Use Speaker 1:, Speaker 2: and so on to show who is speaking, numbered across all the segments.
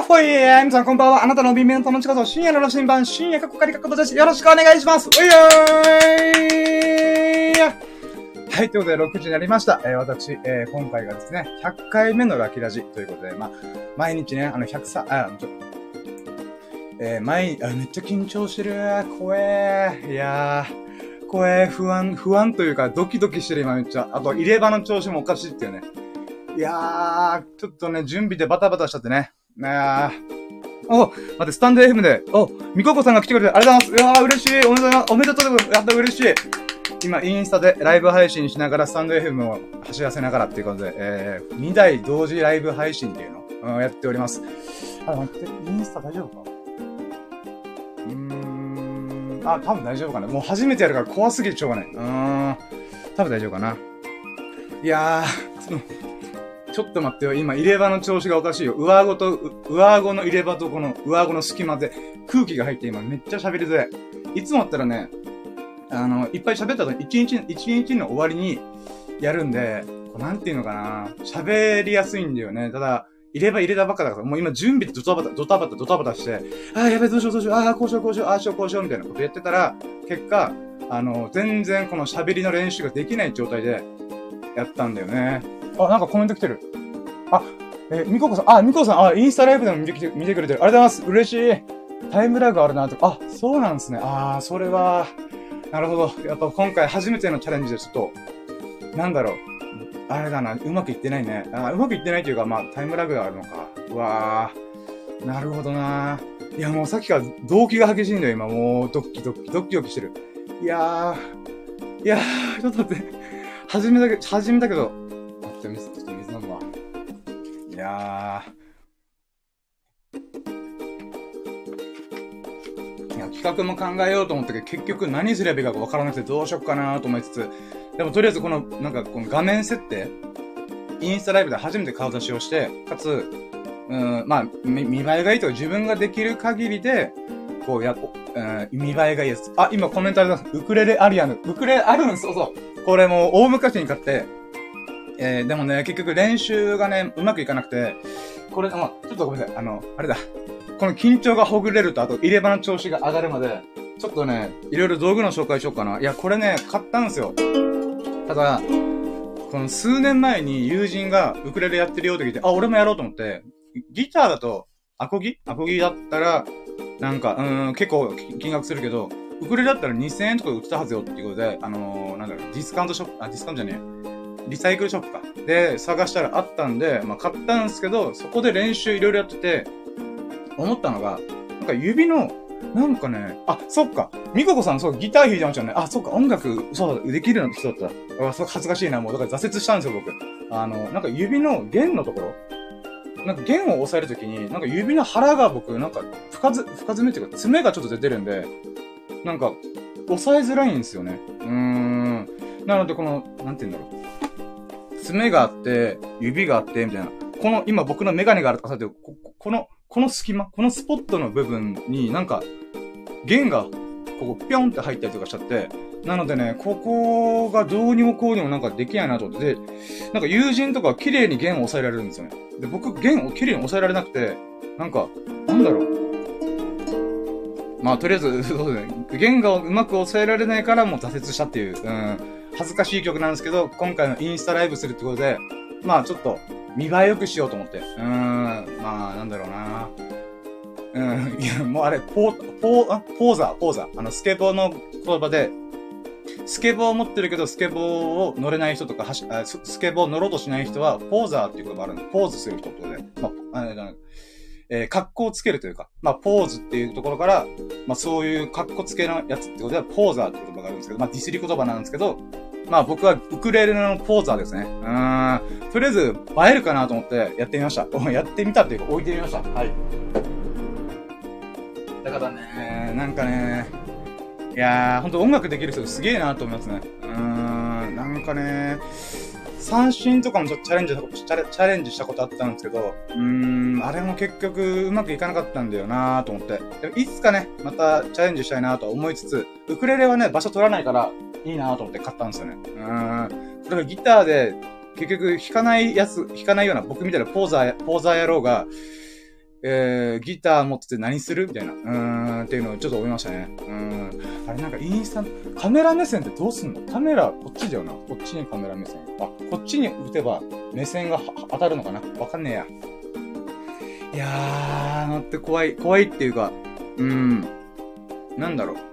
Speaker 1: ほい皆さんこんばんは。あなたの微妙な友近と深夜の羅針盤、深夜かっこかりかっこです。よろしくお願いします。おいよーいはい、ということで6時になりました。私、今回がですね、100回目のラキラジということで、毎日ね、めっちゃ緊張してる。怖え。いやー、怖え、不安というか、ドキドキしてる今めっちゃ。あと、入れ歯の調子もおかしいっていうね。いやー、ちょっとね、準備でバタバタしちゃってね。待って、スタンド FM で、みここさんが来てくれて、ありがとうございます。嬉しい。おめでとうございます。やった、嬉しい。今、インスタでライブ配信しながら、スタンド FM を走らせながらっていうことで、2台同時ライブ配信っていうのを、やっております。待って、インスタ大丈夫か多分大丈夫かな。もう初めてやるから怖すぎてしょうがない。多分大丈夫かな。いやー、ちょっと待ってよ。今、入れ歯の調子がおかしいよ。上顎の入れ歯とこの上顎の隙間で空気が入って今めっちゃ喋りづらい。いつもだったらね、いっぱい喋った後に一日の終わりにやるんで、なんていうのかな。喋りやすいんだよね。ただ、入れたばっかだから、もう今準備でドタバタして、やべえ、どうしよう、こうしよう、みたいなことやってたら、結果、全然この喋りの練習ができない状態でやったんだよね。なんかコメント来てる。みここさん、インスタライブでも見てくれてる。ありがとうございます。嬉しい。タイムラグあるなと。そうなんですね。それは、なるほど。やっぱ今回初めてのチャレンジでちょっと、なんだろう。あれだな、うまくいってないね。うまくいってないというか、タイムラグがあるのか。うわー。なるほどな。いや、もうさっきから動機が激しいんだよ、今。もう、ドキドキしてる。いやー、ちょっと待って。始めたけど、ちょっと水飲むわ。いやー。企画も考えようと思ったけど、結局何すればいいか分からなくてどうしよっかなと思いつつ、でもとりあえずこの画面設定、インスタライブで初めて顔出しをして、かつ、見栄えがいいとか自分ができる限りで、見栄えがいいやつ。今コメントあります。ウクレレあるんです。そう。これもう大昔に買って、でもね、結局練習がね、うまくいかなくて、これ、ちょっとごめんなさい。あれだ。この緊張がほぐれると、あと入れ歯の調子が上がるまで、ちょっとね、いろいろ道具の紹介しようかな。いや、これね、買ったんですよ。ただ、この数年前に友人がウクレレやってるよって聞いて、俺もやろうと思って、ギターだと、アコギだったら、結構金額するけど、ウクレレだったら2000円とかで売ってたはずよっていうことで、ディスカウントショップ、ディスカウントじゃねえ。リサイクルショップか。で、探したらあったんで、買ったんですけど、そこで練習いろいろやってて、思ったのが、指の、そっか。みここさん、ギター弾いてましたよね。そっか、音楽、できるような人だった。恥ずかしいな、もう。だから挫折したんですよ、僕。指の弦のところ。弦を押さえるときに、指の腹が僕、深爪っていうか、爪がちょっと出てるんで、押さえづらいんですよね。なので、なんて言うんだろう。爪があって、指があって、みたいな。今僕のメガネがあるとかさて、この隙間、このスポットの部分に弦が、ぴょんって入ったりとかしちゃって、なのでね、ここがどうにもこうにもできないなと思って、で、友人とかは綺麗に弦を押さえられるんですよね。で、僕、弦を綺麗に押さえられなくて、なんだろう。とりあえず、そうですね。弦がうまく押さえられないからもう挫折したっていう、恥ずかしい曲なんですけど、今回のインスタライブするってことで、ちょっと、見栄え良くしようと思って。なんだろうな。いや、もうあれ、ポーザー。スケボーの言葉で、スケボーを持ってるけど、スケボーを乗れない人とか、スケボー乗ろうとしない人は、ポーザーっていう言葉あるの。ポーズする人ってことで、格好をつけるというか、ポーズっていうところから、そういう格好つけのやつってことでは、ポーザーって言葉があるんですけど、ディスり言葉なんですけど、僕はウクレレのポーザーですね。とりあえず、映えるかなと思ってやってみました。やってみたっていうか、置いてみました。はい。だからね、いやー、ほんと音楽できる人すげえなと思いますね。三振とかもちょっとチャレンジしたことあったんですけど、あれも結局うまくいかなかったんだよなと思って。でもいつかね、またチャレンジしたいなと思いつつ、ウクレレはね、場所取らないから、いいなと思って買ったんですよね。だからギターで、結局弾かないような僕みたいなポーザー野郎が、 ギター持ってて何するみたいな。っていうのをちょっと思いましたね。あれなんかインスタ、カメラ目線ってどうすんの？カメラ、こっちだよな。こっちにカメラ目線。あ、こっちに打てば目線が当たるのかな？わかんねえや。いやー、待って怖いっていうか、なんだろう。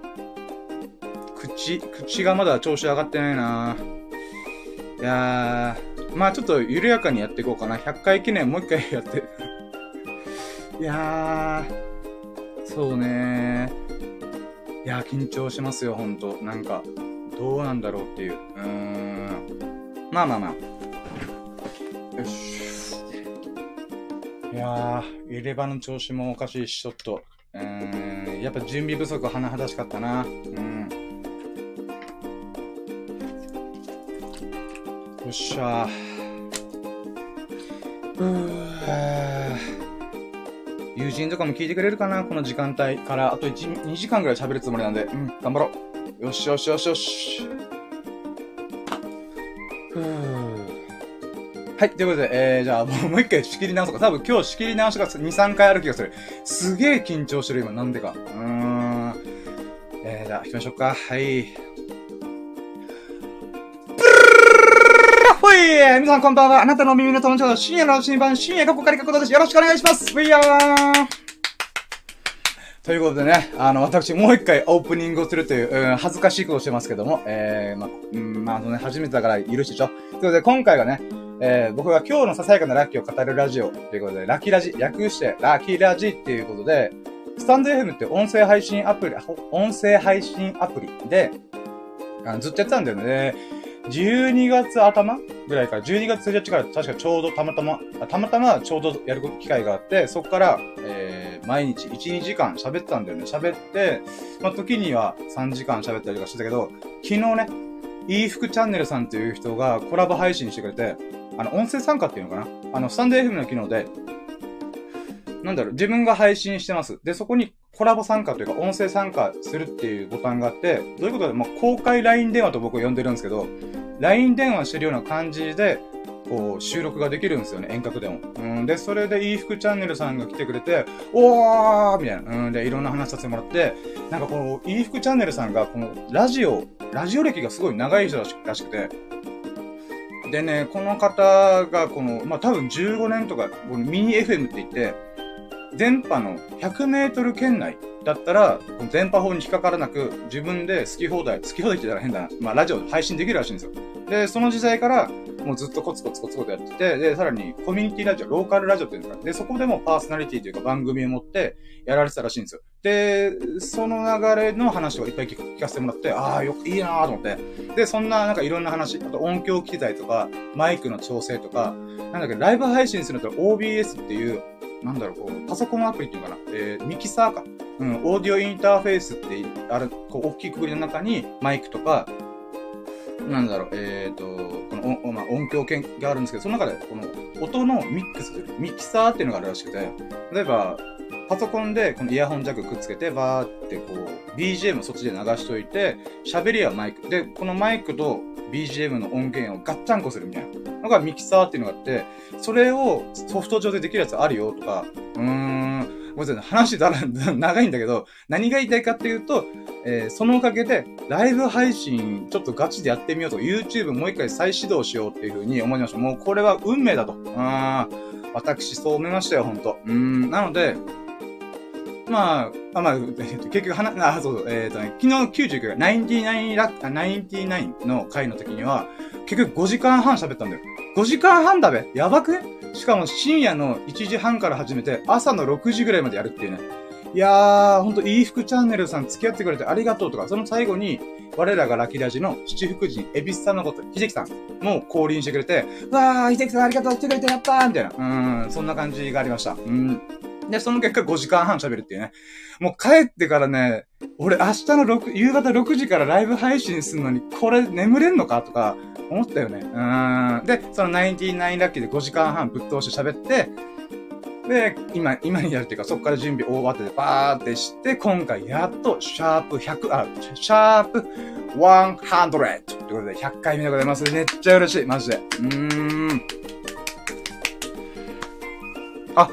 Speaker 1: 口がまだ調子上がってないな。いやー、まあちょっと緩やかにやっていこうかな。100回記念もう一回やって。いやー、そうねー。いやー、緊張しますよ、ほんと。なんか、どうなんだろうっていう。まあ。よし。いやー、入れ歯の調子もおかしいし、ちょっと。やっぱ準備不足甚だしかったな。よっしゃ友人とかも聞いてくれるかな？この時間帯からあと2時間ぐらい喋るつもりなんで、頑張ろう。よし。はい、ということで、じゃあもう一回仕切り直そうか。多分今日仕切り直しが2、3回ある気がする。すげえ緊張してる今、なんでか。じゃあ行きましょうか。はい。皆さんこんばんは。あなたの耳の友達、深夜の新版、深夜がここから書くことです。よろしくお願いします。ということでね、私もう一回オープニングをするという、恥ずかしいことをしてますけども、初めてだから許してちょ。ということで、今回がね、僕が今日のささやかなラッキーを語るラジオということで、ラキラジ、略してラキラジっていうことで、スタンド FM って音声配信アプリで、ずっとやってたんだよね。12月頭ぐらいから12月1日から確かちょうどたまたまちょうどやる機会があって、そこから、毎日1、2時間喋ってたんだよね。喋って、時には3時間喋ったりとかしてたけど、昨日ね、いい服チャンネルさんっていう人がコラボ配信してくれて、音声参加っていうのかな？スタンド FM の機能で、自分が配信してます。で、そこにコラボ参加というか、音声参加するっていうボタンがあって、どういうことで、公開 LINE 電話と僕は呼んでるんですけど、LINE 電話してるような感じで、こう、収録ができるんですよね、遠隔でも。で、それでいい服チャンネルさんが来てくれて、おーみたいな。で、いろんな話させてもらって、なんかこの、いい服チャンネルさんが、この、ラジオ歴がすごい長い人らしくて、でね、この方が、この、多分15年とか、このミニ FM って言って、電波の100メートル圏内だったら、電波法に引っかからなく、自分で好き放題って言ったら変だな。ラジオ配信できるらしいんですよ。で、その時代から、もうずっとコツコツやってて、で、さらにコミュニティラジオ、ローカルラジオっていうんですか。で、そこでもパーソナリティというか番組を持ってやられてたらしいんですよ。で、その流れの話をいっぱい聞かせてもらって、いいなぁと思って。で、そんななんかいろんな話、あと音響機材とか、マイクの調整とか、ライブ配信すると OBS っていう、パソコンアプリっていうのかな、ミキサーか。オーディオインターフェースって、大きいくくりの中にマイクとか、この、音響系があるんですけど、その中で、この、音のミックスする、ミキサーっていうのがあるらしくて、例えば、パソコンでこのイヤホンジャックくっつけて、バーってこう、BGM をそっちで流しといて、喋りはマイク。で、このマイクと BGM の音源をガッチャンコするみたいなのがミキサーっていうのがあって、それをソフト上でできるやつあるよとか、ごめんなさい、話長いんだけど、何が言いたいかっていうと、そのおかげで、ライブ配信、ちょっとガチでやってみようと、YouTube もう一回再始動しようっていう風に思いました。もうこれは運命だと。私そう思いましたよ、ほんと。なので、結局昨日99が99の回の時には、結局5時間半喋ったんだよ。5時間半だべ？やばくね？しかも深夜の1時半から始めて、朝の6時ぐらいまでやるっていうね。いやー、ほんと、いい服チャンネルさん付き合ってくれてありがとうとか、その最後に、我らがラキラジの七福神、エビスさんのこと、秀樹さんも降臨してくれて、わー、秀樹さんありがとう来てくれてやったーみたいな。そんな感じがありました。で、その結果5時間半喋るっていうね。もう帰ってからね、俺明日の夕方6時からライブ配信するのに、これ眠れんのかとか、思ったよね。で、その99ラッキーで5時間半ぶっ通して喋って、で、今にやるっていうか、そこから準備大慌てでバーってして、今回やっと、シャープ100ということで、100回目でございます。めっちゃ嬉しい、マジで。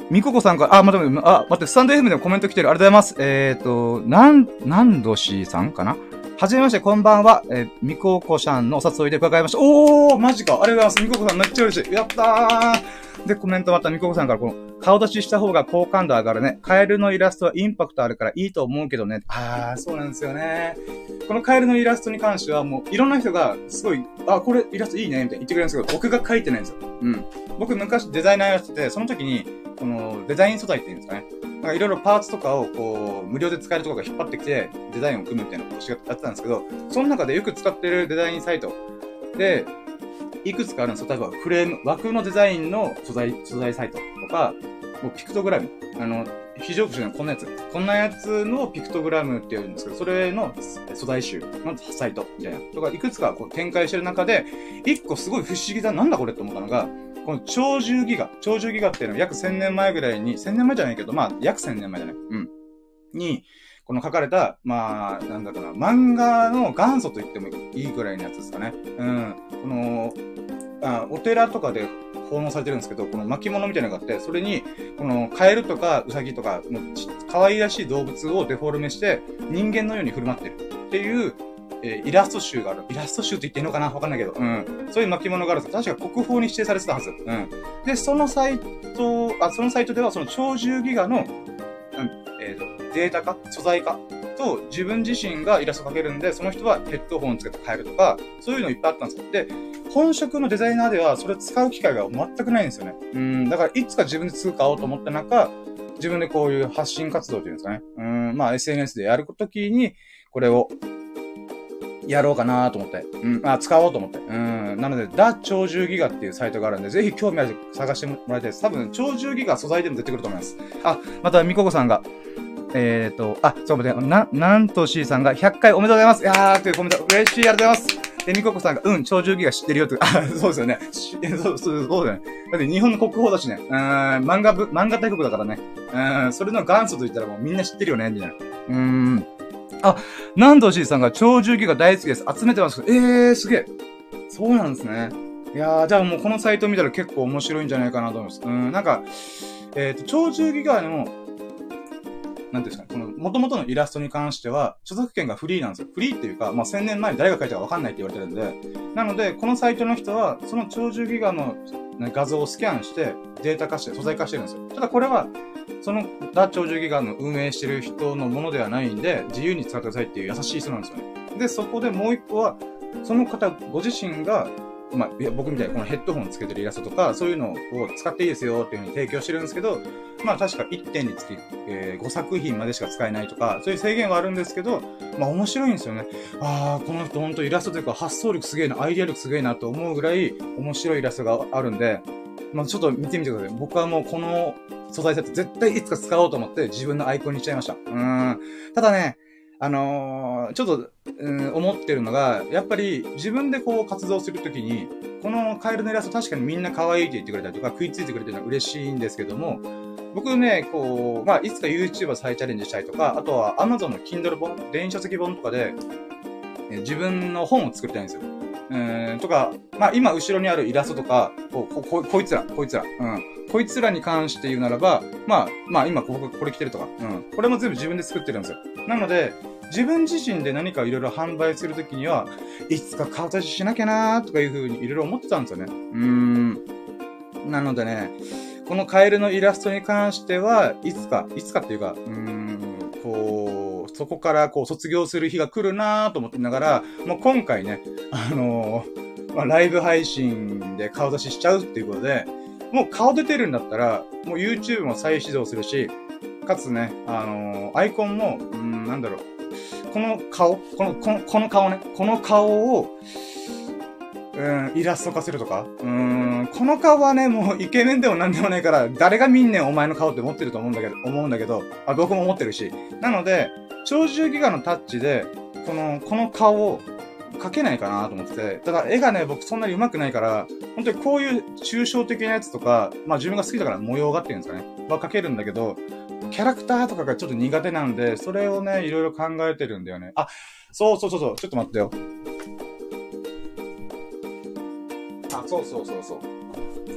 Speaker 1: みここさんから、待って、スタンド FM でもコメント来てる。ありがとうございます。なんどしーさんかな。はじめまして、こんばんは。みここさんのお誘いで伺いました。マジか。ありがとうございます。みここさんめっちゃ嬉しい。やったー。で、コメントまたみここさんから、この、顔出しした方が好感度上がるね。カエルのイラストはインパクトあるからいいと思うけどね。そうなんですよね。このカエルのイラストに関しては、もう、いろんな人が、すごい、これイラストいいね、みたいに言ってくれるんですけど、僕が描いてないんですよ。僕昔デザイナーやってて、その時に、この、デザイン素材って言うんですかね。いろいろパーツとかを、こう、無料で使えるところが引っ張ってきて、デザインを組むみたいなことをやってたんですけど、その中でよく使ってるデザインサイトで、いくつかあるんですよ。例えば、フレーム、枠のデザインの素材サイトとか、もうピクトグラム。非常口のこんなやつ。こんなやつのピクトグラムって言うんですけど、それの素材集のサイトみたいな。とか、いくつかこう展開してる中で、一個すごい不思議だ、なんだこれって思ったのが、この鳥獣ギガっていうのは約1000年前ぐらいに、1000年前じゃないけど、約1000年前だね。に、この書かれた、なんだろうな、漫画の元祖と言ってもいいぐらいのやつですかね。この、お寺とかで奉納されてるんですけど、この巻物みたいなのがあって、それに、このカエルとかウサギとかの可愛らしい動物をデフォルメして人間のように振る舞ってるっていう、イラスト集がある。イラスト集って言っていいのかなわかんないけど。そういう巻物があるんです。確か国宝に指定されてたはず。で、そのサイトではその鳥獣ギガの、データ化素材化と自分自身がイラスト描けるんで、その人はヘッドホンつけて変えるとか、そういうのいっぱいあったんですよ。で、本職のデザイナーではそれ使う機会が全くないんですよね。だからいつか自分で作買おうと思った中、自分でこういう発信活動っていうんですかね。SNS でやるときに、これを、やろうかなと思って。使おうと思って。なので、鳥獣ギガっていうサイトがあるんで、ぜひ興味ある人探してもらいたいです。多分、鳥獣ギガ素材でも出てくると思います。また、みここさんが、そうね、なんとしーさんが100回おめでとうございます。というコメント、嬉しい、ありがとうございます。で、みここさんが、鳥獣ギガ知ってるよって、そうですよね。そうだよね。だって日本の国宝だしね。漫画大国だからね。それの元祖と言ったらもうみんな知ってるよね、みたいな。なんとしーさんが鳥獣ギガ大好きです。集めてます。すげえ。そうなんですね。じゃあもうこのサイト見たら結構面白いんじゃないかなと思います。鳥獣ギガの、なんていうんですかね、この元々のイラストに関しては、著作権がフリーなんですよ。フリーっていうか、1000年前に誰が書いたかわかんないって言われてるんで、なので、このサイトの人は、その鳥獣ギガの画像をスキャンして、データ化して、素材化してるんですよ。ただこれは、その、鳥獣ギガの運営してる人のものではないんで、自由に使ってくださいっていう優しい人なんですよね。で、そこでもう一個は、その方ご自身が、僕みたいにこのヘッドホンつけてるイラストとか、そういうのを使っていいですよっていう風に提供してるんですけど、確か1点につき、5作品までしか使えないとか、そういう制限はあるんですけど、面白いんですよね。この人ほんとイラストというか発想力すげえな、アイディア力すげえなと思うぐらい面白いイラストがあるんで、ちょっと見てみてください。僕はもうこの素材セット絶対いつか使おうと思って自分のアイコンにしちゃいました。ただね、ちょっと、思ってるのが、やっぱり自分でこう活動するときに、このカエルのイラスト確かにみんな可愛いって言ってくれたりとか食いついてくれてるのは嬉しいんですけども、僕ね、こう、いつか YouTuber 再チャレンジしたいとか、あとは Amazon の Kindle 本、電子書籍本とかで、自分の本を作りたいんですよ。とか、今後ろにあるイラストとか、こいつら、こいつらに関して言うならば、今これ着てるとか、これも全部自分で作ってるんですよ。なので、自分自身で何かいろいろ販売するときには、いつか顔出ししなきゃなーとかいう風にいろいろ思ってたんですよね。なのでね、このカエルのイラストに関しては、いつかっていうか、そこから卒業する日が来るなーと思ってながら、もう今回ね、ライブ配信で顔出ししちゃうっていうことで、もう顔出てるんだったら、もう YouTube も再始動するし、かつね、アイコンも、なんだろう、この顔を、イラスト化するとか、この顔はね、もうイケメンでもなんでもないから、誰が見んねんお前の顔って思ってると思うんだけど、僕も思ってるし。なので、鳥獣ギガのタッチで、この顔を描けないかなと思ってて、ただ絵がね、僕そんなに上手くないから、本当にこういう抽象的なやつとか、自分が好きだから模様がっていうんですかね、描けるんだけど、キャラクターとかがちょっと苦手なんで、それをね、いろいろ考えてるんだよね。そう、ちょっと待ってよ。そう。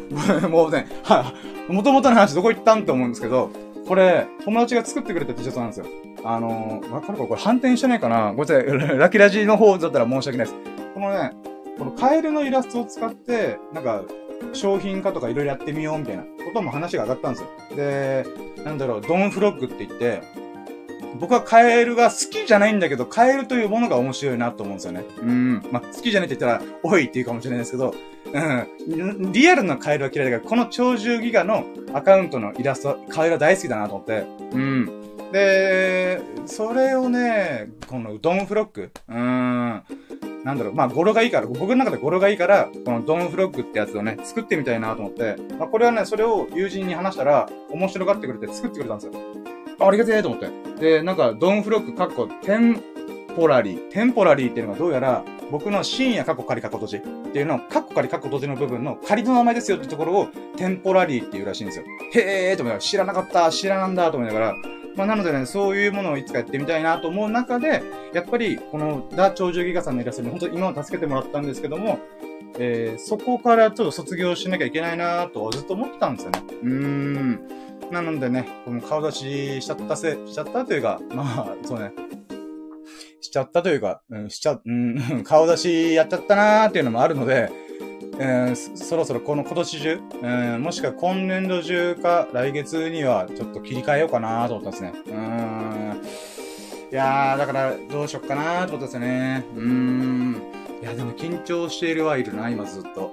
Speaker 1: もうね、元々の話どこ行ったんって思うんですけど、これ、友達が作ってくれた T シャツなんですよ。わかるかこれ反転してないかなごめんなさい。ラキラジの方だったら申し訳ないです。このね、このカエルのイラストを使って、なんか、商品化とかいろいろやってみようみたいなことも話が上がったんですよ。で、なんだろう、ドンフロッグって言って、僕はカエルが好きじゃないんだけど、カエルというものが面白いなと思うんですよね。まあ、好きじゃないって言ったら、おいって言うかもしれないですけど、リアルなカエルは嫌いだから、この超獣ギガのアカウントのイラスト、カエルは大好きだなと思って、で、それをね、このドンフロッグ、なんだろう、まあ、語呂がいいから、僕の中で語呂がいいから、このドンフロッグってやつをね、作ってみたいなと思って、まあ、これはね、それを友人に話したら、面白がってくれて作ってくれたんですよ。ありがてえと思って。で、なんか、ドンフロッグテンポラリーっていうのがどうやら、僕の深夜仮閉じっていうのを、仮閉じの部分の仮の名前ですよってところを、テンポラリーっていうらしいんですよ。へーと思いながら、知らなかった、知らなんだと思いながら、まあ、なのでね、そういうものをいつかやってみたいなと思う中で、やっぱり、この、超獣ギガさんのイラストに本当に今は助けてもらったんですけども、そこからちょっと卒業しなきゃいけないなとずっと思ってたんですよね。なのでね、この顔出ししちゃったというか、まあ、そうね。しちゃったというか、顔出しやっちゃったなーっていうのもあるので、そろそろこの今年中、もしくは今年度中か来月にはちょっと切り替えようかなと思ったんですね。いやー、だからどうしよっかなと思ったんですよね。いや、でも緊張しているはいるな、今ずっと。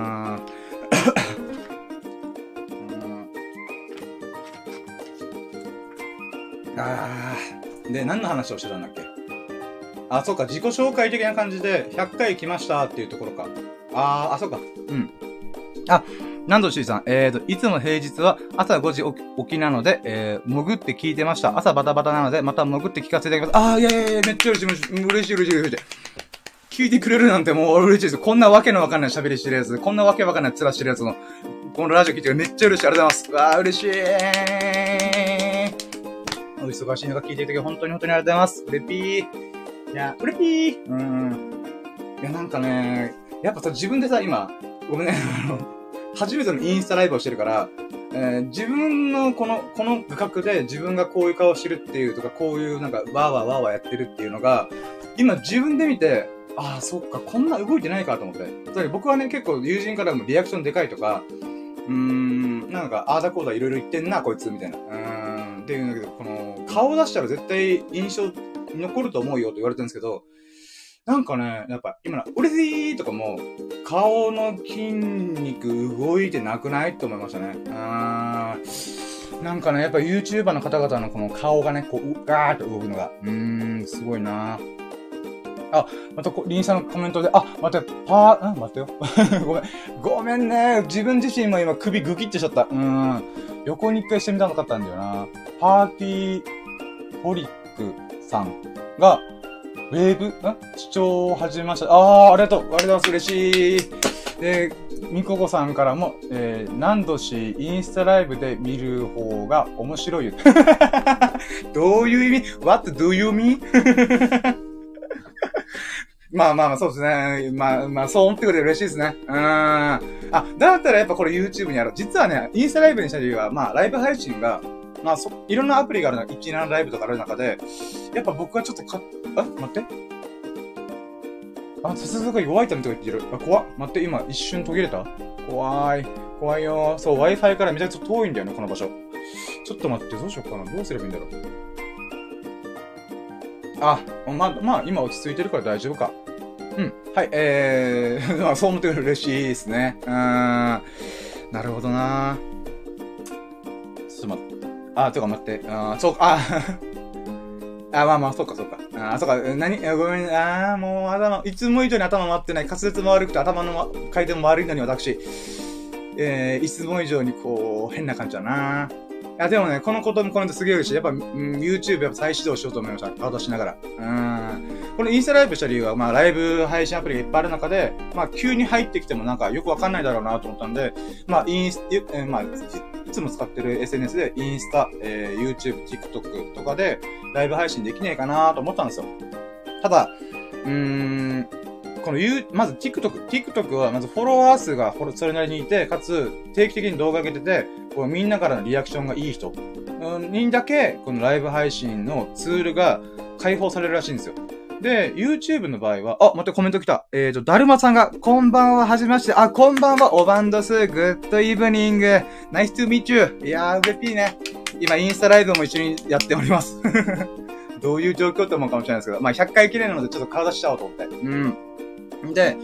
Speaker 1: で、何の話をしてたんだっけ？そうか、自己紹介的な感じで、100回来ましたっていうところか。そうか。なんどしーさん、いつも平日は朝5時起きなので、潜って聞いてました。朝バタバタなので、また潜って聞かせていただきます。いや、めっちゃ嬉しい。聞いてくれるなんてもう嬉しいです。こんなわけのわかんない喋りしてるやつ、こんなわけわかんない面してるやつの、このラジオ聞いてめっちゃ嬉しい。ありがとうございます。嬉しい。お忙しいのが聞いていただき本当にありがとうございます。うれぴー。いや、うれぴー。いや、なんかね、やっぱさ、自分でさ、今、ごめんね、初めてのインスタライブをしてるから、自分のこの画角で自分がこういう顔してるっていうとか、こういうなんか、わーわーやってるっていうのが、今自分で見て、そっか、こんな動いてないかと思って。つまり僕はね、結構友人からもリアクションでかいとか、なんか、だこうだいろいろ言ってんな、こいつ、みたいな。っていうんだけど、この、顔出したら絶対印象残ると思うよと言われてるんですけど、なんかね、やっぱ今の、うれしいとかも、顔の筋肉動いてなくないって思いましたね。なんかね、やっぱ YouTuber の方々のこの顔がね、こう、ガーッと動くのが、すごいなまたリンさんのコメントで、待ってよ。ごめんね。自分自身も今首グキッてしちゃった。横に一回してみたかったんだよな。パーティーホリックさんが、ウェーブ視聴を始めました。ありがとうございます。嬉しい。で、みここさんからも、何度しインスタライブで見る方が面白いよ。どういう意味 ?What do you mean? まあ、そうですね。まあ、そう思ってくれて嬉しいですね。だったらやっぱこれ YouTube にやろう。実はね、インスタライブにした理由は、ライブ配信が、いろんなアプリがあるの、17ライブとかある中で、やっぱ僕はちょっと待って。接続が弱いためとか言ってる。怖っ。待って、今一瞬途切れた？怖いよ。そう、Wi-Fi からめちゃくちゃ遠いんだよね、この場所。ちょっと待って、どうしようかな。どうすればいいんだろう。今落ち着いてるから大丈夫か。はい、そう思ってくれる嬉しいですね。なるほどな。ちょっと待って。てか待って。そうか、そうか。そうか。ごめん。もういつも以上に頭回ってない。滑舌も悪くて頭の回転も悪いのに私。いつも以上にこう、変な感じだな。でもね、このこともコメントすげえ嬉しい。やっぱ、YouTube やっぱ再始動しようと思いました。顔出しながら。このインスタライブした理由は、ライブ配信アプリがいっぱいある中で、急に入ってきてもなんかよくわかんないだろうなと思ったんで、いつも使ってる SNS でインスタ、YouTube、TikTok とかでライブ配信できねえかなと思ったんですよ。ただ、 このまず TikTok はまずフォロワー数がそれなりにいて、かつ定期的に動画上げてて、こうみんなからのリアクションがいい人にだけ、このライブ配信のツールが開放されるらしいんですよ。で、YouTube の場合は、待って、コメント来た。だるまさんが、こんばんは、はじめまして。こんばんは、おばんどす。グッドイブニング。ナイストゥミーチュー。いやー、嬉しいね。今、インスタライブも一緒にやっております。どういう状況って思うかもしれないですけど、まあ、100回記念なので、ちょっと顔出しちゃおうと思って。で、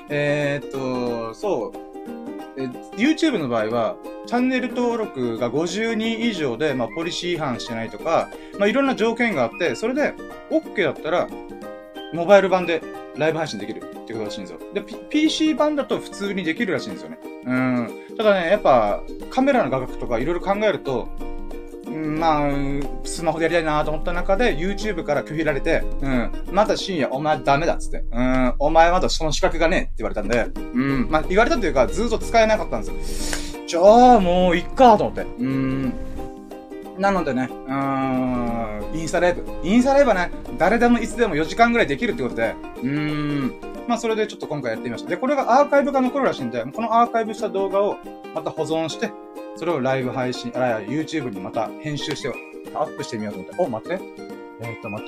Speaker 1: そう。YouTube の場合は、チャンネル登録が50人以上で、まあ、ポリシー違反してないとか、まあ、いろんな条件があって、それで、OK だったら、モバイル版でライブ配信できるってことらしいんですよ。で、PC 版だと普通にできるらしいんですよね。ただね、やっぱ、カメラの画角とかいろいろ考えると、まあ、スマホでやりたいなと思った中で、YouTube から拒否られて、また深夜、お前ダメだっつって、お前まだその資格がねえって言われたんで、まあ、言われたというか、ずっと使えなかったんですよ。じゃあ、もう、いっかと思って。なのでね、インスタライブはね、誰でもいつでも4時間ぐらいできるってことで、まあそれでちょっと今回やってみました。で、これがアーカイブが残るらしいんで、このアーカイブした動画をまた保存して、それをライブ配信、YouTube にまた編集して、アップしてみようと思って。待って。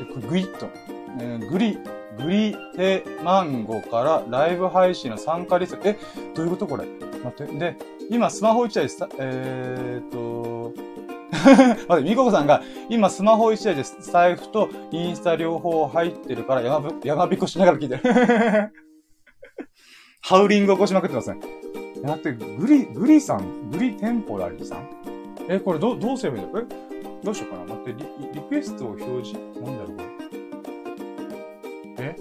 Speaker 1: これグイッと。グリテマンゴからライブ配信の参加リスト。どういうことこれ待って。で、今スマホ1台で待って、みここさんが、今スマホ1台で財布とインスタ両方入ってるから山びこしながら聞いてる。ハウリング起こしまくってますね。待って、グリさんグリテンポラリーさんこれどうすればいいんだどうしようかな待って、リクエストを表示なんだろうこれ。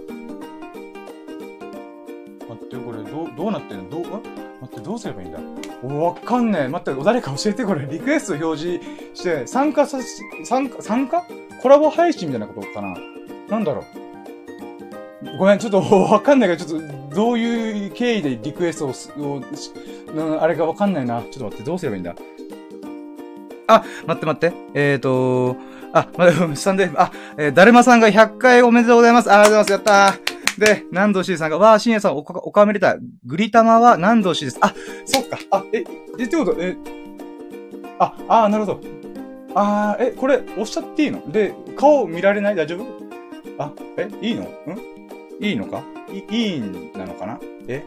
Speaker 1: 待って、これどうなってんの待って、どうすればいいんだわかんねえ。待って、誰か教えて、これ。リクエスト表示して、参加コラボ配信みたいなことかななんだろう。ごめん、ちょっとわかんないけど、ちょっと、どういう経緯でリクエストあれかわかんないな。ちょっと待って、どうすればいいんだ待って。スタンド F、だるまさんが100回おめでとうございます。ありがとうございます。やったー。で、南道 C さんが、深夜さんお顔見れた。グリタマは南道 C です。そっか。ってことなるほど。これ、押しちゃっていいので、顔見られない大丈夫いいのいいのかいいなのかな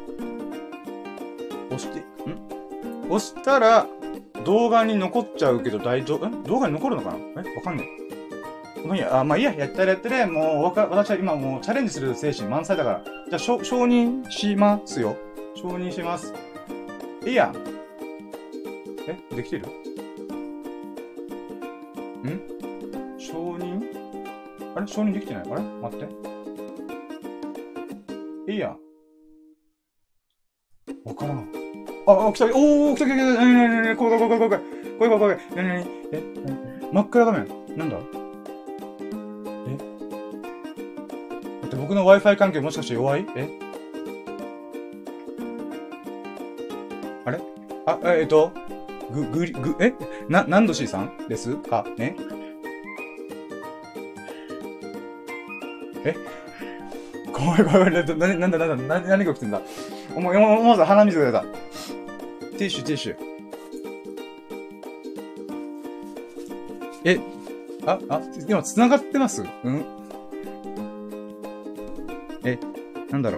Speaker 1: 押したら、動画に残っちゃうけど大丈夫動画に残るのかなわかんない。まあいいや。やったれ。もう、私は今もうチャレンジする精神満載だから。じゃあ、承認しますよ。承認します。いいや。できてる承認承認できてない待って。いいや。わからん。来た。来た。怖い。真っ暗画面。なんだだって僕の Wi-Fi 関係もしかして弱いあれ何度 C さんですかね怖い。なんだ何が起きてんだ思わず鼻水が出た。ティッシュ。今繋がってますなんだろう。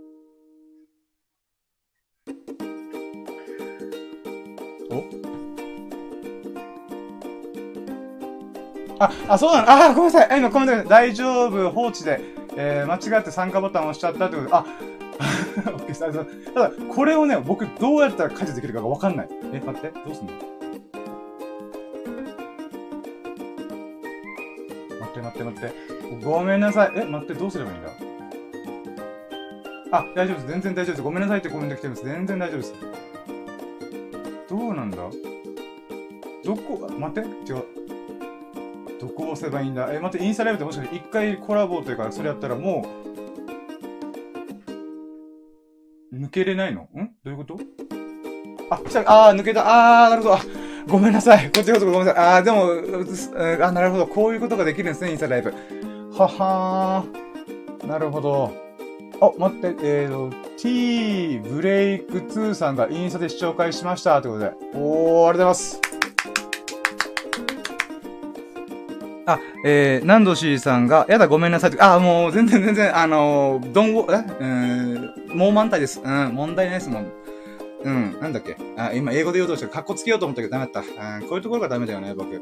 Speaker 1: そうなのごめんなさい。今コメント大丈夫、放置で、間違って参加ボタンを押しちゃったってことで、ただ、これをね、僕どうやったら解除できるかがわかんない。待って、どうすんの待って。ごめんなさい。待って、どうすればいいんだ大丈夫です。全然大丈夫です。ごめんなさいってコメント来てます。全然大丈夫です。どうなんだ待って、違う。どこを押せばいいんだ待って、インスタライブってもしかして一回コラボというか、それやったらもう、抜けれないのどういうこと抜けた。なるほど。ごめんなさい。こっちこそごめんなさい。でも、なるほど。こういうことができるんですね、インスタライブ。ははー。なるほど。 あ、待って、T ブレイク2さんがインスタで視聴会しました。ということで。おー、ありがとうございます。あ、ナンドシーさんが、やだごめんなさい。あ、もう全然、もう満タイです。うん、問題ないですもん。うん、なんだっけ。あ、今英語で言おうとして、カッコつけようと思ったけどダメだった。うん、こういうところがダメだよね、僕。うん。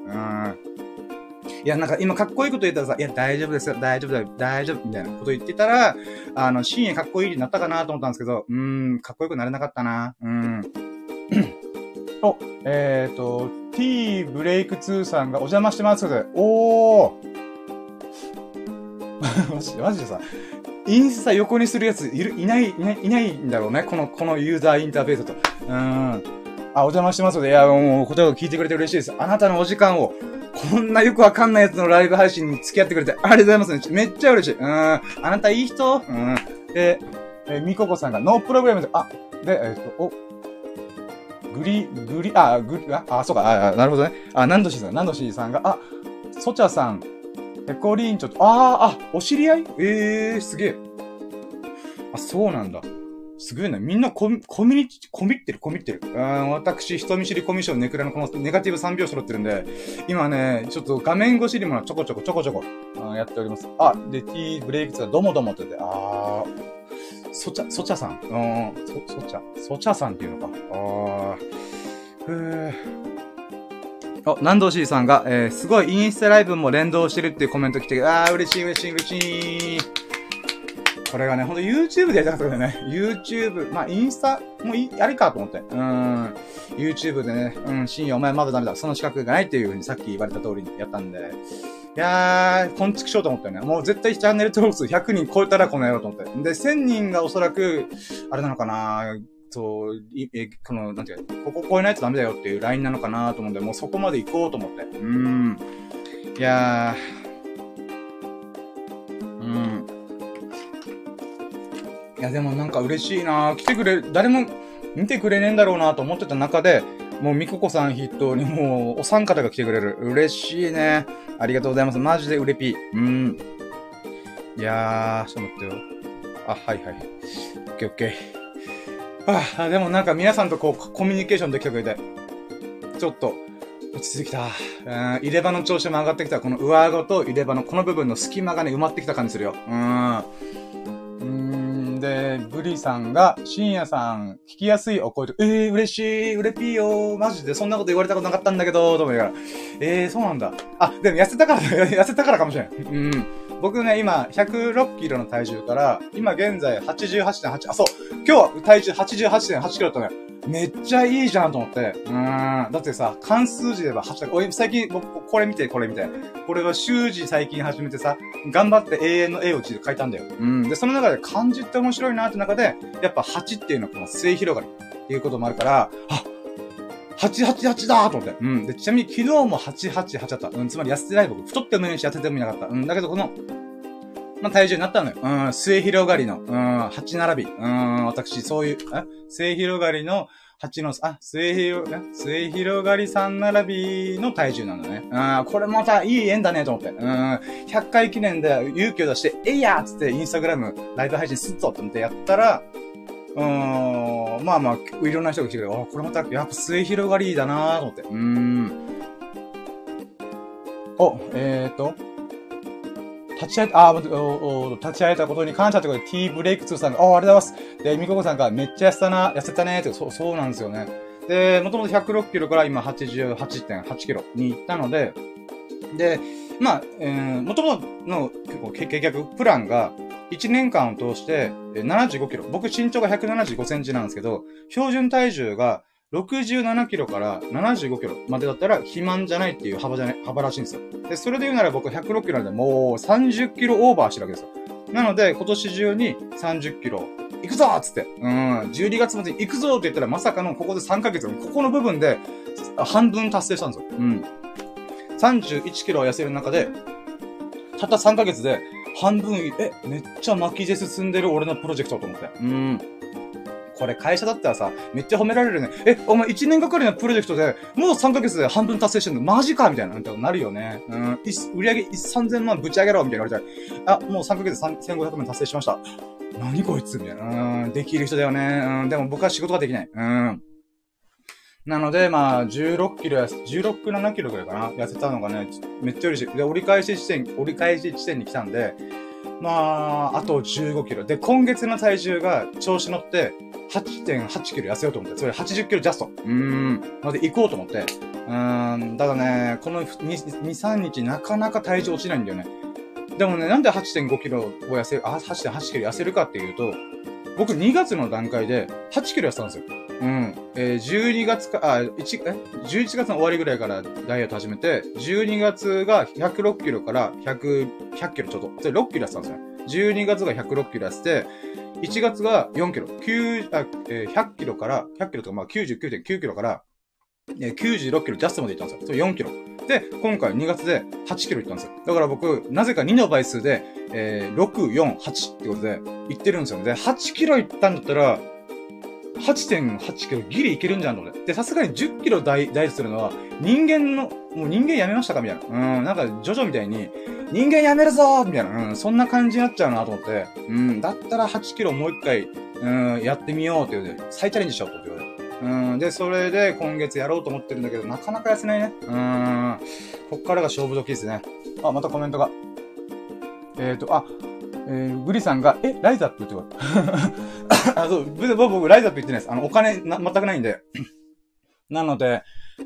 Speaker 1: いや、なんか今かっこいいこと言ったらさ、いや、大丈夫ですよ、大丈夫だよ、大丈夫、みたいなこと言ってたら、深夜かっこいいになったかなと思ったんですけど、かっこよくなれなかったな。お、T ブレイク2さんがお邪魔してますので、おーマジでさ、インスタ横にするやついないんだろうね。このユーザーインターフェースだと。お邪魔してますので、いや、もう、答えを聞いてくれて嬉しいです。あなたのお時間を、こんなよくわかんないやつのライブ配信に付き合ってくれてありがとうございますね。めっちゃ嬉しい。あなたいい人で、みここさんがノープログラムで、そうか、なるほどね。ナンドシーさんが、ソチャさん、ペコリンチョと、お知り合いすげえ。そうなんだ。すごいな。みんなコミってる。私、人見知りコミュ障ネクラのこのネガティブ3拍子揃ってるんで、今ね、ちょっと画面越しにもちょこちょこ、やっております。で、T ブレイク2がどもどもって言って、ソチャさん。ソチャさんっていうのか。ナンドーシーさんが、すごいインスタライブも連動してるっていうコメント来て、嬉しい。これがね、ほんと YouTube でやりたかったんだよね。YouTube、インスタもやりかと思って。YouTube でね、深夜お前まだダメだ。その資格がないっていう風にさっき言われた通りにやったんで。いやー、こんちくしようと思ったよね。もう絶対チャンネル登録数100人超えたらこの野郎と思って。で、1000人がおそらく、あれなのかななんていうか、ここ超えないとダメだよっていうラインなのかなと思うんで、もうそこまで行こうと思って。いやいや、でもなんか嬉しいな誰も見てくれねえんだろうなと思ってた中で、もうみここさん筆頭にもうお三方が来てくれる。嬉しいね。ありがとうございます。マジでうれぴー。いやー、ちょっと待ってよ。はい。オッケー。でもなんか皆さんとコミュニケーションできたくれて、ちょっと、落ち着いてきた。入れ歯の調子も上がってきた。この上顎と入れ歯のこの部分の隙間がね、埋まってきた感じするよ。で、ブリさんが、深夜さん、聞きやすいお声と、嬉しい、うれぴーよマジでそんなこと言われたことなかったんだけど、と思いながら。そうなんだ。でも痩せたからかもしれん。僕ね、今、106キロの体重から、今現在 88.8、そう、今日は体重 88.8 キロだったのよ。めっちゃいいじゃんと思って。だってさ、関数字では8だ。最近、これ見て。これは習字最近始めてさ、頑張って永遠の A を字で書いたんだよ。で、その中で漢字って面白いなって中で、やっぱ8っていうのはこの末広がりっていうこともあるから、888だーと思って。で、ちなみに昨日も888だった。つまり痩せてない僕。太ってもいないし痩せてもいなかった。だけどこの、体重になったのよ。末広がりの、8並び。私、そういう、末広がりの8の、末広がり3並びの体重なんだね。これまたいい縁だねと思って。100回記念で勇気を出して、えいやーっつってインスタグラムライブ配信すっぞって思ってやったら、いろんな人が来てくれて、これまた、やっぱ末広がりだなーと思って。立ち会えたことに感謝ってことで T ブレイク2さんが、ありがとうございます。で、みここさんがめっちゃ痩せたねって、そうなんですよね。で、もともと106キロから今 88.8 キロに行ったので、で、もともとの結局プランが1年間を通して75キロ。僕身長が175センチなんですけど、標準体重が67キロから75キロまでだったら肥満じゃないっていう幅らしいんですよ。で、それで言うなら僕106キロなんでもう30キロオーバーしてるわけですよ。なので、今年中に30キロ行くぞーっつって、12月まで行くぞーって言ったらまさかのここで3ヶ月、ここの部分で半分達成したんですよ。31キロ痩せる中で、たった3ヶ月で半分、めっちゃ巻きで進んでる俺のプロジェクトと思って。これ会社だったらさ、めっちゃ褒められるね。お前1年がかりのプロジェクトで、もう3ヶ月で半分達成してんのマジかみたいな、なるよね。売上3000万ぶち上げろみたいな言われて、もう3ヶ月1500万達成しました。 何こいつみたいな。できる人だよね。でも僕は仕事ができない。なので、まあ、16キロ16、7キロぐらいかな痩せたのがね、めっちゃ嬉しい。で、折り返し地点に来たんで、まあ、あと15キロ。で、今月の体重が調子乗って、8.8 キロ痩せようと思って、それ80キロジャスト。ので行こうと思って。ただね、この2、3日なかなか体重落ちないんだよね。でもね、なんで 8.5 キロを8.8 キロ痩せるかっていうと、僕2月の段階で8キロ痩せたんですよ。11月の終わりぐらいからダイエット始めて、12月が106キロから100キロちょっと。それ6キロ痩せたんですよ。12月が106キロ痩せて、1月が4キロ。100キロから、100キロとかまあ 99.9 キロから、96キロジャストまで行ったんですよ。それ4キロ。で、今回2月で8キロ行ったんですよ。だから僕、なぜか2の倍数で、6、4、8ってことで行ってるんですよね。で、8キロ行ったんだったら、8.8 キロギリいけるんじゃんと思って。で、さすがに10キロダイエットするのは、もう人間やめましたかみたいな。なんか、ジョジョみたいに、人間やめるぞーみたいな。そんな感じになっちゃうなと思って。だったら8キロもう一回、やってみようっていうので、再チャレンジしようと思って。で、それで今月やろうと思ってるんだけど、なかなか痩せないね。こっからが勝負時ですね。あ、またコメントが。グリさんが、ライズアップって言ってこい。そう、僕、ライズアップ言ってないです。お金全くないんで。なので、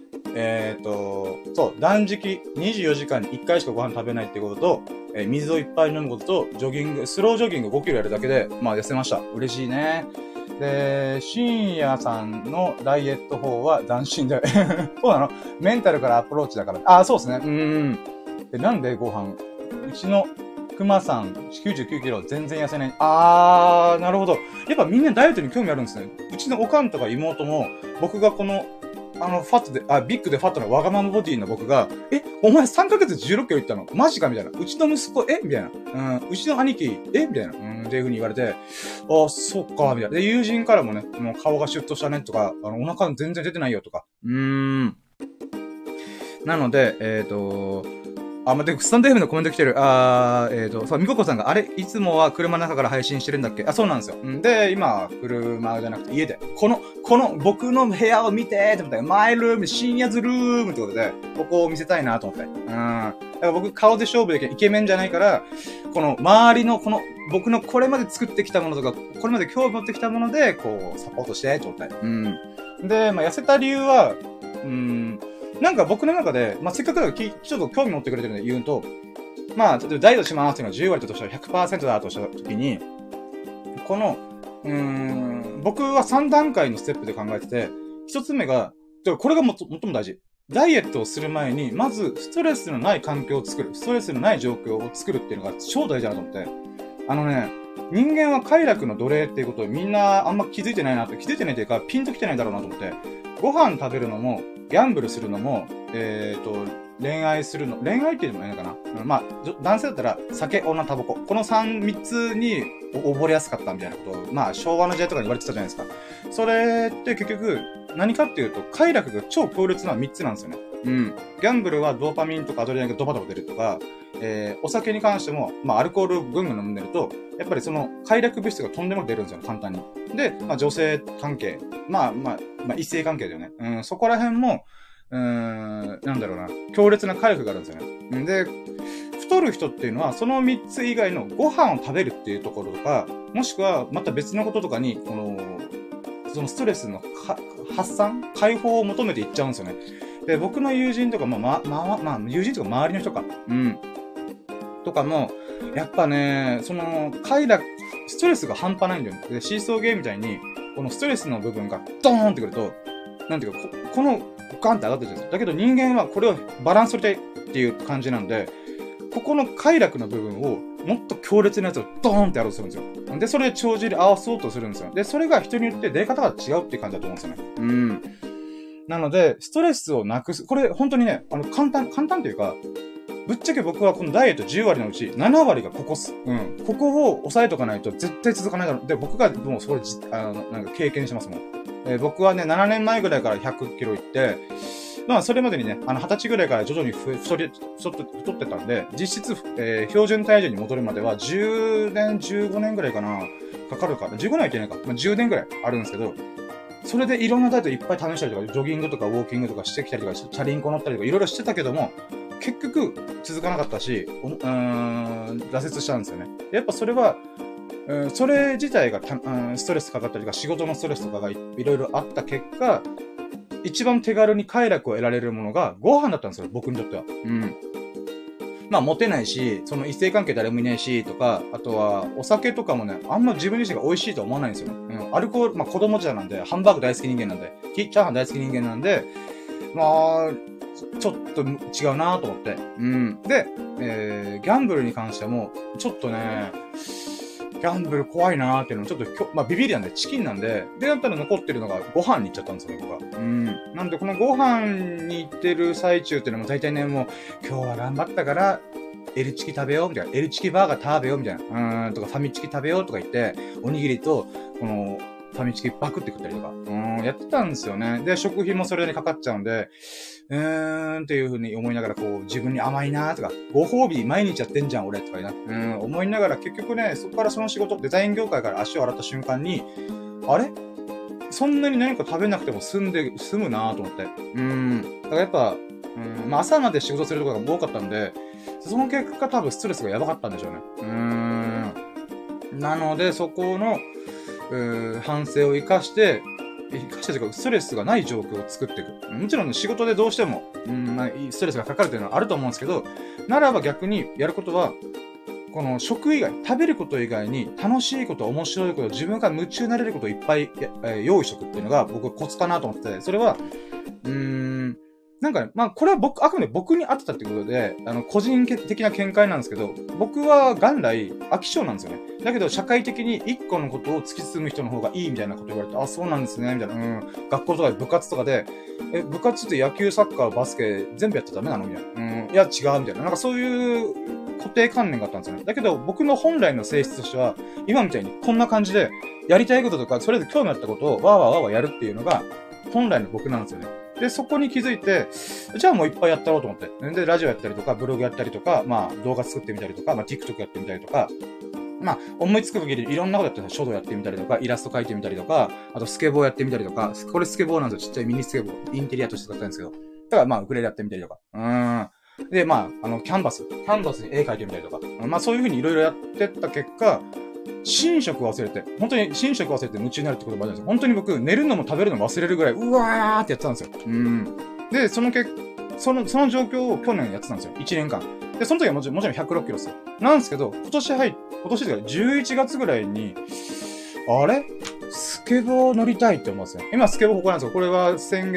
Speaker 1: そう、断食24時間に1回しかご飯食べないってことと、水をいっぱい飲むことと、スロージョギング5キロやるだけで、まあ痩せました。嬉しいね。で、深夜さんのダイエット法は斬新だよ。そうなの？メンタルからアプローチだから。そうですね。で、なんでご飯うちの熊さん99キロ全然痩せない。なるほど。やっぱみんなダイエットに興味あるんですね。うちのおかんとか妹も、僕がこの、ファットで、ビッグでファットなわがままボディの僕が、お前3ヶ月16キロいったのマジかみたいな。うちの息子、みたいな。うちの兄貴、みたいな。っていう風に言われて、そっか、みたいな。で、友人からもね、もう顔がシュッとしたねとか、お腹全然出てないよとか。なので、スタンド F のコメント来てる。そう、みここさんが、いつもは車の中から配信してるんだっけ？そうなんですよ。で、今、車じゃなくて家で、この、僕の部屋を見てって思ったら、マイルーム、深夜ズルームってことで、ここを見せたいなと思って。だから僕、顔で勝負できるイケメンじゃないから、この、周りの、僕のこれまで作ってきたものとか、これまで興味持ってきたもので、こう、サポートして、状態。で、痩せた理由は、なんか僕の中で、せっかくだからちょっと興味持ってくれてるんで言うと、例えばダイエットしますっていうのが10割だとしたら 100% だとしたときに、この、僕は3段階のステップで考えてて、1つ目が、これが最も大事。ダイエットをする前に、まず、ストレスのない環境を作る。ストレスのない状況を作るっていうのが超大事だなと思って。人間は快楽の奴隷っていうことをみんなあんま気づいてないというか、ピンと来てないだろうなと思って。ご飯食べるのも、ギャンブルするのも、恋愛するの、恋愛っていうのもいいのかな？男性だったら、酒、女、タバコ。この3つに溺れやすかったみたいなことを、昭和の時代とかに言われてたじゃないですか。それって結局、何かっていうと、快楽が超強烈な3つなんですよね。ギャンブルはドーパミンとかアドレナリンがドバドバ出るとか、お酒に関しても、アルコールをぐんぐん飲んでると、やっぱりその快楽物質がとんでも出るんですよね、簡単に。で、女性関係。異性関係だよね。そこら辺も、強烈な快楽があるんですよね。で、太る人っていうのは、その3つ以外のご飯を食べるっていうところとか、もしくは、また別のこととかに、そのストレスの発散解放を求めていっちゃうんですよね。で、僕の友人とか、友人とか周りの人か。とかも、やっぱね、その、ストレスが半端ないんだよね。で、シーソーゲームみたいに、このストレスの部分がドーンってくると、なんていうか、この、ガンって上がってるじゃないですか。だけど人間はこれをバランス取りたいっていう感じなんで、ここの快楽の部分をもっと強烈なやつをドーンってやろうとするんですよ。で、それで帳尻合わそうとするんですよ。で、それが人によって出方が違うっていう感じだと思うんですよね。なので、ストレスをなくす。これ、本当にね、簡単というか、ぶっちゃけ僕はこのダイエット10割のうち7割がここっす。ここを抑えとかないと絶対続かないだろう。で、僕がもうそれ、経験してますもん。僕はね、7年前ぐらいから100キロ行って、 まあ、それまでにね、20歳ぐらいから徐々に太ってたんで、実質、標準体重に戻るまでは10年、15年ぐらいかな、かかるか。15年はいけないか。まあ、10年ぐらいあるんですけど、それでいろんなダイエットいっぱい試したりとか、ジョギングとかウォーキングとかしてきたりとか、チャリンコ乗ったりとか、いろいろしてたけども、結局続かなかったし、挫折したんですよね。やっぱそれは、それ自体がストレスかかったりとか、仕事のストレスとかがいろいろあった結果、一番手軽に快楽を得られるものがご飯だったんですよ、僕にとっては。まあ、モテないし、その異性関係誰もいないし、とか、あとは、お酒とかもね、あんま自分自身が美味しいとは思わないんですよね。アルコール、まあ、子供じゃなんで、ハンバーグ大好き人間なんで、チャーハン大好き人間なんで、まあ、ちょっと違うなと思って。で、ギャンブルに関しても、ちょっとね、ギャンブル怖いなーっていうのもちょっとまあビビりなんで、チキンなんで、で、だったら残ってるのがご飯に行っちゃったんですよね、僕は。なんで、このご飯に行ってる最中っていうのも大体ね、もう、今日は頑張ったから、L チキ食べようみたいな。L チキバーガー食べようみたいな。とか、ファミチキ食べようとか言って、おにぎりと、この、ファミチキバクって食ったりとか、やってたんですよね。で、食費もそれにかかっちゃうんで、っていう風に思いながら、こう、自分に甘いなーとか、ご褒美毎日やってんじゃん、俺とか思いながら、結局ね、そこからその仕事、デザイン業界から足を洗った瞬間に、あれそんなに何か食べなくても済むなーと思って。だからやっぱ、まあ朝まで仕事するところが多かったんで、その結果多分ストレスがやばかったんでしょうね。なので、そこの、反省を生かしてというか、ストレスがない状況を作っていく。もちろんね、仕事でどうしても、ストレスがかかるというのはあると思うんですけど、ならば逆にやることは、この食以外、食べること以外に楽しいこと、面白いこと、自分が夢中になれることをいっぱい、用意しとくっていうのが僕はコツかなと思ってて、それは、なんかね、まあ、これはあくまで僕に合ってたってことで、個人的な見解なんですけど、僕は元来、飽き性なんですよね。だけど、社会的に一個のことを突き進む人の方がいいみたいなこと言われて、あ、そうなんですね、みたいな。学校とかで部活とかで、部活って野球、サッカー、バスケ、全部やってダメなのみたいな。いや、違う、みたいな。なんかそういう固定観念があったんですよね。だけど、僕の本来の性質としては、今みたいにこんな感じで、やりたいこととか、それで興味あったことをわーわーわーわーやるっていうのが、本来の僕なんですよね。で、そこに気づいて、じゃあもういっぱいやったろうと思って。で、ラジオやったりとか、ブログやったりとか、まあ動画作ってみたりとか、まあ TikTok やってみたりとか、まあ思いつく限りいろんなことやってた。書道やってみたりとか、イラスト描いてみたりとか、あとスケボーやってみたりとか、これスケボーなんですよ。ちっちゃいミニスケボー。インテリアとして使ったんですけど。だからまあウクレレやってみたりとか。で、まあ、キャンバスに絵描いてみたりとか。まあそういう風にいろいろやってった結果、寝食忘れて、本当に寝食忘れて夢中になるってこともあるんですよ。本当に僕、寝るのも食べるのも忘れるぐらい、うわーってやってたんですよ。で、その状況を去年やってたんですよ。1年間。で、その時はもちろん106キロですよ。なんですけど、今年というか11月ぐらいに、あれスケボー乗りたいって思うんですよ。今スケボーここなんですよ。これは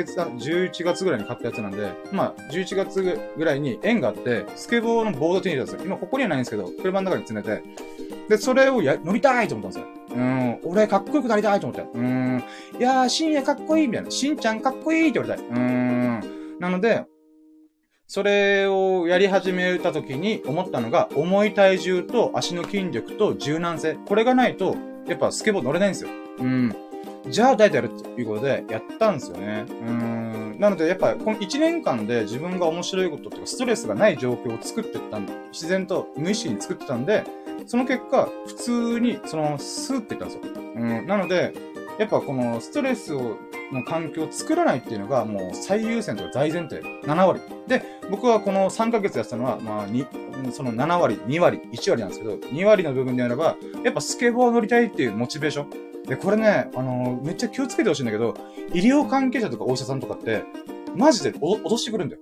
Speaker 1: 11月ぐらいに買ったやつなんで、まあ、11月ぐらいに縁があって、スケボーのボード手に入れたんですよ。今ここにはないんですけど、車の中に積んでて、で、それを乗りたいと思ったんですよ。俺かっこよくなりたいと思って。いやー、深夜かっこいいみたいな。しんちゃんかっこいいって言われたい。なので、それをやり始めた時に思ったのが、重い体重と足の筋力と柔軟性。これがないと、やっぱスケボー乗れないんですよ。じゃあダイエットやるっていうことでやったんですよね。なのでやっぱこの1年間で自分が面白いこととかストレスがない状況を作ってったんで、自然と無意識に作ってたんで、その結果、普通にそのままスーっていったんですよ。なので、やっぱこのストレスの環境を作らないっていうのがもう最優先とか大前提。7割。で、僕はこの3ヶ月やってたのは、まあその7割、2割、1割なんですけど、2割の部分であれば、やっぱスケボー乗りたいっていうモチベーション。で、これね、めっちゃ気をつけてほしいんだけど、医療関係者とかお医者さんとかって、マジで脅してくるんだよ。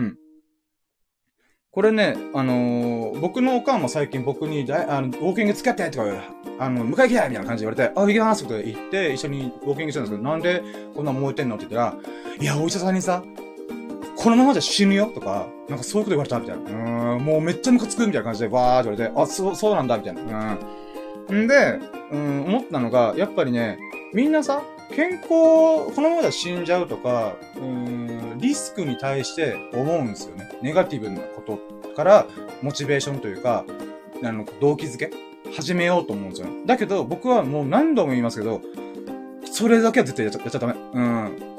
Speaker 1: これね、僕のおかんも最近僕にウォーキング付き合ってとか、迎え来やみたいな感じで言われて、行きますって言って、一緒にウォーキングしたんですけど、なんでこんな燃えてんのって言ったら、いや、お医者さんにさ、このままじゃ死ぬよとか、なんかそういうこと言われたみたいな。もうめっちゃムカつくみたいな感じで、わーって言われて、そうなんだみたいな。で、思ったのが、やっぱりね、みんなさ、健康、このままじゃ死んじゃうとか、リスクに対して思うんですよね。ネガティブなことから、モチベーションというか、動機づけ始めようと思うんですよね。だけど、僕はもう何度も言いますけど、それだけは絶対やっちゃダメ。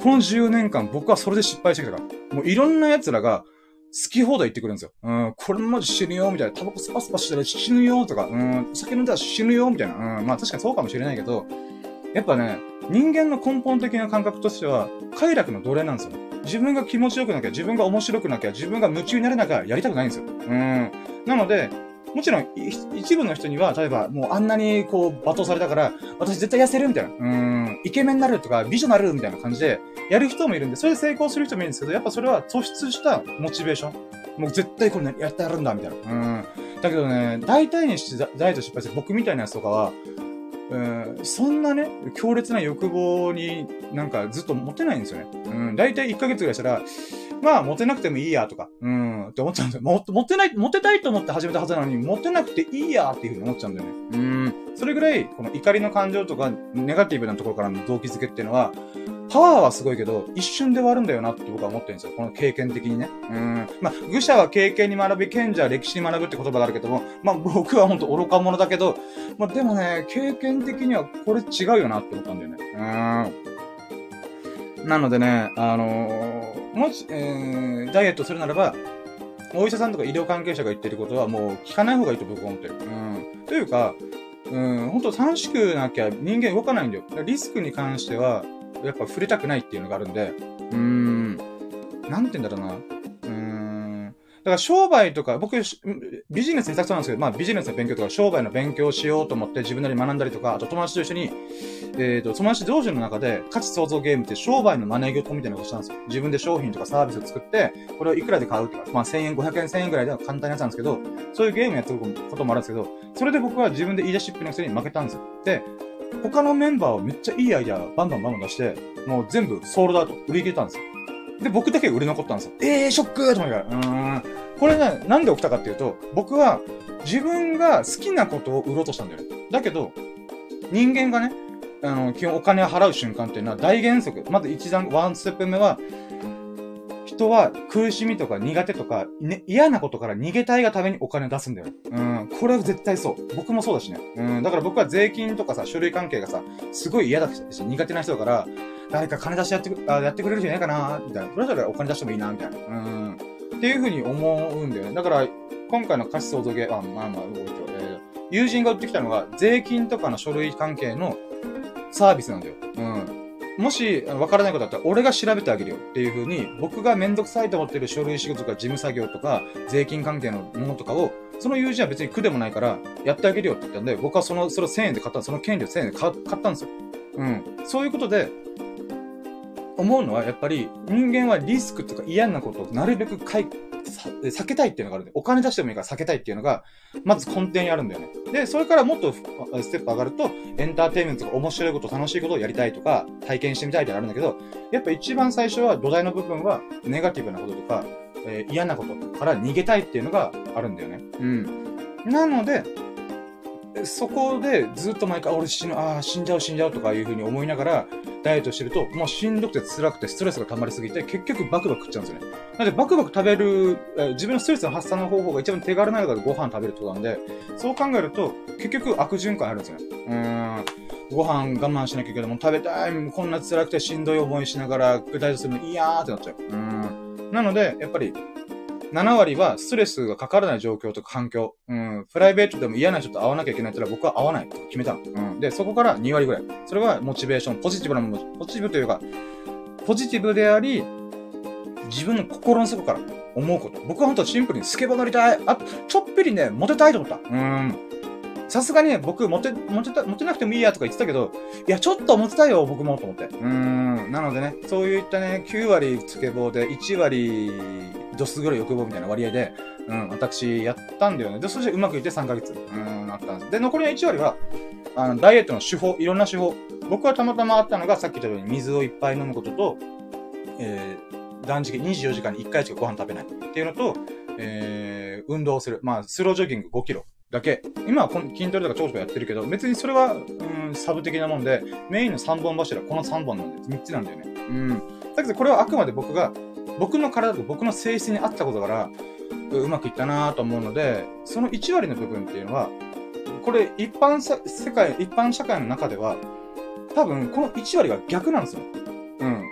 Speaker 1: この10年間僕はそれで失敗してきたから。もういろんな奴らが、好き放題言ってくるんですよ。これマジ死ぬよ、みたいな。タバコスパスパしたら死ぬよ、とか、酒飲んだら死ぬよ、みたいな。まあ確かにそうかもしれないけど、やっぱね、人間の根本的な感覚としては、快楽の奴隷なんですよ。自分が気持ちよくなきゃ、自分が面白くなきゃ、自分が夢中になれなきゃやりたくないんですよ。なので、もちろん、一部の人には、例えば、もうあんなにこう、罵倒されたから、私絶対痩せるみたいな。イケメンになるとか、美女になるみたいな感じで、やる人もいるんで、それで成功する人もいるんですけど、やっぱそれは突出したモチベーション。もう絶対これやってやるんだ、みたいな。だけどね、大体にしてダイエット失敗する僕みたいなやつとかは、そんなね、強烈な欲望になんかずっと持てないんですよね。大体1ヶ月ぐらいしたら、まあ、モテなくてもいいやとか、って思っちゃうんですよ。モテたいと思って始めたはずなのに、モテなくていいやっていう風に思っちゃうんだよね。それぐらい、この怒りの感情とか、ネガティブなところからの動機づけっていうのは、パワーはすごいけど、一瞬で終わるんだよなって僕は思ってるんですよ。この経験的にね。まあ、愚者は経験に学び、賢者は歴史に学ぶって言葉があるけども、まあ、僕はほんと愚か者だけど、まあ、でもね、経験的にはこれ違うよなって思ったんだよね。なのでね、もし、ダイエットするならば、お医者さんとか医療関係者が言ってることはもう聞かない方がいいと僕は思ってる。というか、ほんと楽しくなきゃ人間動かないんだよ。リスクに関しては、やっぱ触れたくないっていうのがあるんで、なんて言うんだろうな。だから商売とか、僕、ビジネス下手くそなんですけど、まあビジネスの勉強とか商売の勉強をしようと思って自分なりに学んだりとか、あと友達と一緒に、友達同士の中で価値創造ゲームって商売のマネー業みたいなことしたんですよ。自分で商品とかサービスを作って、これをいくらで買うとか、まあ1000円、500円、1000円ぐらいでは簡単なやつなんですけど、そういうゲームやってることもあるんですけど、それで僕は自分で言い出しっぺのくせに負けたんですよ。で、他のメンバーはめっちゃいいアイデアバンバン出して、もう全部ソールドアウト、売り切れたんですよ。で、僕だけ売れ残ったんですよ。ショックーと思いながら。これね、なんで起きたかっていうと、僕は自分が好きなことを売ろうとしたんだよね。だけど、人間がね、基本お金を払う瞬間っていうのは大原則。まずワンステップ目は、人は苦しみとか苦手とか、ね、嫌なことから逃げたいがためにお金を出すんだよ。これは絶対そう。僕もそうだしね。だから僕は税金とかさ、書類関係がさ、すごい嫌だし、苦手な人だから、誰か金出してやってくれる人いないかなみたいな。それぞれお金出してもいいなみたいな。っていう風に思うんだよね。だから、今回の価値創造ゲー、友人が売ってきたのが、税金とかの書類関係のサービスなんだよ。もし、わからないことだったら、俺が調べてあげるよっていう風に、僕がめんどくさいと思ってる書類仕事とか事務作業とか、税金関係のものとかを、その友人は別に苦でもないから、やってあげるよって言ったんで、僕はそれを1000円で買った、その権利を1000円で買ったんですよ。そういうことで、思うのは、やっぱり、人間はリスクとか嫌なことをなるべく避けたいっていうのがあるんで、お金出してもいいから避けたいっていうのが、まず根底にあるんだよね。で、それからもっとステップ上がると、エンターテインメントとか面白いこと、楽しいことをやりたいとか、体験してみたいってあるんだけど、やっぱ一番最初は土台の部分は、ネガティブなこととか、嫌なことから逃げたいっていうのがあるんだよね。なので、そこでずっと毎回、俺死んじゃうとかいう風に思いながら、ダイエットしてると、もうしんどくて辛くてストレスが溜まりすぎて、結局バクバク食っちゃうんですよね。なので、バクバク食べる、自分のストレスの発散の方法が一番手軽なのがご飯食べるってことなんで、そう考えると、結局悪循環あるんですよね。ご飯我慢しなきゃいけない。もう食べたい。こんな辛くてしんどい思いしながら、ダイエットするの嫌ーってなっちゃう。なので、やっぱり、7割はストレスがかからない状況とか環境。プライベートでも嫌な人と会わなきゃいけないって言ったら僕は会わないと決めたの。で、そこから2割ぐらい。それはモチベーション、ポジティブなもの、ポジティブというか、ポジティブであり、自分の心の底から思うこと。僕は本当はシンプルにスケボー乗りたい。ちょっぴりね、モテたいと思った。さすがにね、僕、モテなくてもいいやとか言ってたけど、いや、ちょっとモテたいよ、僕も、と思って。なのでね、そういったね、9割スケボーで1割、ドス黒い欲望みたいな割合で、私、やったんだよね。で、そしてうまくいって3ヶ月、あったんです。で、残りの1割は、ダイエットの手法、いろんな手法。僕はたまたまあったのが、さっき言ったように水をいっぱい飲むことと、断食24時間に1回しかご飯食べないっていうのと、運動をする。まあ、スロージョギング5キロだけ。今は筋トレとか長所やってるけど、別にそれは、サブ的なもんで、メインの3本柱、この3本なんで、3つなんだよね。だけどこれはあくまで僕の体と僕の性質に合ったことから、うまくいったなぁと思うので、その1割の部分っていうのは、これ一般社会の中では、多分この1割が逆なんですよ。この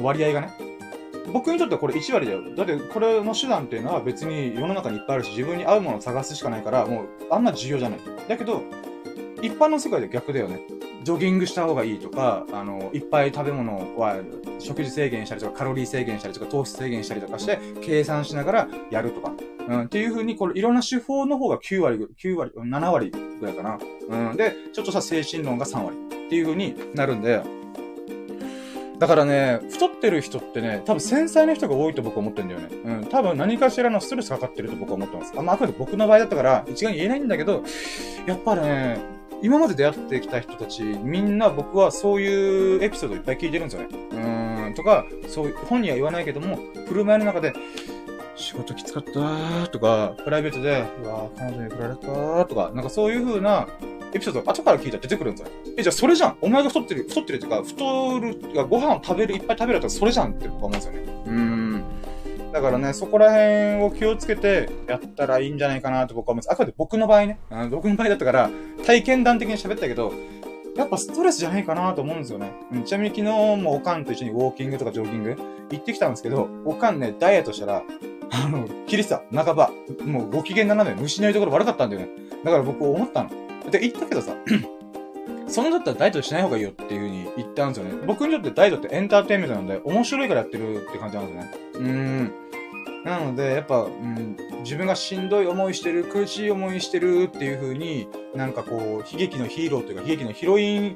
Speaker 1: 割合がね。僕にとってはこれ1割だよ。だってこれの手段っていうのは別に世の中にいっぱいあるし、自分に合うものを探すしかないから、もうあんま重要じゃない。だけど、一般の世界で逆だよね。ジョギングした方がいいとか、いっぱい食べ物は食事制限したりとか、カロリー制限したりとか、糖質制限したりとかして、計算しながらやるとか。っていう風に、これいろんな手法の方が9割、7割ぐらいかな。で、ちょっとした精神論が3割っていう風になるんで、だからね、太ってる人ってね、多分繊細な人が多いと僕は思ってるんだよね。多分何かしらのストレスかかってると僕は思ってます。あくまで僕の場合だったから、一概に言えないんだけど、やっぱりね、今まで出会ってきた人たち、みんな僕はそういうエピソードいっぱい聞いてるんですよね。とか、そういう、本には言わないけども、振る舞いの中で、仕事きつかったーとか、プライベートで、うわー、彼女に振られたーとか、なんかそういう風なエピソードが後から聞いたら出てくるんですよ。じゃあそれじゃん。お前が太ってるっていうか、太る、ご飯を食べる、いっぱい食べるとそれじゃんって僕は思うんですよね。だからね、そこら辺を気をつけてやったらいいんじゃないかなと僕は思います。あくまで僕の場合ね。僕の場合だったから、体験談的に喋ったけど、やっぱストレスじゃないかなと思うんですよね。ちなみに昨日もおかんと一緒にウォーキングとかジョギング行ってきたんですけど、おかんね、ダイエットしたら、キリスタ、半ば、もうご機嫌斜め、虫のいところ悪かったんだよね。だから僕思ったの。で、言ったけどさ、そのだったらダイエットしない方がいいよっていう風に言ったんですよね。僕にとってダイエットってエンターテインメントなんで、面白いからやってるって感じなんですよね。なので、やっぱ、自分がしんどい思いしてる、苦しい思いしてるっていう風に、なんかこう、悲劇のヒーローというか、悲劇のヒロイン、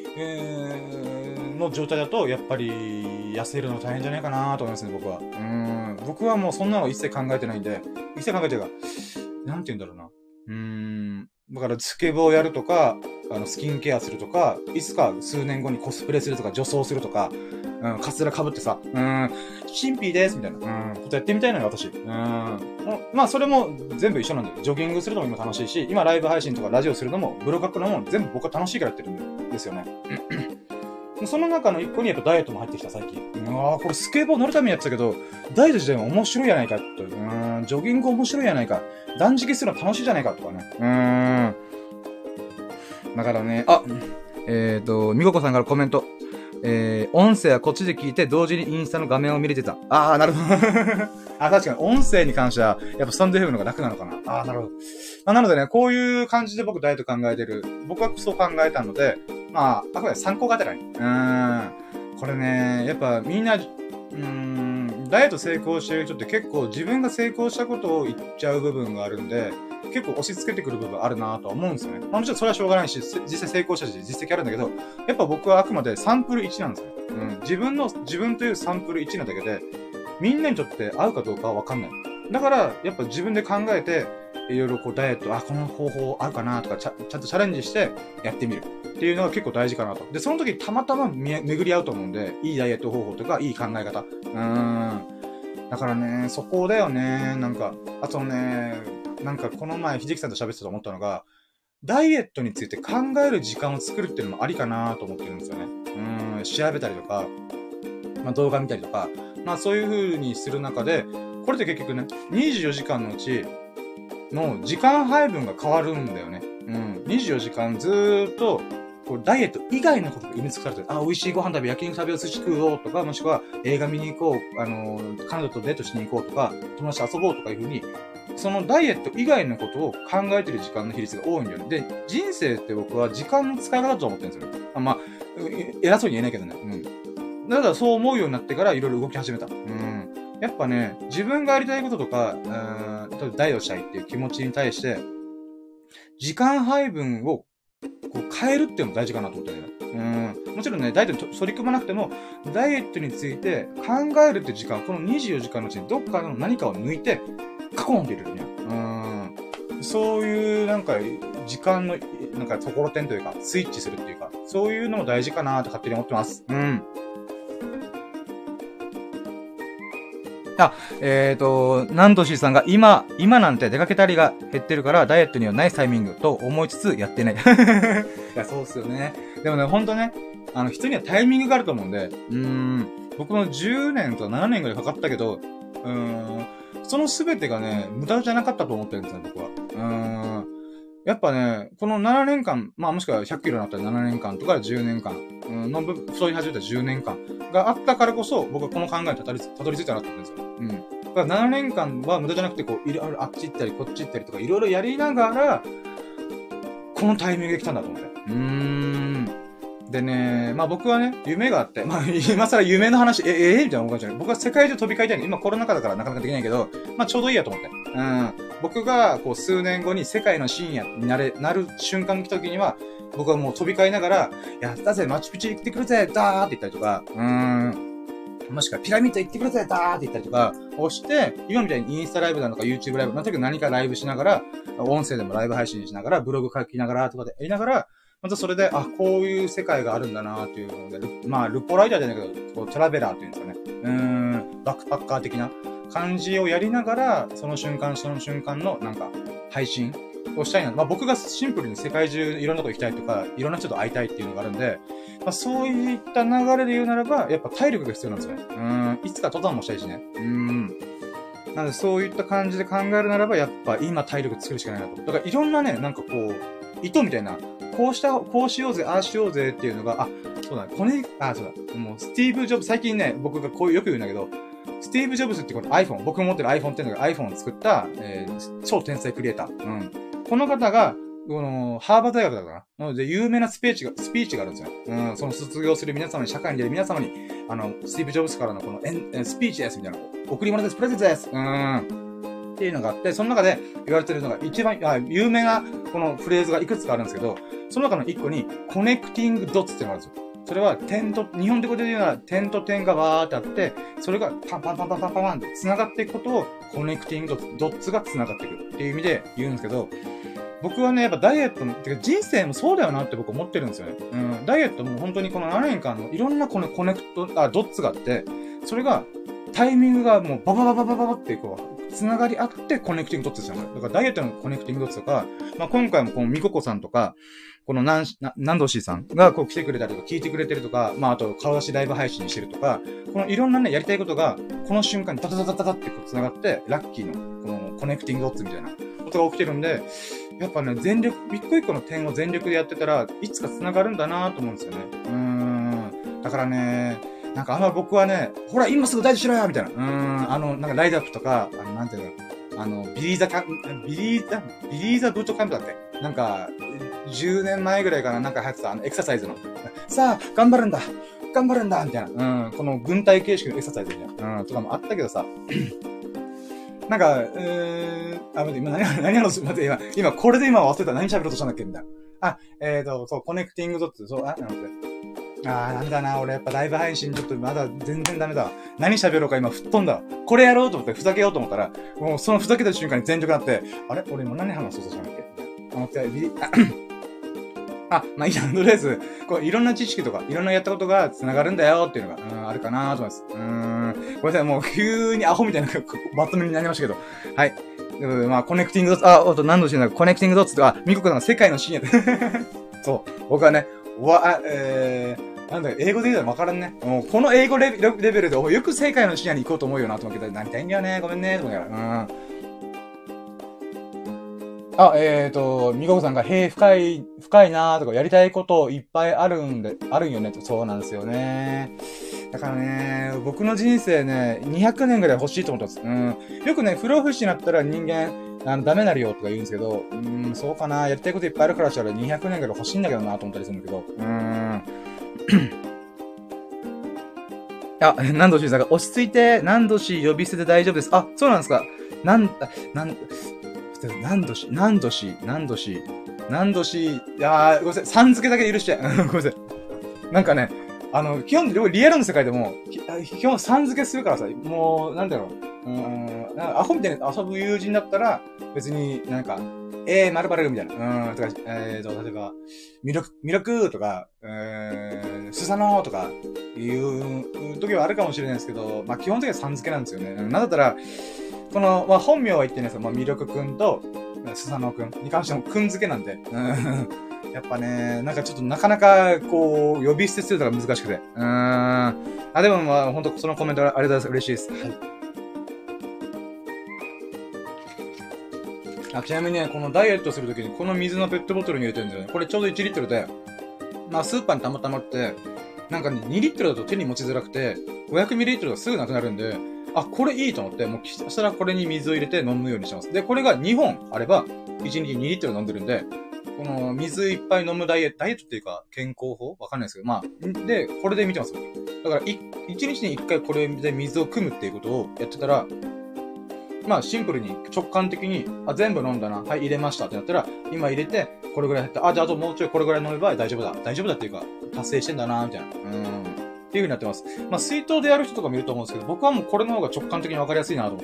Speaker 1: の状態だと、やっぱり、痩せるの大変じゃないかなと思いますね、僕は。僕はもうそんなの一切考えてないんで、一切考えてるか、なんて言うんだろうな。だから、スケボーやるとか、スキンケアするとか、いつか数年後にコスプレするとか、女装するとか、カツラ被ってさ、シンピーですみたいな、ことやってみたいのよ、私。まあ、それも全部一緒なんだよ。ジョギングするのも今楽しいし、今ライブ配信とかラジオするのも、ブログ書くのも全部僕は楽しいからやってるんですよね。その中の一個にやっぱダイエットも入ってきた、最近。これスケボー乗るためにやってたけど、ダイエット自体も面白いやないかと。ジョギング面白いやないか。断食するの楽しいじゃないかとかね。だからね、みここさんからコメント。音声はこっちで聞いて、同時にインスタの画面を見れてた。なるほど。確かに、音声に関しては、やっぱスタンドFMの方が楽なのかな。なるほど。なのでね、こういう感じで僕ダイエット考えてる。僕はそう考えたので、あくまで参考がてらに。これね、やっぱみんな、ダイエット成功してる人って結構自分が成功したことを言っちゃう部分があるんで、結構押し付けてくる部分あるなとは思うんですよね。もちろんそれはしょうがないし、実際成功したし、実績あるんだけど、やっぱ僕はあくまでサンプル1なんですよ。自分というサンプル1なだけで、みんなにとって合うかどうかはわかんない。だから、やっぱ自分で考えて、いろいろこうダイエット、この方法合うかなとかちゃんとチャレンジしてやってみるっていうのが結構大事かなと。で、その時たまたま巡り合うと思うんで、いいダイエット方法とか、いい考え方。だからね、そこだよね。あとね、この前、秀樹さんと喋ってたと思ったのが、ダイエットについて考える時間を作るっていうのもありかなと思ってるんですよね。調べたりとか、動画見たりとか、そういう風にする中で、これって結局ね、24時間のうちの時間配分が変わるんだよね。24時間ずーっと、ダイエット以外のことが意味付けされてる。美味しいご飯食べ、焼肉食べよう、寿司食おうとか、もしくは映画見に行こう、彼女とデートしに行こうとか、友達と遊ぼうとかいう風に、そのダイエット以外のことを考えてる時間の比率が多いんだよね。で、人生って僕は時間の使い方だと思ってるんですよね。偉そうに言えないけどね。だからそう思うようになってからいろいろ動き始めた。やっぱね、自分がやりたいこととか、例えばダイエットしたいっていう気持ちに対して、時間配分を変えるっていうのも大事かなと思ってるね。もちろんね、ダイエットに取り組まなくても、ダイエットについて考えるって時間、この24時間のうちにどっかの何かを抜いて、カコンって入れるね。そういう時間の、ところてんというか、スイッチするっていうか、そういうのも大事かなと勝手に思ってます。なんとしさんが今なんて出かけたりが減ってるからダイエットにはないタイミングと思いつつやってない。いや、そうっすよね。でもね、ほんとね、人にはタイミングがあると思うんで、僕も10年とか7年ぐらいかかったけど、その全てがね、無駄じゃなかったと思ってるんですよ、僕は。 やっぱね、この7年間、まあもしくは100キロになったら7年間とか10年間、の太り始めた10年間があったからこそ、僕はこの考えにたどり着いたなって思うんですよ。うん。だから7年間は無駄じゃなくて、こう、いろいろあっち行ったり、こっち行ったりとか、いろいろやりながら、このタイミングで来たんだと思って。でね、まあ僕はね、夢があって、まあ今更夢の話、みたいな思うかもしれない。僕は世界中飛び交いたいの。今コロナ禍だからなかなかできないけど、まあちょうどいいやと思って。僕がこう数年後に世界の深夜になる瞬間が来た時には、僕はもう飛び交いながら、やったぜ、マチュピチュ行ってくるぜ、ダーって言ったりとか、もしくはピラミッド行ってくるぜ、ダーって言ったりとかをして、今みたいにインスタライブなのか YouTube ライブ、また何かライブしながら、音声でもライブ配信しながら、ブログ書きながらとかでやりながら、またそれで、あ、こういう世界があるんだなっていうので、まあ、ルポライターじゃないけど、こうトラベラーっていうんですかね。バックパッカー的な感じをやりながら、その瞬間のなんか、配信をしたいな。まあ僕がシンプルに世界中いろんなとこ行きたいとか、いろんな人と会いたいっていうのがあるんで、まあそういった流れで言うならば、やっぱ体力が必要なんですよね。いつか登山もしたいしね。なのでそういった感じで考えるならば、やっぱ今体力作るしかないなと。だからいろんなね、なんかこう、糸みたいな、こうしようぜ、ああしようぜっていうのが、あ、そうだ、そうだ、もうスティーブ・ジョブズ、最近ね、僕がこうよく言うんだけど、スティーブ・ジョブズってこの iPhone、僕が持ってる iPhone っていうのが iPhone を作った、超天才クリエイター。この方が、この、ハーバード大学だからな。なので、有名なスピーチがあるんですよ。その卒業する皆様に、社会に出る皆様に、スティーブ・ジョブズからのこのスピーチです、みたいな。贈り物です、プレゼントです。っていうのがあって、その中で言われてるのが一番、有名なこのフレーズがいくつかあるんですけど、その中の一個に、コネクティングドッツっていうのがあるんですよ。それは日本でこで言うなら点と点がわーってあって、それがパンパンパンパンパンパンって繋がっていくことを、コネクティングドッツが繋がっていくっていう意味で言うんですけど、僕はね、やっぱダイエットの、てか人生もそうだよなって僕思ってるんですよね。ダイエットも本当にこの7年間のいろんなこのコネクト、ドッツがあって、それが、タイミングがもうバババババババってこう、繋がり合ってコネクティングドッツですよね。だからダイエットのコネクティングドッツとか、まあ今回もこのミココさんとか、このナンドシーさんがこう来てくれたりとか聞いてくれてるとか、まああと顔出しライブ配信してるとか、このいろんなね、やりたいことが、この瞬間にダダダダダダってこう繋がって、ラッキーのこのコネクティングドッツみたいなことが起きてるんで、やっぱね、一個一個の点を全力でやってたら、いつか繋がるんだなと思うんですよね。だからね、なんかあんま僕はね、ほら、今すぐ大事しろよみたいな。なんかライドアップとか、なんていうの、ビリーザブートキャンプだって。なんか、10年前ぐらいからなんか流行ってた、エクササイズの。さあ、頑張るんだみたいな。この軍隊形式のエクササイズみたいな。とかもあったけどさ。なんか、今今これで今忘れた。何喋ろうとしたんだっけみたいな。そう、コネクティングドッツ、そう、なんだな、俺やっぱライブ配信ちょっとまだ全然ダメだわ。何喋ろうか今吹っ飛んだわ。これやろうと思ってふざけようと思ったら、もうそのふざけた瞬間に全力になって、あれ俺今何話そうとしたんだっけ思って、まあいいや、とりあえず、こう、いろんな知識とか、いろんなやったことが繋がるんだよっていうのが、あるかなと思います。ごめんなさい、もう急にアホみたいなまとめになりましたけど。はい。まあ、コネクティングドッツ、あと何度してんだコネクティングドッツとか、ミココさんが世界の深夜で。そう。僕はね、なんだよ、英語で言うのわからんね。もう、この英語レベルで、よく世界の深夜に行こうと思うよなと思うけど、なりたいんだよね。ごめんね。と思いながら。みここさんが、深いなーとか、やりたいこといっぱいあるんよねと。そうなんですよね。だからね、僕の人生ね、200年ぐらい欲しいと思ってます。よくね、不老不死になったら人間、ダメなるよとか言うんですけど、そうかな、やりたいこといっぱいあるからしたら200年ぐらい欲しいんだけどなと思ったりするんだけど、何度しさんが、落ち着いて、何度し呼び捨てで大丈夫です。あ、そうなんですか。何度し、ごめんなさい、さん付けだけ許して。ごめんなさい。なんかね、基本、リアルの世界でも、基本さん付けするからさ、もう、なんだろう。アホみたいに遊ぶ友人だったら、別になんか、〇〇みたいな。とか、例えば、魅力とか、スサノーとか、いう時はあるかもしれないですけど、まあ基本的にはさん付けなんですよね。なんだったら、この、まあ本名は言ってないですけど、まあ魅力くんと、スサノーくんに関してもくん付けなんで、やっぱね、なんかちょっとなかなか、こう、呼び捨てするのが難しくて。でもまあ、ほんとそのコメントありがとうございます。嬉しいです。はい。 あ、ちなみにね、このダイエットするときにこの水のペットボトルに入れてるんですよね。これちょうど1リットルで、まあスーパーにたまたまって、なんかね、2リットルだと手に持ちづらくて、500ミリリットルがすぐなくなるんで、あ、これいいと思って、もうひたすらこれに水を入れて飲むようにしてます。で、これが2本あれば、1日2リットル飲んでるんで、この水いっぱい飲むダイエットっていうか、健康法わかんないですけど、まあ、で、これで見てます。だから、1日に1回これで水を汲むっていうことをやってたら、まあ、シンプルに直感的に、あ、全部飲んだな。はい、入れましたってなったら、今入れて、これぐらい減った。あ、じゃああともうちょいこれぐらい飲めば大丈夫だ。大丈夫だっていうか、達成してんだな、みたいな。っていう風になってます。まあ、水筒でやる人とかもいると思うんですけど、僕はもうこれの方が直感的にわかりやすいなと思って。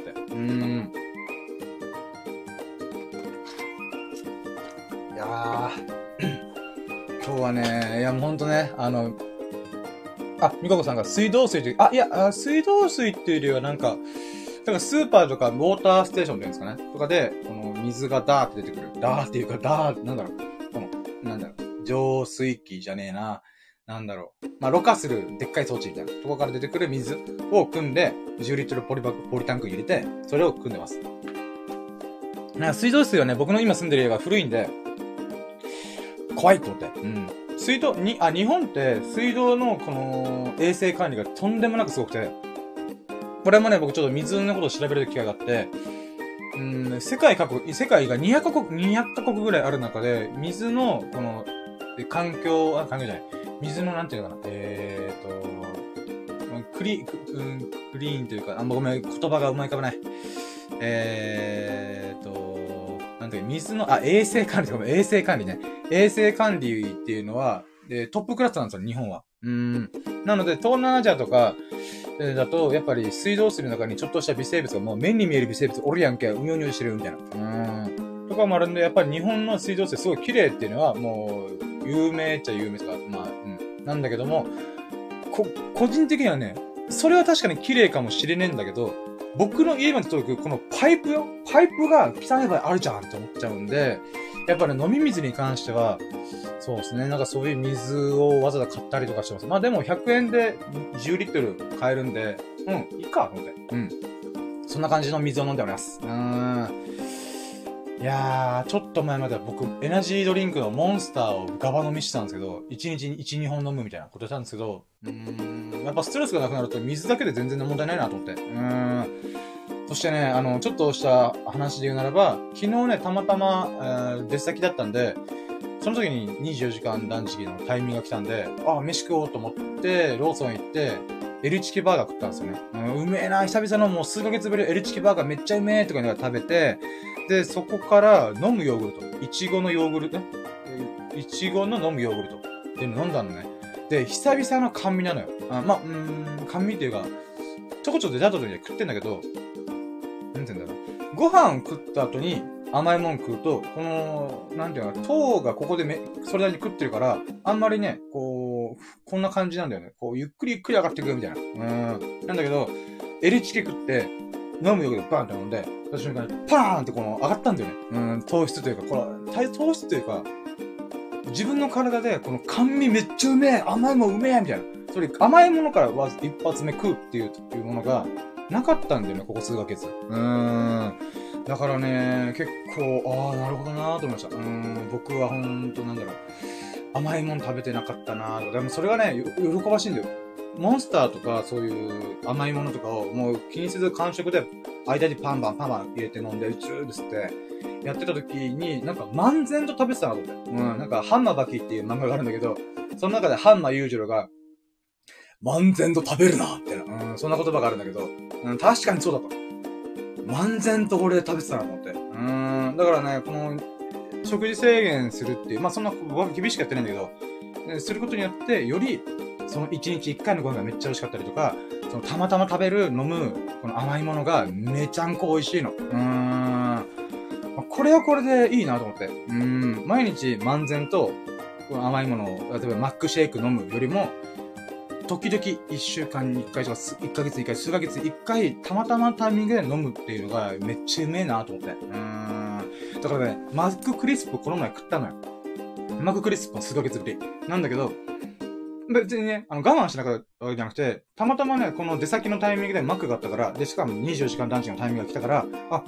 Speaker 1: いやー、今日はね、いやもうほんとね、みここさんが水道水って、水道水っていうよりはなんかスーパーとかウォーターステーションっていうんですかねとかで、この水がダーって出てくる。ダーっていうか、なんだろう。浄水器じゃねえな。なんだろう。まあ、ろ過するでっかい装置みたいなとこから出てくる水を汲んで、10リットルポリタンクに入れて、それを汲んでます。水道水はね、僕の今住んでる家が古いんで、怖いと思って。日本って水道のこの衛生管理がとんでもなくすごくて、これもね、僕ちょっと水のことを調べる機会があって、世界が200カ国ぐらいある中で、水の、この、環境じゃない。水のなんていうのかな。クリーンというか、ごめん、言葉がうまいかもない。なんていう水の、衛生管理ね。衛生管理っていうのは、トップクラスなんですよ、日本は。なので、東南アジアとか、だと、やっぱり水道水の中にちょっとした微生物がもう目に見える微生物おるやんけ、うにょうにょしてるみたいな。とかもあるんで、やっぱり日本の水道水すごい綺麗っていうのはもう、有名っちゃ有名とか、なんだけども、個人的にはね、それは確かに綺麗かもしれねえんだけど、僕の家まで届くこのパイプが汚い場合あるじゃんって思っちゃうんで、やっぱり飲み水に関しては、そうですね。なんかそういう水をわざわざ買ったりとかしてます。まあでも100円で10リットル買えるんで、いいか、と思って。そんな感じの水を飲んでおります。いやー、ちょっと前までは僕、エナジードリンクのモンスターをガバ飲みしてたんですけど、1日に1、2本飲むみたいなことしたんですけど、やっぱストレスがなくなると水だけで全然問題ないなと思って。そしてね、ちょっとした話で言うならば、昨日ね、たまたま、出先だったんで、その時に24時間断食のタイミングが来たんで、飯食おうと思って、ローソン行って、L チキバーガー食ったんですよね。うめえな、久々のもう数ヶ月ぶり L チキバーガーめっちゃうめえとか言いながら食べて、で、そこから飲むヨーグルト。いちごのヨーグルトね。いちごの飲むヨーグルト。っていうの飲んだのね。で、久々の甘味なのよ。甘味っていうか、ちょこちょこデザートで食ってんだけど、なんて言うんだろう。ご飯食った後に甘いもん食うと、この、なんていうのかな、糖がここでそれなりに食ってるから、あんまりね、こんな感じなんだよね。ゆっくり上がってくるみたいな。なんだけど、L チキ食って、飲むようにバーンって飲んで、その瞬間にパーンって上がったんだよね。糖質というか、糖質というか、自分の体でこの甘味めっちゃうめえ、甘いもんうめえみたいな。それ甘いものから一発目食うっていうものがなかったんだよね、ここ数ヶ月。だからね、結構、なるほどなーと思いました。僕はほんとなんだろう。甘いもん食べてなかったなーとか。でもそれがね、喜ばしいんだよ。モンスターとかそういう甘いものとかをもう気にせず間食で間にパンパン入れて飲んで、チューですってやってた時になんか漫然と食べてたなと思って。なんかハンマーバキっていう漫画があるんだけど、その中でハンマー裕次郎が漫然と食べるなってな。そんな言葉があるんだけど、確かにそうだと。漫然とこれで食べてたなと思って。だからね、この食事制限するっていう、まあそんな僕は厳しくやってないんだけど、することによってよりその1日1回のご飯がめっちゃ美味しかったりとか、そのたまたま飲む、この甘いものがめちゃんこ美味しいの。これはこれでいいなと思って。毎日漫然と、この甘いものを、例えばマックシェイク飲むよりも、時々1週間に1回とか、1ヶ月に1回、数ヶ月に1回、たまたまタイミングで飲むっていうのがめっちゃうめえなと思って。だからね、マッククリスプこの前食ったのよ。マッククリスプは数ヶ月ぶり。なんだけど、別にね、我慢しなかったわけじゃなくて、たまたまね、この出先のタイミングでマックがあったから、で、しかも24時間断食のタイミングが来たから、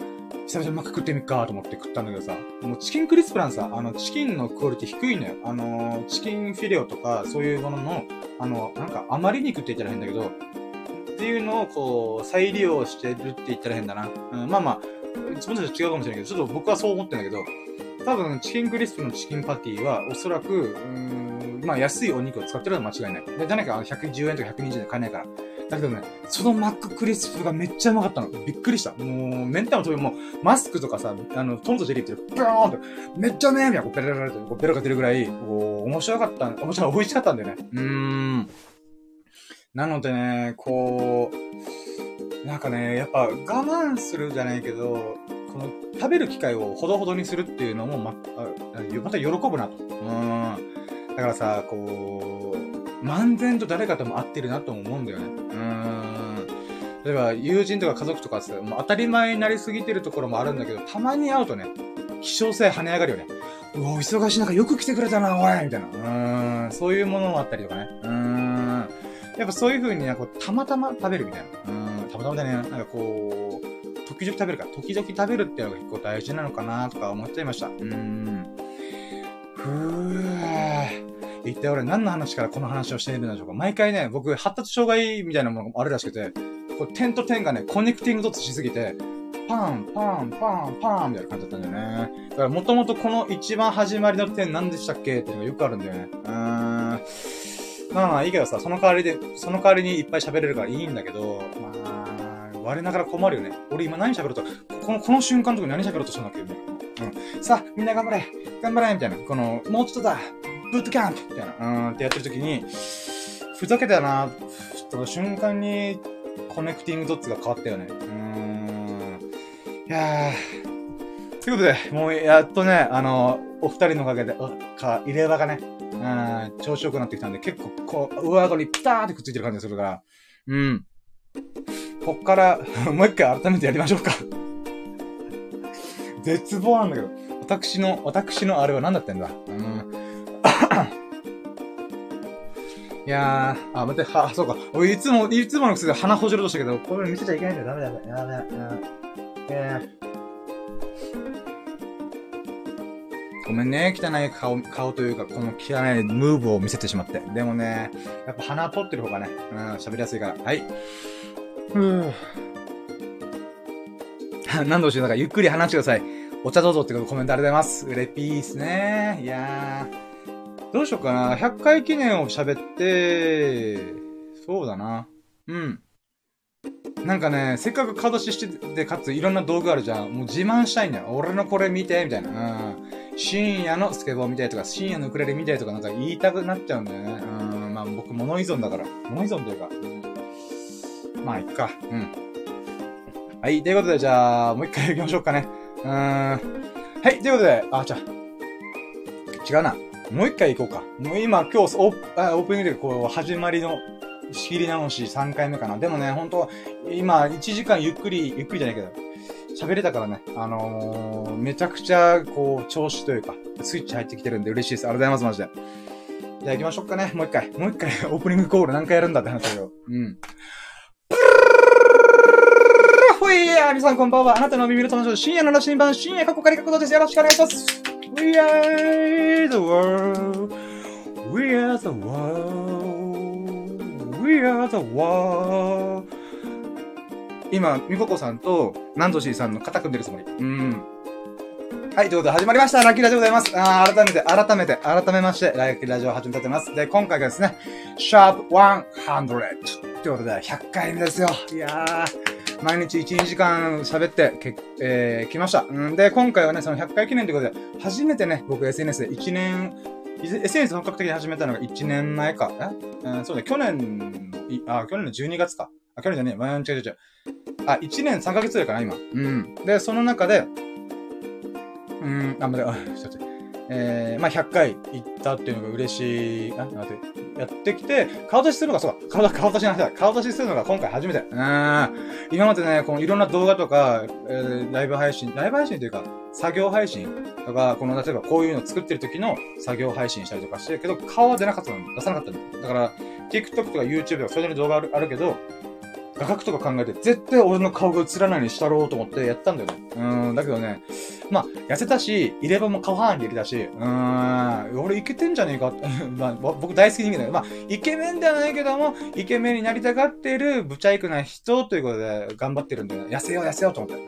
Speaker 1: 久々にマック食ってみっかと思って食ったんだけどさ、もうチキンクリスプなんさ、チキンのクオリティ低いのよ。チキンフィレオとか、そういうものの、なんか余り肉って言ったら変だけど、っていうのをこう、再利用してるって言ったら変だな。まあまあ、自分たちは違うかもしれないけど、ちょっと僕はそう思ってんだけど、多分、チキンクリスプのチキンパティは、おそらく、まあ安いお肉を使ってるのは間違いない。で、誰か110円とか120円で買えないから。だけどね、そのマッククリスプがめっちゃうまかったの。びっくりした。もう、明太も飛びもう、マスクとかさ、トムとジェリーってブーンって、めっちゃねみたいな、こう、ペラペラって、こう、ベロが出るぐらい、面白かった、美味しかったんだよね。なのでね、こう、なんかね、やっぱ我慢するじゃないけど、この食べる機会をほどほどにするっていうのもまた喜ぶなと。だからさ、こう、漫然と誰かとも会ってるなとも思うんだよね。例えば、友人とか家族とかさ、もう当たり前になりすぎてるところもあるんだけど、たまに会うとね、希少性跳ね上がるよね。うわ、忙しい中よく来てくれたな、おいみたいな。そういうものもあったりとかね。やっぱそういう風になんかたまたま食べるみたいな。たまたまだね、なんかこう、時々食べるか。時々食べるっていうのが結構大事なのかなとか思っちゃいました。一体俺何の話からこの話をしているんでしょうか。毎回ね、僕発達障害みたいなものがあるらしくて、こう点と点がね、コネクティングドッツしすぎて、パン、パン、パン、パンみたいな感じだったんだよね。だからもともとこの一番始まりの点何でしたっけっていうのがよくあるんだよね。まあいいけどさ、その代わりにいっぱい喋れるからいいんだけど、まあ、我ながら困るよね。俺今何喋ると、この瞬間のとこに何喋ろうとしたんだっけみたいな。さあ、みんな頑張れみたいな。この、もうちょっとだブートキャンプみたいな。ってやってる時に、ふざけたなその瞬間に、コネクティングドッツが変わったよね。いやー。ということで、もうやっとね、お二人のおかげで、入れ歯がね、調子良くなってきたんで、結構、こう、上顎にピターってくっついてる感じがするから、こっから、もう一回改めてやりましょうか。絶望なんだけど、私のあれは何だったんだいやー、待って、そうか。俺いつもの癖で鼻ほじろうとしたけど、これ見せちゃいけないんだよ。ダメだ。ごめんね、汚い顔というか、この汚いムーブを見せてしまって。でもね、やっぱ鼻取ってる方がね、喋りやすいから。はい。何度もなんかゆっくり話してください。お茶どうぞってコメントありがとうございます。うれぴーっすね。いやー。どうしようかな。100回記念を喋って、そうだな。なんかね、せっかく顔出ししてて、かついろんな道具あるじゃん。もう自慢したいんだよ。俺のこれ見て、みたいな。深夜のスケボー見たいとか、深夜のウクレレ見たいとかなんか言いたくなっちゃうんだよね。まあ僕物依存だから。物依存というか。まあ、いっか。はい、ということで、じゃあ、もう一回行きましょうかね。はい、ということで、違うな。もう一回行こうか。もう今日、オープニングでこう、始まりの仕切り直し3回目かな。でもね、ほんと、今、1時間ゆっくりじゃないけど、喋れたからね、めちゃくちゃ、こう、調子というか、スイッチ入ってきてるんで嬉しいです。ありがとうございます、マジで。じゃあ行きましょうかね。もう一回、オープニングコール何回やるんだって話だけど。皆さんこんばんは。あなたの耳の友達、深夜の羅針盤、深夜過去仮過去です。よろしくお願いします。We are the world. We are the world. We are the world. 今、みここさんと、ナンドシーさんの肩組んでるつもり。はい、ということで始まりました。ラッキーラジオでございます。改めまして、ラッキーラジオを始めてます。で、今回がですね、シャープ100ということで、100回目ですよ。いやー。毎日1、2時間喋って、来ました。で、今回はね、その100回記念ということで、初めてね、僕 SNS でSNS 本格的に始めたのが1年前か。そうだ、去年の12月か。去年じゃねえ、違う。1年3ヶ月ぐらいかな、今。で、その中で、まあ、100回行ったっていうのが嬉しい。やってきて、顔出しするのが、そうか、顔出しするのが今回初めて。今までね、このいろんな動画とか、ライブ配信というか、作業配信とか、この、例えばこういうの作ってる時の作業配信したりとかしてるけど、顔は出さなかったの。だから、TikTok とか YouTube とかそういうの動画あるけど、 画角とか考えて、絶対俺の顔が映らないようにしたろうと思ってやったんだよね。だけどね、まあ、痩せたし、入れ歯も顔半に入れたし、俺イケてんじゃねえかって、まあ、僕大好き人間だよ。まあ、イケメンではないけども、イケメンになりたがってるブチャイクな人ということで頑張ってるんで、痩せようと思って。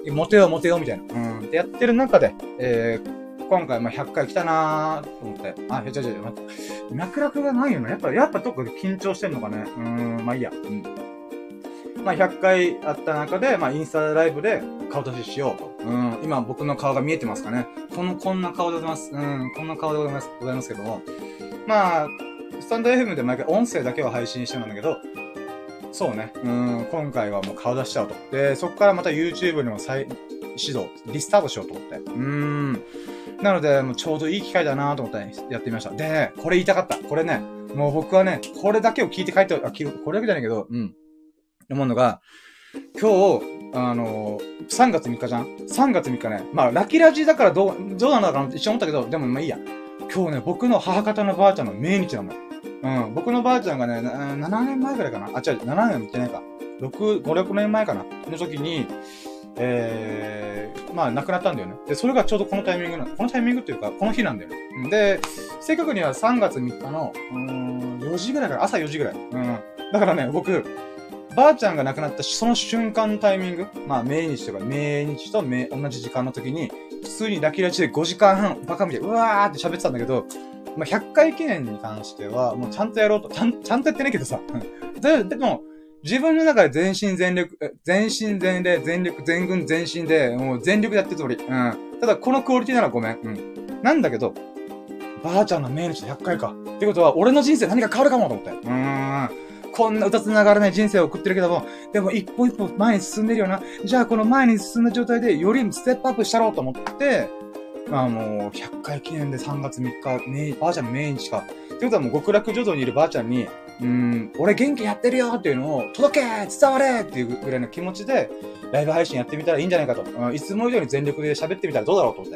Speaker 1: モテようみたいな。ってやってる中で、今回、100回来たなーと思って。待って。脈絡がないよね。やっぱどっかで緊張してんのかね。まあいいや。100回あった中で、インスタライブで顔出ししようと。今僕の顔が見えてますかね。こんな顔でございます。こんな顔でございますけども。スタンド FM で毎回音声だけを配信してるんだけど、そうね。今回はもう顔出しちゃおうと。で、そこからまた YouTube にも再始動、リスタートしようと思って。なので、もうちょうどいい機会だなと思ってやってみました。で、これ言いたかった。これね、もう僕はね、これだけを聞いて帰って、これだけじゃないけど、思うのが、今日、3月3日じゃん ?3 月3日ね。ラッキーラジだからどうなのかなって一瞬思ったけど、でもいいや。今日ね、僕の母方のばあちゃんの命日なの。僕のばあちゃんがね、7年前くらいかな。7年も言ってないか。5、6年前かな。の時に、亡くなったんだよね。で、それがちょうどこのタイミングっていうか、この日なんだよね。で、正確には3月3日の、4時ぐらいから、朝4時ぐらい。だからね、僕、ばあちゃんが亡くなったその瞬間のタイミング、命日と同じ時間の時に、普通にラキラジで5時間半、バカみたいに、うわーって喋ってたんだけど、100回記念に関しては、もうちゃんとやろうと、ちゃんとやってないけどさ。でも、自分の中で全身全霊、全軍全身で、もう全力でやってるつもり。ただ、このクオリティならごめん。なんだけど、ばあちゃんの命日100回か。ってことは、俺の人生何か変わるかもと思って。こんな歌つながらない人生を送ってるけども、でも一歩一歩前に進んでるよな。じゃあこの前に進んだ状態でよりステップアップしたろうと思って、もう100回記念で3月3日、ばあちゃんの命日か。ってことはもう極楽浄土にいるばあちゃんに、俺元気やってるよっていうのを届け伝われっていうぐらいの気持ちで、ライブ配信やってみたらいいんじゃないかと。いつも以上に全力で喋ってみたらどうだろうと思って。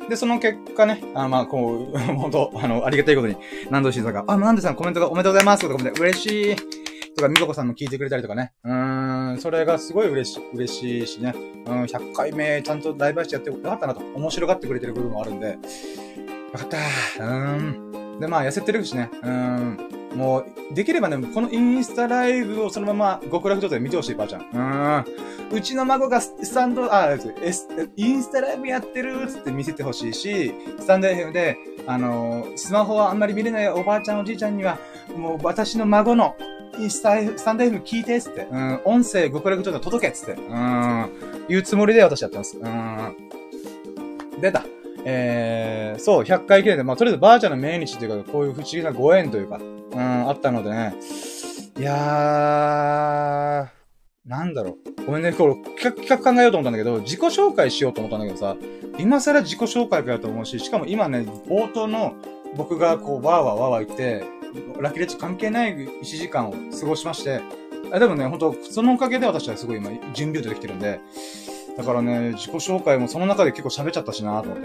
Speaker 1: で、その結果ね、本当ありがたいことに、南藤慎さんが、南藤さんコメントがおめでとうございますとかコメント嬉しい。とか、みここさんも聞いてくれたりとかね。それがすごい嬉しいしね。100回目ちゃんとライブ配信やってよかったなと。面白がってくれてる部分もあるんで。よかった。で、痩せてるしね。もう、できればね、このインスタライブをそのまま極楽状態で見てほしい、ばあちゃん。うちの孫がインスタライブやってるつって見せてほしいし、スタンド FM で、スマホはあんまり見れないおばあちゃんおじいちゃんには、もう私の孫のスタンド FM 聞いて、つって、音声極楽状態届け、つって、言うつもりで私やってます。出た。そう、100回記念で、とりあえずばあちゃんの命日というか、こういう不思議なご縁というか、あったのでね。いやー、なんだろう。ごめんね、これ、企画考えようと思ったんだけど、自己紹介しようと思ったんだけどさ、今更自己紹介かよと思うし、しかも今ね、冒頭の僕がこう、わーわー言って、ラッキーレッチ関係ない1時間を過ごしまして、でもね、本当そのおかげで私はすごい今、準備でできてるんで、だからね、自己紹介もその中で結構喋っちゃったしなと思って。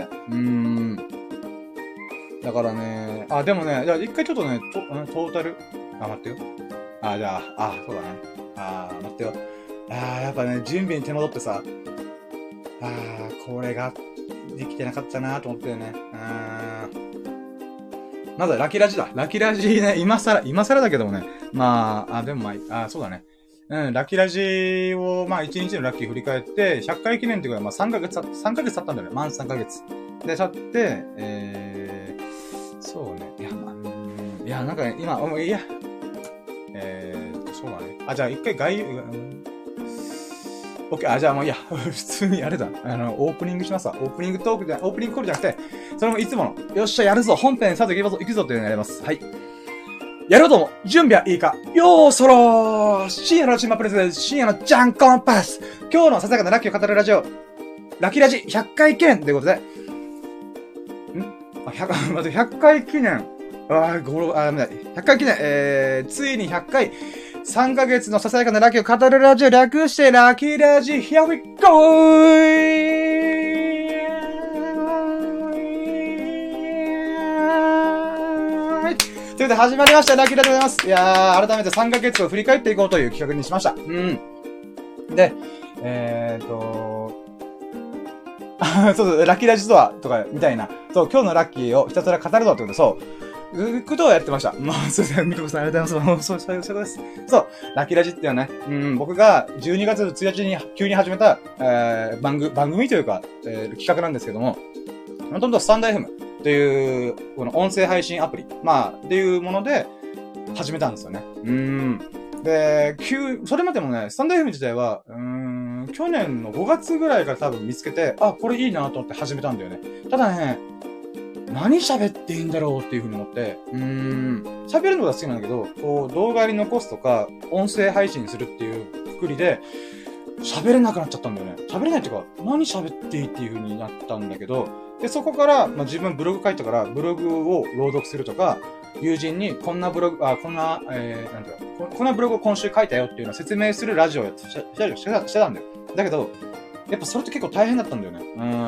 Speaker 1: だからね、でもね、じゃあ一回ちょっとね、トータル、待ってよ。じゃあ、そうだね。待ってよ。やっぱね、準備に手間取ってさ、これができてなかったなと思ったよね。まずはラキラジだ。ラキラジね、今更だけどもね。でもそうだね。ラッキーラジを、1日のラッキー振り返って、100回記念っていうか、3ヶ月経ったんだよね。満3ヶ月。で、経って、そうね。なんかね、今、いや。そうだね。じゃあ一回OK、じゃあもういいや。普通にあれだ。オープニングしますわ。オープニングコールじゃなくて、それもいつもの、よっしゃ、やるぞ本編さて行くぞっていうのをやります。はい。やろうとも、準備はいいか、よーそろー深夜のチームプレゼン、深夜のジャンコンパス今日のささやかなラッキーを語るラジオ、ラッキーラジ100回記念ということで、100回記念。100回記念、ついに100回、3ヶ月のささやかなラッキーを語るラジオ、略してラッキーラジ、Here we go! ということれで始まりました。ラッキーでございます。いやー、改めて3ヶ月を振り返っていこうという企画にしました。で、そう、ラッキーラジとは、とか、みたいな。そう、今日のラッキーをひたすら語るぞってことで、そう、ことをやってました。もう、すいません、みここさんありがとうございます。そういうことです。そう、ラッキーラジっていうのはね、僕が12月1日に急に始めた、番組というか、企画なんですけども、もともとスタンド FM という、この音声配信アプリ、っていうもので始めたんですよね。で、それまでもね、スタンド FM 自体は、去年の5月ぐらいから多分見つけて、あ、これいいなと思って始めたんだよね。ただね、何喋っていいんだろうっていう風に思って、喋るのが好きなんだけど、こう、動画に残すとか、音声配信するっていうくくりで、喋れなくなっちゃったんだよね。喋れないっていうか、何喋っていいっていう風になったんだけど、で、そこから、自分ブログ書いたから、ブログを朗読するとか、友人にこんなブログ、こんなブログを今週書いたよっていうのを説明するラジオをしてたんだよ。だけど、やっぱそれって結構大変だったんだよね。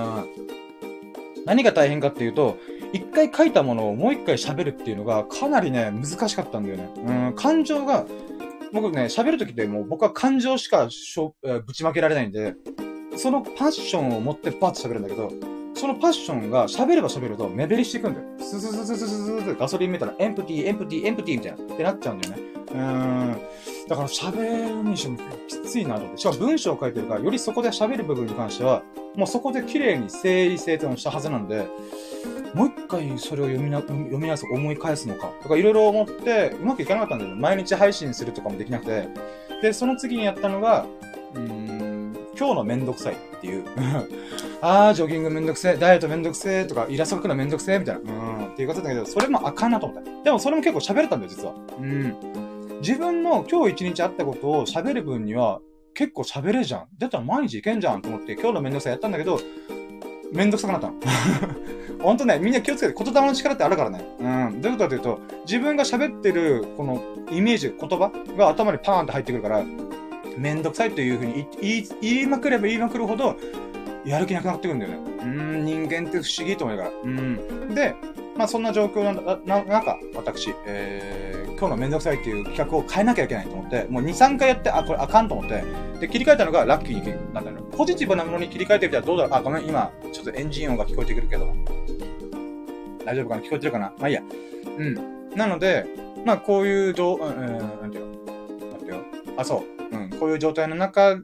Speaker 1: 何が大変かっていうと、一回書いたものをもう一回喋るっていうのがかなりね、難しかったんだよね。感情が、僕ね、喋るときってもう僕は感情しかぶちまけられないんで、そのパッションを持ってバッと喋るんだけど、そのパッションが喋れば喋ると目減りしていくんだよ。ススススススススガソリン見たらエンプティーみたいなってなっちゃうんだよね。だから喋るにしてもきついなと思って。しかも文章を書いてるから、よりそこで喋る部分に関しては、もうそこで綺麗に整理整頓したはずなんで、もう一回それを読み直す、思い返すのかとかいろいろ思って、うまくいかなかったんだよね。毎日配信するとかもできなくて。で、その次にやったのが、今日のめんどくさいっていう。ジョギングめんどくせえ、ダイエットめんどくせえとか、イラスト描くのめんどくせえみたいな。っていうことだけど、それもあかんなと思った。でもそれも結構喋れたんだよ、実は。自分の今日一日あったことを喋る分には、結構喋れじゃん。だったら毎日いけんじゃんと思って、今日のめんどくさいやったんだけど、めんどくさくなったの。ほんとね、みんな気をつけて、言霊の力ってあるからね。どういうことかというと、自分が喋ってる、このイメージ、言葉が頭にパーンって入ってくるから、めんどくさいという風に言いまくれば言いまくるほど、やる気なくなってくるんだよね。人間って不思議と思いながら。で、そんな状況の中、私、今日のめんどくさいっていう企画を変えなきゃいけないと思って、もう2、3回やって、これあかんと思って、で、切り替えたのがラッキーになったのよ。ポジティブなものに切り替えてみたらどうだろう。ごめん、今、ちょっとエンジン音が聞こえてくるけど。大丈夫かな聞こえてるかな。いいや。なので、こういうなんていうの待ってよ。そう。こういう状態の中、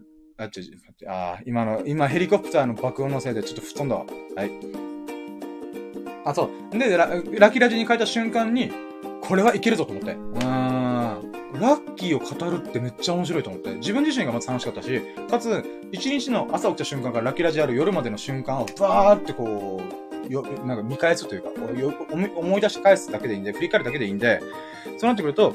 Speaker 1: 今ヘリコプターの爆音のせいでちょっと吹っ飛んだわ。はい。そう。で、ラッキーラジに変えた瞬間に、これはいけるぞと思って。ラッキーを語るってめっちゃ面白いと思って。自分自身がまず楽しかったし、かつ、一日の朝起きた瞬間からラッキーラジある夜までの瞬間をバーってこう、なんか見返すというか、思い出して返すだけでいいんで、振り返るだけでいいんで、そうなってくると、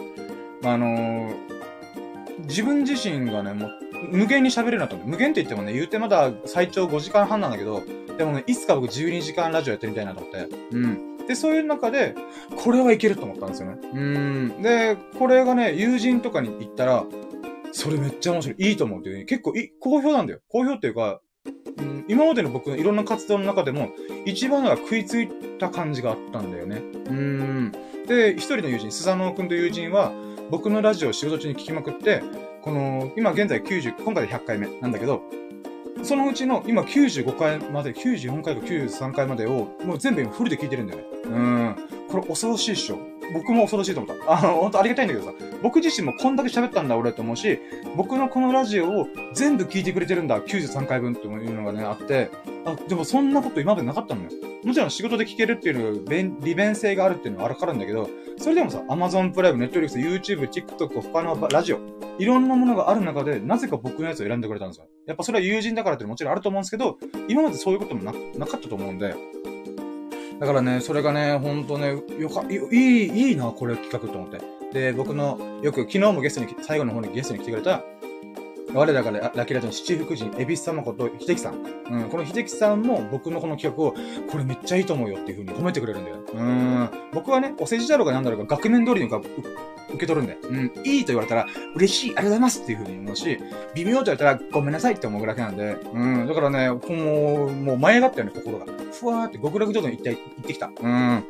Speaker 1: 自分自身がね、もう、無限に喋れるなと思う。無限って言ってもね、言うてまだ最長5時間半なんだけど、でもね、いつか僕12時間ラジオやってみたいなと思って。で、そういう中で、これはいけると思ったんですよね。で、これがね、友人とかに言ったら、それめっちゃ面白い。いいと思うっていう、結構好評なんだよ。好評っていうか、今までの僕のいろんな活動の中でも、一番が食いついた感じがあったんだよね。で、一人の友人、スサノオくんという友人は、僕のラジオを仕事中に聞きまくって、今現在今回で100回目なんだけど、そのうちの今95回まで、94回か93回までを、もう全部今フルで聞いてるんだよね。これ恐ろしいっしょ。僕も恐ろしいと思った。本当ありがたいんだけどさ、僕自身もこんだけ喋ったんだ俺って思うし、僕のこのラジオを全部聞いてくれてるんだ、93回分っていうのがね、あって、でもそんなこと今までなかったのよ。もちろん仕事で聞けるっていう利便性があるっていうのはわかるんだけど、それでもさ、Amazon プライム、Netflix、YouTube、TikTok、他のラジオ、いろんなものがある中で、なぜか僕のやつを選んでくれたんですよ。やっぱそれは友人だからってもちろんあると思うんですけど、今までそういうこともなかったと思うんで、だからね、それがね、ほんとね、いいな、これ企画と思って。で、僕の、よく昨日も最後の方にゲストに来てくれた、我らがラッキーラジオの七福神、恵比寿様こと秀樹さん。この秀樹さんも僕のこの企画を、これめっちゃいいと思うよっていう風に褒めてくれるんだよ。僕はね、お世辞だろうがなんだろうが、額面通りに受け取るんで。いいと言われたら、嬉しい、ありがとうございますっていう風に思うし、微妙と言われたら、ごめんなさいって思うだけなんで。だからね、もう舞い上がったよね、心が。ふわーって極楽浄土に行ってきた。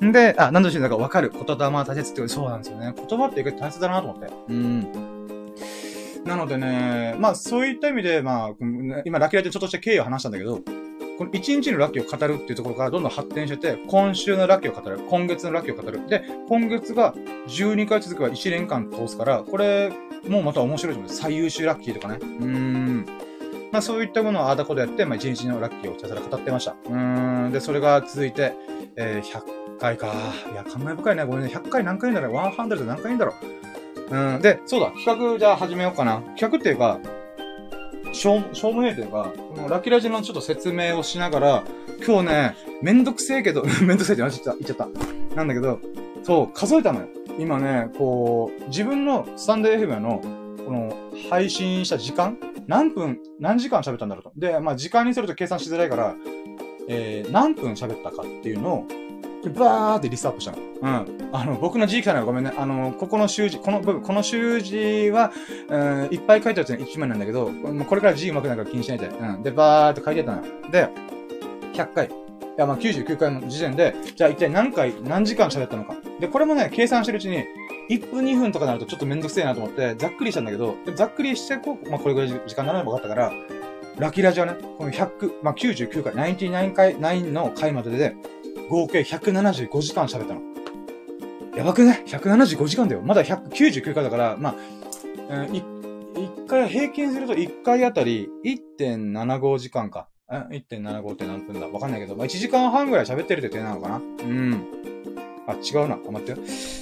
Speaker 1: んで、何としてだか分かる。言霊は大切って、そうなんですよね。言葉って意外と大切だなと思って。なのでね、まあそういった意味で、まあ、今ラッキーラジオちょっとした経緯を話したんだけど、この1日のラッキーを語るっていうところからどんどん発展してて、今週のラッキーを語る、今月のラッキーを語る。で、今月が12回続くは1年間通すから、これ、もうまた面白いと思う。最優秀ラッキーとかね。まあそういったものをあだこでやって、まあ1日のラッキーをひたすら語ってました。で、それが続いて、100回か。いや、感慨深いね。ごめんね。100回何回言うんだろう ?100 何回言うんだろうで、そうだ、企画じゃあ始めようかな。企画っていうか、しょうもねえというか、このラッキーラジのちょっと説明をしながら、今日ね、めんどくせえけど、めんどくせえって言っちゃった。なんだけど、そう、数えたのよ。今ね、こう、自分のスタンド FM の、この、配信した時間何時間喋ったんだろうと。で、まあ、時間にすると計算しづらいから、何分喋ったかっていうのを、バーってリストアップしたの。僕の字汚いのごめんね。ここの習字、この習字は、いっぱい書いてあるやつに1枚なんだけど、もうこれから字上手くないから気にしないで。で、バーって書いてあったのよ。で、100回。いや、まあ、99回の時点で、じゃあ一体何時間喋ったのか。で、これもね、計算してるうちに、1分2分とかになるとちょっとめんどくせえなと思って、ざっくりしたんだけど、でざっくりしてこう、まあ、これぐらい時間にならば分かったから、ラッキーラジオね、このまあ、99回、9の回までで、合計175時間喋ったの。やばくね ?175 時間だよ。まだ199回だから、まあ、一回平均すると1回あたり 1.75 時間か。1.75 って何分だわかんないけど、まあ、1時間半ぐらい喋ってるって手なのかな。違うな。待ってよ。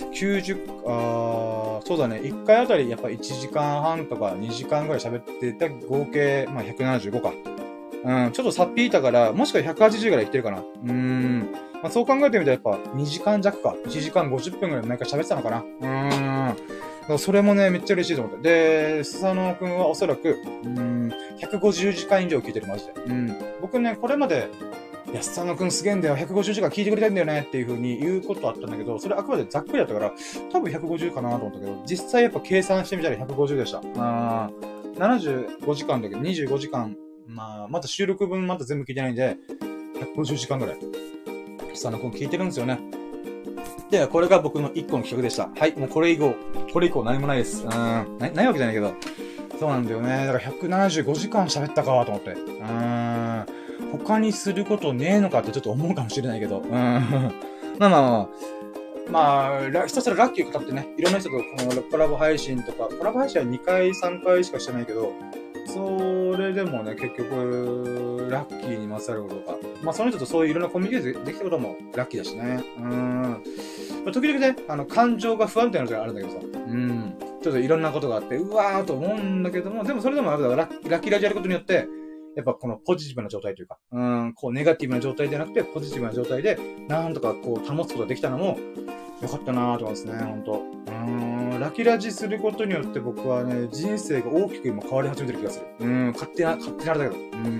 Speaker 1: そうだね。1回あたりやっぱ1時間半とか2時間ぐらい喋ってて、合計、まあ、175か。ちょっとさっぴいたから、もしくは180ぐらいいってるかな。まあ、そう考えてみたらやっぱ2時間弱か。1時間50分ぐらい毎回喋ってたのかな。だからそれもね、めっちゃ嬉しいと思って。で、スサノオくんはおそらく、150時間以上聞いてる、マジで。僕ね、これまで、いや、スサノオくんすげえんだよ。150時間聞いてくれたいんだよねっていう風に言うことあったんだけど、それあくまでざっくりだったから、多分150かなと思ったけど、実際やっぱ計算してみたら150でした。75時間だけど、25時間、まあ、また収録分また全部聞いてないんで、150時間ぐらい。スサノオくん聞いてるんですよね。で、これが僕の1個の企画でした。はい、もうこれ以降何もないです。ないわけじゃないけど。そうなんだよね。だから175時間喋ったかと思って。他にすることねえのかってちょっと思うかもしれないけど。まあ、ひたすらラッキーを語ってね、いろんな人とこのコラボ配信とか、コラボ配信は2回、3回しかしてないけど、それでもね、結局、ラッキーにまつわることとか、まあその人とそういういろんなコミュニケーションできたこともラッキーだしね。時々ね、感情が不安定な時があるんだけどさ、ちょっといろんなことがあって、うわーと思うんだけども、でもそれでもあれだラッキーラジオやることによって、やっぱこのポジティブな状態というか、こうネガティブな状態じゃなくて、ポジティブな状態で、なんとかこう保つことができたのも、よかったなーと思いますね、ほんと。ラッキーラジすることによって僕はね、人生が大きく今変わり始めてる気がする。勝手にあれだけど。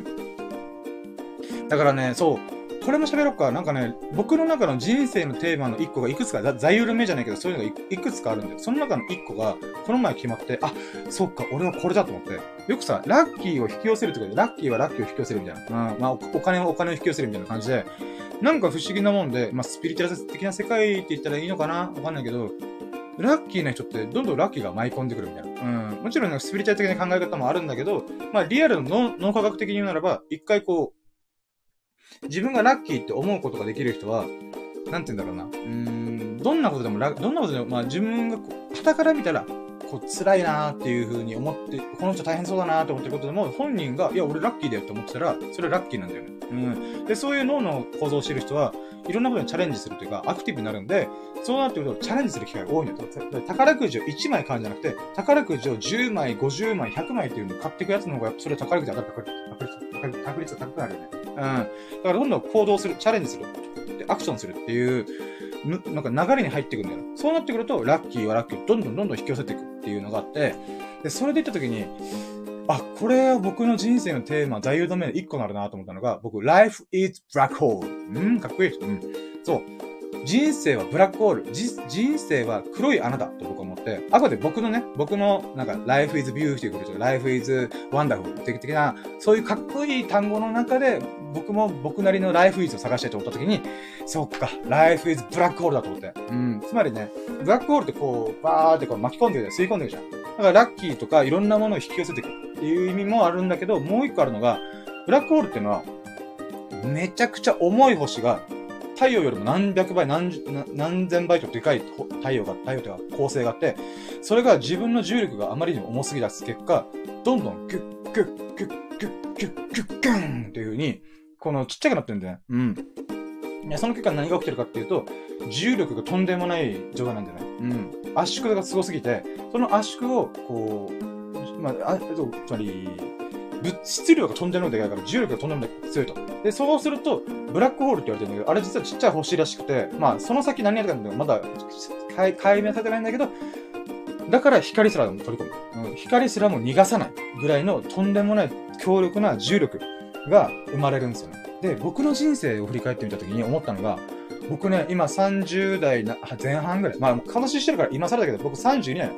Speaker 1: だからね、そう、これも喋ろうか。なんかね、僕の中の人生のテーマの一個がいくつか、座右の銘じゃないけど、そういうのがいくつかあるんだよ。その中の一個が、この前決まって、そっか、俺はこれだと思って。よくさ、ラッキーを引き寄せるとかで、ラッキーはラッキーを引き寄せるみたいな。まあ、お金を引き寄せるみたいな感じで、なんか不思議なもんで、まあ、スピリチュアル的な世界って言ったらいいのかなわかんないけど、ラッキーな人ってどんどんラッキーが舞い込んでくるみたいな。もちろん、スピリチュアル的な考え方もあるんだけど、まあ、リアルの脳科学的に言うならば、一回こう、自分がラッキーって思うことができる人は、なんて言うんだろうな。どんなことでも、まあ自分が傍から見たら、こう辛いなーっていう風に思って、この人大変そうだなーって思ってることでも、本人が、いや、俺ラッキーだよって思ってたら、それはラッキーなんだよね。で、そういう脳の構造をしてる人は、いろんなことにチャレンジするというか、アクティブになるんで、そうなってくるとチャレンジする機会が多いんだよ。宝くじを1枚買うんじゃなくて、宝くじを10枚、50枚、100枚っていうのを買っていくやつの方が、それは宝くじ当たる確率が高くなるよね。だからどんどん行動する、チャレンジする、でアクションするっていう、なんか流れに入っていくんだよ。そうなってくると、ラッキーはラッキーをどんどん引き寄せていくっていうのがあって、で、それで言った時に、これは僕の人生のテーマ、座右の銘で1個なるなと思ったのが、僕、Life is Black Hole。かっこいい。そう。人生はブラックホール。人生は黒い穴だと僕は思って、あくまで僕のなんか、Life is Beautiful とか、Life is Wonderful 的な、そういうかっこいい単語の中で、 僕も僕なりのライフイズを探したいと思った時に、そっか、ライフイズブラックホールだと思って。つまりね、ブラックホールってこう、バーってこう巻き込んでる、吸い込んでるじゃん。だからラッキーとかいろんなものを引き寄せていくっていう意味もあるんだけど、もう一個あるのが、ブラックホールっていうのは、めちゃくちゃ重い星が、太陽よりも何百倍、何千倍とでかい太陽というか構成があって、それが自分の重力があまりにも重すぎ出す結果、どんどんギュッ、ギュッ、ギュッ、ギュッ、ギュッ、ギュッ、ギューンっていう風に、このちっちゃくなってるんだよね。いや、その結果何が起きてるかっていうと、重力がとんでもない状態なんだよね。圧縮がすごすぎて、その圧縮を、こう、つまり、質量がとんでもないでかいから重力がとんでもない強いと。で、そうすると、ブラックホールって言われてるんだけど、あれ実はちっちゃい星らしくて、まあ、その先何やるかっていうのはまだ解明されてないんだけど、だから光すらも取り込む。光すらも逃がさないぐらいのとんでもない強力な重力が生まれるんですよね。で、僕の人生を振り返ってみたときに思ったのが、僕ね、今30代前半ぐらい。まあ、今年してるから今更だけど、僕32なんです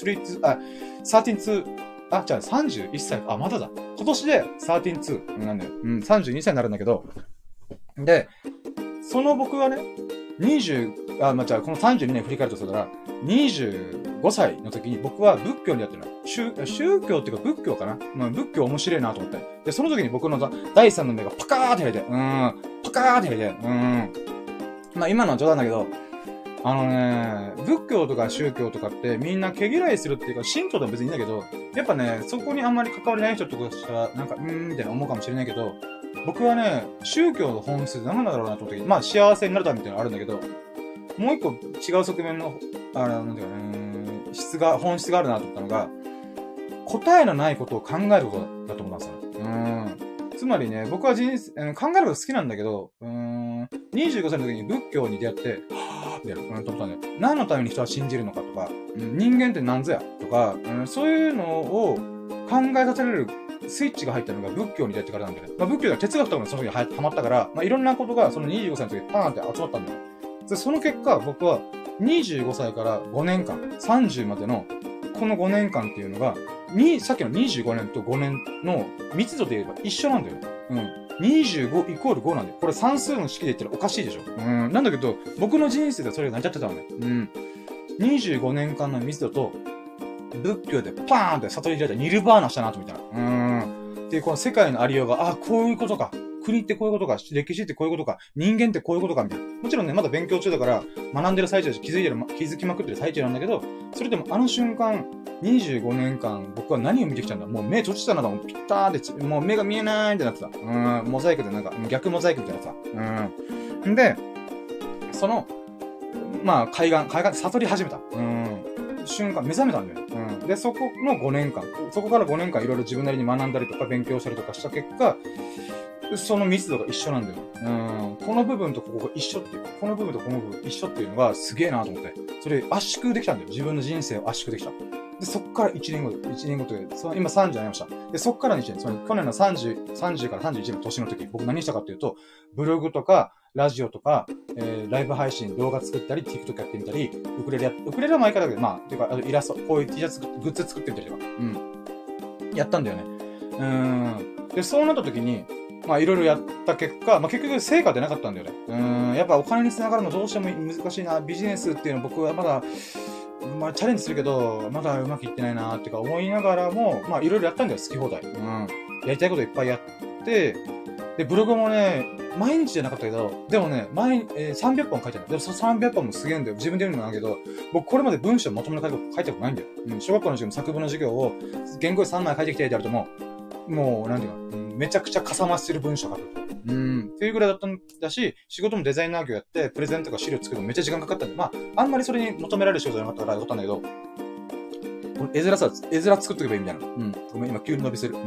Speaker 1: 。13-2、じゃあ31歳、まだだ。今年で13-2なんだよ。32歳になるんだけど。で、その僕はね、じゃあこの32年振り返るとするなら、25歳の時に僕は仏教にやってるの。宗教っていうか仏教かな。仏教面白いなと思って。で、その時に僕の第三の目がパカーって開いて、パカーって開いて、まあ今のは冗談だけど、仏教とか宗教とかってみんな毛嫌いするっていうか、神道でも別にいいんだけど、やっぱね、そこにあんまり関わりない人とかしたら、なんか、みたいな思うかもしれないけど、僕はね、宗教の本質何なんだろうなと思った時に、まあ幸せになるためっていうのはあるんだけど、もう一個違う側面の、なんていうかね、本質があるなと思ったのが、答えのないことを考えることだと思ったんですよ。つまりね、僕は考えること好きなんだけど、25歳の時に仏教に出会って、みたいな、と思ったんだよ。何のために人は信じるのかとか、人間って何ぞやとか、そういうのを考えさせられるスイッチが入ったのが仏教に出会ってからなんだよね。まあ、仏教が哲学とかもその時にハマったから、まあ、いろんなことがその25歳の時にパーンって集まったんだよ。で、その結果、僕は25歳から5年間、30までのこの5年間っていうのが、さっきの25年と5年の密度で言えば一緒なんだよ。25イコール5なんだよ。これ算数の式で言ったらおかしいでしょ。なんだけど、僕の人生でそれが成り立ってたのね。25年間の密度と、仏教でパーンって悟り開いたニルバーナしたなとみたいな。で、この世界のありようが、こういうことか。国ってこういうことか。歴史ってこういうことか。人間ってこういうことか。みたいな。もちろんね、まだ勉強中だから、学んでる最中だし、気づきまくってる最中なんだけど、それでもあの瞬間、25年間、僕は何を見てきたんだ。もう目閉じたなだもん。ピッターって、もう目が見えないってなってた。モザイクでなんか、逆モザイクみたいなさ。で、その、まあ、海岸、悟り始めた。瞬間、目覚めたんだよ。で、そこの5年間、そこから5年間いろいろ自分なりに学んだりとか勉強したりとかした結果、その密度が一緒なんだよ。この部分とここが一緒っていう、この部分とこの部分一緒っていうのがすげえなと思って、それ圧縮できたんだよ。自分の人生を圧縮できた。で、そっから1年後という、今30になりました。で、そっからの1年、つまり去年の30から31の年の時、僕何したかっていうと、ブログとか、ラジオとか、ライブ配信、動画作ったり、TikTok やってみたり、ウクレレは前からだけど、まあ、ていうか、イラスト、こういう T シャツ、グッズ作ってみたりとか、やったんだよね。で、そうなった時に、まあ、いろいろやった結果、まあ、結局成果出なかったんだよね。やっぱお金につながるのどうしても難しいな。ビジネスっていうの僕はまだ、まあ、チャレンジするけど、まだうまくいってないなってか思いながらも、まあ、いろいろやったんだよ、好き放題。やりたいこといっぱいやって、で、ブログもね、毎日じゃなかったけど、でもね、300本書いてある。でもその300本もすげえんだよ。自分で言うのもなんだけど、僕これまで文章まとめて書いたことないんだよ。小学校の授業も作文の授業を、原稿3枚書いてきてやるともう、なんていうか、めちゃくちゃかさ増しする文章書く。っていうぐらいだったんだし、仕事もデザイナー業やって、プレゼンとか資料作るのめっちゃ時間かかったんで、まあ、あんまりそれに求められる仕事じゃなかったからよかったんだけど、この絵面作っとけばいいみたいな。ごめん、今急に伸びせる。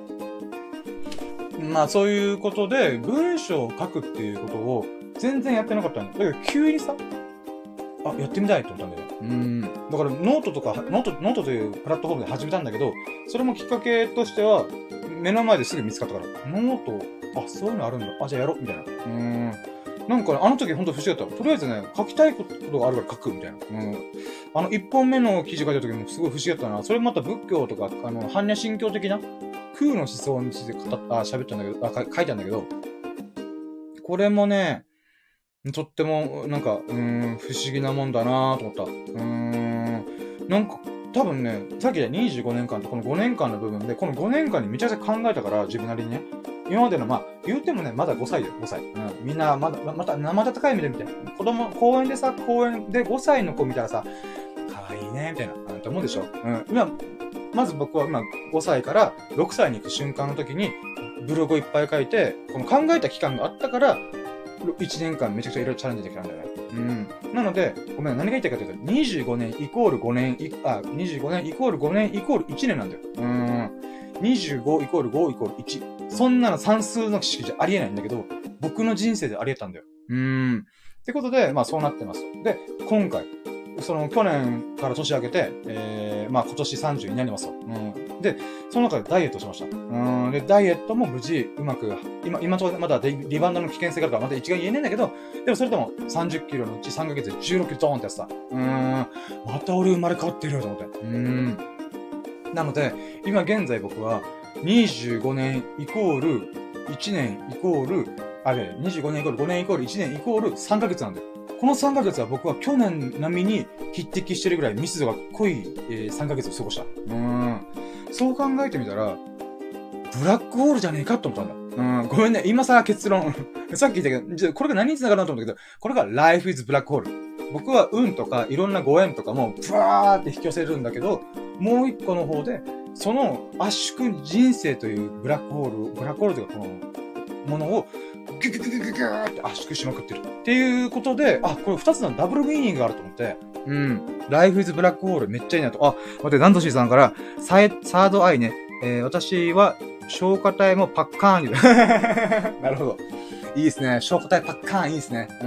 Speaker 1: まあ、そういうことで、文章を書くっていうことを全然やってなかったんだよ。だけど急にさ、やってみたいと思ったんだよ。だからノートというプラットフォームで始めたんだけど、それもきっかけとしては、目の前ですぐ見つかったから、ノート、そういうのあるんだ。じゃあやろうみたいな。なんかね、あの時ほんと不思議だった。とりあえずね、書きたいことがあるから書くみたいな。1本目の記事書いた時もすごい不思議だったな。それもまた仏教とか、般若心経的な空の思想について喋ったんだけど、書いたんだけど、 これもね、とっても、なんか、不思議なもんだなぁと思った。なんか、多分ね、さっきで25年間とこの5年間の部分で、この5年間にめちゃくちゃ考えたから、自分なりにね。今までの、まあ、言うてもね、まだ5歳だよ、5歳。みんな、また、生温かい目で見て。子供、公園で5歳の子見たらさ、可愛いね、みたいな、って思うでしょ。まず僕は今、5歳から6歳に行く瞬間の時に、ブログをいっぱい書いて、この考えた期間があったから、1年間めちゃくちゃいろいろチャレンジできたんだよね。なので、ごめん、何が言いたいかというと、25年イコール5年、25年イコール5年イコール1年なんだよ。25イコール5イコール1。そんなの算数の式じゃありえないんだけど、僕の人生でありえたんだよ。ってことで、まあそうなってます。で、今回、去年から年明けて、まあ今年30になりますと。で、その中でダイエットしました。で、ダイエットも無事、うまく、今ちょうどまだリバウンドの危険性があるからまだ一概に言えないんだけど、でもそれでも30キロのうち3ヶ月で16キロドーンってやつだ。また俺生まれ変わってるよと思って。なので、今現在僕は25年イコール1年イコール、25年イコール5年イコール1年イコール3ヶ月なんだよ。この3ヶ月は僕は去年並みに匹敵してるぐらい密度が濃い、3ヶ月を過ごした。そう考えてみたら、ブラックホールじゃねえかと思ったんだ。ごめんね。今さ、結論。さっき言ったけど、これが何に繋がるのと思ったけど、これが Life is Black Hole。僕は運とかいろんなご縁とかもブワーって引き寄せるんだけど、もう一個の方で、その圧縮人生というブラックホールというかこのものをギュギュギュギュギュギューって圧縮しまくってる。っていうことで、これ二つのダブルミーニングがあると思って、Life is Black Hole めっちゃいいなと。待って、ナンドシーさんから、サードアイね。私は消化体もパッカーン言う。なるほど。いいですね。消化体パッカーンいいですね。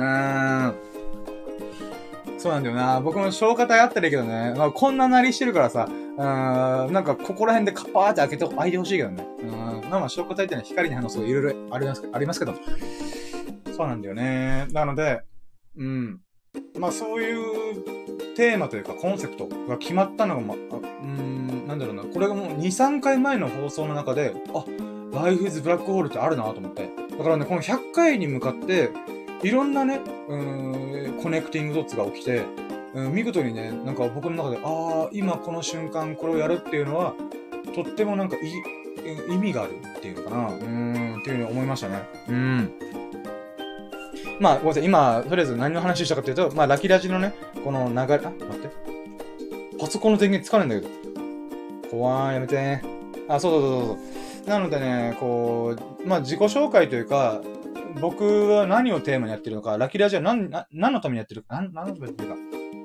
Speaker 1: そうなんだよな。僕も消化体あったらいいけどね。こんななりしてるからさ、なんかここら辺でカッパーって開いてほしいけどね。消化体ってのは光に反応するいろいろありますけど。そうなんだよね。なので、そういうテーマというかコンセプトが決まったのが、なんだろうな。これがもう2、3回前の放送の中で、Life is Black Hole ってあるなと思って。だからね、この100回に向かって、いろんなね、コネクティングドッツが起きて、見事にね、なんか僕の中で、今この瞬間これをやるっていうのは、とってもなんか意味があるっていうのかな、っていうふうに思いましたね。ごめんなさい、今、とりあえず何の話したかっていうと、ラキラジのね、この流れ、待って。パソコンの電源つかないんだけど。怖い、やめて。そう。なのでね、自己紹介というか、僕は何をテーマにやってるのか、ラキラジは何のためにやってるか、何のためにやってるか。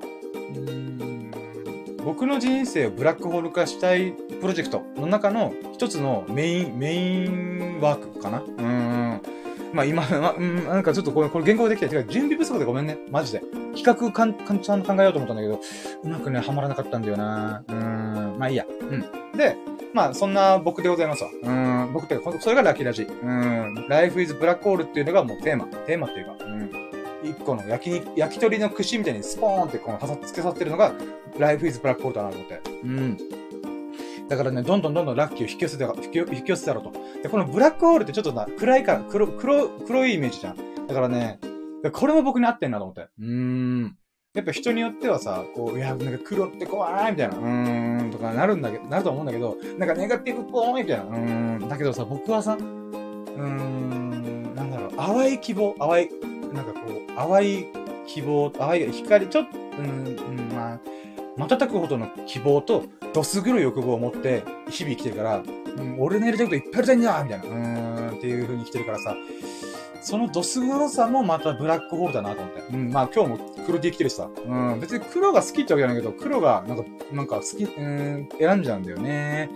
Speaker 1: 僕の人生をブラックホール化したいプロジェクトの中の一つのメインワークかな。今、なんかちょっとこれ原稿できて、準備不足でごめんね。マジで。企画ちゃんと考えようと思ったんだけど、うまくね、はまらなかったんだよな。いいや。で、そんな僕でございますわ。僕ってそれがラキラジ。Life is Black Hole っていうのがもうテーマっていうか、一個の焼き鳥の串みたいにスポーンってつけさせてるのが Life is Black Hole だなと思って。だからね、どんどんラッキーを引き寄せたろと。で、このブラックホールってちょっと暗いから、黒いイメージじゃん。だからね、これも僕に合ってんなと思って。やっぱ人によってはさ、なんか黒って怖いみたいな、とかなると思うんだけど、なんかネガティブっぽいみたいな、だけどさ、僕はさ、なんだろう、淡い希望、淡い希望、淡い光、ちょっと、瞬くほどの希望と、どす黒い欲望を持って、日々生きてるから、俺のやりたいこといっぱいやりたいんだみたいな、っていう風に生きてるからさ、そのどす黒さもまたブラックホールだなと思って。今日も黒で生きてるしさ。別に黒が好きってわけじゃないけど、黒がなんか好き、選んじゃうんだよね。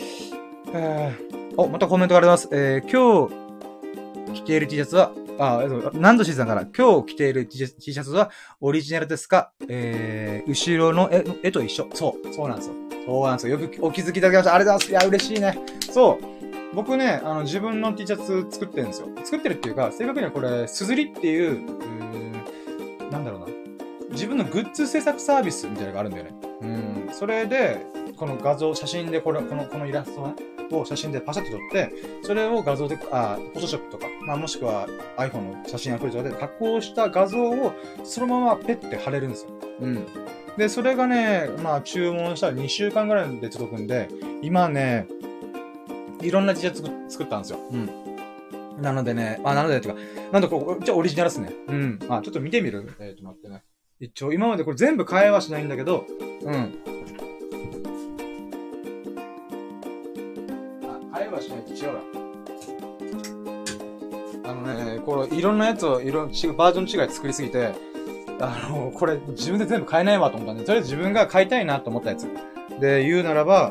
Speaker 1: またコメントがあります。今日着ている T シャツは、ナンドシーさんから、今日着ている T シャツはオリジナルですか？後ろの絵と一緒。そうなんですよ。そうなんですよ。よくお気づきいただきました。ありがとうございます。いや、嬉しいね。そう。僕ね、自分の T シャツ作ってるんですよ。作ってるっていうか、正確にはこれ、すずりっていう、なんだろうな。自分のグッズ制作サービスみたいなのがあるんだよね。それで、この写真でこのイラストをね、 を写真でパシャって撮って、それを画像で、フォトショップとか、まあもしくは iPhone の写真アプリとかで加工した画像をそのままペッて貼れるんですよ。うん。で、それがね、まあ注文したら2週間ぐらいで届くんで、今ね、いろんな T シャツ作ったんですよ。うん。なのでね、なので、てか、なんだこう、オリジナルっすね。うん。ちょっと見てみる？待ってね。一応、今までこれ全部変えはしないんだけど、うん。変えはしないって違うわ。これ、いろんなやつを、バージョン違い作りすぎて、これ、自分で全部変えないわと思ったんで、とりあえず自分が買いたいなと思ったやつ。で、言うならば、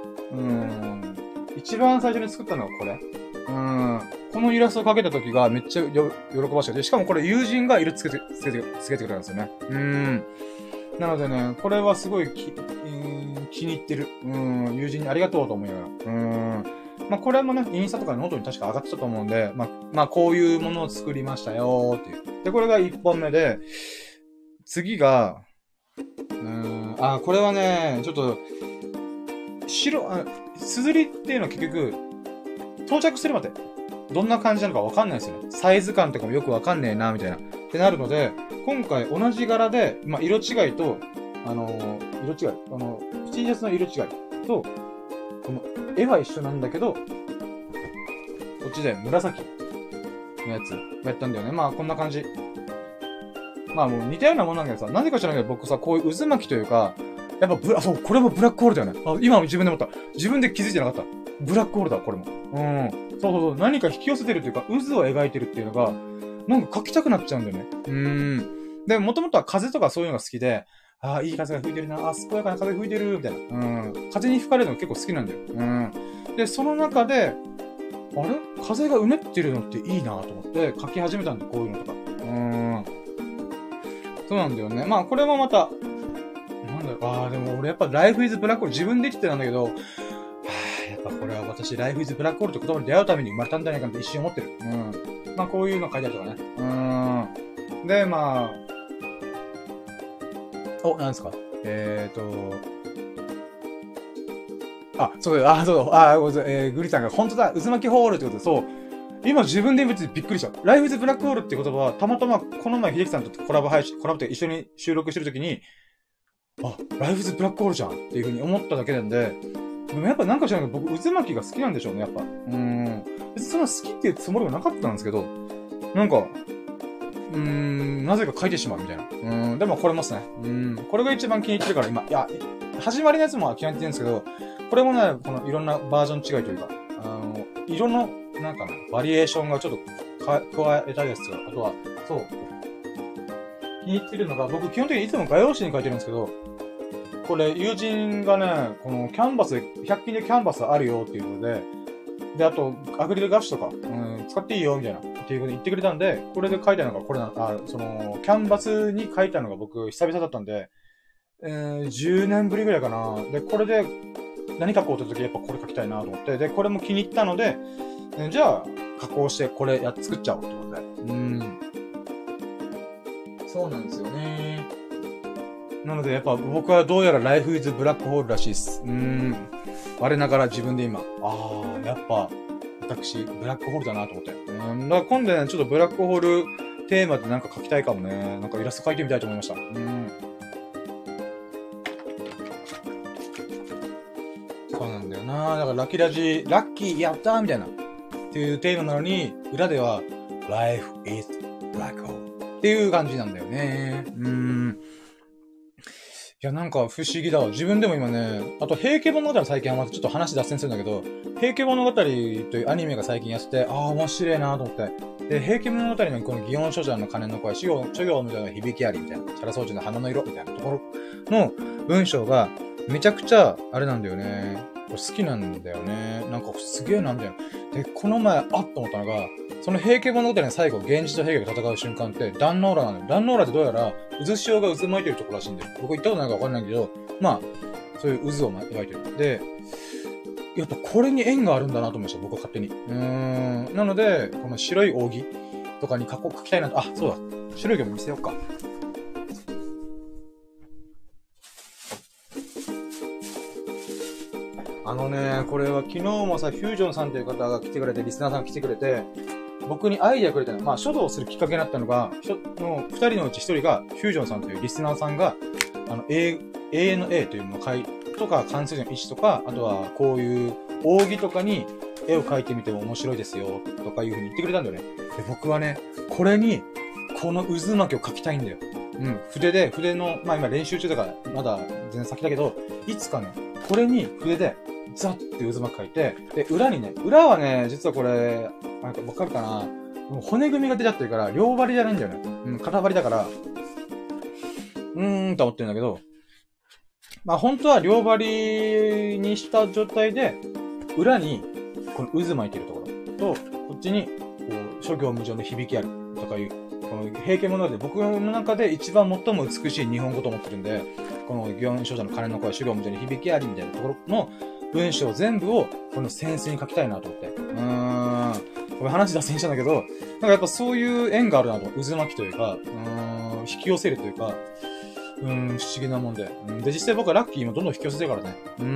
Speaker 1: 一番最初に作ったのはこれ。このイラストを描けた時がめっちゃ喜ばしくて、しかもこれ友人が色つけてくれたんですよね。なのでね、これはすごい気に入ってる。友人にありがとうと思いながら。まあ、これもね、インスタとかノートに確か上がってたと思うんで、まあ、こういうものを作りましたよーっていう。で、これが1本目で、次が、これはね、ちょっと、すずりっていうのは結局、到着するまで、どんな感じなのかわかんないですよね。サイズ感とかもよくわかんねえな、みたいな。ってなるので、今回同じ柄で、まあ、色違いと、T シャツの色違いと、この絵は一緒なんだけど、こっちで紫のやつやったんだよね。まあ、こんな感じ。まあ、もう似たようなもんなんだけどさ、なぜか知らないけど僕さ、こういう渦巻きというか、やっぱそう、これもブラックホールだよね。今自分で思った。自分で気づいてなかった。ブラックホールだ、これも。そう。何か引き寄せてるというか、渦を描いてるっていうのが、なんか描きたくなっちゃうんだよね。で、もともとは風とかそういうのが好きで、いい風が吹いてるな、健やかな風が吹いてる、みたいな。風に吹かれるのが結構好きなんだよ。で、その中で、あれ風がうねってるのっていいなと思って描き始めたんだ、こういうのとか。そうなんだよね。まあ、これもまた、なんだろう、でも俺やっぱ Life is Black Hole 自分で言ってたんだけど、やっぱこれは私 Life is Black Hole って言葉に出会うために生まれたんじゃないかなって一瞬思ってる。まあこういうの書いてあるとかね。で、まあ、なんですかそう、グリさんが本当だ、渦巻きホールってことで、そう。今自分で別にびっくりした。Life is Black Hole って言葉は、たまたまこの前秀樹さんとコラボって一緒に収録してるときに、Life is Black Hole じゃんっていう風に思っただけなんで、でもやっぱなんか知らないけど、僕、渦巻きが好きなんでしょうね、やっぱ。別にそんな好きっていうつもりはなかったんですけど、なんか、なぜか書いてしまうみたいな。でもこれもっすね。これが一番気に入ってるから今、始まりのやつも気に入ってるんですけど、これもね、このいろんなバージョン違いというか、色の、なんかね、バリエーションがちょっと加えたやつが、あとは、そう、気に入ってるのが、僕基本的にいつも画用紙に書いてるんですけど、これ友人がね、このキャンバスで、100均でキャンバスあるよっていうので、で、あと、アクリルガッシュとか、使っていいよ、みたいな、っていうことで言ってくれたんで、これで書いたのがこれキャンバスに書いたのが僕、久々だったんで、10年ぶりぐらいかな。で、これで、何書こうって時やっぱこれ書きたいなと思って、で、これも気に入ったので、じゃあ、加工してこれ作っちゃおうってことで。そうなんですよね。なので、やっぱ僕はどうやら Life is Black Hole らしいです。我ながら自分で今、やっぱ、私、ブラックホールだなと思って。だから今度ね、ちょっとブラックホールテーマでなんか描きたいかもね。なんかイラスト描いてみたいと思いました。そうなんだよな。だからラッキーやったーみたいな。っていうテーマなのに、裏では、Life is Black Hole っていう感じなんだよね。いや、なんか不思議だわ。自分でも今ね、あと、平家物語最近はまたちょっと話脱線するんだけど、平家物語というアニメが最近やってて、面白いなと思って。で、平家物語のこの祇園書者の鐘の声、諸行みたいな響きありみたいな、チャラソウジの花の色みたいなところの文章が、めちゃくちゃ、あれなんだよね。これ好きなんだよね。なんかすげえな、みたいな。で、この前、と思ったのが、その平家物語の最後、源氏と平家が戦う瞬間って、壇ノ浦なのよ。壇ノ浦ってどうやら、渦潮が渦巻いてるところらしいんで、僕行ったことないかわかんないけど、まあ、そういう渦を描いてる。で、やっぱこれに縁があるんだなと思いました、僕は勝手に。なので、この白い扇とかに書きたいなと、そうだ。白い扇も見せようか。 これは昨日もさ、フュージョンさんという方が来てくれて、リスナーさんが来てくれて、僕にアイデアくれたの。まあ、書道をするきっかけになったのが、二人のうち一人が、フュージョンさんというリスナーさんが、永遠の A というのをとか、関数字の1とか、あとは、こういう扇とかに絵を描いてみても面白いですよ、とかいう風に言ってくれたんだよね。で、僕はね、これに、この渦巻きを描きたいんだよ。うん。筆の、まあ今練習中だから、まだ全然先だけど、いつかね、これに筆で、ザッって渦巻き描いて、で、裏はね、実はこれ、なんかわかるかな？もう骨組みが出ちゃってるから、両張りじゃないんだよね。うん、片張りだから、と思ってるんだけど、まあ本当は両張りにした状態で、裏に、この渦巻いてるところと、こっちに、こう、諸行無常の響きあるとかいう、この平家物語で僕の中で一番最も美しい日本語と思ってるんで、この祇園少女の鐘の声、諸行無常に響きありみたいなところの文章全部をこの扇子に書きたいなと思って。これ話脱線したんだけど、なんかやっぱそういう縁があるなと。渦巻きというか、引き寄せるというか、不思議なもんで。で、実際僕はラッキーもどんどん引き寄せてるからね。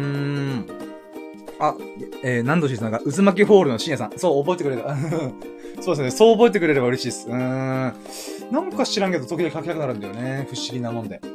Speaker 1: 何度しさんが渦巻きホールの深夜さん。そう、覚えてくれた。そうですね。そう覚えてくれれば嬉しいです。なんか知らんけど、時々書きたくなるんだよね。不思議なもんで。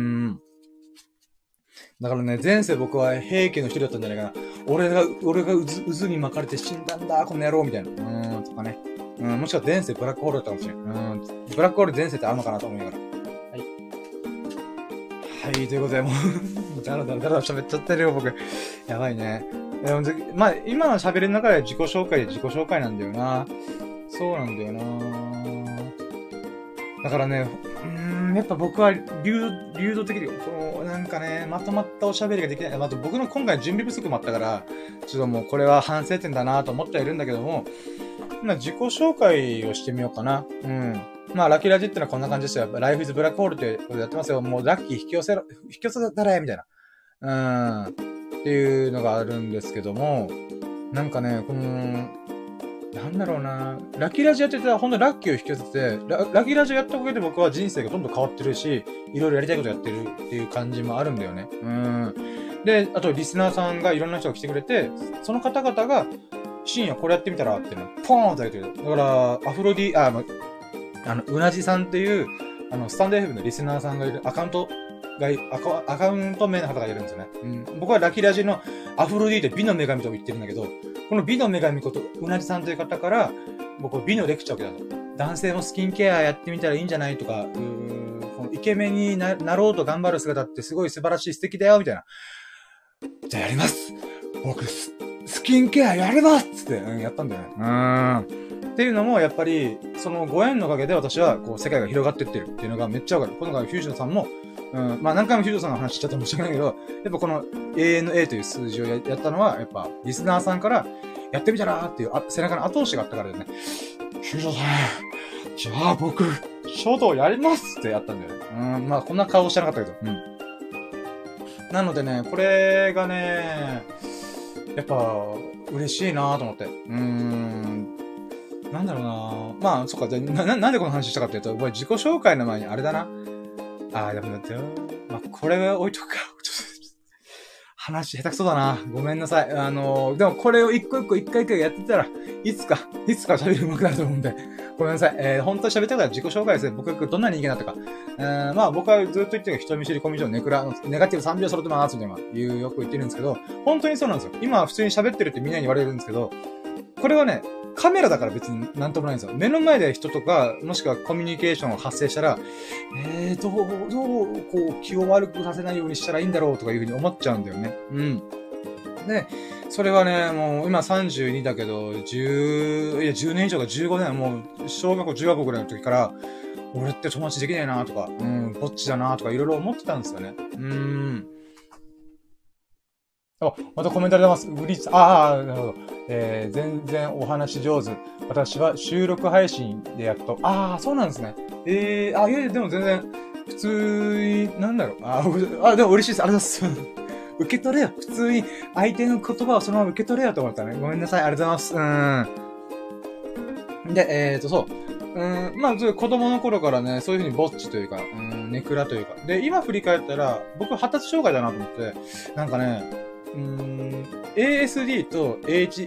Speaker 1: だからね、前世僕は平家の一人だったんじゃないかな。俺が渦に巻かれて死んだんだ、この野郎、みたいな。とかね。もしくは前世ブラックホールだったかもしれん。ブラックホール前世ってあるのかなと思いながら。はい。はい、ということで、もう、だら喋っちゃってるよ、僕。やばいね。まあ、今の喋りの中で自己紹介なんだよな。そうなんだよな。だからね、やっぱ僕は流動的に、こう、なんかね、まとまったおしゃべりができない。また僕の今回準備不足もあったから、ちょっともうこれは反省点だなと思ってはいるんだけども、まあ自己紹介をしてみようかな。まあラッキーラジってのはこんな感じですよ。ライフイズブラックホールってことやってますよ。もうラッキー引き寄せたらみたいな。っていうのがあるんですけども、なんかね、なんだろうな。ラッキーラジやってたら、ほんとラッキーを引き寄せて、ラッキーラジやったおかげで僕は人生がどんどん変わってるし、いろいろやりたいことやってるっていう感じもあるんだよね。で、あとリスナーさんがいろんな人が来てくれて、その方々が、深夜これやってみたらっていうのをポーンとやってる。だから、うなじさんっていう、スタンド FM のリスナーさんがいるアカウント名の方がいるんですよね。僕はラッキーラジのアフロディーテ美の女神と言ってるんだけど、この美の女神こと、うなじさんという方から、僕は美のレクチャーを受けたの。男性もスキンケアやってみたらいいんじゃないとか、このイケメンになろうと頑張る姿ってすごい素晴らしい素敵だよ、みたいな。じゃあやります僕、スキンケアやりますつって、やったんだよね。っていうのも、やっぱり、そのご縁のおかげで私は、こう、世界が広がっていってるっていうのがめっちゃわかる。この回、フュージョンさんも、まあ何回もフュージョンさんの話しちゃって申し訳ないけど、やっぱこの ANA という数字をやったのは、やっぱ、リスナーさんから、やってみたらーっていう背中の後押しがあったからですね。フュージョンさん、じゃあ僕、書道やりますってやったんだよね。まあこんな顔してなかったけど。なのでね、これがね、やっぱ、嬉しいなーと思って。なんだろうなまあ、そっか、なんでこの話したかっていうと、自己紹介の前にあれだな。でもだってよ。まあ、これ置いとくか。話下手くそだな。ごめんなさい。でもこれを一個一回やってたら、いつか喋る上手くなると思うんで、ごめんなさい。本当に喋ったから自己紹介ですね。僕がどんな人間だったか。まあ僕はずっと言ってる人見知りコミュ障ネガティブ3秒揃ってますみたいなよく言ってるんですけど、本当にそうなんですよ。今は普通に喋ってるってみんなに言われるんですけど、これはね、カメラだから別になんともないんですよ。目の前で人とか、もしくはコミュニケーションを発生したら、どう、こう、気を悪くさせないようにしたらいいんだろうとかいうふうに思っちゃうんだよね。で、それはね、もう今32だけど、10年以上か15年、もう小学校、中学校ぐらいの時から、俺って友達できないなとか、ぼっちだなとかいろいろ思ってたんですよね。またコメントありがとうございます。なるほど。全然お話上手。私は収録配信でやっと。そうなんですね。いや、でも全然、普通に、なんだろう。でも嬉しいです。ありがとうございます。受け取れよ。普通に、相手の言葉をそのまま受け取れよと思ったね。ごめんなさい。ありがとうございます。で、そう。まあ、子供の頃からね、そういう風にぼっちというか、ネクラというか。で、今振り返ったら、僕発達障害だなと思って、なんかね、 ASD と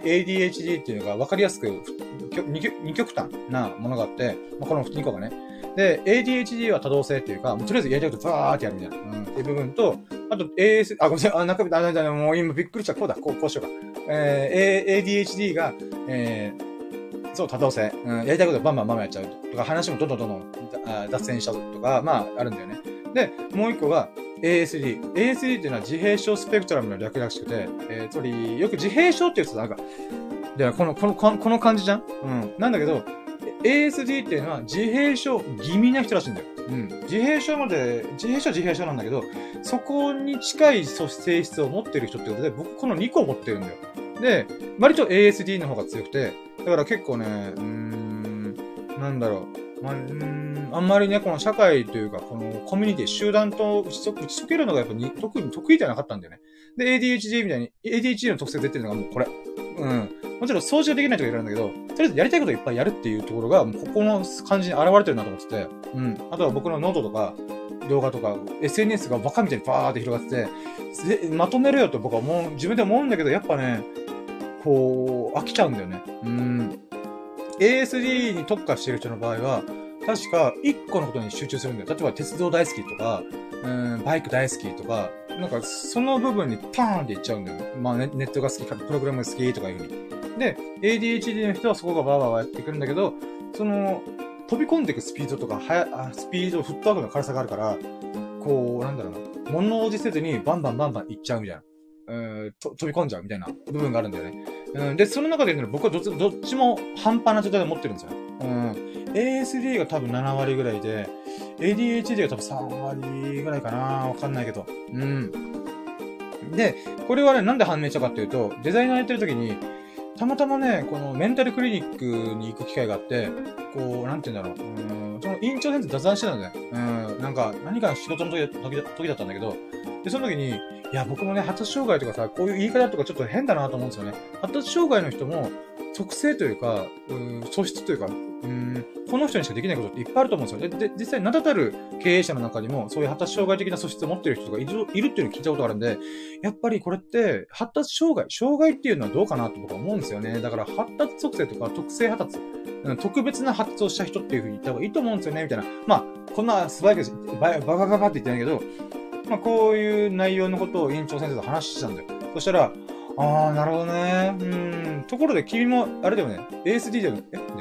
Speaker 1: ADHD っていうのが分かりやすく、二極端なものがあって、まあ、この2個がね。で、ADHD は多動性っていうか、もうとりあえずやりたいことバーってやるみたいな、っていう部分と、あと ごめんなさい、もう今びっくりした。こうしようか。ADHD が、そう、多動性。やりたいことバンバンやっちゃうとか、話もどんどん脱線しちゃうとか、まあ、あるんだよね。で、もう一個が ASD。ASD っていうのは自閉症スペクトラムの略らしくて、つまり、よく自閉症って言うとなんか、で、この感じじゃんなんだけど、ASD っていうのは自閉症気味な人らしいんだよ。自閉症なんだけど、そこに近い性質を持ってる人ってことで、僕この2個持ってるんだよ。で、割と ASD の方が強くて、だから結構ね、なんだろう。あんまりね、この社会というか、このコミュニティ、集団と打ち解けるのがやっぱ特に得意じゃなかったんだよね。で、ADHD みたいに、ADHD の特性出てるのがもうこれ。もちろん掃除はできない人がいるんだけど、とりあえずやりたいことをいっぱいやるっていうところが、もうここの感じに現れてるなと思ってて、あとは僕のノートとか、動画とか、SNS がバカみたいにバーって広がってて、まとめるよと僕は自分で思うんだけど、やっぱね、こう、飽きちゃうんだよね。ASD に特化してる人の場合は、確か1個のことに集中するんだよ。例えば鉄道大好きとか、バイク大好きとか、なんかその部分にパーンっていっちゃうんだよ。まあネットが好き、プログラムが好きとかいう風に。で、ADHD の人はそこがバーバーやってくるんだけど、その、飛び込んでいくスピードとか、スピード、フットワークの軽さがあるから、こう、なんだろうな、物おじせずにバンバンいっちゃうみたいな。飛び込んじゃうみたいな部分があるんだよね。で、その中で言うのは僕はどっちも半端な状態で持ってるんですよ。ASD が多分7割ぐらいで、ADHD が多分3割ぐらいかなわかんないけど。で、これはね、なんで判明したかっていうと、デザイナーやってる時に、たまたまね、このメンタルクリニックに行く機会があって、こう、なんて言うんだろう。その院長先生雑談してたんだよ。なんか、何か仕事の時だったんだけど、で、その時に、いや、僕もね、発達障害とかさ、こういう言い方とかちょっと変だなと思うんですよね。発達障害の人も、特性というか、素質というか、この人にしかできないことっていっぱいあると思うんですよ。で、実際名だたる経営者の中にも、そういう発達障害的な素質を持っている人がいるっていうのを聞いたことがあるんで、やっぱりこれって、発達障害っていうのはどうかなと僕は思うんですよね。だから、発達特性とか特性発達、特別な発達をした人っていう風に言った方がいいと思うんですよね、みたいな。まあ、こんな素早くババって言ってないけど、まあ、こういう内容のことを院長先生と話してたんだよ。そしたら、なるほどね。ところで君も、あれだよね。ASD だよね。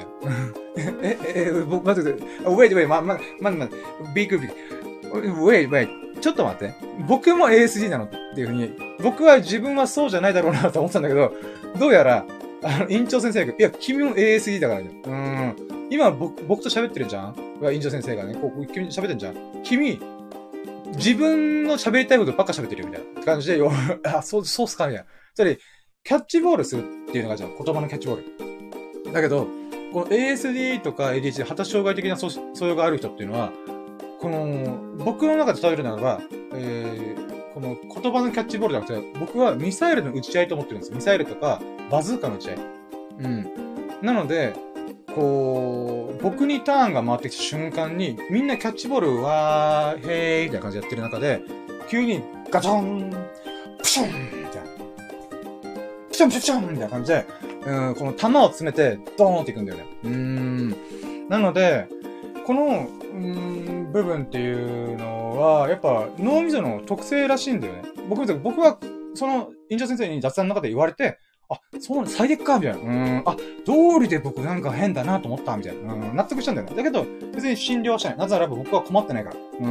Speaker 1: 僕、待って、wait, wait, ちょっと待って。僕も ASD なのっていうふうに、自分はそうじゃないだろうなと思ってたんだけど、どうやら、院長先生が、いや、君も ASD だからね。今僕と喋ってるじゃん院長先生がね、君喋ってんじゃん君、自分の喋りたいことばっか喋ってるよ、みたいな感じで、そうっすか、みたいな。つまり、キャッチボールするっていうのがじゃん。言葉のキャッチボール。だけど、この ASD とか ADHD、発達障害的な素養がある人っていうのは、この、僕の中で例えるならば、この言葉のキャッチボールじゃなくて、僕はミサイルの撃ち合いと思ってるんですよ。ミサイルとか、バズーカの撃ち合い。なので、こう、僕にターンが回ってきた瞬間に、みんなキャッチボール、へーみたいな感じでやってる中で、急にガチョン、プシュンみたいな。プシュンプシュンみたいな感じで、この弾を詰めて、ドーンっていくんだよね。なので、この、部分っていうのは、やっぱ脳みその特性らしいんだよね。僕は、その、院長先生に雑談の中で言われて、最悪かみたいな。道理で僕なんか変だなと思ったみたいな。納得したんだよね。だけど、別に診療はしない。なぜならば僕は困ってないから。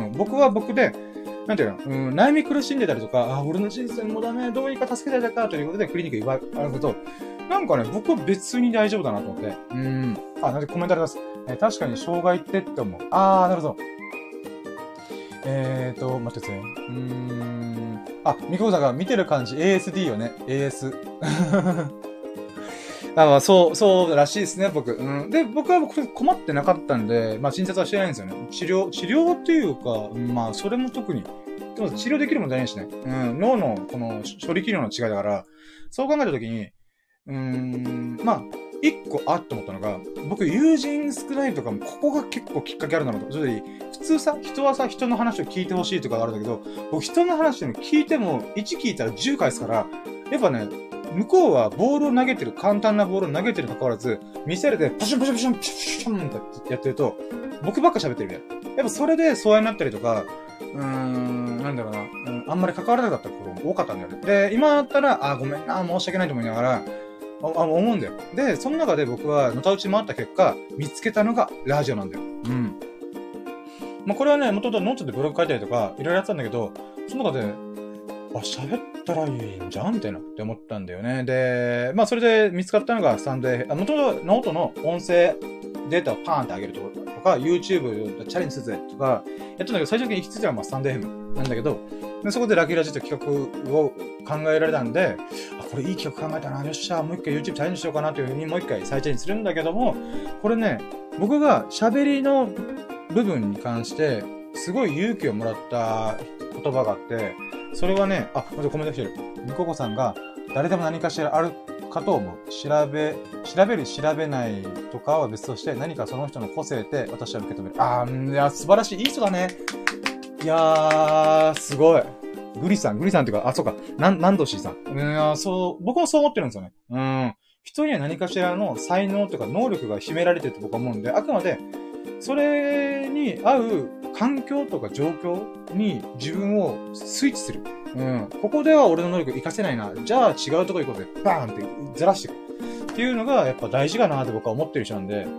Speaker 1: 僕は僕で、なんていうの、悩み苦しんでたりとか、俺の人生もダメ、どうにか助けてあげたかということでクリニックにあるけど、なんかね、僕は別に大丈夫だなと思って。なんでコメントあります。確かに障害って思う。なるほど。待ってください。みこさんが見てる感じ、ASD よね。AS。そうらしいですね、僕。で、僕は困ってなかったんで、診察はしてないんですよね。治療っていうか、それも特に。でも治療できるもんじゃないしね。脳のこの処理機能の違いだから、そう考えたときに、 一個あっと思ったのが、僕友人少ないとかも、ここが結構きっかけあるなと。それで普通さ、人はさ、人の話を聞いてほしいとかあるんだけど、僕人の話でも聞いても、1聞いたら10返すから、やっぱね、向こうはボールを投げてる、簡単なボールを投げてるに関わらず、見せるでパシュンパシュンパシュンパシュンってやってると、僕ばっか喋ってるみたいな。やっぱそれで疎遠になったりとか、なんだろうな、あんまり関わらなかったことも多かったんだよね。で、今だったら、ごめんな、申し訳ないと思いながら、思うんだよ。で、その中で僕は、のたうち回った結果、見つけたのがラジオなんだよ。まあ、これはね、元々ノートでブログ書いたりとか、いろいろやってたんだけど、その中で、喋ったらいいんじゃんみたいなって思ったんだよね。で、まあそれで見つかったのがスタンドで、元々ノートの音声データをパーンって上げるところとか、YouTube でチャレンジするぜとか、やったんだけど、最終的に行き着いたのはスタンド FM なんだけど、でそこでラキラジという企画を考えられたんで、これいい企画考えたな、よっしゃ、もう一回 YouTube チャレンジしようかなというふうにもう一回再チャレンジするんだけども、これね、僕が喋りの部分に関して、すごい勇気をもらった言葉があって、それはね、またコメント来てる。みここさんが、誰でも何かしらあるかと思う。調べる、調べないとかは別として、何かその人の個性って私は受け止める。いや、素晴らしい。いい人だね。いやー、すごい。グリさんっていうか、そうか。なんどしーさん。僕もそう思ってるんですよね。人には何かしらの才能とか能力が秘められてると僕は思うんで、あくまで、それに合う環境とか状況に自分をスイッチする。ここでは俺の能力活かせないな。じゃあ違うとこ行こうぜ。バーンってずらしていく。っていうのがやっぱ大事かなって僕は思ってる人なんで。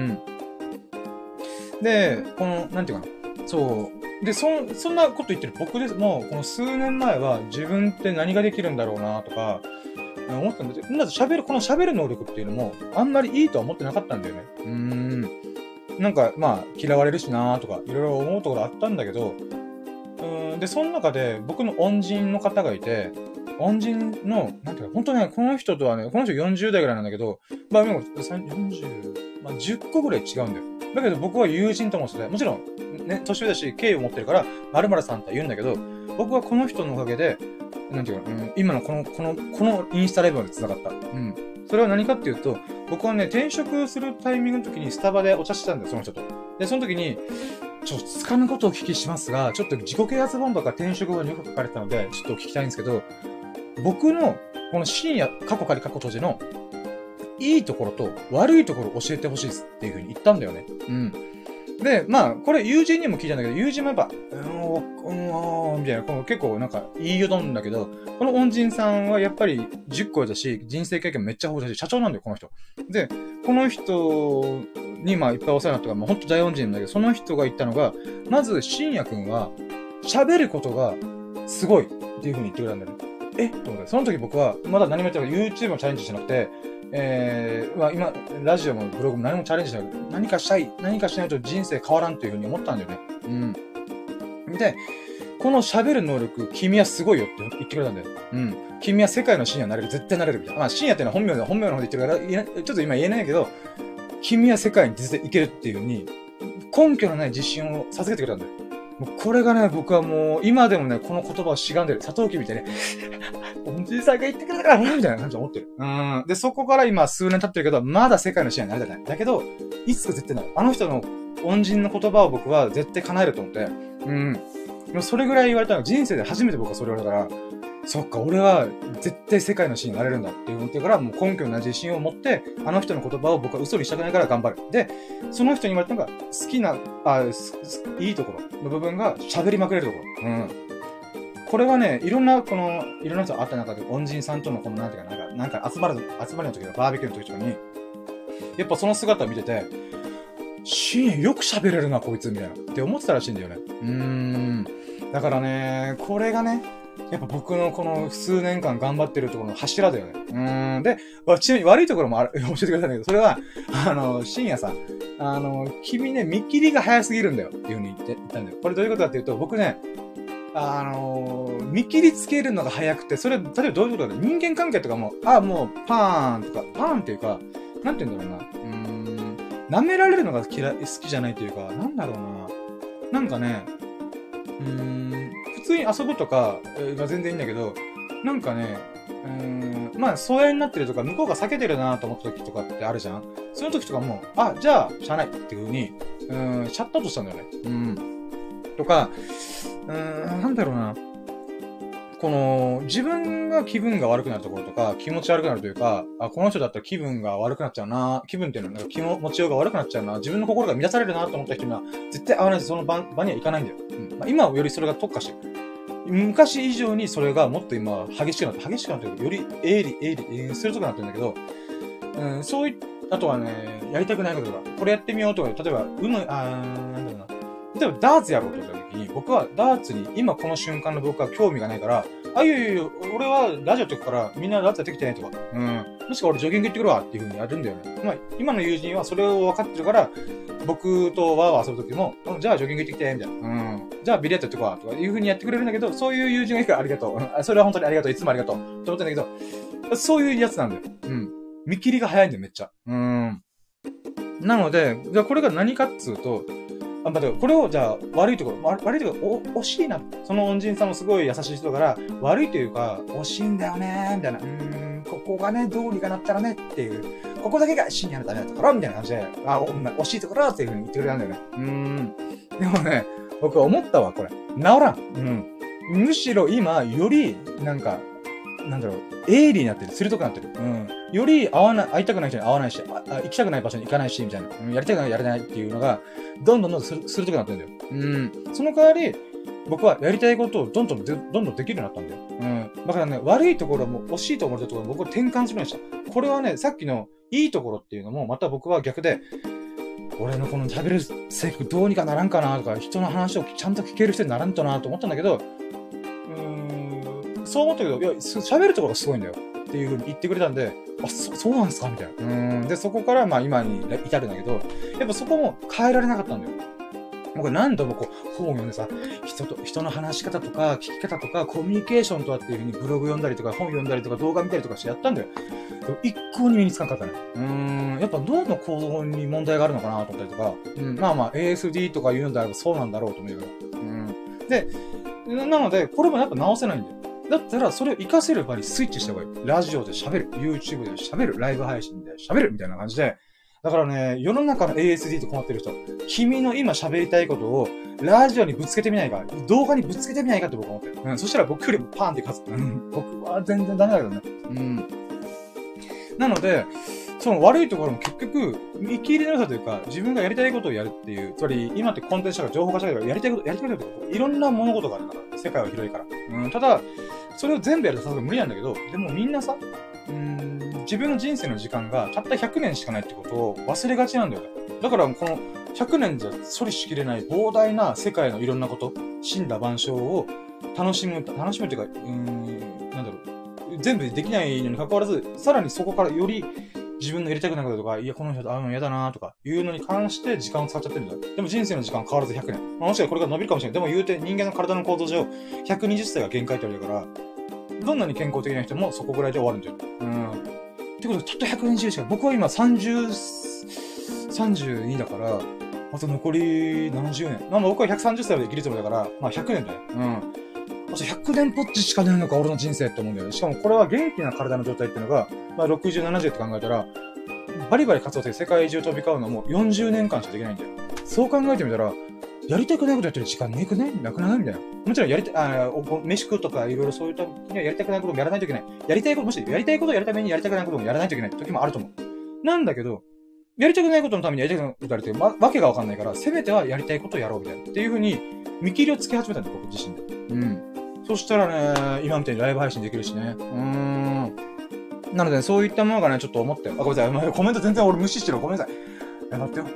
Speaker 1: で、なんていうかな。そう。で、そんなこと言ってる僕です。もう、この数年前は自分って何ができるんだろうなとか、思ったんだけど、この喋る能力っていうのも、あんまりいいとは思ってなかったんだよね。なんか、まあ、嫌われるしなーとか、いろいろ思うところあったんだけど、で、その中で僕の恩人の方がいて、恩人の、なんていうか、本当ね、この人とはね、この人40代ぐらいなんだけど、まあ、10個ぐらい違うんだよ。だけど僕は友人ともしてて、もちろん、ね、年上だし、敬意を持ってるから、〇〇さんって言うんだけど、僕はこの人のおかげで、なんていうか、今のこのインスタライブまで繋がった。それは何かっていうと、僕はね、転職するタイミングの時にスタバでお茶してたんだよ、その人と。で、その時に、つかぬことをお聞きしますが、ちょっと自己啓発本とか転職後によく書かれてたので、ちょっとお聞きしたいんですけど、僕の、この深夜、過去閉じの、いいところと悪いところを教えてほしいですっていう風に言ったんだよね。で、まあ、これ友人にも聞いたんだけど、友人もやっぱ、みたいな、結構なんか言いよどんだけど、この恩人さんはやっぱり10個だし、人生経験めっちゃ豊富だし、社長なんだよ、この人。で、この人にまあいっぱいお世話になったから、もうほんと大恩人なんだけど、その人が言ったのが、まず、深夜くんは、喋ることがすごいっていう風に言ってくれたんだよね。と思って、その時僕は、まだ何もやってない YouTube もチャレンジしてなくて、まあ今、ラジオもブログも何もチャレンジしない。何かしないと人生変わらんというふうに思ったんだよね。で、この喋る能力、君はすごいよって言ってくれたんだよ。君は世界の深夜になれる。絶対なれるみたいな。まあ深夜っていうのは本名の方で言ってるから、ちょっと今言えないけど、君は世界に実際行けるっていうふうに、根拠のない自信を授けてくれたんだよ。もうこれがね、僕はもう、今でもね、この言葉をしがんでる。サトウキビみたいに、おじいさんが言ってくれたからねみたいな感じで思ってる。で、そこから今数年経ってるけど、まだ世界の視野になれてない。だけど、いつか絶対なる。あの人の恩人の言葉を僕は絶対叶えると思って。でもそれぐらい言われたのが人生で初めて僕はそれ言われたから、そっか、俺は絶対世界の視野になれるんだって思ってから、もう根拠のない自信を持って、あの人の言葉を僕は嘘にしたくないから頑張る。で、その人に言われたのが、好きな、いいところの部分が喋りまくれるところ。これはね、いろんな人あった中で、恩人さんとのこのなんか集まりの時のバーベキューの時とかに、やっぱその姿を見てて、深夜よく喋れるな、こいつ、みたいな。って思ってたらしいんだよね。だからね、これがね、やっぱ僕のこの数年間頑張ってるところの柱だよね。で、ちなみに悪いところも教えてくださいんだけど、それは、深夜さん、君ね、見切りが早すぎるんだよっていう風に言ったんだよ。これどういうことかっていうと、僕ね、見切りつけるのが早くて、それ、例えばどういうことかって、人間関係とかも、もう、パーンとか、パーンっていうか、なんて言うんだろうな。舐められるのが好きじゃないというか、なんだろうな。なんかね、普通に遊ぶとかが全然いいんだけど、なんかね、 まあ、疎遠になってるとか、向こうが避けてるなと思った時とかってあるじゃん。その時とかも、あ、じゃあ、しゃあないっていう風に、シャットアウトしたんだよね。とか、なんだろうな。この、自分が気分が悪くなるところとか、気持ち悪くなるというか、あ、この人だったら気分が悪くなっちゃうな、気分っていうのはなんか気持ちようが悪くなっちゃうな、自分の心が乱されるなと思った人には、絶対会わないし、その場には行かないんだよ。まあ、今よりそれが特化してる。昔以上にそれがもっと今、激しくなってる。より鋭利、鋭くなってるんだけど、そういあとはね、やりたくないこととか、これやってみようとか、例えば、なんだろうな。例えば、ダーツやろうとした時に、僕はダーツに、今この瞬間の僕は興味がないから、いや、俺はラジオとかからみんなダーツやってきてねとか、もしくは俺ジョギング行ってくるわっていう風にやるんだよね。まあ、今の友人はそれを分かってるから、僕とワー遊ぶ時も、じゃあジョギング行ってきて、みたいな。じゃあビリヤードやってこわ、とかいう風にやってくれるんだけど、そういう友人がいるからありがとう。それは本当にありがとう。いつもありがとう。と思ってんだけど、そういうやつなんだよ。見切りが早いんだよ、めっちゃ。なので、じゃあこれが何かっつうと、これをじゃあ悪いところ、惜しいな。その恩人さんもすごい優しい人だから、悪いというか、惜しいんだよねみたいな。ここがね、どうにかなったらねっていう、ここだけが真にあるためのところみたいな感じで、惜しいところっていう風に言ってくれたんだよね。でもね、僕は思ったわ、これ。治らん。むしろ今、より、なんか、なんだろう、鋭利になってる、鋭くなってる。より会いたくない人に会わないし、行きたくない場所に行かないし、みたいな。やりたくない、やれないっていうのが、どんどん鋭くなってるんだよ。その代わり、僕はやりたいことをどんどんできるようになったんだよ。だからね、悪いところも惜しいと思ったところを僕は転換するようにした。これはね、さっきのいいところっていうのも、また僕は逆で、俺のこの喋る性格どうにかならんかなとか、人の話をちゃんと聞ける人にならんとなと思ったんだけど、そう思ったけど、いや、喋るところがすごいんだよ。っていう風に言ってくれたんで、そうなんですかみたいな。で、そこから、まあ今に至るんだけど、やっぱそこも変えられなかったんだよ。僕何度もこう、本を読んでさ、人の話し方とか、聞き方とか、コミュニケーションとはっていう風にブログ読んだりとか、本読んだりとか、動画見たりとかしてやったんだよ。でも一向に身につかなかったね。やっぱ脳の構造に問題があるのかなと思ったりとか、まあ、ASD とか言うんだらそうなんだろうと思うから。で、なので、これもやっぱ直せないんだよ。だったら、それを活かせる場にスイッチした方がいい。ラジオで喋る。YouTube で喋る。ライブ配信で喋る。みたいな感じで。だからね、世の中の ASD と困ってる人、君の今喋りたいことを、ラジオにぶつけてみないか、動画にぶつけてみないかって僕は思ってる。そしたら僕よりもパーンって勝つ。僕は全然ダメだけどね。なので、その悪いところも結局、見切りの良さというか、自分がやりたいことをやるっていう、つまり、今ってコンテンツ社会、情報化社会がやりたいことっていろんな物事があるから、世界は広いから。ただ、それを全部やるとさすがに無理なんだけど、でもみんなさ、自分の人生の時間がたった100年しかないってことを忘れがちなんだよね。だからこの100年じゃ処理しきれない膨大な世界のいろんなこと、死んだ万象を楽しむっていうか、なんだろう、全部できないのに関わらず、さらにそこからより自分のやりたくないこととか、いや、この人会うの嫌だなとか、いうのに関して時間を使っちゃってるんだよ。でも人生の時間は変わらず100年。もしかしたらこれが伸びるかもしれない。でも言うて人間の体の構造上、120歳が限界って言われるから、どんなに健康的な人もそこぐらいで終わるんだよ。ってことで、たった120しか、僕は今32だから、あと残り70年。まあ僕は130歳まで生きるつもりだから、まあ100年だよ。あと100年ぽっちしかねえのか、俺の人生って思うんだよね。しかもこれは元気な体の状態っていうのが、まあ60、70って考えたら、バリバリ活動して世界中飛び交うのも40年間しかできないんだよ。そう考えてみたら、やりたくないことやってる時間ねくねなくないみたいな。もちろん飯食うとかいろいろそういった時にはやりたくないこともやらないといけない。やりたいことをやるためにやりたくないこともやらないといけない時もあると思う。なんだけど、やりたくないことのためにやりたくないことやるってわけがわかんないから、せめてはやりたいことをやろうみたいな。っていう風に見切りをつけ始めたんだよ、僕自身で。そしたらね、今みたいにライブ配信できるしね。なので、そういったものがね、ちょっと思って。ごめんなさい。コメント全然俺無視してる。ごめんなさい。待ってよ。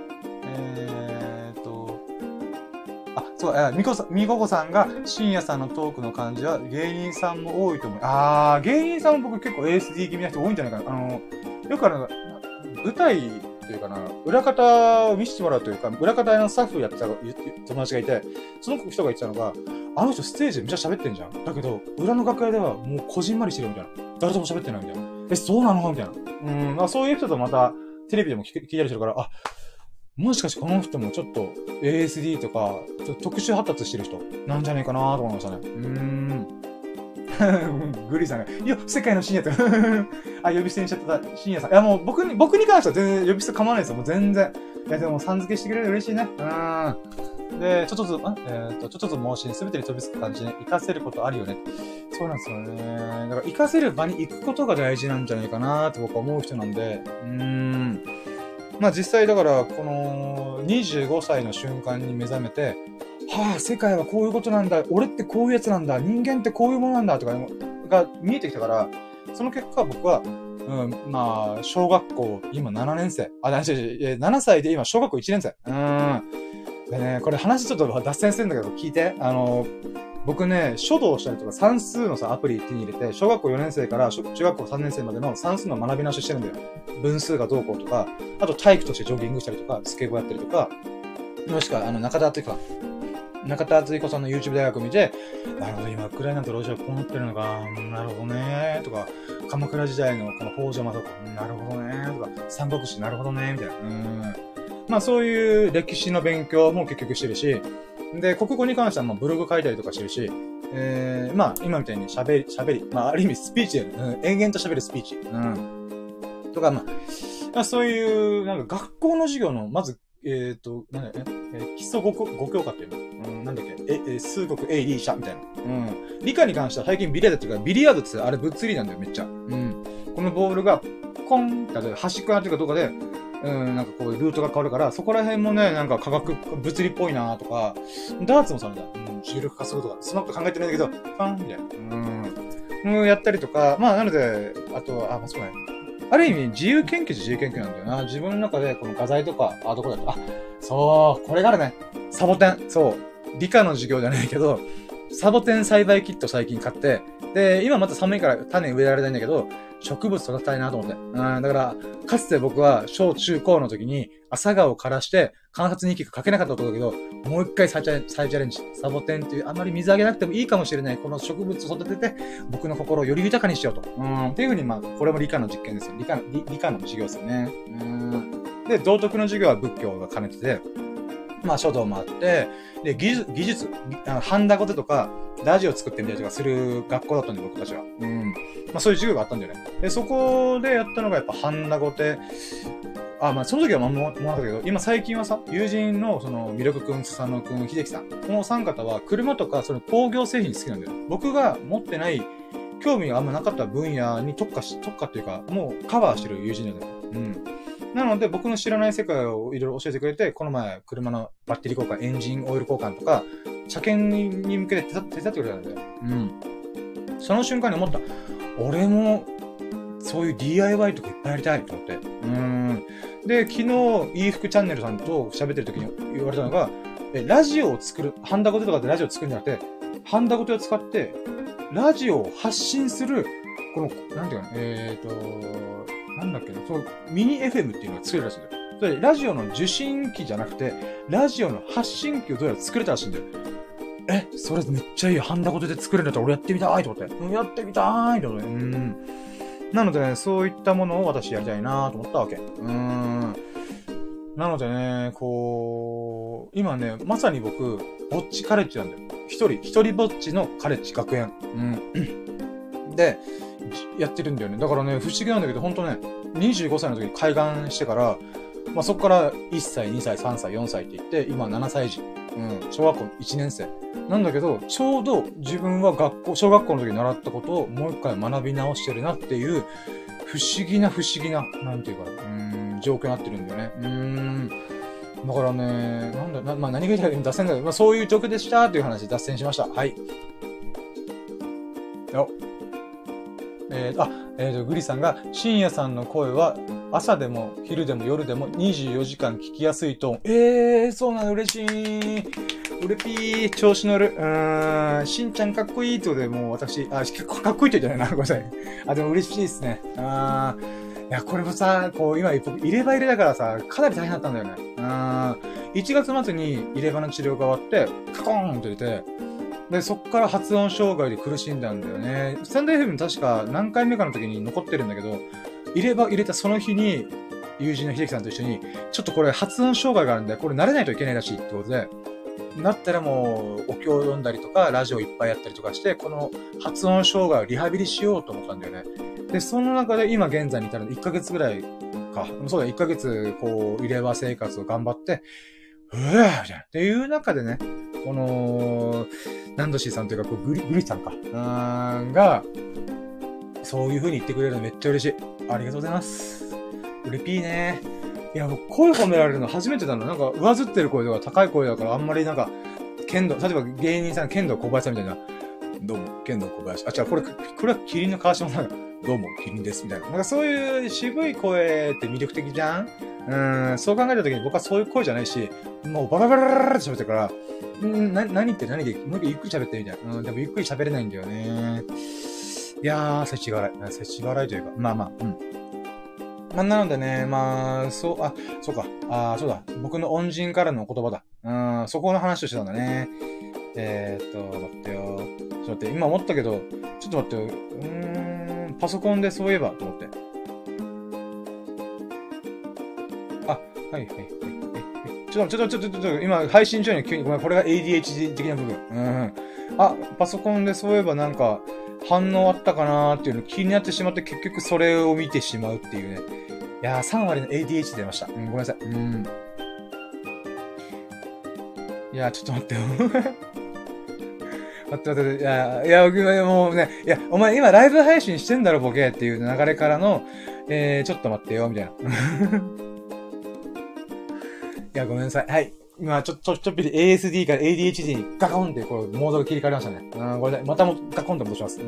Speaker 1: そう、みここさんが、深夜さんのトークの感じは、芸人さんも多いと思う。芸人さんも僕結構 ASD 気味な人多いんじゃないかな。よく舞台というかな、裏方を見せてもらうというか、裏方のスタッフやってた友達がいて、その人が言ってたのが、あの人ステージでめっちゃ喋ってんじゃん。だけど、裏の楽屋ではもうこじんまりしてるみたいな。誰とも喋ってないみたいな。そうなのみたいな。そういう人とまた、テレビでも聞いたりしてるから、もしかしてこの人もちょっと ASD とか、ちょっと特殊発達してる人なんじゃねえかなと思いましたね。 グリーさんが、いや、世界の深夜とあ、呼び捨てにしちゃった深夜さん。いや、もう僕に関しては全然呼び捨て構わないですよ。もう全然。いや、でも、さん付けしてくれる嬉しいね。で、ちょっとずつ盲信、すべてに飛びつく感じね、活かせることあるよね。そうなんですよね。だから、活かせる場に行くことが大事なんじゃないかなって僕は思う人なんで、まあ実際だから、この、25歳の瞬間に目覚めて、はあ、世界はこういうことなんだ。俺ってこういうやつなんだ。人間ってこういうものなんだ。とか、が見えてきたから、その結果僕は、まあ、小学校、今7年生。7歳で今小学校1年生。でね、これ話ちょっと脱線するんだけど、聞いて。僕ね、書道したりとか算数のさ、アプリ手に入れて、小学校4年生から中学校3年生までの算数の学び直ししてるんだよ。分数がどうこうとか、あと体育としてジョギングしたりとか、スケボーやったりとか、もしくは、中田敦彦さんの YouTube 大学を見て、なるほど、今、ウクライナとロシアこうなってるのか、なるほどねとか、鎌倉時代のこの北条政子、なるほどねとか、三国志なるほどねみたいな。まあそういう歴史の勉強も結局してるし、で、国語に関してはもうブログ書いたりとかしてるし、まあ今みたいに喋り、まあある意味スピーチで、延々と喋るスピーチ、とか、まあ、そういう、なんか学校の授業の、まず、なんだよね、基礎5教科っていうの、なんだっけ、数国 A、理社みたいな。理科に関しては最近ビリヤードっていうか、ビリヤードってあれ物理なんだよ、めっちゃ。このボールが、コンって、端っこに当てるかどうかで、なんかこうルートが変わるから、そこら辺もね、なんか科学、物理っぽいなとか、ダーツもそうなんだ。重力加速とか、そんなこと考えてないんだけど、パンみたいな。やったりとか、まあなので、あとは、まあそうね。ある意味、自由研究なんだよな。自分の中で、この画材とか、どこだった？そう、これがあるね。サボテン。そう。理科の授業じゃないけど、サボテン栽培キット最近買って、で、今また寒いから種植えられないんだけど、植物育てたいなと思って。だから、かつて僕は小中高の時に朝顔を枯らして観察日記が書けなかったことだけど、もう一回再チャレンジ。サボテンっていうあまり水あげなくてもいいかもしれないこの植物を育てて、僕の心をより豊かにしようと。っていうふうに、まあ、これも理科の実験ですよ。理科の授業ですよね。で、道徳の授業は仏教が兼ねてて、まあ書道もあって、で、技術、ハンダゴテとか、ラジオ作ってみたりとかする学校だったんで、僕たちは。まあそういう授業があったんだよね。で、そこでやったのがやっぱハンダゴテ。まあその時はもうなかったけど、今最近はさ、友人のその、魅力くん、スサノくん、秀樹さん。この三方は車とかその工業製品好きなんだよ。僕が持ってない、興味があんまなかった分野に特化っていうか、もうカバーしてる友人なんだよ。なので、僕の知らない世界をいろいろ教えてくれて、この前、車のバッテリー交換、エンジンオイル交換とか、車検に向けて手伝ってくれたんだよ。その瞬間に思った。俺も、そういう DIY とかいっぱいやりたいと思って。で、昨日、いい服チャンネルさんと喋ってる時に言われたのが、ラジオを作る、ハンダゴテとかでラジオを作るんじゃなくて、ハンダゴテを使って、ラジオを発信する、この、なんていうかな、なんだっけな、そのミニ FM っていうのが作れるらしいんだよ。それラジオの受信機じゃなくて、ラジオの発信機をどうやら作れたらしいんだよ。それめっちゃいい。ハンダゴテで作れるんだったら俺やってみたいと思って。やってみたいと思って。なのでね、そういったものを私やりたいなと思ったわけ。なのでね、こう、今ね、まさに僕、ぼっちカレッジなんだよ。一人ぼっちのカレッジ学園。で、やってるんだよね。だからね、不思議なんだけど、ほんとね、25歳の時に開眼してから、まあ、そこから1歳、2歳、3歳、4歳って言って、今7歳児。小学校1年生。なんだけど、ちょうど自分は小学校の時に習ったことをもう一回学び直してるなっていう、不思議な、なんていうか、状況になってるんだよね。だからね、まあ、何が言いたいか脱線だけど、まあ、そういう状況でしたっていう話で脱線しました。はい。グリさんが、深夜さんの声は、朝でも、昼でも、夜でも、24時間聞きやすいトーン。そうなの、嬉しい。うれぴー、調子乗る。しんちゃんかっこいいってことで、もう私、かっこいいって言ってないな、ごめんなさい。でも嬉しいですね。いや、これもさ、こう、今、僕、入れ歯入れだからさ、かなり大変だったんだよね。1月末に入れ歯の治療が終わって、カコーンと入れて、で、そっから発音障害で苦しんだんだよね。スタンド FM 確か何回目かの時に残ってるんだけど、入れ歯入れたその日に、友人の秀樹さんと一緒に、ちょっとこれ発音障害があるんで、これ慣れないといけないらしいってことで、 だったらもう、お経を読んだりとか、ラジオいっぱいやったりとかして、この発音障害をリハビリしようと思ったんだよね。で、その中で今現在に至るの1ヶ月ぐらいか。そうだ、1ヶ月、こう、入れ歯生活を頑張って、うわーみたいな。っていう中でね、この、ナンドシーさんというか、こうグリさんか。が、そういう風に言ってくれるのめっちゃ嬉しい。ありがとうございます。うれぴーね。いや、僕、声褒められるの初めてだな。なんか、上ずってる声とか高い声だから、あんまりなんか、例えば芸人さん、剣道小林さんみたいな、どうも、剣道小林。あ、違う、これはキリンの川島さんが、どうも、キリンです、みたいな。なんかそういう渋い声って魅力的じゃん？そう考えたときに僕はそういう声じゃないし、もうバラバラバラバラって喋ってるから、何って何で、もう一回ゆっくり喋ってみたいな。でもゆっくり喋れないんだよね。いやー、世知辛い。世知辛いというか、まあまあ、まあ、なのでね、まあ、そうか。そうだ。僕の恩人からの言葉だ。そこの話をしてたんだね。待ってよ。ちょっと待って、今思ったけど、ちょっと待ってよ。パソコンでそういえば、と思って。あ、はい。ちょっと、今、配信中に急に、ごめん、これが ADHD 的な部分。パソコンでそういえばなんか、反応あったかなーっていうの気になってしまって、結局それを見てしまうっていうね。いやー、3割の ADHD 出ました。ごめんなさい。いやー、ちょっと待ってよ。待って。いや、もうね、いや、お前今ライブ配信してんだろ、ボケっていう流れからの、ちょっと待ってよ、みたいな。いや、ごめんなさい。はい。今、ちょっぴり ASD から ADHD にガコンって、こう、モードが切り替わりましたね。これで、またもガコンと戻します。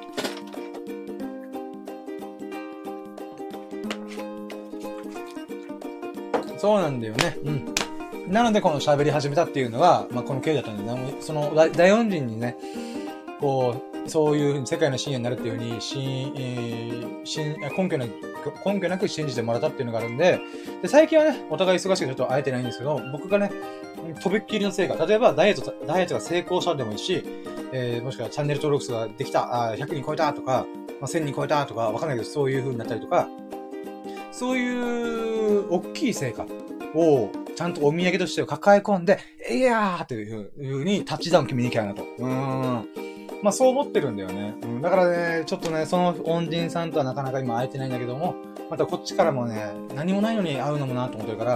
Speaker 1: そうなんだよね。なので、この喋り始めたっていうのは、まあ、この経緯だったんで、その、大恩人にね、こう、そういう世界の深夜になるっていう風に、根拠なく信じてもらったっていうのがあるんで、最近はね、お互い忙しくちょっと会えてないんですけど、僕がね、とびっきりの成果、例えばダイエットが成功したでもいいし、もしくはチャンネル登録数ができた、100人超えたとか、1000人超えたとか、わかんないけど、そういう風になったりとか、そういう、大きい成果を、ちゃんとお土産として抱え込んで、いやーっていう風にタッチダウン決めに行きゃいなと。まあそう思ってるんだよね。だからね、ちょっとね、その恩人さんとはなかなか今会えてないんだけども、またこっちからもね、何もないのに会うのもなと思ってるから、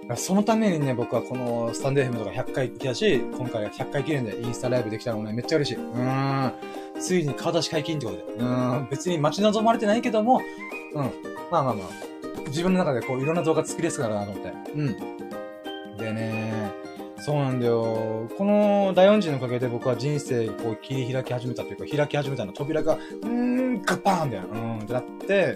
Speaker 1: そのためにね、僕はこのスタンド FM とか100回来たし、今回は100回記念でインスタライブできたのもね、めっちゃ嬉しい。ついに顔出し解禁ってことで。別に待ち望まれてないけども、まあ。自分の中でこういろんな動画作りやすくなるなと思って。でね、そうなんだよ。この大恩人のおかげで僕は人生こう切り開き始めたというか、開き始めたの扉が、ガッパーンだよ。ってなって、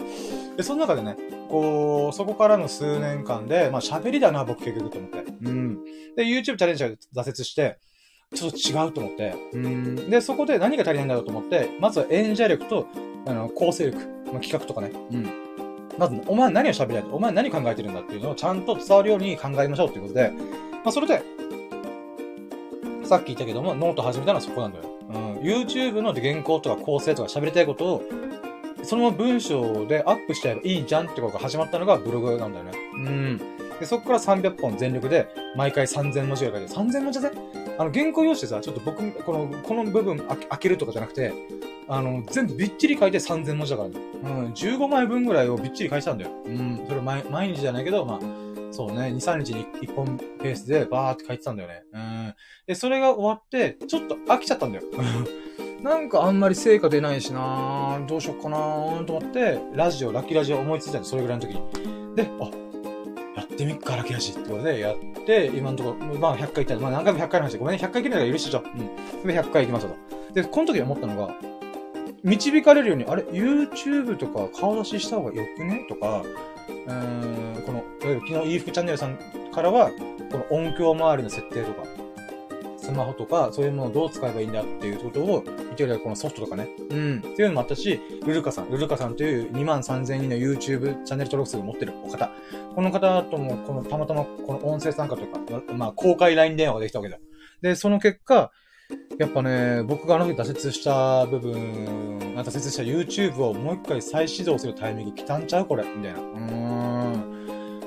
Speaker 1: で、その中でね、こう、そこからの数年間で、まあ喋りだな、僕結局と思って。で、YouTube チャレンジャーで挫折して、ちょっと違うと思って。で、そこで何が足りないんだろうと思って、まずは演者力と、構成力、企画とかね。まず、お前何を喋りたいと、お前何考えてるんだっていうのをちゃんと伝わるように考えましょうっていうことで、それで、さっき言ったけども、ノート始めたのはそこなんだよ。YouTube の原稿とか構成とか喋りたいことを、その文章でアップしちゃえばいいじゃんってことが始まったのがブログなんだよね。で、そこから300本全力で、毎回3000文字ぐらい書いて、3000文字で原稿用紙でさ、ちょっと僕、この部分開けるとかじゃなくて、全部びっちり書いて3000文字だからね。15枚分ぐらいをびっちり書いてたんだよ。それ毎日じゃないけど、まあ、そうね、2、3日に1本ペースでバーって書いてたんだよね。で、それが終わって、ちょっと飽きちゃったんだよ。なんかあんまり成果出ないしなぁ、どうしよっかなぁと思って、ラッキーラジオ思いついたんだよ、それぐらいの時に。で、やってみっか、ラッキーラジってことでやって、今のところ、まあ100回行ったら、まあ何回も100回の話で、ごめんね、100回切れたら許してちょ。で、100回行きますと。で、この時思ったのが、導かれるように、あれ ?YouTube とか顔出しした方がよくねとか、例えば昨日、イーフクチャンネルさんからは、この音響周りの設定とか、スマホとか、そういうものをどう使えばいいんだっていうことを、言ってるこのソフトとかね。っていうのもあったし、ルルカさんという23000人の YouTube チャンネル登録数を持ってるお方。この方とも、たまたまこの音声参加というか、まあ、公開 LINE 電話ができたわけだよ。で、その結果、やっぱね、僕があの時挫折した部分、挫折した YouTube をもう一回再始動するタイミング来たんちゃうこれみたいな。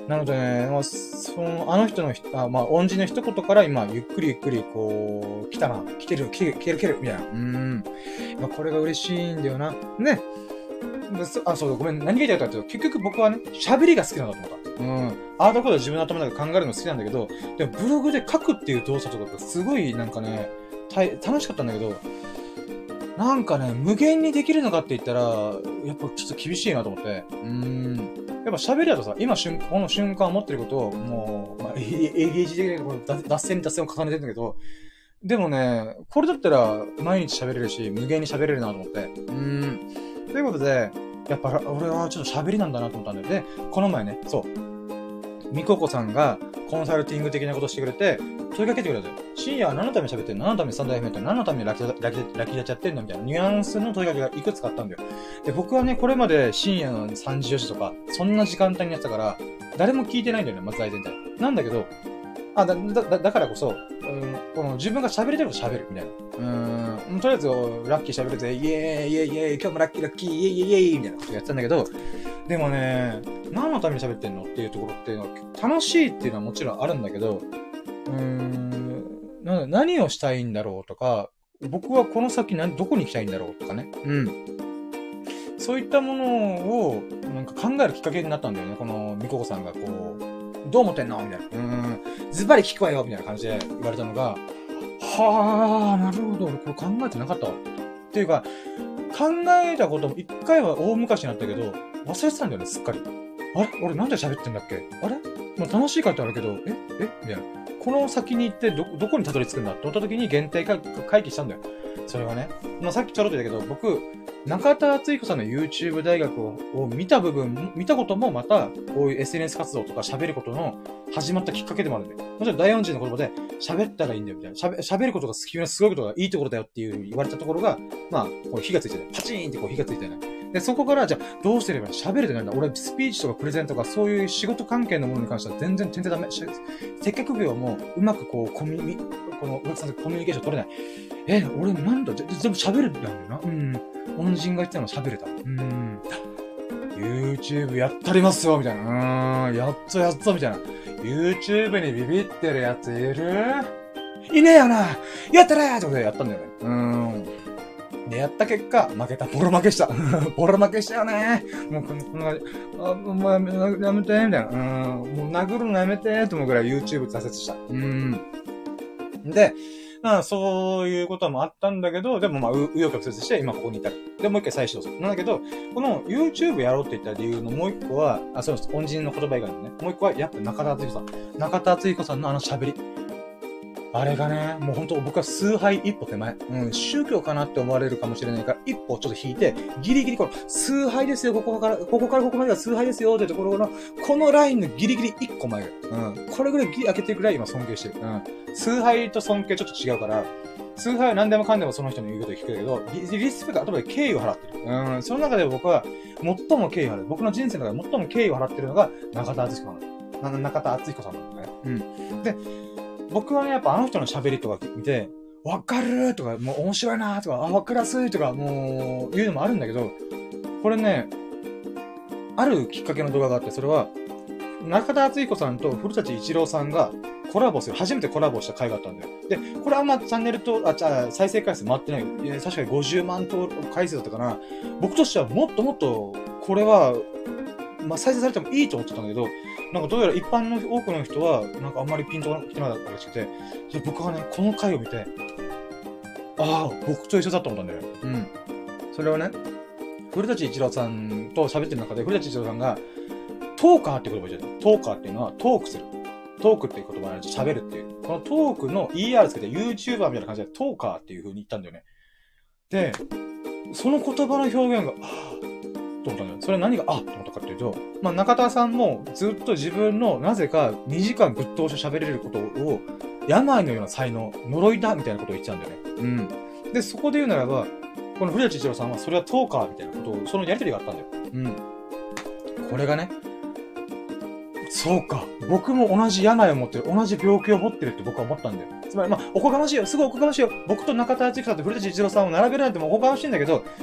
Speaker 1: なのでね、まあ、あの人のまあ、恩人の一言から今、ゆっくりゆっくり、こう、来てる、みたいな。まあ、これが嬉しいんだよな。ね。そうだ、ごめん、何が言いたいかっていうと、結局僕はね、喋りが好きなんだと思った。アートコード自分の頭の中で考えるの好きなんだけど、でもブログで書くっていう動作とかがすごいなんかね、楽しかったんだけど、なんかね、無限にできるのかって言ったら、やっぱちょっと厳しいなと思って。やっぱ喋りだとさ、この瞬間持ってることを、もう、まあ、ADHD 的に脱線を重ねてるんだけど、でもね、これだったら毎日喋れるし、無限に喋れるなと思って。ということで、やっぱ俺はちょっと喋りなんだなと思ったんだよ。で、この前ね、そう。みここさんがコンサルティング的なことしてくれて、問いかけてくれたよ。深夜は何のために喋ってんの？何のためにスタンド FM やってんの？何のためにラキ立ちやってんのみたいなニュアンスの問いかけがいくつかあったんだよ。で、僕はね、これまで深夜の3時4時とか、そんな時間帯にやってたから、誰も聞いてないんだよね、まず大前提。なんだけど、だからこそ、この自分が喋りたいこと喋るみたいな。とりあえず、ラッキー喋るぜ、イエーイ、イエーイ、イエーイ、今日もラッキー、イエーイ、イエーイ、みたいなことやってたんだけど、でもね、何のために喋ってんのっていうところっていうのは、楽しいっていうのはもちろんあるんだけど、何をしたいんだろうとか、僕はこの先どこに行きたいんだろうとかね。そういったものを、なんか考えるきっかけになったんだよね。この、みここさんがこう、どう思ってんのみたいな。ズバリ聞くわよみたいな感じで言われたのが、はぁ、なるほど。俺これ考えてなかったわ。っていうか、考えたことも一回は大昔になったけど、忘れてたんだよね、すっかり。あれ俺なんで喋ってんだっけあれもう楽しいからってあるけど、みたいな。この先に行ってどこにたどり着くんだって思った時に限定回帰したんだよ。それはね。まあ、さっきちょろっと言ったけど、僕、中田敦彦さんの YouTube 大学を見たこともまた、こういう SNS 活動とか喋ることの始まったきっかけでもあるんだよ。もちろん第4次の言葉で喋ったらいいんだよみたいな。喋ることが好きなすごいことがいいところだよっていう言われたところが、まあ、こう火がついてない。パチーンってこう火がついてない。で、そこから、じゃあ、どうすれば喋れてないんだ俺、スピーチとかプレゼンとか、そういう仕事関係のものに関しては全然ダメ。接客業も、うまくこう、この、お客さんとコミュニケーション取れない。俺なんだ全部喋れてたんだよな。恩人が言ってたの喋れた。YouTube やったりますよ、みたいな。やっと、みたいな。YouTube にビビってるやついる？いねえよなやったらーってことでやったんだよね。で、やった結果、負けた。ボロ負けした。ボロ負けしたよね。もう、こんな感じ。もうやめて、みたいな。もう殴るのやめて、と思うぐらい YouTube 挫折した。で、そういうこともあったんだけど、でもまあ、紆余曲折して今ここにいたり。で、もう一回再始動する。なんだけど、この YouTube やろうって言った理由のもう一個は、そうです。恩人の言葉以外にね。もう一個は、やっぱ中田敦彦さん。中田敦彦さんの喋り。あれがね、もう本当僕は崇拝一歩手前。宗教かなって思われるかもしれないから、一歩ちょっと引いて、ギリギリこの、崇拝ですよ、ここからここまでが崇拝ですよ、ってところの、このラインのギリギリ一個前ぐらい。これぐらいギリ開けてるぐらい今尊敬してる。崇拝と尊敬ちょっと違うから、崇拝は何でもかんでもその人の言うことを聞くけど、リスペクト、後で敬意を払ってる。その中で僕は、最も敬意を払う。僕の人生の中で最も敬意を払ってるのが、中田敦彦さん。中田敦彦さんなんだね。で、僕はね、やっぱあの人の喋りとか見て、わかるとか、もう面白いなとか、わかりやすいとか、もう、いうのもあるんだけど、これね、あるきっかけの動画があって、それは、中田敦彦さんと古舘一郎さんが初めてコラボした回があったんだよ。で、これあんまチャンネル再生回数回ってない。確かに50万回数だったかな。僕としてはもっともっと、これは、まあ、再生されてもいいと思ってたんだけど、なんかどうやら一般の多くの人は、なんかあんまりピンと来てなかったらしくて、で僕はね、この回を見て、僕と一緒だと思ったんだよ。それはね、古舘一郎さんと喋ってる中で、古舘一郎さんが、トーカーって言葉を言ってた。トーカーっていうのはトークする。トークっていう言葉なんで喋るっていう。このトークの ER つけて YouTuber みたいな感じでトーカーっていう風に言ったんだよね。で、その言葉の表現が、と思ったんだよ。それは何が、と思ったかっていうと、まあ、中田さんもずっと自分のなぜか2時間ぶっ通して喋れることを、病のような才能、呪いだみたいなことを言っちゃうんだよね。で、そこで言うならば、この古舘一郎さんはそれはトーカーみたいなことを、そのやりとりがあったんだよ。これがね、そうか。僕も同じ病を持ってる、同じ病気を持ってるって僕は思ったんだよ。つまり、まあ、おこがましいよ。すごいおこがましいよ。僕と中田敦彦さんと古舘一郎さんを並べるなんてもおこがましいんだけど、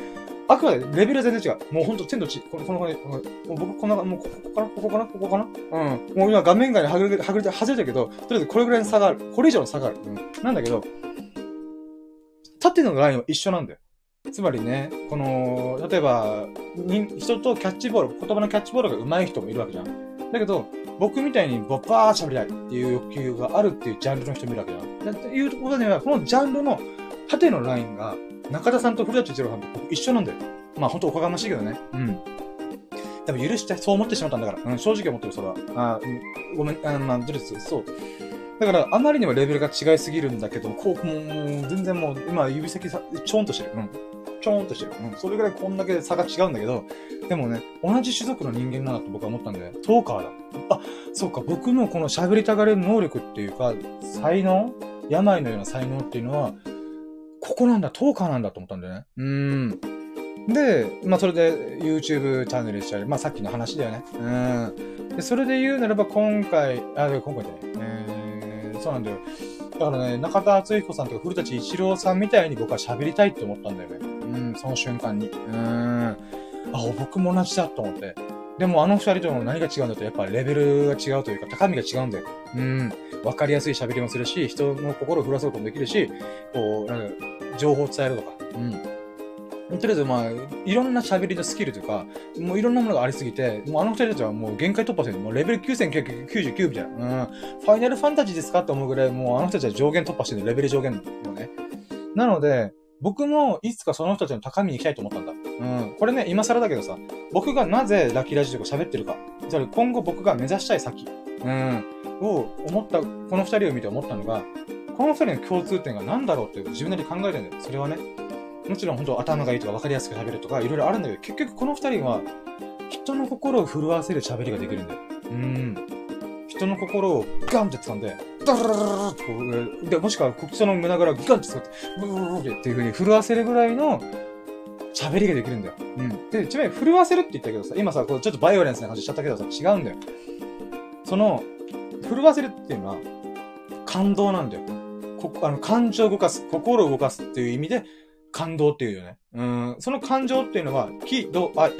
Speaker 1: あくまでレベルは全然違う。もうほんと天と地。この辺、もう僕こんな、もうここかなうん。もう今画面外に外れたけど、とりあえずこれぐらいの差がある。これ以上の差がある。うん。なんだけど、縦のラインは一緒なんだよ。つまりね、この、例えば、人とキャッチボール、言葉のキャッチボールが上手い人もいるわけじゃん。だけど、僕みたいにバー喋りたいっていう欲求があるっていうジャンルの人もいるわけじゃん。っていうことでは、このジャンルの縦のラインが、中田さんと古舘一郎さんと僕一緒なんだよ。まあほんとおこがましいけどね。うん。多分許して、そう思ってしまったんだから。うん、正直思ってる、それは。ごめん、まあ、ずるです。そう。だから、あまりにもレベルが違いすぎるんだけど、こう、もう、全然もう、今、指先ちょんとしてる。うん。ちょんとしてる。うん。それぐらいこんだけ差が違うんだけど、でもね、同じ種族の人間なんだと僕は思ったんで、トーカーだ。あ、そうか、僕のこの喋りたがれる能力っていうか、才能病のような才能っていうのは、ここなんだ、トーカーなんだと思ったんだよね。で、まあ、それで YouTube チャンネルしたり、まあ、さっきの話だよね。で、それで言うならば、今回じゃない。そうなんだよ。だからね、中田敦彦さんとか古舘一郎さんみたいに僕は喋りたいって思ったんだよね。その瞬間に。僕も同じだと思って。でもあの二人とも何が違うんだと、やっぱレベルが違うというか、高みが違うんだよ。わかりやすい喋りもするし、人の心を震わすこともできるし、こう、なんか、情報を伝えるとか。とりあえず、まあ、いろんな喋りのスキルというか、もういろんなものがありすぎて、もうあの二人たちはもう限界突破してる。もうレベル9999みたいな。ファイナルファンタジーですかって思うぐらい、もうあの人たちは上限突破してる。レベル上限のね。なので、僕もいつかその人たちの高みに行きたいと思ったんだ。これね、今更だけどさ、僕がなぜラッキーラジオとか喋ってるか。つまり今後僕が目指したい先。を思った、この二人を見て思ったのが、この二人の共通点が何だろうって自分なりに考えてるんだよ。それはね。もちろん本当頭がいいとか分かりやすく喋るとかいろいろあるんだけど、結局この二人は人の心を震わせる喋りができるんだよ。人の心をガンって掴んで、ダララララってこう、で、もしくは人の胸ぐらをガンって掴って、ブーっていう風に震わせるぐらいの喋りができるんだよ。で、ちなみに震わせるって言ったけどさ、今さ、こうちょっとバイオレンスな感じしちゃったけどさ、違うんだよ。その、震わせるっていうのは感動なんだよ。感情を動かす、心を動かすっていう意味で、感動っていうよね。その感情っていうのは、喜怒哀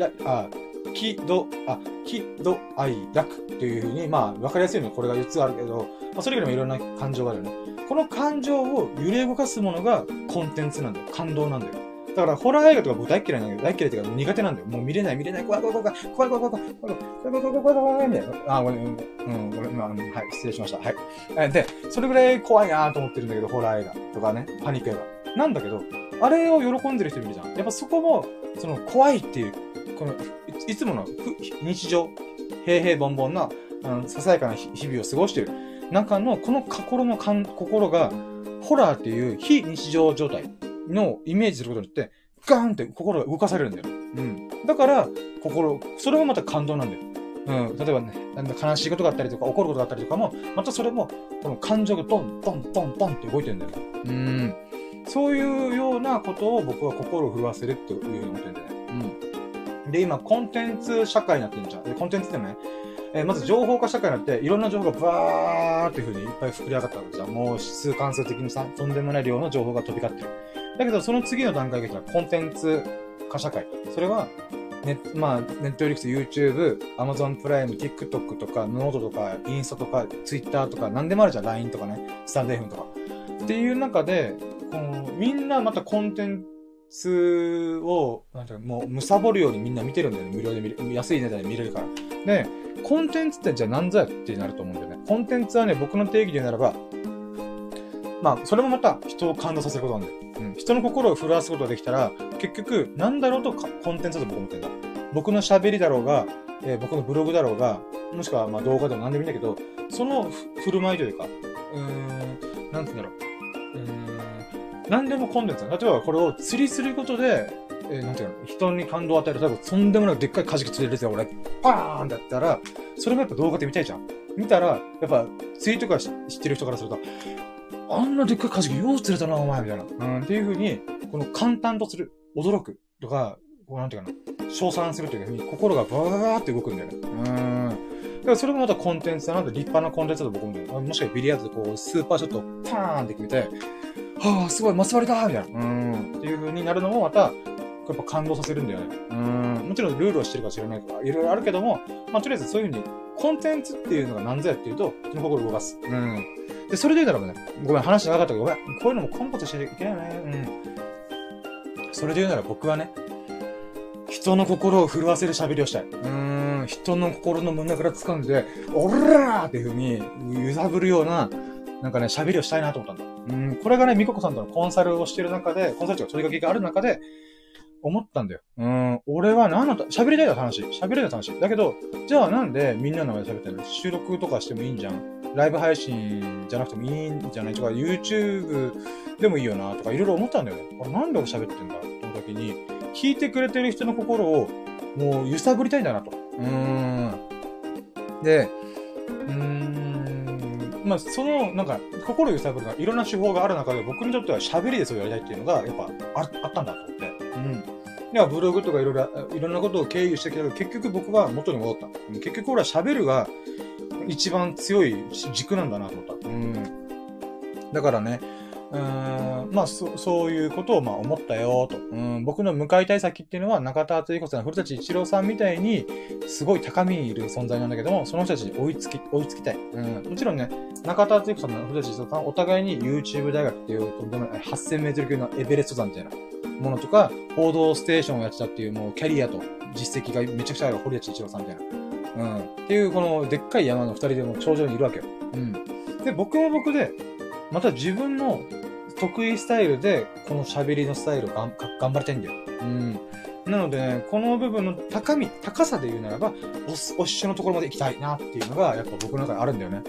Speaker 1: 楽っていう風に、まあ、わかりやすいのはこれが4つあるけど、まあ、それよりもいろんな感情があるよね。この感情を揺れ動かすものがコンテンツなんだよ。感動なんだよ。だから、ホラー映画とか僕大嫌いなんだけど、大嫌いっていうか苦手なんだよ。もう見れない、怖い、みたいな。はい、失礼しました。はい。で、それぐらい怖いなーと思ってるんだけど、ホラー映画とかね、パニック映画。なんだけど、あれを喜んでる人いるじゃん。やっぱそこも、その怖いっていう、この、いつもの日常、平々凡々な、ささやかな日々を過ごしている中の、この心が、ホラーっていう非日常状態のイメージすることによって、ガーンって心が動かされるんだよ。だから、それもまた感動なんだよ。例えばね、悲しいことがあったりとか、怒ることがあったりとかも、またそれも、この感情がドン、ドン、ドン、ドンって動いてるんだよ。そういうようなことを僕は心を震わせるっていうふうに思ってるんだよね。で、今、コンテンツ社会になってるじゃん。で、コンテンツってね、まず情報化社会になって、いろんな情報がバーっていう風にいっぱい膨れ上がったわけじゃん。もう指数関数的にさ、とんでもない量の情報が飛び交ってる。だけど、その次の段階が来たらコンテンツ化社会。それは、ネットフリックス、YouTube、Amazon プライム、TikTok とか、ノートとか、インスタとか、Twitter とか、なんでもあるじゃん。LINE とかね、スタンド FM とか。っていう中で、みんなまたコンテンツを、なんていうか、もう、貪るようにみんな見てるんだよね。無料で安い値段で見れるから。で、コンテンツってじゃあ何ぞやってなると思うんだよね。コンテンツはね、僕の定義で言うならば、まあ、それもまた人を感動させることなんだよ。人の心を震わすことができたら、結局、なんだろうとコンテンツだと僕思ってるんだ。僕の喋りだろうが、僕のブログだろうが、もしくはまあ動画でも何でもいいんだけど、その振る舞いというか、なんて言うんだろう。何でもコンテンツだ。例えばこれを釣りすることで、なんていうの、人に感動を与える。例えば、とんでもなくでっかいカジキ釣れるやつが俺、パーンだったら、それもやっぱ動画で見たいじゃん。見たら、やっぱ、釣りとか知ってる人からすると、あんなでっかいカジキよう釣れたな、お前、みたいな。っていう風に、この簡単とする、驚くとか、こうなんていうかな、称賛するという風に、心がバーって動くんだよね。だからそれもまたコンテンツだなと、立派なコンテンツだと僕もね、もしかしたらビリヤードでこう、スーパーショット、パーンって決めて、はぁ、すごい、マス割りだみたいな。っていう風になるのもまた、 やっぱ感動させるんだよね。もちろんルールをしてるか知らないとか、いろいろあるけども、まあ、とりあえずそういう風に、コンテンツっていうのが何ぞやっていうと、人の心を動かす。で、それで言うならばね、ごめん、話長かったけど、ごめん、こういうのもコンポとしなきゃいけないよね。それで言うなら僕はね、人の心を震わせる喋りをしたい。人の心の胸から掴んで、オラーっていう風に揺さぶるような、なんかね、喋りをしたいなと思ったんだ。これがね、みここさんとのコンサルをしてる中で、コンサルとか取り掛けがある中で、思ったんだよ。俺は喋りたいのは楽しい。喋りたいのは楽しい。だけど、じゃあなんでみんなの前で喋ってんの？収録とかしてもいいんじゃん？ライブ配信じゃなくてもいいんじゃないとか、YouTube でもいいよなとか、いろいろ思ったんだよね。俺なんで俺喋ってんだと思った時に、聞いてくれてる人の心を、もう揺さぶりたいんだなと。で、まあ、なんか、心を揺さぶるのはいろんな手法がある中で、僕にとっては喋りでそれをやりたいっていうのが、やっぱあったんだと思って。いや、ブログとかいろんなことを経由してきたけど、結局僕は元に戻った。結局俺は喋るが一番強い軸なんだなと思った。だからね、まあ、そういうことをまあ思ったよと。僕の向かいたい先っていうのは中田敦彦さん、古舘一郎さんみたいにすごい高みにいる存在なんだけども、その人たちに追いつきたい。もちろんね、中田敦彦さんの古舘一郎さん、お互いに YouTube 大学っていうとんでもない8000メートル級のエベレスト山みたいなものとか、報道ステーションをやってたっていうもうキャリアと実績がめちゃくちゃある堀内一郎さんみたいな。っていうこのでっかい山の二人でも頂上にいるわけよ。で、僕も僕で、また自分の得意スタイルで、この喋りのスタイルを頑張りたいんだよ。なので、ね、この部分の高さで言うならば、お師匠のところまで行きたいなっていうのが、やっぱ僕の中にあるんだよね。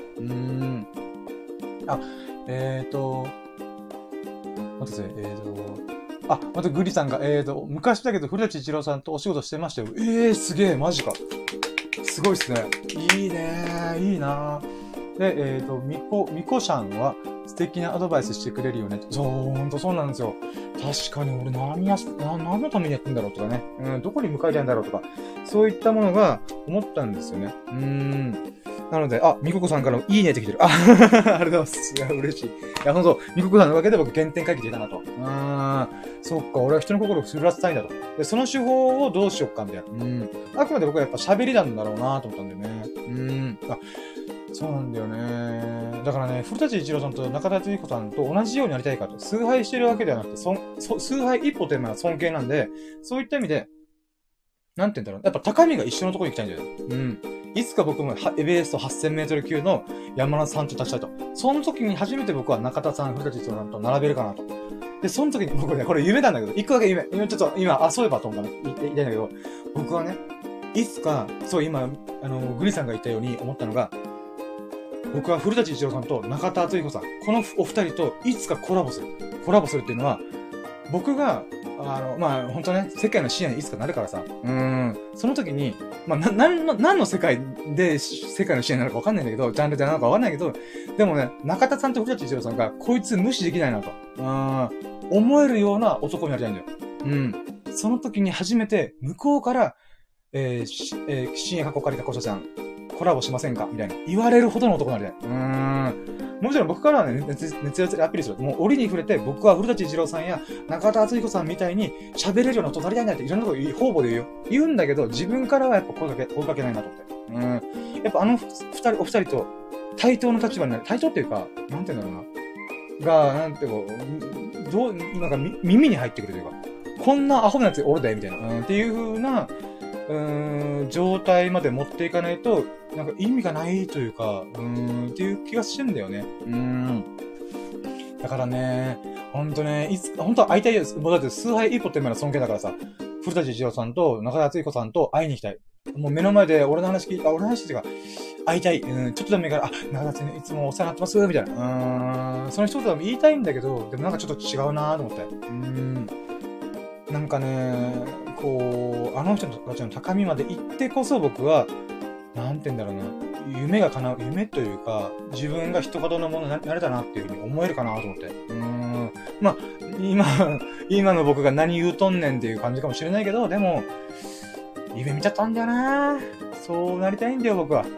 Speaker 1: 待ってください。またグリさんが、昔だけど古舘一郎さんとお仕事してましたよ。すげえ、マジか。すごいっすね。いいねいいなで、みこちゃんは素敵なアドバイスしてくれるよね。ほんとそうなんですよ。確かに俺何のためにやってんだろうとかね。どこに向かいたいんだろうとか。そういったものが思ったんですよね。なので、みここさんからもいいねって来てる。ありがとうございます。いや、嬉しい。いや、ほんと、みここさんのおかげで僕原点回帰できたなと。そっか、俺は人の心を震わせたいんだと。で、その手法をどうしよっか、みたいな。あくまで僕はやっぱ喋りなんだろうなと思ったんだよね。そうなんだよね。だからね、古舘一郎さんと中田敦彦さんと同じようになりたいかと。崇拝してるわけではなくて、崇拝一歩というのは尊敬なんで、そういった意味で、なんて言うんだろう。やっぱ高みが一緒のところに行きたいんだよ。いつか僕もエベレスト8000メートル級の山田さんと立ちたいと。その時に初めて僕は中田さん、古舘一郎さんと並べるかなと。で、その時に僕ね、これ夢なんだけど、一個だけ夢。ちょっと今、そういえばと思ったの。言いたいんだけど、僕はね、いつか、そう今、グリさんが言ったように思ったのが、僕は古舘一郎さんと中田敦彦さん、このお二人といつかコラボする。コラボするっていうのは、僕が、本当ね、世界の視野にいつかなるからさ。その時に、何の世界で世界の視野になるかわかんないんだけど、ジャンルでなのかわかんないけど、でもね、中田さんと古舘一郎さんが、こいつ無視できないなと。思えるような男になりたいんだよ。その時に初めて、向こうから、深夜過去借りたコシャちゃん、コラボしませんかみたいな。言われるほどの男になりたい。もちろん僕からはね、熱烈でアピールする。もう折に触れて、僕は古舘一郎さんや中田敦彦さんみたいに喋れるような人になりたいんだっていろんなこと方々で言うんだけど、自分からはやっぱ声かけないなと思って。やっぱお二人と対等の立場になる。対等っていうか、なんていうんだろうな。なんていうか、なんか耳に入ってくるというか、こんなアホなやつおるで、みたいな。っていう風な、状態まで持っていかないと、なんか意味がないというか、っていう気がしてんだよね。だからね、ほんとね、ほんとは会いたいです。もうだって崇拝一歩って前の尊敬だからさ、古舘一郎さんと中田敦彦さんと会いに行きたい。もう目の前で俺の話っていうか、会いたい。ちょっとでもいいから、中田さんいつもお世話になってます、みたいな。その一言でも言いたいんだけど、でもなんかちょっと違うなと思って。なんかね、あの人たちの高みまで行ってこそ僕は、なんて言うんだろうな、夢が叶う、夢というか、自分が一言のものになれたなっていう風に思えるかなと思って。今の僕が何言うとんねんっていう感じかもしれないけど、でも、夢見ちゃったんだよな。そうなりたいんだよ、僕は。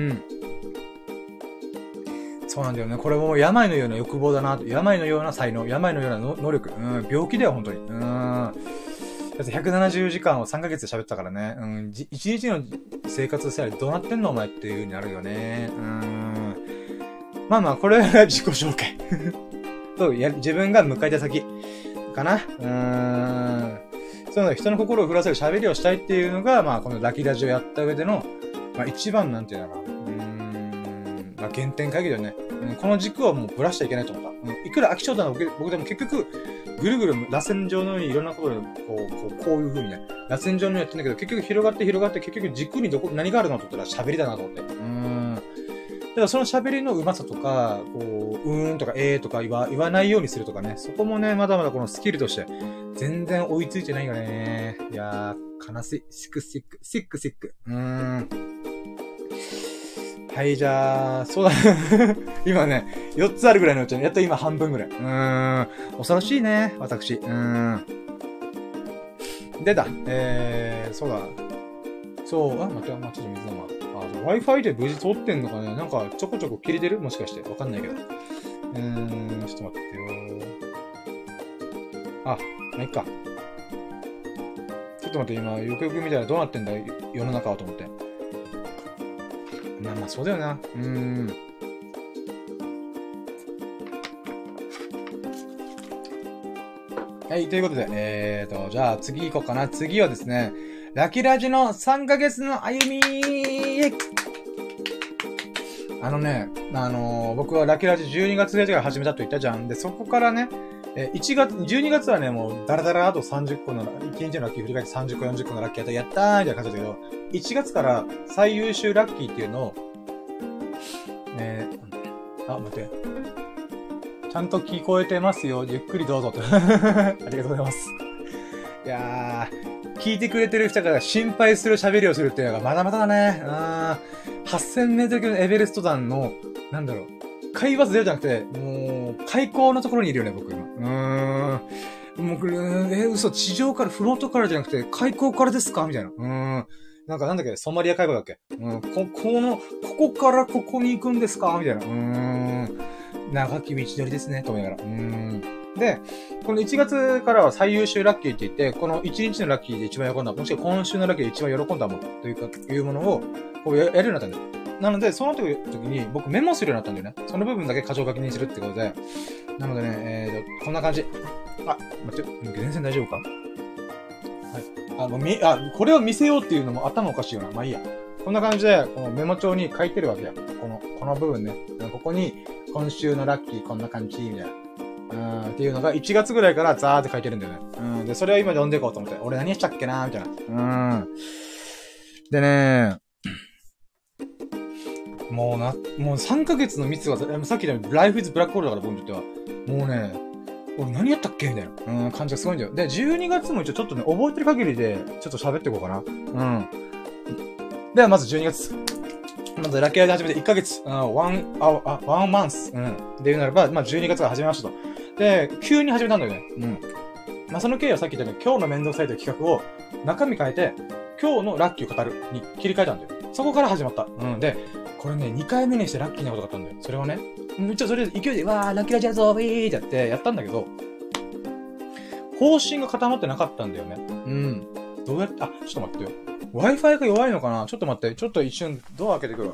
Speaker 1: そうなんだよね。これも病のような欲望だな。病のような才能、病のような能力。病気だよ、本当に。 だって170時間を3ヶ月で喋ったからね。1日の生活スタイルどうなってんのお前っていう風になるよね。まあまあ、これが自己紹介。と、自分が迎えた先かな。そういうの人の心を震わせる喋りをしたいっていうのが、まあ、このラキラジオやった上での、まあ一番なんていうのかな。まあ原点会議だよね。この軸をもうぶらしちゃいけないと思った。いくら飽き性だの僕でも結局、ぐるぐる螺旋状のようにいろんなことで、こういう風にね、螺旋状のようにやってんだけど、結局広がって結局軸に何があるのって言ったら喋りだなと思って。だからその喋りの上手さとか、とかとか言わないようにするとかね、そこもね、まだまだこのスキルとして、全然追いついてないよね。いやー、悲しい。シック。はい、じゃあ、そうだ。今ね、4つあるぐらいのうちに、やっと今半分ぐらい。恐ろしいね、私。でだ、そうだ。そう、待って、ちょっと水飲む。Wi-Fi で無事通ってんのかね、なんかちょこちょこ切れてるもしかして。わかんないけど。ちょっと待ってよ。まあ、いっか。ちょっと待って、今、よくよく見たらどうなってんだ、世の中はと思って。まあ、そうだよな。はい、ということで、じゃあ次行こうかな。次はですね、ラキラジの3ヶ月の歩み僕はラキラジ12月1日から始めたと言ったじゃん。で、そこからね、12月はね、もう、だらだらあと30個の、1日のラッキー振り返って30個、40個のラッキーやったーみたいな感じだけど、1月から最優秀ラッキーっていうのを、待って。ちゃんと聞こえてますよ。ゆっくりどうぞと。ありがとうございます。いやー、聞いてくれてる人から心配する喋りをするっていうのがまだまだだね。8000メートル級のエベレスト山の、なんだろう、海抜ゼロじゃなくて、もう、海溝のところにいるよね、僕今。もう、嘘、地上から、フロントからじゃなくて、海溝からですかみたいな。なんだっけ、ソマリア海溝だっけここからここに行くんですかみたいな。長き道のりですね、と思いながら。で、この1月からは最優秀ラッキーって言って、この1日のラッキーで一番喜んだ、もしくは今週のラッキーで一番喜んだものというものを、こうやるようになったんだよ。なので、その時に僕メモするようになったんだよね。その部分だけ箇条書きにするってことで。なのでね、こんな感じ。待って、全然大丈夫かはい。これを見せようっていうのも頭おかしいよな。まあいいや。こんな感じで、このメモ帳に書いてるわけや。この部分ね。ここに、今週のラッキーこんな感じ、みたいな。っていうのが1月ぐらいからザーって書いてるんだよね。で、それを今読んでいこうと思って。俺何したっけなみたいな。でねもう3ヶ月の密が、さっき言ったライフイズブラックホールだから僕にとっては。もうね、俺何やったっけみたいな。感じがすごいんだよ。で、12月も一応ちょっとね、覚えてる限りで、ちょっと喋っていこうかな。では、まず12月。まず、ラッキーライで始めて1ヶ月。1マンス。で言うならば、まあ、12月から始めましたと。で、急に始めたんだよね。まあ、その経緯はさっき言ったように、今日のめんどくさいという企画を、中身変えて、今日のラッキーを語るに切り替えたんだよ。そこから始まった。で、これね、2回目にしてラッキーなことがあったんだよ。それをね、一応それで勢いで、わー、ラッキーラジやるぞー、ビーってやったんだけど、方針が固まってなかったんだよね。どうやって、ちょっと待ってよ。Wi-Fi が弱いのかなちょっと待って。ちょっと一瞬ドア開けてくるわ。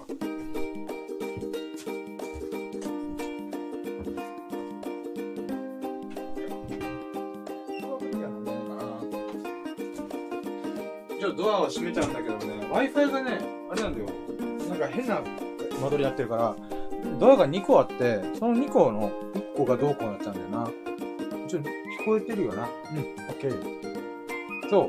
Speaker 1: ちょっとドアは閉めちゃうんだけどね。Wi-Fi がね、あれなんだよ。なんか変な間取りやってるから、ドアが2個あって、その2個の1個がどうこうなっちゃうんだよな。ちょっと聞こえてるよな。OK。そう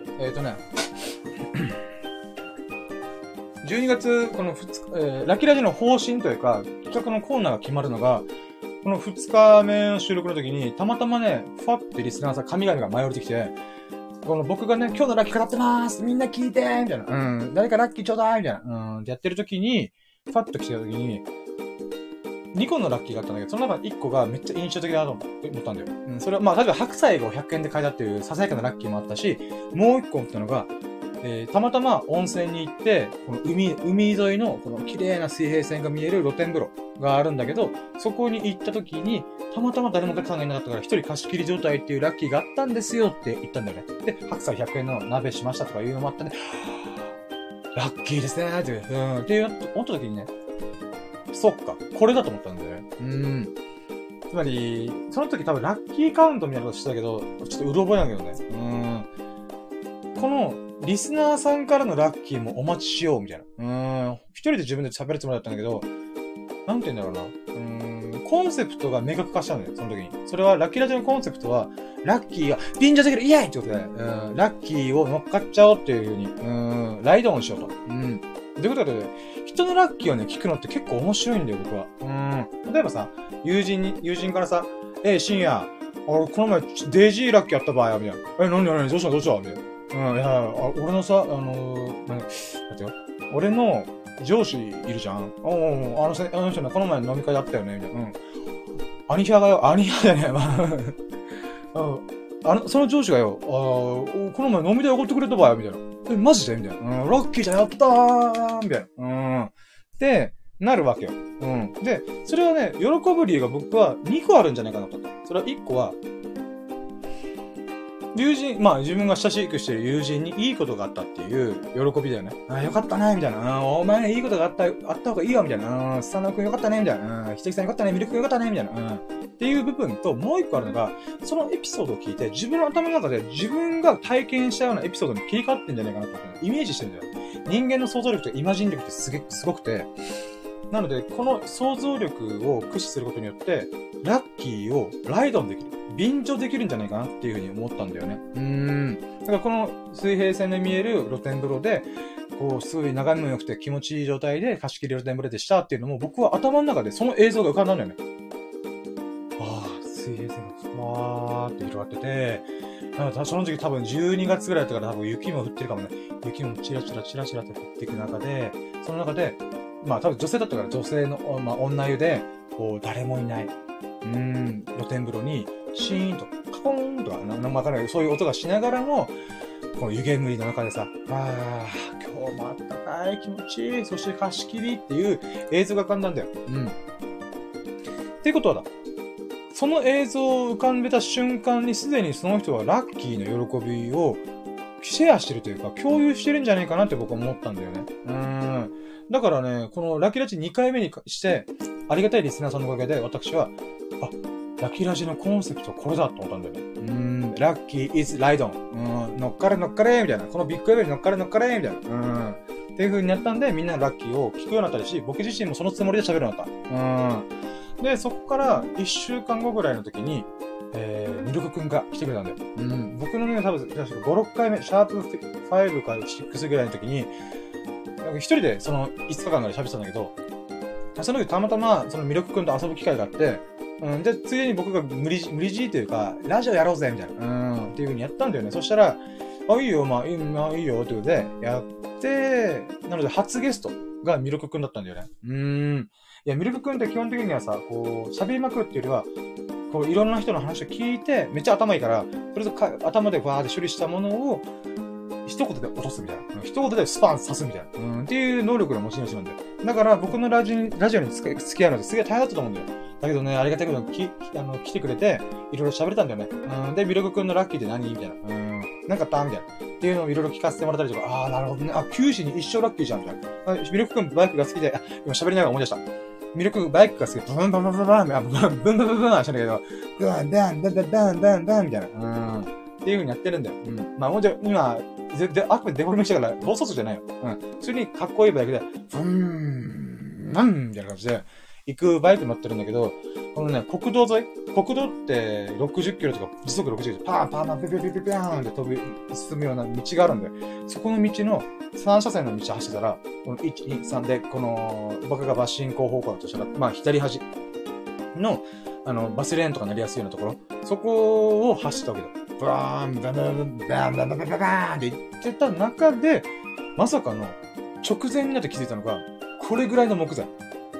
Speaker 1: 、12月、この2日、ラッキーラジオの方針というか、企画のコーナーが決まるのが、この2日目の収録の時に、たまたまね、ファってリスナーさん、神々が舞い降りてきて、この僕がね、今日のラッキー語ってまーすみんな聞いてーみたいな。誰かラッキーちょうだいみたいな。ってやってる時に、ファッと来た時に、2個のラッキーがあったんだけど、その中の1個がめっちゃ印象的だなと思ったんだよ。それは、まあ、例えば白菜が100円で買えたっていうささやかなラッキーもあったし、もう1個思ったのが、 たまたま温泉に行って、この海沿いのこの綺麗な水平線が見える露天風呂があるんだけど、そこに行った時に、たまたま誰もお客さんがいなかったから、一人貸し切り状態っていうラッキーがあったんですよって言ったんだよね。で、白菜100円の鍋しましたとかいうのもあったね。ラッキーですねーって、って思った時にね、そっか、これだと思ったんだよね。つまり、その時多分ラッキーカウントみたいなことしてたけど、ちょっとうろ覚えなんだけどね。この、リスナーさんからのラッキーもお待ちしよう、みたいな。一人で自分で喋るつもりだったんだけど、なんて言うんだろうな。コンセプトが明確化したんだよ、その時に。それは、ラッキーラジオのコンセプトは、ラッキーが便乗できるイエーイってことで、ラッキーを乗っかっちゃおうっていう風に、ライドオンしようと。ということで、人のラッキーをね、聞くのって結構面白いんだよ、僕は。例えばさ、友人からさ、深夜、この前、デイジーラッキーやった場合みたいな。何どうしたみたいな。いや、俺のさ、待ってよ。俺の上司いるじゃん。あの人ね、この前飲み会だったよね、みたいな。アニヒャじゃねえ。その上司がよ、この前飲み代おごってくれた場合みたいな。マジでみたいな。ラッキーじゃん、やったーみたいな。ってなるわけよ。で、それはね、喜ぶ理由が僕は2個あるんじゃないかなと。それは1個は、自分が親しくしてる友人にいいことがあったっていう喜びだよね。よかったね、みたいな。お前いいことがあった方がいいよ、みたいな。スタンド君よかったね、みたいな。ひときさんよかったね、ミルク君よかったね、みたいな。っていう部分と、もう1個あるのが、そのエピソードを聞いて、自分の頭の中で自分が体験したようなエピソードに切り替わってんじゃないかなと思って、イメージしてるんだよ。人間の想像力とイマジン力ってすごくて、なので、この想像力を駆使することによって、ラッキーをライドオンできる。便乗できるんじゃないかなっていうふうに思ったんだよね。だからこの水平線で見える露天風呂で、こう、すごい眺めも良くて気持ちいい状態で貸し切り露天風呂でしたっていうのも、僕は頭の中でその映像が浮かんだんだよね。水平線がふわーって広がってて、その時多分12月ぐらいだったから多分雪も降ってるかもね。雪もチラチラと降っていく中で、その中で、多分女性だったから女性の、女湯で、こう、誰もいない。露天風呂に、シーンと、カコーンとか、わかんない、そういう音がしながらも、この湯煙の中でさ、今日もあったかい、気持ちいい、そして貸し切りっていう映像が浮かんだんだよ。っていうことはだ。その映像を浮かんでた瞬間にすでにその人はラッキーの喜びをシェアしてるというか、共有してるんじゃないかなって僕は思ったんだよね。だからね、このラッキーラジ2回目にして、ありがたいリスナーさんのおかげで、私は、ラッキーラジのコンセプトはこれだと思ったんだよね。ラッキー is ride on。乗っかれ、みたいな。このビッグウェブに乗っかれ、みたいな。っていう風になったんで、みんなラッキーを聞くようになったりし、僕自身もそのつもりで喋るようになった。で、そこから1週間後ぐらいの時に、ミルクくんが来てくれたんだよ。僕のね、多分、5、6回目、シャープ5か6ぐらいの時に、一人でその5日間ぐらい喋ってたんだけど、その時たまたまそのミルクくんと遊ぶ機会があって、で、ついでに僕が無理強いというか、ラジオやろうぜみたいな、っていう風にやったんだよね。そしたら、いいよ、いいよ、ということで、やって、なので初ゲストがミルクくんだったんだよね。いや、ミルクくんって基本的にはさ、こう、喋りまくるっていうよりは、こう、いろんな人の話を聞いて、めっちゃ頭いいから、とりあえず頭でわーって処理したものを、一言で落とすみたいな。一言でスパン刺すみたいな。っていう能力の持ち主なんだよ。だから僕のラジオに付き合うのってすげえ大変だったと思うんだよ。だけどね、ありがたいけど、来てくれて、いろいろ喋れたんだよね。で、ミルクくんのラッキーって何みたいな。なんかあったみたいな。っていうのをいろいろ聞かせてもらったりとか、なるほどね。九死に一生ラッキーじゃん、みたいな。ミルクくんバイクが好きで、今喋りながら思い出した。ミルクバイクが好きで、ブンブンブンブンブン、ブンブンブンブンブンはしたんだけど、ダンダンダンダンダンダンダンみたいな。っていう風にやってるんだよ。もうちょ、今、あくまでデフォルメしたから、暴走族じゃないよ。普通にかっこいいバイクで、みたいな感じで、行くバイク乗ってるんだけど、このね、国道沿い国道って60キロとか、時速60キロ、パーンパーンパーン、ピピピピピーンって飛び進むような道があるんで、そこの道の3車線の道走ってたら、この1、2、3で、この、僕がバス進行方向だとしたら、左端の、バスレーンとかなりやすいようなところ、そこを走ったわけだ。バーン、バンバンバンバンバンバンバンバンって言ってた中で、まさかの直前になって気づいたのが、これぐらいの木材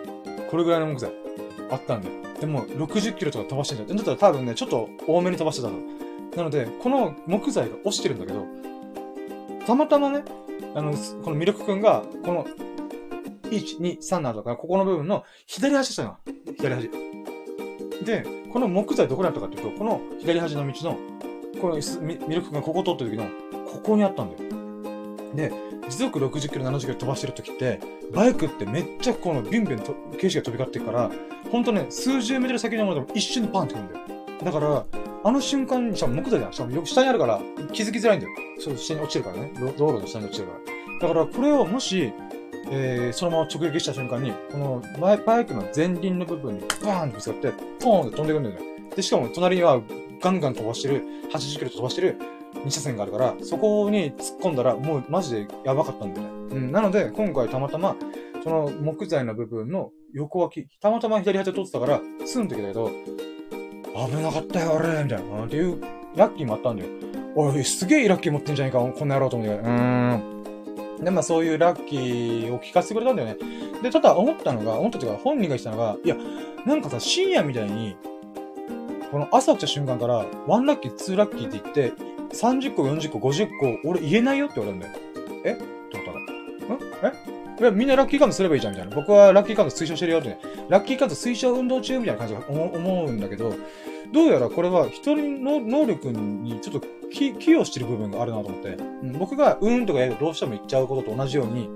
Speaker 1: あったんだよ。でも60キロとか飛ばしてんだよ。だったら多分ね、ちょっと多めに飛ばしてたの。なので、この木材が落ちてるんだけど、 たまたまね、このミルクくんが、この、1、2、3などから、ここの部分の左端したの。左端。で、この木材どこにあったかっていうと、この左端の道の、このミルクくんがここを通った時の、ここにあったんだよ。で、時速60キロ、70キロ飛ばしてる時って、バイクってめっちゃこのビュンビュンと景色が飛び交ってるから、ほんとね、数十メートル先のものでも一瞬でパンってくるんだよ。だから、あの瞬間に、しかも木材じゃん。しかもよく下にあるから、気づきづらいんだよ。そう、下に落ちるからね。道路の下に落ちるから。だから、これをもし、そのまま直撃した瞬間に、このバイクの前輪の部分にバーンとぶつかって、ポーンって飛んでくるんだよね。で、しかも隣にはガンガン飛ばしてる、80キロ飛ばしてる2車線があるから、そこに突っ込んだら、もうマジでやばかったんだよね。なので、今回たまたま、その木材の部分の横脇、たまたま左端を通ってたから、スンって来たけど、危なかったよ、俺みたいな。っていう、ラッキーもあったんだよ。おい、すげえラッキー持ってんじゃねえか、こんな野郎と思って。で、まあそういうラッキーを聞かせてくれたんだよね。で、ただ思ったっていうか、本人が言ってたのが、いや、なんかさ、深夜みたいに、この朝起きた瞬間から、1ラッキー、2ラッキーって言って、30個、40個、50個、俺言えないよって言われるんだよ。えって思ったら。いや、みんなラッキーカウントすればいいじゃん、みたいな。僕はラッキーカウント推奨してるよってね。ラッキーカウント推奨運動中みたいな感じが思うんだけど、どうやらこれは人の能力にちょっと寄与してる部分があるなと思って、僕がとかやるとどうしても言っちゃうことと同じように、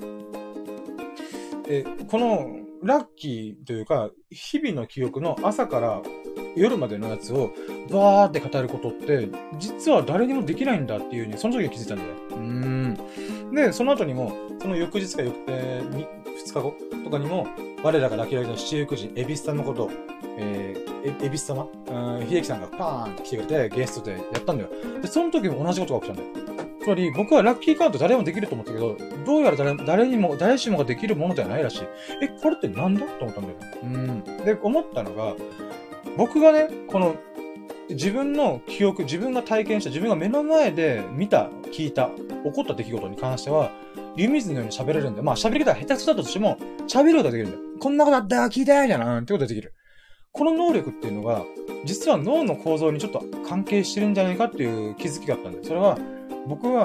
Speaker 1: このラッキーというか、日々の記憶の朝から夜までのやつをバーって語ることって、実は誰にもできないんだっていう風に、その時に気づいたんだよ。で、その後にも、その翌日か2日後とかにも、我らがラッキーライダー七福神、エビスさんのこと、エビス様秀樹さんがパーンって来てくれて、ゲストでやったんだよ。で、その時も同じことが起きたんだよ。つまり、僕はラッキーカウント誰もできると思ったけど、どうやら誰しもができるものではないらしい。これってなんだと思ったんだよ。で、思ったのが、僕がね、この、自分の記憶、自分が体験した、自分が目の前で見た、聞いた、起こった出来事に関しては、湯水のように喋れるんだよ。まあ喋り方が下手くそだったとしても、喋ることができるんだよ。こんなことあったよ、聞いてみたいな、ってことができる。この能力っていうのが、実は脳の構造にちょっと関係してるんじゃないかっていう気づきがあったんだよ。それは、僕は、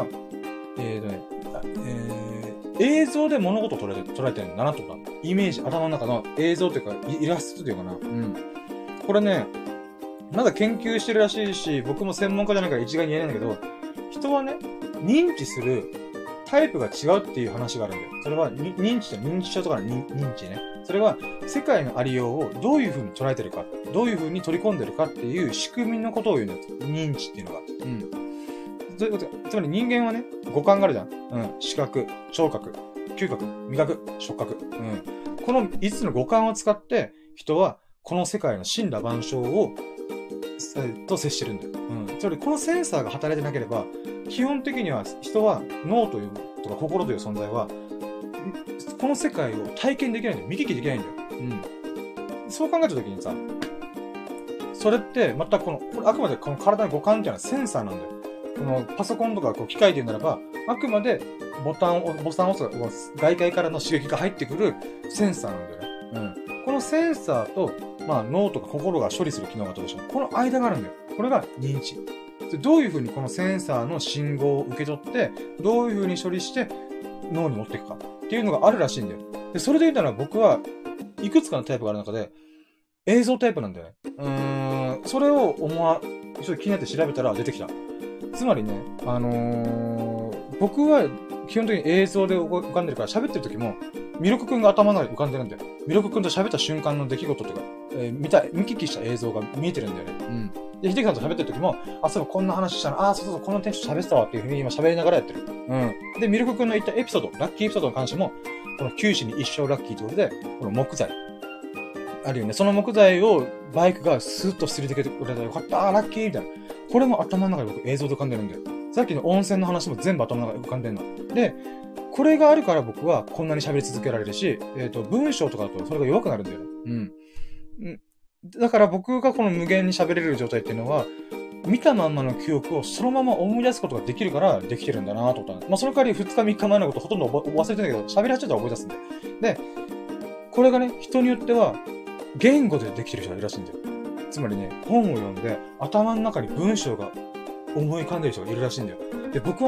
Speaker 1: 映像で物事を捉えてるんだなとか、イメージ、頭の中の映像というか、イラストというかな。これね、まだ研究してるらしいし、僕も専門家じゃないから一概に言えないんだけど、人はね、認知するタイプが違うっていう話があるんだよ。それは、認知症とかの認知ね。それは、世界のありようをどういう風に捉えてるか、どういう風に取り込んでるかっていう仕組みのことを言うんだよ。認知っていうのが。そういうこと。つまり人間はね、五感があるじゃん。視覚、聴覚、嗅覚、味覚、触覚。この5つの五感を使って、人はこの世界の森羅万象を、と接してるんだよ。つまりこのセンサーが働いてなければ、基本的には人は脳というとか心という存在は、この世界を体験できないんだよ。見聞きできないんだよ。そう考えたときにさ、それってまたこれあくまでこの体の五感っていうのはセンサーなんだよ。このパソコンとか機械で言うならば、あくまでボタンを押す外界からの刺激が入ってくるセンサーなんだよね。このセンサーと、まあ脳とか心が処理する機能があったでしょ。この間があるんだよ。これが認知。どういう風にこのセンサーの信号を受け取って、どういう風に処理して脳に持っていくかっていうのがあるらしいんだよ。で、それで言ったら僕はいくつかのタイプがある中で、映像タイプなんだよね。それをちょっと気になって調べたら出てきた。つまりね、僕は基本的に映像で浮かんでるから喋ってる時も、ミルクくんが頭の中に浮かんでるんだよ。ミルクくんと喋った瞬間の出来事とか、見聞きした映像が見えてるんだよね。で、秀樹さんと喋ってる時も、そういえばこんな話したの、そう、この店長喋ってたわっていう風に今喋りながらやってる。で、ミルクくんの言ったエピソード、ラッキーエピソードに関しても、この九死に一生ラッキーということで、この木材。あるよね。その木材をバイクがスーッとすり抜けてくれたらよかった、ラッキーみたいな。これも頭の中で僕映像で浮かんでるんだよ。さっきの温泉の話も全部頭の中で浮かんでるの。で、これがあるから僕はこんなに喋り続けられるし、文章とかだとそれが弱くなるんだよね。だから僕がこの無限に喋れる状態っていうのは、見たまんまの記憶をそのまま思い出すことができるからできてるんだなと思った。まあ、その代わり2日3日前のことほとんど忘れてないけど、喋り始めたら思い出すんで。で、これがね、人によっては、言語でできてる人がいるらしいんだよ。つまりね、本を読んで、頭の中に文章が思い浮かんでる人がいるらしいんだよ。で、僕はね、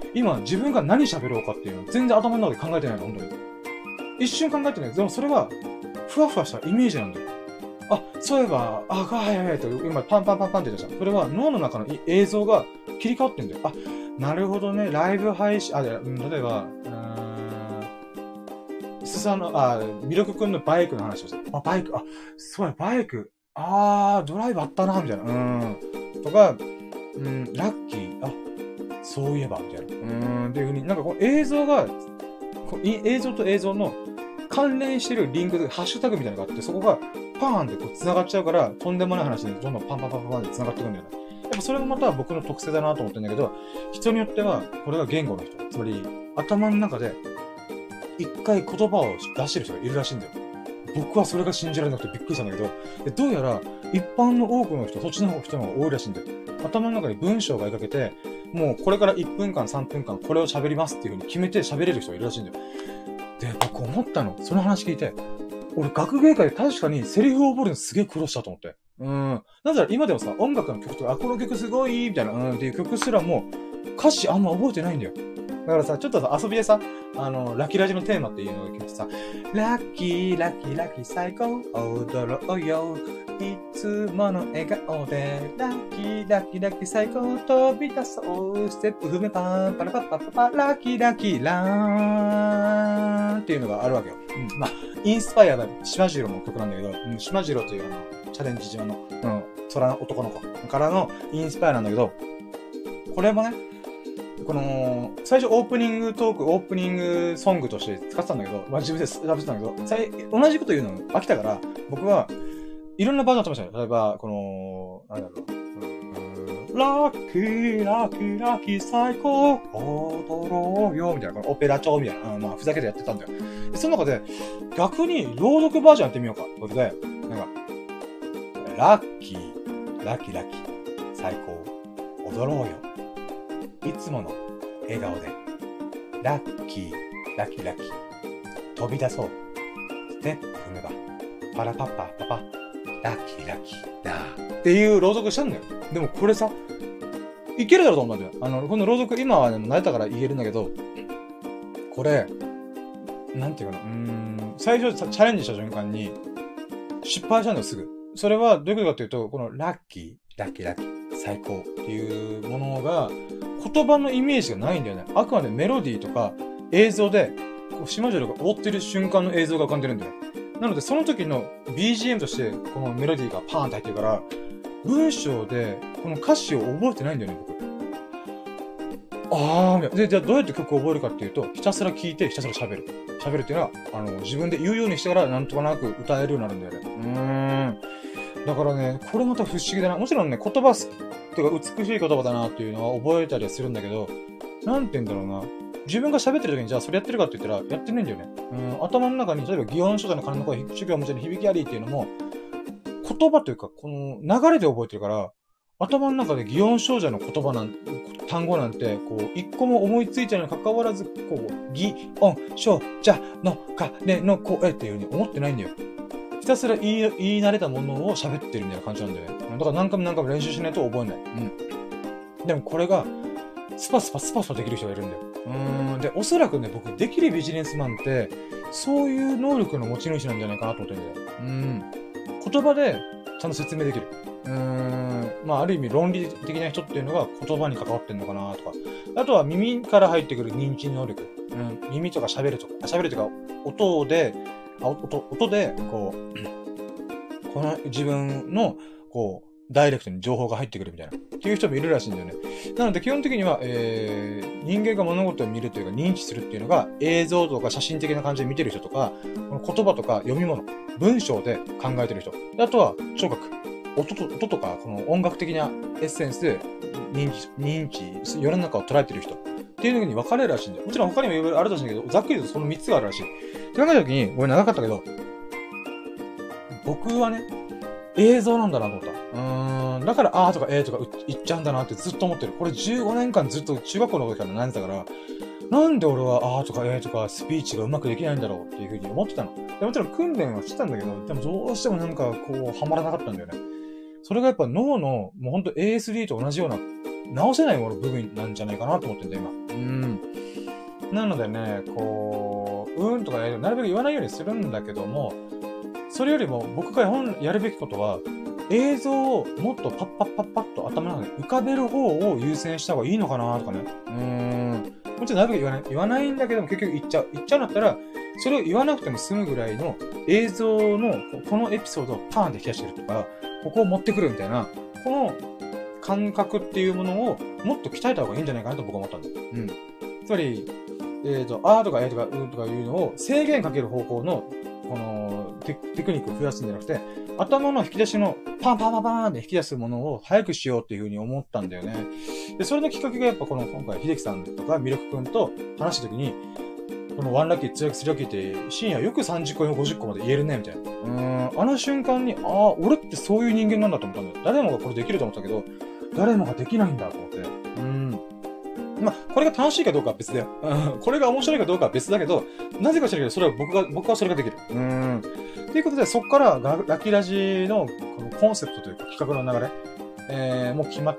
Speaker 1: 今自分が何喋ろうかっていうのを全然頭の中で考えてないの、本当に。一瞬考えてない。でもそれが、ふわふわしたイメージなんだよ。あ、そういえば、はいはいはいと、今パンパンパンパンって言ったじゃん。それは脳の中の映像が切り替わってんだよ。あ、なるほどね、ライブ配信、例えば、ミルクくんのバイクの話をした。バイク、そうや、バイク。ドライブあったな、みたいな。とか、ラッキー、そういえば、みたいな。っていう風に、なんかこう映像が、映像と映像の関連してるリンクでハッシュタグみたいなのがあって、そこがパーンってこう繋がっちゃうから、とんでもない話でどんどんパンパンパンパンって繋がっていくんだよね。やっぱそれがまた僕の特性だなと思ってるんだけど、人によっては、これが言語の人。つまり、頭の中で、一回言葉を出してる人がいるらしいんだよ。僕はそれが信じられなくてびっくりしたんだけど、どうやら一般の多くの人、そっちの人の方が多いらしいんだよ。頭の中に文章が描けて、もうこれから1分間、3分間これを喋りますっていう風に決めて喋れる人がいるらしいんだよ。で、僕思ったの。その話聞いて、俺学芸会で確かにセリフを覚えるのすげえ苦労したと思って。なぜなら今でもさ、音楽の曲とか、この曲すごいみたいな、っていう曲すらも歌詞あんま覚えてないんだよ。だからさ、ちょっとさ、遊びでさ、ラッキーラジのテーマっていうのが聞いてさ、ラッキー、ラッキー、ラッキー、最高、踊ろうよ。いつもの笑顔で、ラッキー、ラッキー、ラッキー、最高、飛び出そう。ステップ踏めパン、パラパッパッパッパ、ラッキー、ラッキー、ラーンっていうのがあるわけよ。まあ、インスパイアだ、島次郎の曲なんだけど、島次郎というチャレンジ上の、空の男の子からのインスパイアなんだけど、これもね、最初オープニングトーク、オープニングソングとして使ってたんだけど、自分で調べてたんだけど、同じこと言うの飽きたから、僕はいろんなバージョンやってましたよ。例えば、なんだろう。ラッキー、ラッキー、ラッキー、最高、踊ろうよ、みたいな、オペラ調みたいな、ふざけてやってたんだよ。でその中で、逆に朗読バージョンやってみようか。ということで、なんか、ラッキー、ラッキー、ラッキー、最高、踊ろうよ。いつもの笑顔で、ラッキー、ラッキー、ラッキー、飛び出そう。ステップ踏めば、パラパッパーパパ、ラッキー、ラッキー、だーっていう朗読したんだよ。でもこれさ、いけるだろうと思うんだよ。この朗読、今はね、慣れたから言えるんだけど、これ、なんていうかな、最初チャレンジした瞬間に、失敗したんだよ、すぐ。それはどういうことかっていうと、このラッキー、ラッキー、ラッキー、最高っていうものが、言葉のイメージがないんだよね。あくまでメロディーとか映像で、島次郎が踊ってる瞬間の映像が浮かんでるんだよ。なので、その時の BGM として、このメロディーがパーンって入ってるから、文章で、この歌詞を覚えてないんだよね、僕。で、じゃあどうやって曲を覚えるかっていうと、ひたすら聴いて、ひたすら喋る。喋るっていうのは、自分で言うようにしてから、なんとかなく歌えるようになるんだよね。だからね、これまた不思議だな。もちろんね、言葉っていうか美しい言葉だなっていうのは覚えたりはするんだけど、なんて言うんだろうな。自分が喋ってる時にじゃあそれやってるかって言ったらやってないんだよね。頭の中に例えば擬音書体の鐘の声、主行無茶に響きありっていうのも、言葉というか、この流れで覚えてるから、頭の中で擬音小者の言葉単語なんて、こう、一個も思いついてないに関わらず、こう、擬音小者の鐘の声っていう風に思ってないんだよ。ひたすら言い慣れたものを喋ってるみたいな感じなんだよね。だから何回も練習しないと覚えない。でもこれが、スパスパできる人がいるんだよ。で、おそらくね、僕、できるビジネスマンって、そういう能力の持ち主なんじゃないかなと思ってるんだよ。言葉で、ちゃんと説明できる。ある意味論理的な人っていうのが言葉に関わってんのかなとか。あとは耳から入ってくる認知能力。耳とか喋るというか、音で、この自分の、こう、ダイレクトに情報が入ってくるみたいな。っていう人もいるらしいんだよね。なので基本的には、人間が物事を見るというか認知するっていうのが映像とか写真的な感じで見てる人とか、この言葉とか読み物、文章で考えてる人。あとは聴覚。音とか、この音楽的なエッセンスで認知、世の中を捉えてる人。っていうのに分かれるらしいんだよ。もちろん他にもいろいろあるらしいんだけど、ざっくり言うとその3つがあるらしい。って考えたときに、俺長かったけど、僕はね、映像なんだなと思った。だから、とかとか言っちゃうんだなってずっと思ってる。これ15年間ずっと中学校の時から悩んでたから、なんで俺はとかとかスピーチがうまくできないんだろうっていうふうに思ってたの。でもちろん訓練はしてたんだけど、でもどうしてもなんかこう、はまらなかったんだよね。それがやっぱ脳の、もうほんと ASD と同じような直せない部分なんじゃないかなと思ってんだ、今。なのでね、こう、とかね、なるべく言わないようにするんだけども、それよりも僕がやるべきことは、映像をもっとパッパッパッパッと頭の中で浮かべる方を優先した方がいいのかなとかね。もちろんなるべく言わないんだけども結局言っちゃうんだったら、それを言わなくても済むぐらいの映像のこのエピソードをパーンって引き出してるとか、ここを持ってくるみたいな、この感覚っていうものをもっと鍛えた方がいいんじゃないかなと僕は思ったんだよ。つまり、あーとかとかとかいうのを制限かける方向の、このテクニックを増やすんじゃなくて、頭の引き出しのパンパンパンパンって引き出すものを早くしようっていう風に思ったんだよね。で、それのきっかけがやっぱ今回、秀樹さんとかミルクくんと話した時に、このワンラッキー、ツーラッキー、スリーラッキーって深夜よく30個、50個まで言えるね、みたいな。あの瞬間に、俺ってそういう人間なんだと思ったんだよ。誰もがこれできると思ったけど、誰もができないんだと思って。これが楽しいかどうかは別だよ。これが面白いかどうかは別だけど、なぜか知らないけど、僕はそれができる。ということで、そこからラッキーラジのこのコンセプトというか企画の流れ、もう決まって、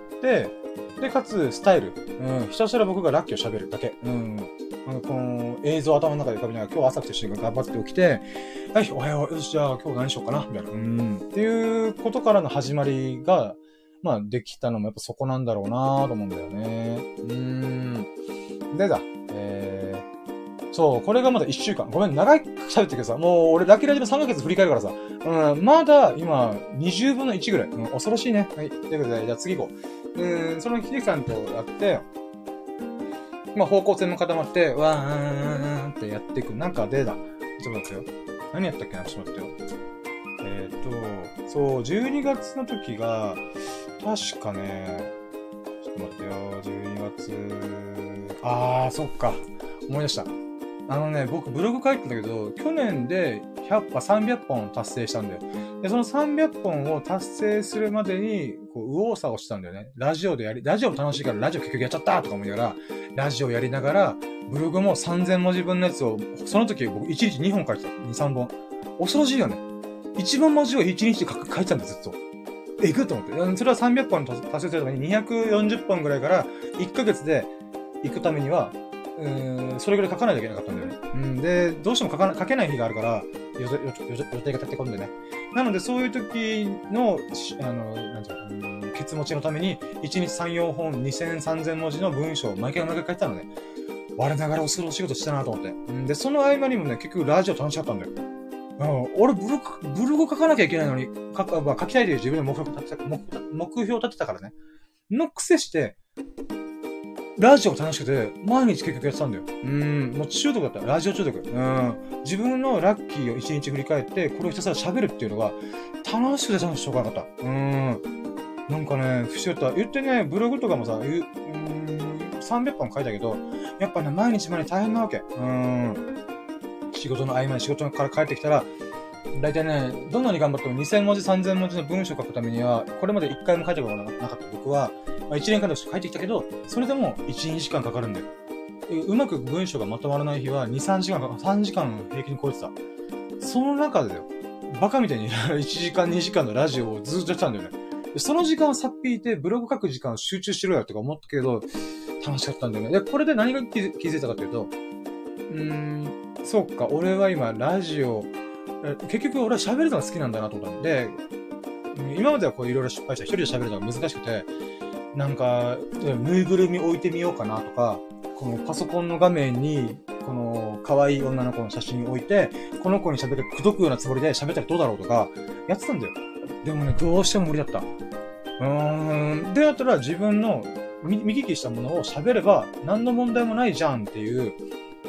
Speaker 1: で、かつ、スタイル。ひたすら僕がラッキーを喋るだけ。この映像を頭の中で浮かびながら、今日朝来て瞬間頑張って起きて、はい、おはよう、よし、じゃあ今日何しようかな、みたいな。っていうことからの始まりが、できたのもやっぱそこなんだろうなと思うんだよね。でだ、そう、これがまだ1週間。ごめん、長い喋ってるけどさ、もう俺ラッキーラジの3ヶ月振り返るからさ、まだ今、20分の1ぐらい。恐ろしいね。はい。ということで、じゃあ次行こう。その秀樹さんとやって、方向性も固まって、わーんってやっていく中でだ。ちょっと待ってよ。何やったっけな、ちょっと待ってよ。そう、12月の時が、確かね、ちょっと待ってよ、12月、そっか。思い出した。僕ブログ書いてたけど、去年で300本達成したんだよ。で、その300本を達成するまでに、右往左往したんだよね。ラジオも楽しいからラジオ結局やっちゃったとか思いながら、ラジオやりながら、ブログも3000文字分のやつを、その時僕1日2本書いてた。2、3本。恐ろしいよね。1万文字を1日で書いてたんだよ、ずっと。えぐっと思って。それは300本達成するために240本ぐらいから1ヶ月で行くためには、それぐらい書かないといけなかったんだよね。で、どうしても書けない日があるから、予定が立て込んでね。なので、そういう時の、ケツ持ちのために、1日3、4本、2000、3000文字の文章を毎回書いてたのね。我ながら恐ろしいことしたなと思って。で、その合間にもね、結局ラジオ楽しかったんだよ。俺ブログ書かなきゃいけないのに、書きたいという自分の目標を立てたからね。のくせして、ラジオ楽しくて、毎日結局やってたんだよ。もう中毒だった。ラジオ中毒。自分のラッキーを一日振り返って、これをひたすら喋るっていうのが、楽しくて楽しくなかった。なんかね、不思議だった。言ってね、ブログとかもさ、300本書いたけど、やっぱね、毎日大変なわけ。仕事の合間に仕事から帰ってきたら、だいたいね、どんなに頑張っても2000文字、3000文字の文章を書くためには、これまで1回も書いたことがなかった僕は、1年間で書いてきたけど、それでも1、2時間かかるんだよ。うまく文章がまとまらない日は2、3時間3時間平均超えてた。その中でだよ。バカみたいに1時間、2時間のラジオをずっとやってたんだよね。その時間をさっぴいて、ブログ書く時間を集中しろよとか思ったけど、楽しかったんだよね。で、これで何が気づいたかというと、そうか、俺は今、ラジオ、結局俺は喋るのが好きなんだなと思ったんで、今まではこういろいろ失敗した一人で喋るのが難しくて、なんか、ぬいぐるみ置いてみようかなとか、このパソコンの画面に、この可愛い女の子の写真を置いて、この子に口説くようなつもりで喋ったらどうだろうとか、やってたんだよ。でもね、どうしても無理だった。で、だったら自分の見聞きしたものを喋れば何の問題もないじゃんっていう、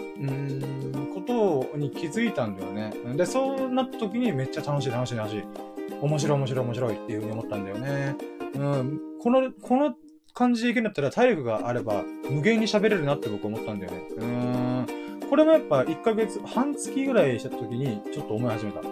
Speaker 1: ことに気づいたんだよね。で、そうなった時にめっちゃ楽しい。面白いっていう風に思ったんだよね。この感じでいけんだったら体力があれば無限に喋れるなって僕思ったんだよね。これもやっぱ1ヶ月、半月ぐらいした時にちょっと思い始めた。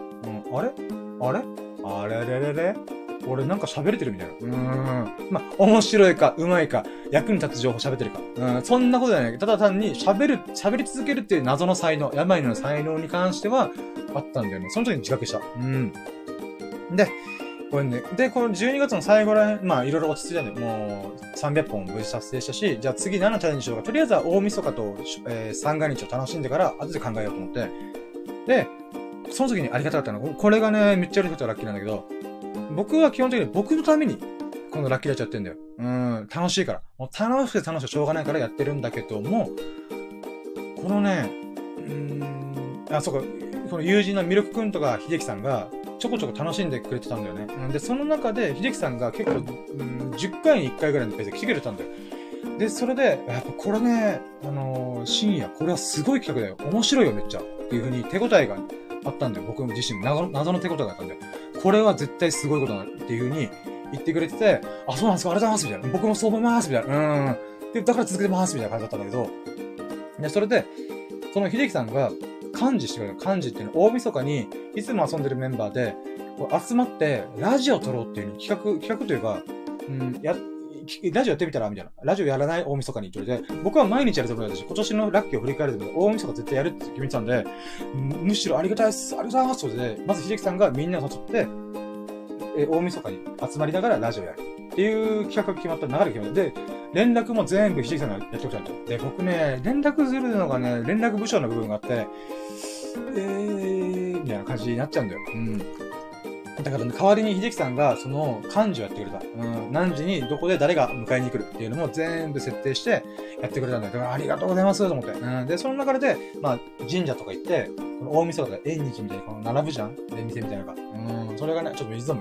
Speaker 1: あれ俺なんか喋れてるみたいな。面白いか、うまいか、役に立つ情報喋ってるか。そんなことじゃない。ただ単に喋り続けるっていう謎の才能、病の才能に関してはあったんだよね。その時に自覚した。で、
Speaker 2: これね、で、この12月の最後らへん、まあ、いろいろ落ち着いたんで、もう、300本無事達成したし、じゃあ次何のチャレンジしようか。とりあえずは大晦日と、三が日を楽しんでから、後で考えようと思って。で、その時にありがたかったの。これがね、めっちゃ嬉しかったラッキーなんだけど、僕は基本的に僕のために、このラッキーラジオやってんだよ。楽しいから。もう楽しくて楽しくてしょうがないからやってるんだけども、このね、そうか、この友人のミルクくんとか秀樹さんが、ちょこちょこ楽しんでくれてたんだよね。で、その中で、秀樹さんが結構、10回に1回ぐらいのペースで来てくれたんだよ。で、それで、やっぱこれね、深夜、これはすごい企画だよ。面白いよ、めっちゃ。っていう風に手応えがあったんだよ。僕自身、謎の手応えがあったんだよ。これは絶対すごいことだっていう風に言ってくれてて、あ、そうなんですか、ありがとうございます、みたいな。僕もそう思います、みたいな。で、だから続けてます、みたいな感じだったんだけど、で、それで、その秀樹さんが、幹事してくれた。幹事っていうのは大晦日に、いつも遊んでるメンバーで、集まって、ラジオ撮ろうっていう企画というか、ラジオやってみたらみたいな。ラジオやらない大晦日にって言われて、僕は毎日やるつもりだし、今年のラッキーを振り返るつもりで、大晦日絶対やるって決めてたんで、むしろありがたいです、ありがとうございますってで、まず秀樹さんがみんなを誘って、大晦日に集まりながらラジオやる。っていう企画が決まった、流れが決まった。で、連絡も全部秀樹さんがやってくれたんだよ。で、僕ね、連絡するのがね、連絡部署の部分があって、みたいな感じになっちゃうんだよ。だから、ね、代わりに秀樹さんがその幹事をやってくれた。何時にどこで誰が迎えに来るっていうのも全部設定してやってくれたんだよ。だからありがとうございますと思って。で、その流れで、まあ、神社とか行って、この大晦日とか縁日みたいにこの並ぶじゃんで、店みたいなのが。それがね、ちょっと水飲む。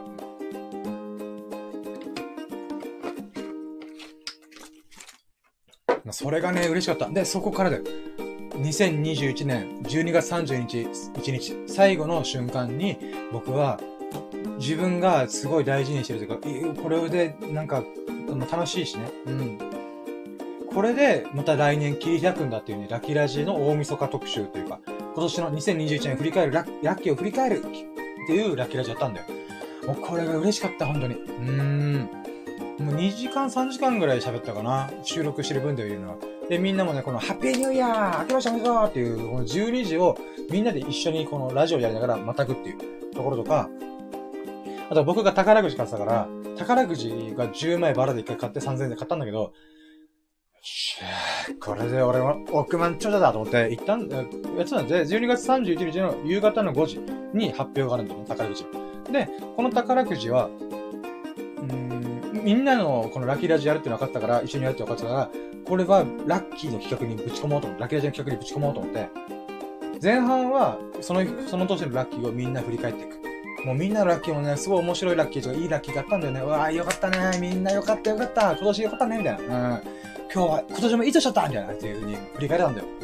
Speaker 2: それがね、嬉しかった。で、そこからで、2021年12月30日、1日、最後の瞬間に、僕は、自分がすごい大事にしてるというか、これで、なんか、楽しいしね。これで、また来年切り開くんだっていうね、ラッキーラジの大晦日特集というか、今年の2021年振り返る、ラッキーを振り返るっていうラッキーラジやったんだよ。もうこれが嬉しかった、本当に。もう2時間、3時間ぐらい喋ったかな。収録してる分で言うのは。で、みんなもね、このハッピーニューイヤー明けましておめでとうっていう、この12時をみんなで一緒にこのラジオやりながらまたぐっていうところとか、あと僕が宝くじ買ってたから、宝くじが10枚バラで1回買って3000円で買ったんだけど、これで俺は億万長者だと思って、一旦、やつなんで、12月31日の夕方の5時に発表があるんだよね、宝くじ。で、この宝くじは、みんなのこのラッキーラジやるって分かったから、一緒にやるって分かってたから、これはラッキーの企画にぶち込もうと思って、ラッキーラジの企画にぶち込もうと思って、前半は、その年のラッキーをみんな振り返っていく。もうみんなのラッキーもね、すごい面白いラッキーとかいいラッキーがあったんだよね。うわーよかったね。みんなよかったよかった。今年よかったね。みたいな。今年もいい年だったみたいな。っていう風に振り返ったんだよ。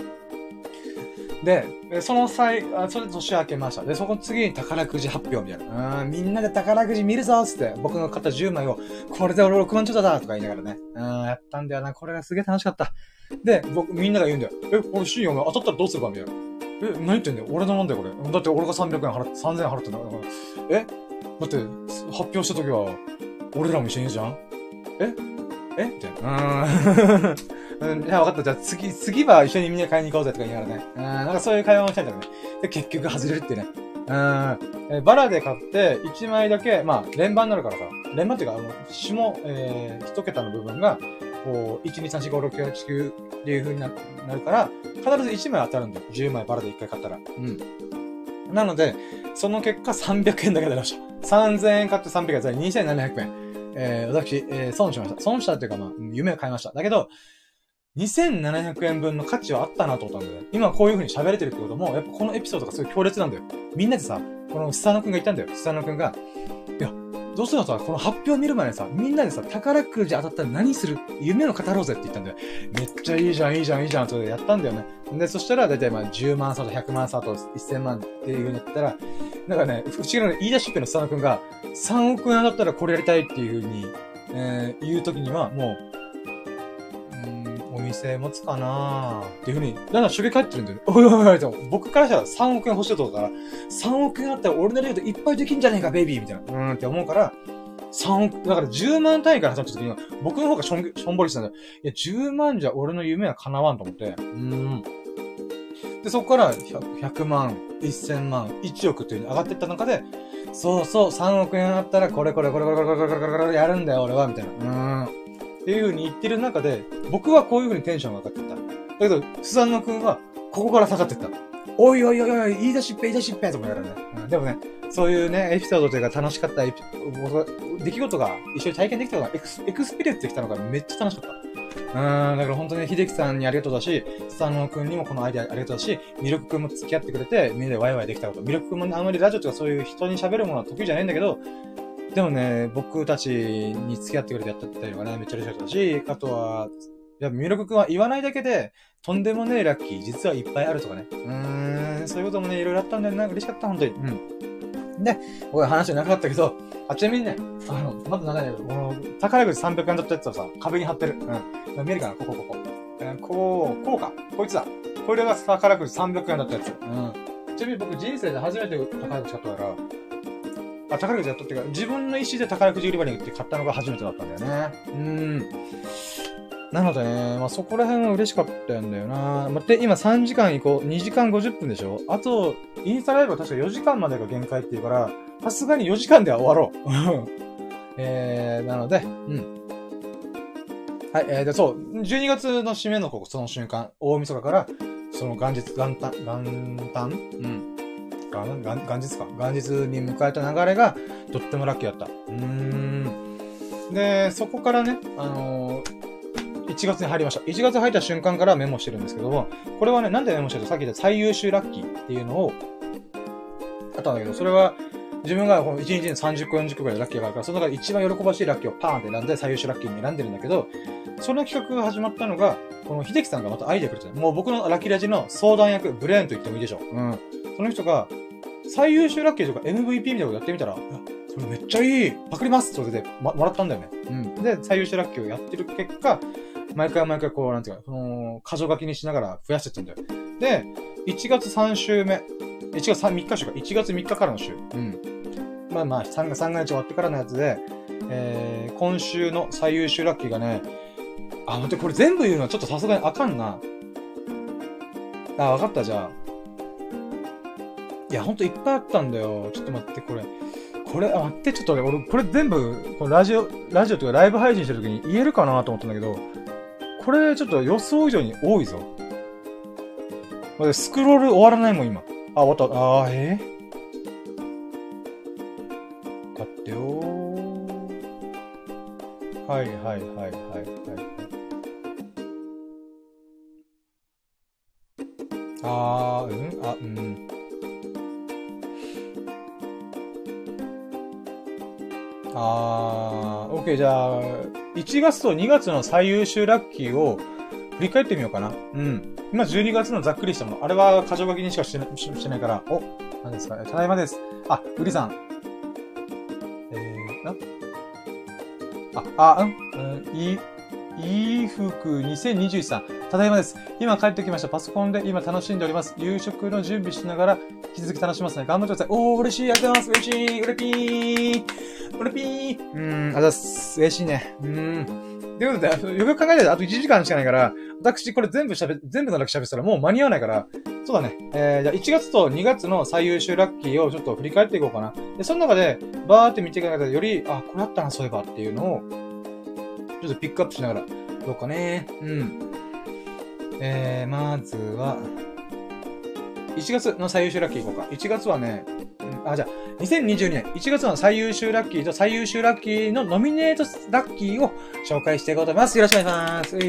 Speaker 2: で、それで年明けました。で、そこ次に宝くじ発表みたいな。みんなで宝くじ見るぞつって、僕の買った10枚を、これで俺6万ちょっとだとか言いながらね。やったんだよな。これがすげえ楽しかった。で、みんなが言うんだよ。俺深夜当たったらどうするかみたいな。何言ってんだよ。俺のもんだよ、これ。だって俺が300円払って、3000円払ってんだから。だって、発表した時は、俺らも一緒にいるじゃんみたいな。じゃあ分かった。じゃあ次は一緒にみんな買いに行こうぜとか言いながらね。なんかそういう会話もしたんだよね。で、結局外れるってね。バラで買って、1枚だけ、まあ、連番になるからさ。連番っていうか、一桁の部分が、こう、1、2、3、4、5、6、7、9っていう風になるから、必ず1枚当たるんだよ。10枚バラで1回買ったら。なので、その結果300円だけ出ました。3000円買って300円、2700円。私、損しました。損したっていうか、まあ、夢を買いました。だけど、2700円分の価値はあったなと思ったんだよ。今こういう風に喋れてるってことも、やっぱこのエピソードがすごい強烈なんだよ。みんなでさ、このスサノくんが言ったんだよ。スサノくんが、いや、どうするのさ、この発表見る前にさ、みんなでさ、宝くじ当たったら何する夢を語ろうぜって言ったんだよ。めっちゃいいじゃん、いいじゃん、いいじゃんってやったんだよね。で、そしたら、だいたいまあ10万差と100万差と1000万っていう風にやったら、なんかね、不思議なね、言い出しっぺのスサノくんが、3億円当たったらこれやりたいっていう風に、言うときには、もう、お店持つかなーっていう風に、だんだんしょげ返ってるんだよね。おいおいおい、僕からしたら3億円欲しいとこだから、3億円あったら俺のリードいっぱいできんじゃねえか、ベイビーみたいな。って思うから、3億、だから10万単位から始まった時には、僕の方がしょんぼりしたんだよ。いや、10万じゃ俺の夢は叶わんと思って。 で、そこから100万、1000万、1億っていう風に上がっていった中で、そうそう、3億円あったらこれやるんだよ、俺は、みたいな。っていう風に言ってる中で、僕はこういう風にテンションが上がっていった。だけど、スザンナ君は、ここから下がっていった。おいおいおいおい、言い出しっぺと思いながらね。でもね、そういうね、エピソードというか楽しかった出来事が一緒に体験できたのが、エクスペリエンスできたのがめっちゃ楽しかった。だから本当に秀樹さんにありがとうだし、スタノ君にもこのアイデアありがとうだし、ミルク君も付き合ってくれて、みんなでワイワイできたこと。ミルク君もあんまりラジオとかそういう人に喋るものは得意じゃないんだけど、でもね、僕たちに付き合ってくれてやってたりとかね、めっちゃ嬉しかったし、あとは、いや、ミルク君は言わないだけで、とんでもねえラッキー、実はいっぱいあるとかね。そういうこともね、いろいろあったんだよな。嬉しかった、本当に。で、これ話じゃなかったけど、ちなみにね、まだ長いんだけど、この、宝くじ300円だったやつをさ、壁に貼ってる。見えるかなここ。こうか。こいつだ。これが宝くじ300円だったやつ。ちなみに僕人生で初めて宝くじ買ったから、宝くじやったっていうか、自分の意思で宝くじ売り場に行って買ったのが初めてだったんだよね。なのでね、そこら辺は嬉しかったんだよな。待って、今3時間以降、2時間50分でしょ？あと、インスタライブは確か4時間までが限界っていうから、さすがに4時間では終わろう。なので、はい、で、そう、12月の締めのその瞬間、大晦日から、その元日か。元日に迎えた流れが、とってもラッキーだった。で、そこからね、1月に入りました。1月入った瞬間からメモしてるんですけども、これはね、なんでメモしてるとさっき言った最優秀ラッキーっていうのを、あったんだけど、それは、自分がこの1日に30個40個ぐらいラッキーがあるから、その中で一番喜ばしいラッキーをパーンって選んで最優秀ラッキーに選んでるんだけど、その企画が始まったのが、この秀樹さんがまたアイデアくれてる。もう僕のラッキーラジの相談役、ブレーンと言ってもいいでしょ。その人が、最優秀ラッキーとか MVP みたいなことやってみたら、それめっちゃいいパクりますそれで、もらったんだよね。で、最優秀ラッキーをやってる結果、毎回こう、なんていうか、箇条書きにしながら増やしてってんだよ。で、1月3週目。1月3日週か。1月3日からの週。3月日終わってからのやつで、今週の最優秀ラッキーがね、待って、これ全部言うのはちょっとさすがにあかんな。わかった、じゃあ。いや、ほんといっぱいあったんだよ。ちょっと待って、これ、待って、ちょっと俺、これ全部、このラジオというかライブ配信してる時に言えるかなと思ったんだけど、これちょっと予想以上に多いぞ。スクロール終わらないもん、今。終わった。待ってよー。はい。OK、じゃあ、1月と2月の最優秀ラッキーを振り返ってみようかな。今12月のざっくりしたもの。あれは箇条書きにしかしてないから。何ですかね。ただいまです。うりさん。いい服2021さん。ただいまです。今帰ってきました。パソコンで今楽しんでおります。夕食の準備しながら引き続き楽しみますね。頑張ってください。嬉しい。ありがとうございます。嬉しい。うれぴー。あざっす。嬉しいね。ということで、よく考えたらあと1時間しかないから、私これ全部のラッキー喋ってたらもう間に合わないから、そうだね。じゃあ1月と2月の最優秀ラッキーをちょっと振り返っていこうかな。で、その中で、バーって見ていかないとより、これあったな、そういえばっていうのを、ちょっとピックアップしながら、どうかね。まずは、1月の最優秀ラッキーいこうか。1月はね、じゃあ、2022年、1月の最優秀ラッキーと最優秀ラッキーのノミネートラッキーを紹介していこうと思います。よろしくお願いします。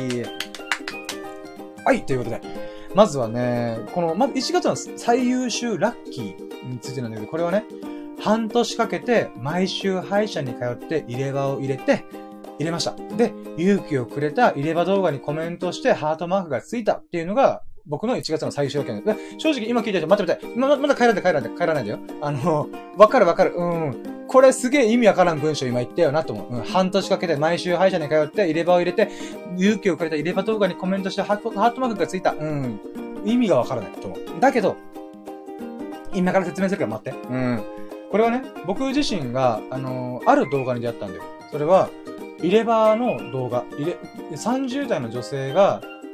Speaker 2: はい、ということで。まずはね、まず1月の最優秀ラッキーについてなんだけど、これはね、半年かけて毎週歯医者に通って入れ歯を入れました。で、勇気をくれた入れ歯動画にコメントしてハートマークがついたっていうのが、僕の1月の最優秀ラッキーなんです。正直今聞いてて、待って。まだ帰らないでよ。わかる。これすげえ意味わからん文章今言ったよなと思う。半年かけて毎週歯医者に通って入れ歯を入れて、勇気をくれた入れ歯動画にコメントしてハートマークがついた。意味がわからないと思う。だけど、今から説明するから待って。これはね、僕自身が、ある動画に出会ったんだよ。それは、入れ歯の動画。30代の女性が、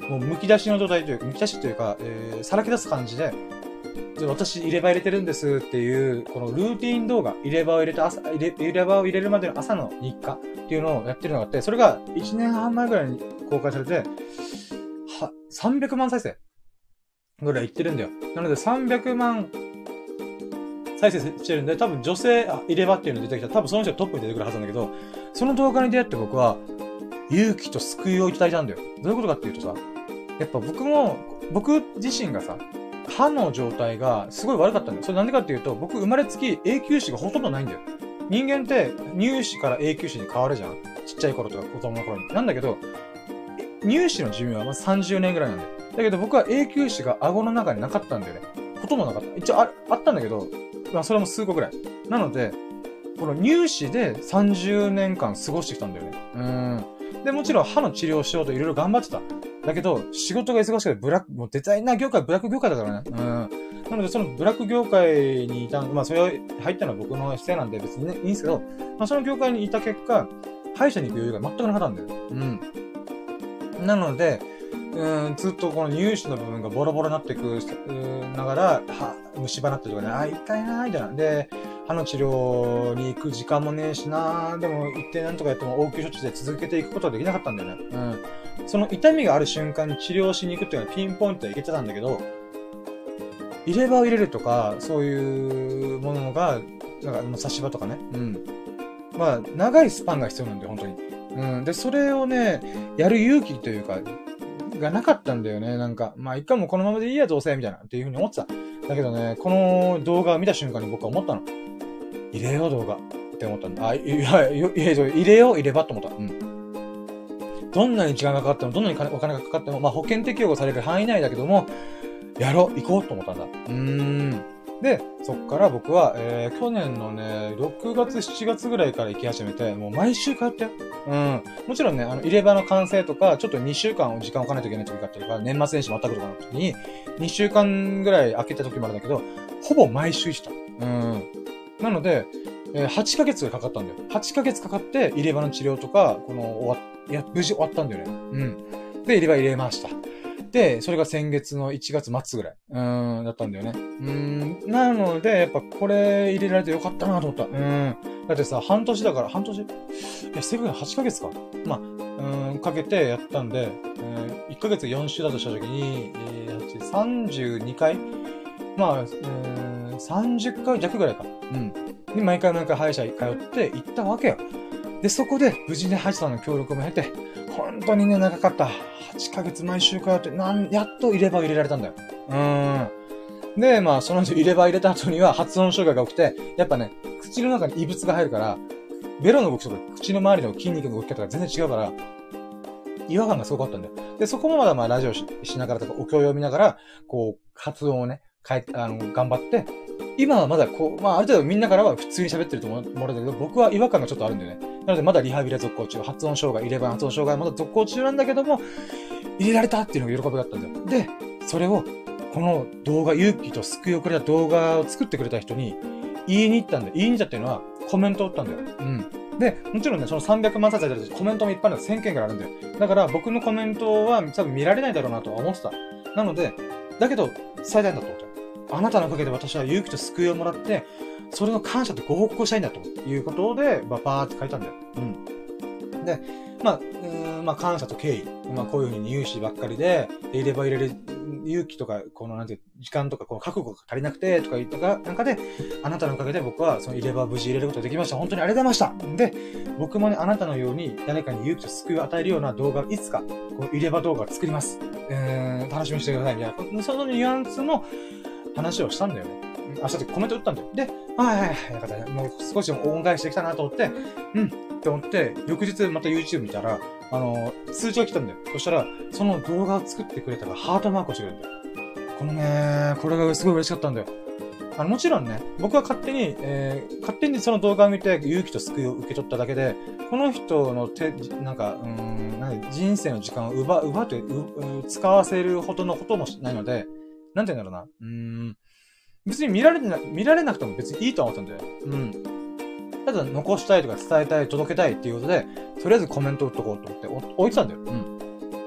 Speaker 2: もうむき出しの状態というか、むき出しというか、さらけ出す感じで、私入れ歯入れてるんですっていう、このルーティン動画、入れ歯を入れるまでの朝の日課っていうのをやってるのがあって、それが1年半前ぐらいに公開されて、300万再生ぐらいいってるんだよ。なので300万再生してるんで、多分女性、入れ歯っていうの出てきたら多分その人がトップに出てくるはずなんだけど、その動画に出会って僕は、勇気と救いをいただいたんだよ。どういうことかっていうとさ、やっぱ僕自身がさ、歯の状態がすごい悪かったんだよ。それなんでかっていうと、僕生まれつき永久歯がほとんどないんだよ。人間って乳歯から永久歯に変わるじゃん。ちっちゃい頃とか子供の頃に。なんだけど、乳歯の寿命はまず30年ぐらいなんだよ。だけど僕は永久歯が顎の中になかったんだよね。ほとんどなかった。一応あったんだけど、まあそれも数個ぐらい。なので、この乳歯で30年間過ごしてきたんだよね。で、もちろん歯の治療をしようといろいろ頑張ってた。だけど、仕事が忙しくてもうデザイナー業界、ブラック業界だからね。なので、そのブラック業界にいた、まあ、それ入ったのは僕のせいなんで別にね、いいんですけど、まあ、その業界にいた結果、歯医者に行く余裕が全くなかったんだよ。なので、ずっとこの乳歯の部分がボロボロになっていく、ながら、虫歯なったりとかね、痛いなーみたいな。で、歯の治療に行く時間もねえしなー。でも、一定なんとかやっても応急処置で続けていくことはできなかったんだよね。その痛みがある瞬間に治療しに行くっていうのはピンポイントでいけてたんだけど、入れ歯を入れるとか、そういうものが、なんか、差し歯とかね。まあ、長いスパンが必要なんだよ、本当に。で、それをね、やる勇気というか、がなかったんだよね。なんか、まあ、一回もこのままでいいや、どうせ、みたいな、っていうふうに思ってた。だけどね、この動画を見た瞬間に僕は思ったの。入れよう、動画。って思ったんだ。入れよう、入れ歯と思った。どんなに時間がかかっても、どんなにお金がかかっても、まあ、保険適用される範囲内だけども、やろう、行こうと思ったんだ。で、そっから僕は、去年のね、6月、7月ぐらいから行き始めて、もう毎週通ってよ。もちろんね、入れ歯の完成とか、ちょっと2週間時間を置かないといけない時があったりとか、年末年始全くとかの時に、2週間ぐらい空けた時もあるんだけど、ほぼ毎週した。なので、8ヶ月がかかったんだよ。8ヶ月かかって、入れ歯の治療とか、無事終わったんだよね。で、入れ歯入れました。で、それが先月の1月末ぐらい、だったんだよね。なので、やっぱこれ入れられてよかったなと思った。だってさ、半年だから、正確に8ヶ月か。まあ、かけてやったんで、1ヶ月4週だとした時に、32回まあ、30回弱ぐらいか。で、毎回歯医者通って行ったわけよ。で、そこで無事に歯医者さんの協力も経て、本当にね、長かった。8ヶ月毎週通って、やっと入れ歯を入れられたんだよ。で、まあ、その後入れ歯入れた後には発音障害が起きて、やっぱね、口の中に異物が入るから、ベロの動きとか口の周りの筋肉の動き方が全然違うから、違和感がすごかったんだよ。で、そこもまだまあラジオ しながらとか、お経を読みながら、こう、発音をね、頑張って、今はまだまあ、ある程度みんなからは普通に喋ってると思うんだけど、僕は違和感がちょっとあるんだよね。なのでまだリハビリは続行中。発音障害、入れ歯発音障害はまだ続行中なんだけども、入れられたっていうのが喜びだったんだよ。で、それを、この動画、勇気と救いをくれた動画を作ってくれた人に言いに行ったんだよ。言いに行ったっていうのはコメントを打ったんだよ。で、もちろんね、その300万再生されてるコメントもいっぱいあるんだよ。1000件ぐらいあるんだよ。だから僕のコメントは多分見られないだろうなとは思ってた。なので、だけど、伝えたいんだと思った。あなたのおかげで私は勇気と救いをもらって、それの感謝とご報告をしたいんだということで、バーって書いたんだよ。で、まあ、感謝と敬意。まあ、こういうふうに入試ばっかりで、入れ歯入れる勇気とか、このなんて、時間とか、この覚悟が足りなくて、とか言ったか、なんかで、あなたのおかげで僕はその入れ歯を無事入れることができました。本当にありがとうございました。で、僕もね、あなたのように誰かに勇気と救いを与えるような動画をいつか、この入れ歯動画を作ります。楽しみにしてください。みたいな、そのニュアンスの話をしたんだよね。した時コメント打ったんだよ。で、よかったね。もう少しでも恩返しできたなと思って、って思って、翌日また YouTube 見たら、通知が来たんだよ。そしたら、その動画を作ってくれたからハートマークをしてくれるんだよ。これがすごい嬉しかったんだよ。もちろんね、僕は勝手にその動画を見て勇気と救いを受け取っただけで、この人の人生の時間を奪って使わせるほどのこともないので、なんて言うんだろうな。別に見られなくても別にいいと思ったんだよ。ただ残したいとか伝えたい、届けたいっていうことで、とりあえずコメント打っとこうと思って置いてたんだよ。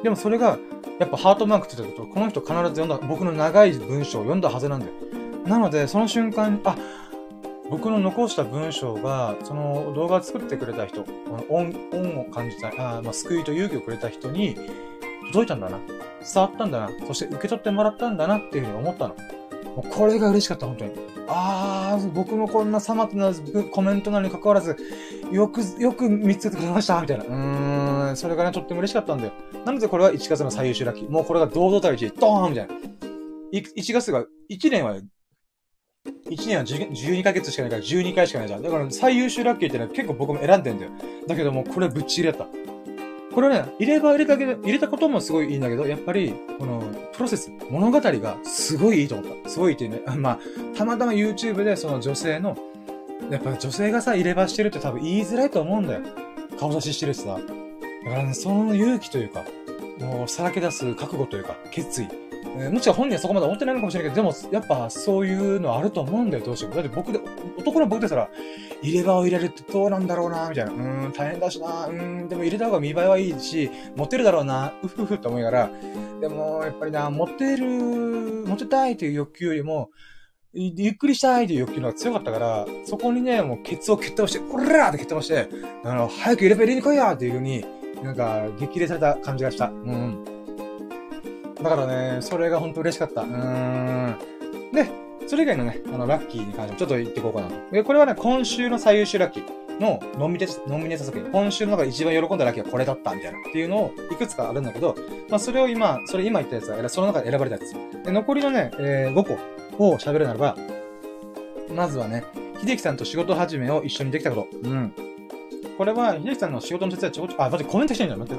Speaker 2: でもそれが、やっぱハートマークついてると、この人必ず読んだ、僕の長い文章を読んだはずなんだよ。なので、その瞬間に、僕の残した文章が、その動画を作ってくれた人、恩を感じた、救いと勇気をくれた人に、届いたんだな。伝わったんだな。そして受け取ってもらったんだなっていうふうに思ったの。もうこれが嬉しかった、本当に。僕もこんなさまつなコメントなのに関わらず、よく見つけてくれました、みたいな。それがね、とっても嬉しかったんだよ。なのでこれは1月の最優秀ラッキー。もうこれが堂々たる1位、ドーンみたいな。1月が、1年は12ヶ月しかないから12回しかないじゃん。だから最優秀ラッキーってのは結構僕も選んでんだよ。だけどもこれぶっちぎりだった。これね、入れたこともすごいいいんだけど、やっぱり、この、プロセス、物語がすごいいいと思った。すごいっていうね。たまたま YouTube でその女性の、やっぱ女性がさ、入れ歯してるって多分言いづらいと思うんだよ。顔出ししてるしさ。だからね、その勇気というか、もうさらけ出す覚悟というか、決意。もちろん本人はそこまで思ってないのかもしれないけど、でも、やっぱそういうのあると思うんだよ、どうしても。だって男の僕でしたら、入れ歯を入れるってどうなんだろうな、みたいな。大変だしな、でも入れた方が見栄えはいいし、モテるだろうな、うふふって思いながら、でも、やっぱりな、モテたいという欲求よりも、ゆっくりしたいという欲求の方が強かったから、そこにね、もうケツを蹴っ倒して、こらーって蹴っ倒して、早く入れ歯入れに来いやっていう風に、なんか、激励された感じがした。だからね、それが本当嬉しかった。で、それ以外のね、ラッキーに関してもちょっと言っていこうかなと。で、これはね、今週の最優秀ラッキーのノミネート作品。今週の中で一番喜んだラッキーはこれだった、みたいな。っていうのをいくつかあるんだけど、それ今言ったやつは、その中で選ばれたやつ。で、残りのね、5個を喋るならば、まずはね、秀樹さんと仕事始めを一緒にできたこと。これは、秀樹さんの仕事の手伝い待って、コメントしてんじゃん。待って。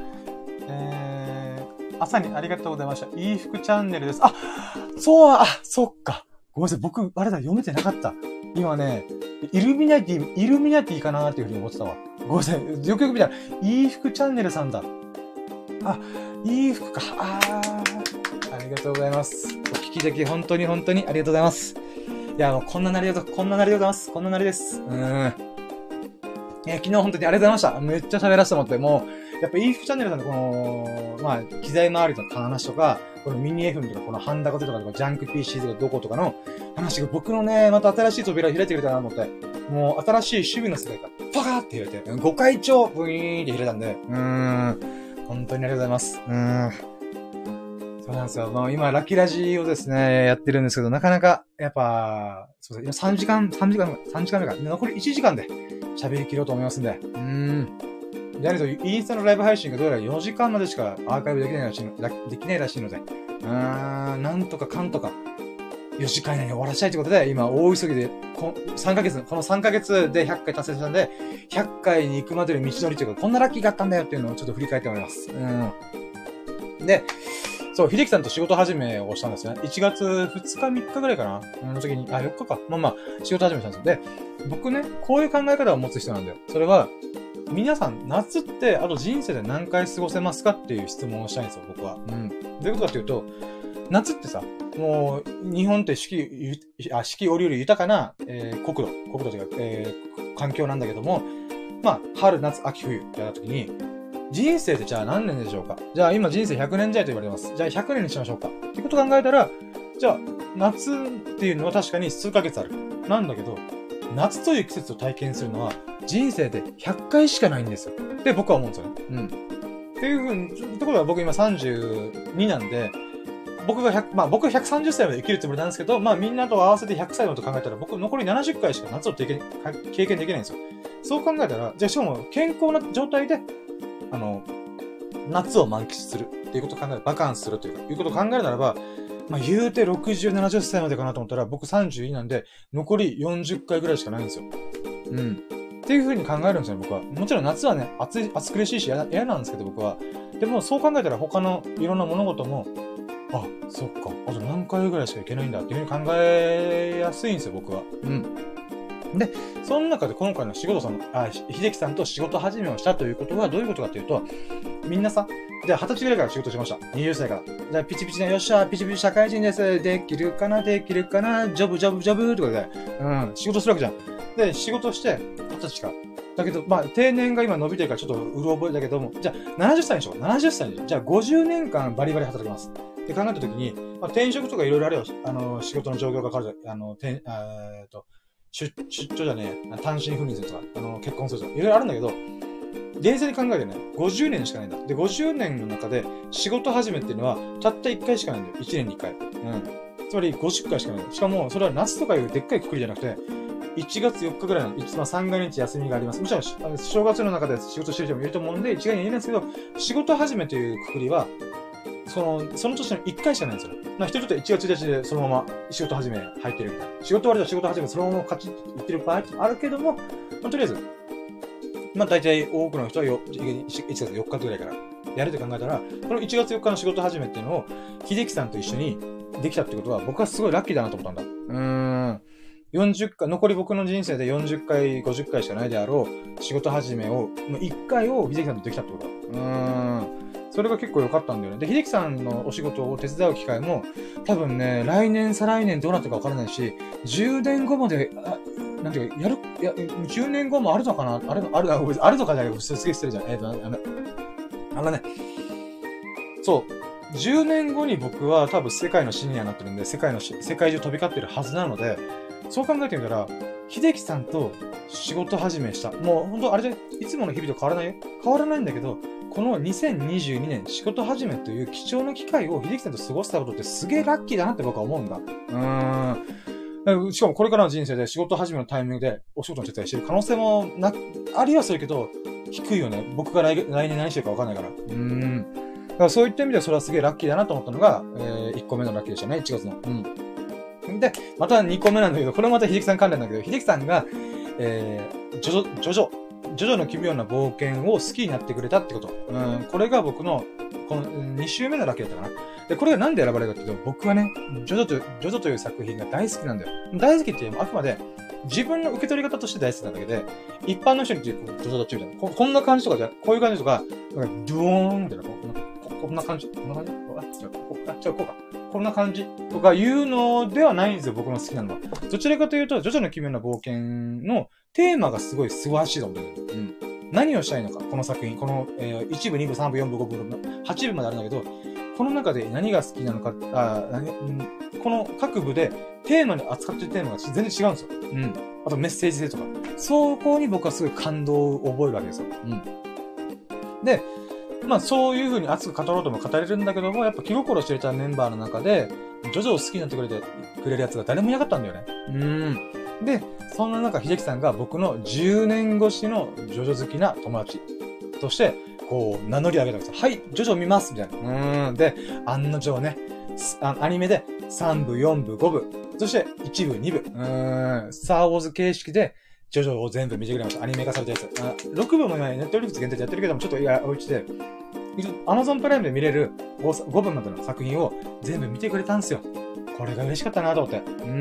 Speaker 2: 朝にありがとうございました。いい服チャンネルです。そっか。ごめんなさい。僕、読めてなかった。今ね、イルミナティかなーっていうふうに思ってたわ。ごめんなさい。よくよく見たら、いい服チャンネルさんだ。いい服か。ありがとうございます。お聞きだけ本当にありがとうございます。いや、もうこんななりでございます。こんななりです。昨日本当にありがとうございました。めっちゃ喋らせてもらって、もう、やっぱ e 服チャンネルさんのこの、機材周りの話とか、このミニ FM とか、このハンダコテとか、ジャンク PC とかどことかの話が僕のね、また新しい扉を開いてくれたなと思って、もう新しい守備の世界がパカーって開いて、5回超ブイーンって開いたんで、本当にありがとうございます。そうなんですよ。今、ラッキーラジをですね、やってるんですけど、なかなか、やっぱ、そうですね、3時間目か。残り1時間で喋り切ろうと思いますんで。であると、インスタのライブ配信がどうやら4時間までしかアーカイブできないらしいので、なんとかかんとか、4時間以内に終わらせたいということで、今、大急ぎで、この3ヶ月で100回達成したんで、100回に行くまでの道のりというか、こんなラッキーがあったんだよっていうのをちょっと振り返ってもらいます。で、そう、秀樹さんと仕事始めをしたんですよね。1月2日3日ぐらいかなの時に、4日か。仕事始めしたんですよ。で、僕ね、こういう考え方を持つ人なんだよ。それは、皆さん、夏って、あと人生で何回過ごせますかっていう質問をしたいんですよ、僕は。どういうことかというと、夏ってさ、もう、日本って四季折々豊かな、国土というか、環境なんだけども、春、夏、秋、冬ってやった時に、人生ってじゃあ何年でしょうか？じゃあ今人生100年時代と言われます。じゃあ100年にしましょうか。っていうことを考えたら、じゃあ夏っていうのは確かに数ヶ月ある。なんだけど、夏という季節を体験するのは人生で100回しかないんですよ。って僕は思うんですよね。っていうふうに、ってことは僕今32なんで、僕130歳まで生きるつもりなんですけど、みんなと合わせて100歳まで考えたら僕残り70回しか夏を経験できないんですよ。そう考えたら、じゃあしかも健康な状態で、夏を満喫するっていうことを考える、バカンスするということを考えるならば、言うて60、70歳までかなと思ったら、僕32なんで、残り40回ぐらいしかないんですよ。っていう風に考えるんですよ、僕は。もちろん夏はね、暑苦しいし嫌なんですけど、僕は。でも、そう考えたら他のいろんな物事も、そっか、あと何回ぐらいしかいけないんだっていう風に考えやすいんですよ、僕は。で、その中で今回の秀樹さんと仕事始めをしたということはどういうことかというと、みんなさ、じゃあ20歳ぐらいから仕事しました。20歳から。じゃあピチピチね、よっしゃ、ピチピチ社会人です。できるかな、ジョブとかで、仕事するわけじゃん。で、仕事して、20歳から。 だけど、まあ、定年が今伸びてるからちょっとうろ覚えだけども、じゃあ、70歳にしよう。70歳に。じゃあ、50年間バリバリ働きます。って考えたときに、まあ、転職とかいろいろあるよ。仕事の状況が変わる。出張じゃねえ、単身赴任するとか、結婚するとか、いろいろあるんだけど、冷静に考えてね、50年しかないんだ。で、50年の中で仕事始めっていうのは、たった1回しかないんだよ。1年に1回。うん。つまり50回しかないんだよ。しかも、それは夏とかいうでっかいくくりじゃなくて、1月4日ぐらいの、まあ、三が日休みがあります。もちろん、正月の中で仕事してる人もいると思うんで、一概に言えないんですけど、仕事始めというくくりは、その年の1回しかないんですよ。まあ、人にとって1月1日でそのまま仕事始め入ってるみたいな。仕事終わりと仕事始めそのままカチッと言ってる場合あるけども、まあ、とりあえず、まあ大体多くの人は1月4日ぐらいからやると考えたら、この1月4日の仕事始めっていうのを、秀樹さんと一緒にできたってことは、僕はすごいラッキーだなと思ったんだ。40回、残り僕の人生で40回、50回しかないであろう、仕事始めを、1回を秀樹さんとできたってことだ。それが結構良かったんだよね。で、秀樹さんのお仕事を手伝う機会も、多分ね、来年、再来年どうなってるか分からないし、10年後まで、なんていうか、10年後もあるのかなあるのかじゃないか、すげえ失礼じゃん。そう。10年後に僕は多分世界のシニアになってるんで、世界中飛び交ってるはずなので、そう考えてみたら、秀樹さんと仕事始めした。もう本当あれじゃ、いつもの日々と変わらないよ。変わらないんだけど、この2022年仕事始めという貴重な機会を秀樹さんと過ごしたことってすげえラッキーだなって僕は思うんだ。しかもこれからの人生で仕事始めのタイミングでお仕事の手伝いしてる可能性もありはするけど、低いよね。僕が来年何してるか分かんないから。だからそういった意味ではそれはすげえラッキーだなと思ったのが、1個目のラッキーでしたね、1月の。で、また2個目なんだけど、これもまた秀樹さん関連だけど、秀樹さんが、ジョジョの奇妙な冒険を好きになってくれたってこと。これが僕の、この2週目のラッキーだったかな。で、これがなんで選ばれるかっていうと、僕はね、ジョジョという作品が大好きなんだよ。大好きっていうのはあくまで、自分の受け取り方として大好きなんだけど、一般の人に言って、ジョジョどっちみたいな。こんな感じとかじゃ、こういう感じとか、ドゥーンみたいな、こんな感じこんな感じこんな感じとかいうのではないんですよ、僕の好きなのは。どちらかというと、ジョジョの奇妙な冒険のテーマがすごい素晴らしいと思うんだよ。何をしたいのか、この作品。この、1部、2部、3部、4部、5部、8部まであるんだけど、この中で何が好きなのか、この各部でテーマに扱ってるテーマが全然違うんですよ。あとメッセージ性とか。そこに僕はすごい感動を覚えるわけですよ。で、まあそういう風に熱く語ろうとも語れるんだけども、やっぱ気心知れたメンバーの中で、ジョジョを好きになってくれるやつが誰もいなかったんだよね。で、そんな中、秀樹さんが僕の10年越しのジョジョ好きな友達として、こう、名乗り上げたんですよ。はい、ジョジョ見ますみたいな。で、案の定ね、アニメで3部、4部、5部、そして1部、2部、スターウォーズ形式で、ジョジョを全部見てくれました。アニメ化されたやつ。6部も今、ネットフリックス限定でやってるけども、ちょっと置いてて、Amazon プライムで見れる 5分までの作品を全部見てくれたんですよ。これが嬉しかったなと思って。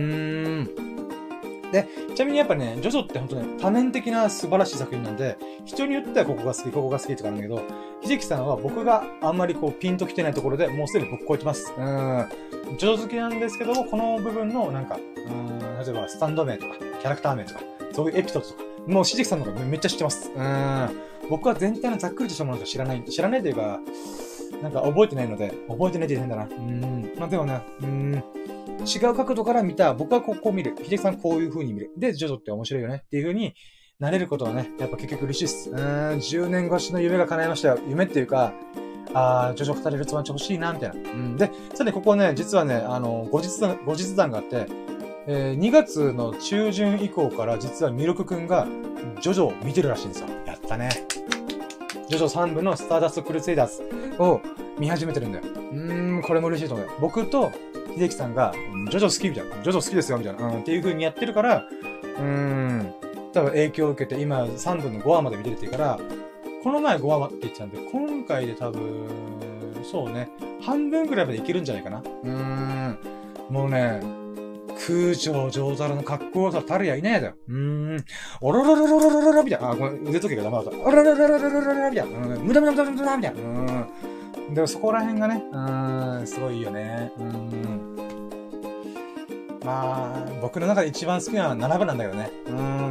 Speaker 2: で、ちなみにやっぱね、ジョジョって本当ね、多面的な素晴らしい作品なんで、人によってはここが好きとかあるんだけど、秀樹さんは僕があんまりこうピンと来てないところでもうすでに僕超えてます。ジョジョ好きなんですけども、この部分のなんか、例えばスタンド名とか、キャラクター名とか、そういうエピソードとか、もう秀樹さんの方がめっちゃ知ってます。僕は全体のざっくりとしたものしか知らないというか、なんか覚えてないので、覚えてないって言うんだな。まあでもね、違う角度から見た、僕はこう見る。秀樹さんこういう風に見る。で、ジョジョって面白いよねっていう風になれることはね、やっぱ結局嬉しいっす。10年越しの夢が叶いましたよ。夢っていうか、ジョジョ語れるつまんち欲しいな、みたいな。で、さてここね、実はね、後日談があって、2月の中旬以降から実はミルクくんがジョジョを見てるらしいんですよ。やったね。ジョジョ3部のスターダストクルセイダーズを見始めてるんだよ。これも嬉しいと思うよ。僕と秀樹さんが、ジョジョ好きみたいな。ジョジョ好きですよみたいな。っていう風にやってるから、多分影響を受けて今3部の5話まで見れるっていうから、この前5話って言ってたんで、今回で多分、そうね、半分くらいまでいけるんじゃないかな。もうね、空城上太郎の格好さ、たるやいないやだよ。おろろろろろろろろみたいな。ごめん、腕時計がダメだった。おろろろろろろろろみたいな。無駄無駄無駄無駄みたいな。でもそこら辺がね、すごいいいよね。まあ、僕の中で一番好きなのは7部なんだけどね。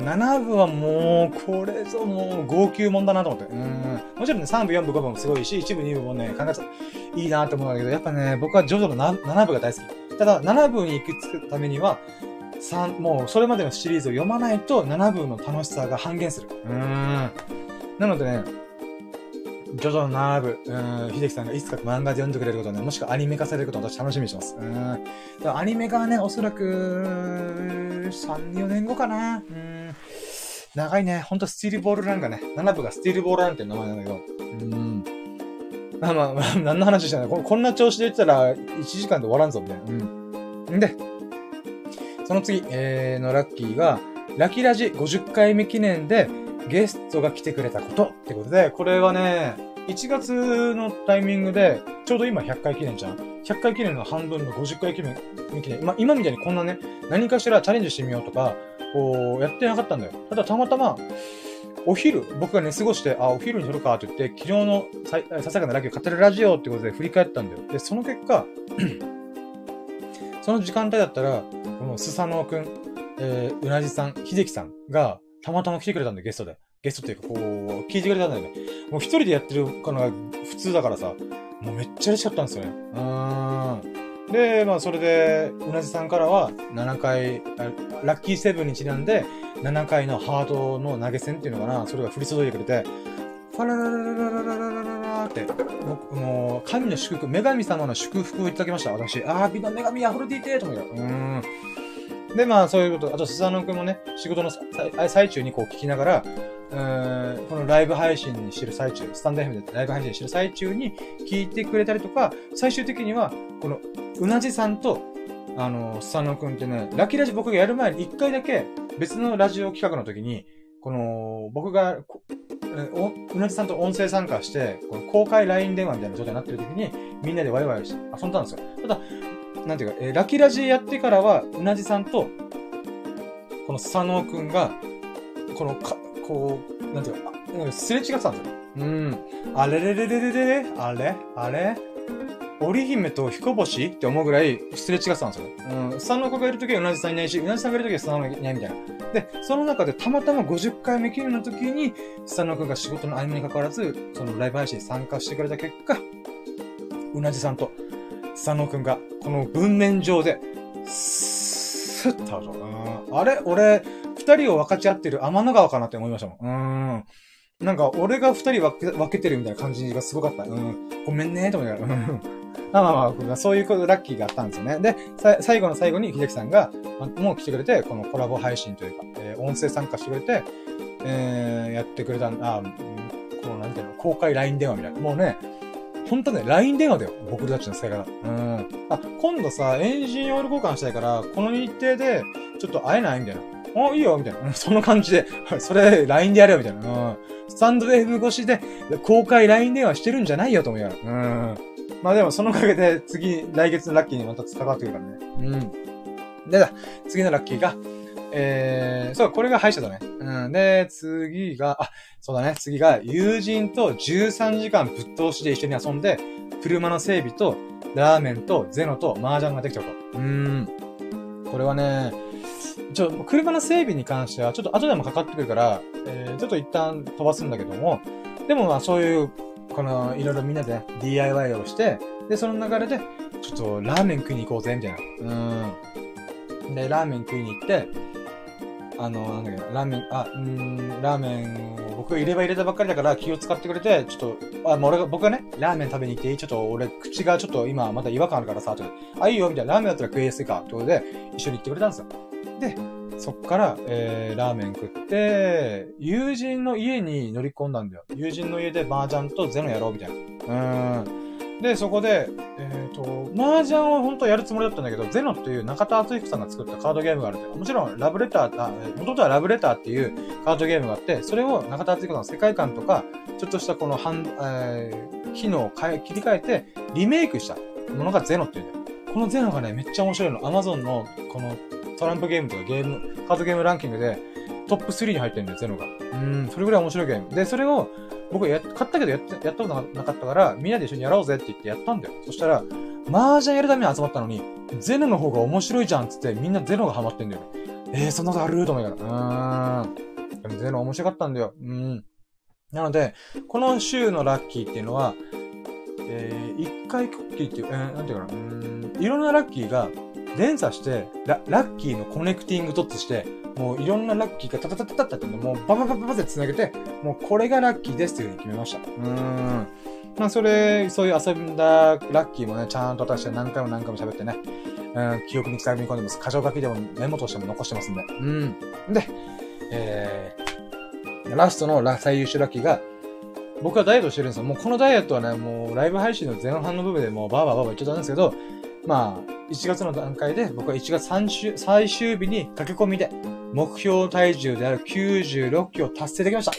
Speaker 2: 7部はもう、これぞもう、号泣もんだなと思って。もちろんね、3部、4部、5部もすごいし、1部、2部もね、考えたらいいなと思うんだけど、やっぱね、僕はジョジョの7部が大好き。ただ、7部に行き着くためには、もう、それまでのシリーズを読まないと、7部の楽しさが半減する。なのでね、ジョジョの7部、秀樹さんがいつか漫画で読んでくれることね、もしくはアニメ化されることを私楽しみにしてます。だからアニメ化はね、おそらく、3、4年後かな。長いね。ほんとスティールボールランがね、7部がスティールボールランっていう名前なんだけど、まあ、何の話してない。こんな調子で言ってたら、1時間で終わらんぞ、みたいな。で、その次、のラッキーが、ラキラジ50回目記念で、ゲストが来てくれたことってことで、これはね、1月のタイミングで、ちょうど今100回記念じゃん。100回記念の半分の50回記念。今みたいにこんなね、何かしらチャレンジしてみようとか、こう、やってなかったんだよ。ただたまたま、お昼、僕が寝過ごして、お昼に撮るかって言って、昨日のささやかなラッキーを語るラジオってことで振り返ったんだよ。で、その結果、その時間帯だったら、このスサノオくん、うなじさん、秀樹さんが、たまたま来てくれたんで、ゲストで。ゲストっていうか、こう、聞いてくれたんだよね。もう一人でやってるのが普通だからさ、もうめっちゃ嬉しかったんですよね。で、まあ、それで、うなじさんからは、7回、ラッキーセブンにちなんで、7回のハートの投げ銭っていうのかな、それが降り注いでくれて、ファララララララララララって、僕、もう、神の祝福、女神様の祝福をいただきました、私。美の女神アフロディーテーと思うよ。で、まあ、そういうこと。あと、スサノオくんもね、仕事の最中にこう聞きながら、このライブ配信にしてる最中、スタンド FM でライブ配信してる最中に聞いてくれたりとか、最終的には、この、うなじさんと、スサノオくんってね、ラッキーラジ僕がやる前に一回だけ別のラジオ企画の時に、この、僕が、うなじさんと音声参加して、この公開 LINE 電話みたいな状態になってる時に、みんなでワイワイして遊んだんですよ。ただ、なんていうか、ラッキーラジやってからは、うなじさんと、このスサノオくんが、こう、なんていうか、すれ違ってたんですよ。あれれれれれれれあれ織姫と彦星って思うぐらいすれ違ってたんですよ。スサノオくんがいるときはうなじさんいないし、うなじさんがいるときはスサノオいないみたいな。で、その中でたまたま50回目記念の時に、スサノオくんが仕事の合間に関わらず、そのライブ配信に参加してくれた結果、うなじさんとスサノオくんが、この文面上で、スッとあれ俺、二人を分かち合ってる天の川かなって思いましたもん。なんか、俺が二人分けてるみたいな感じがすごかった。ごめんねと思いながら。まあ、そういうことラッキーがあったんですよね。で、最後の最後に秀樹さんが、もう来てくれて、このコラボ配信というか、音声参加してくれて、やってくれたこのなんていうの、公開 LINE 電話みたいな。もうね、ほんとね、LINE 電話だよ。僕たちの使い方。今度さ、エンジンオイル交換したいから、この日程で、ちょっと会えないみたいな。いいよみたいな。そんな感じで、それ、LINE でやるよみたいな。スタンド FM 越しで、公開 LINE 電話してるんじゃないよと思いながら。まあでも、そのおかげで、来月のラッキーにまた関わってくるからね。で、次のラッキーが、そう、これが歯医者だね。で、次が、そうだね。次が、友人と13時間ぶっ通しで一緒に遊んで、車の整備と、ラーメンと、ゼノと、麻雀ができたこと。これはね、車の整備に関しては、ちょっと後でもかかってくるから、ちょっと一旦飛ばすんだけども、でもまあそういう、いろいろみんなで DIY をして、で、その流れで、ちょっとラーメン食いに行こうぜ、みたいな。で、ラーメン食いに行って、なんだっけ、ラーメンを僕が入れたばっかりだから気を使ってくれて、ちょっと、僕がね、ラーメン食べに行っていい？ちょっと俺、口がちょっと今まだ違和感あるからさ、いいよ、みたいな、ラーメンだったら食いやすいか、ってことで、一緒に行ってくれたんですよ。で、そっから、ラーメン食って、友人の家に乗り込んだんだよ。友人の家で麻雀とゼノやろう、みたいな。で、そこで、麻雀を本当はやるつもりだったんだけど、ゼノっていう中田敦彦さんが作ったカードゲームがあるんだよ。もちろん、元々はラブレターっていうカードゲームがあって、それを中田敦彦さんの世界観とか、ちょっとしたこの機能を切り替えて、リメイクしたものがゼノっていうんだよ。このゼノがね、めっちゃ面白いの。Amazon の、このトランプゲームとかカードゲームランキングで、トップ3に入ってるんだよ、ゼノが。それぐらい面白いゲーム。で、それを、僕買ったけどやったことなかったから、みんなで一緒にやろうぜって言ってやったんだよ。そしたら、麻雀やるために集まったのに、ゼノの方が面白いじゃんって言って、みんなゼノがハマってんだよね。 そんなことあると思いながら。でも全然面白かったんだよ。なので、この週のラッキーっていうのは、一回クッキーっていう、なんていうかな、いろんなラッキーが連鎖して、ラッキーのコネクティングドッツして、もういろんなラッキーがタタタタタタってもうバババババって繋げて、もうこれがラッキーですっていう風に決めました。まあそういう遊んだラッキーもね、ちゃんと私は何回も喋ってね、記憶に伝え込んでます。箇条書きでもメモとしても残してますんで。で、ラストの最優秀ラッキーが、僕はダイエットしてるんですよ。もうこのダイエットはね、もうライブ配信の前半の部分でもうバーバー言っちゃったんですけど、まあ、1月の段階で僕は1月最終日に駆け込みで目標体重である96キロ達成できました。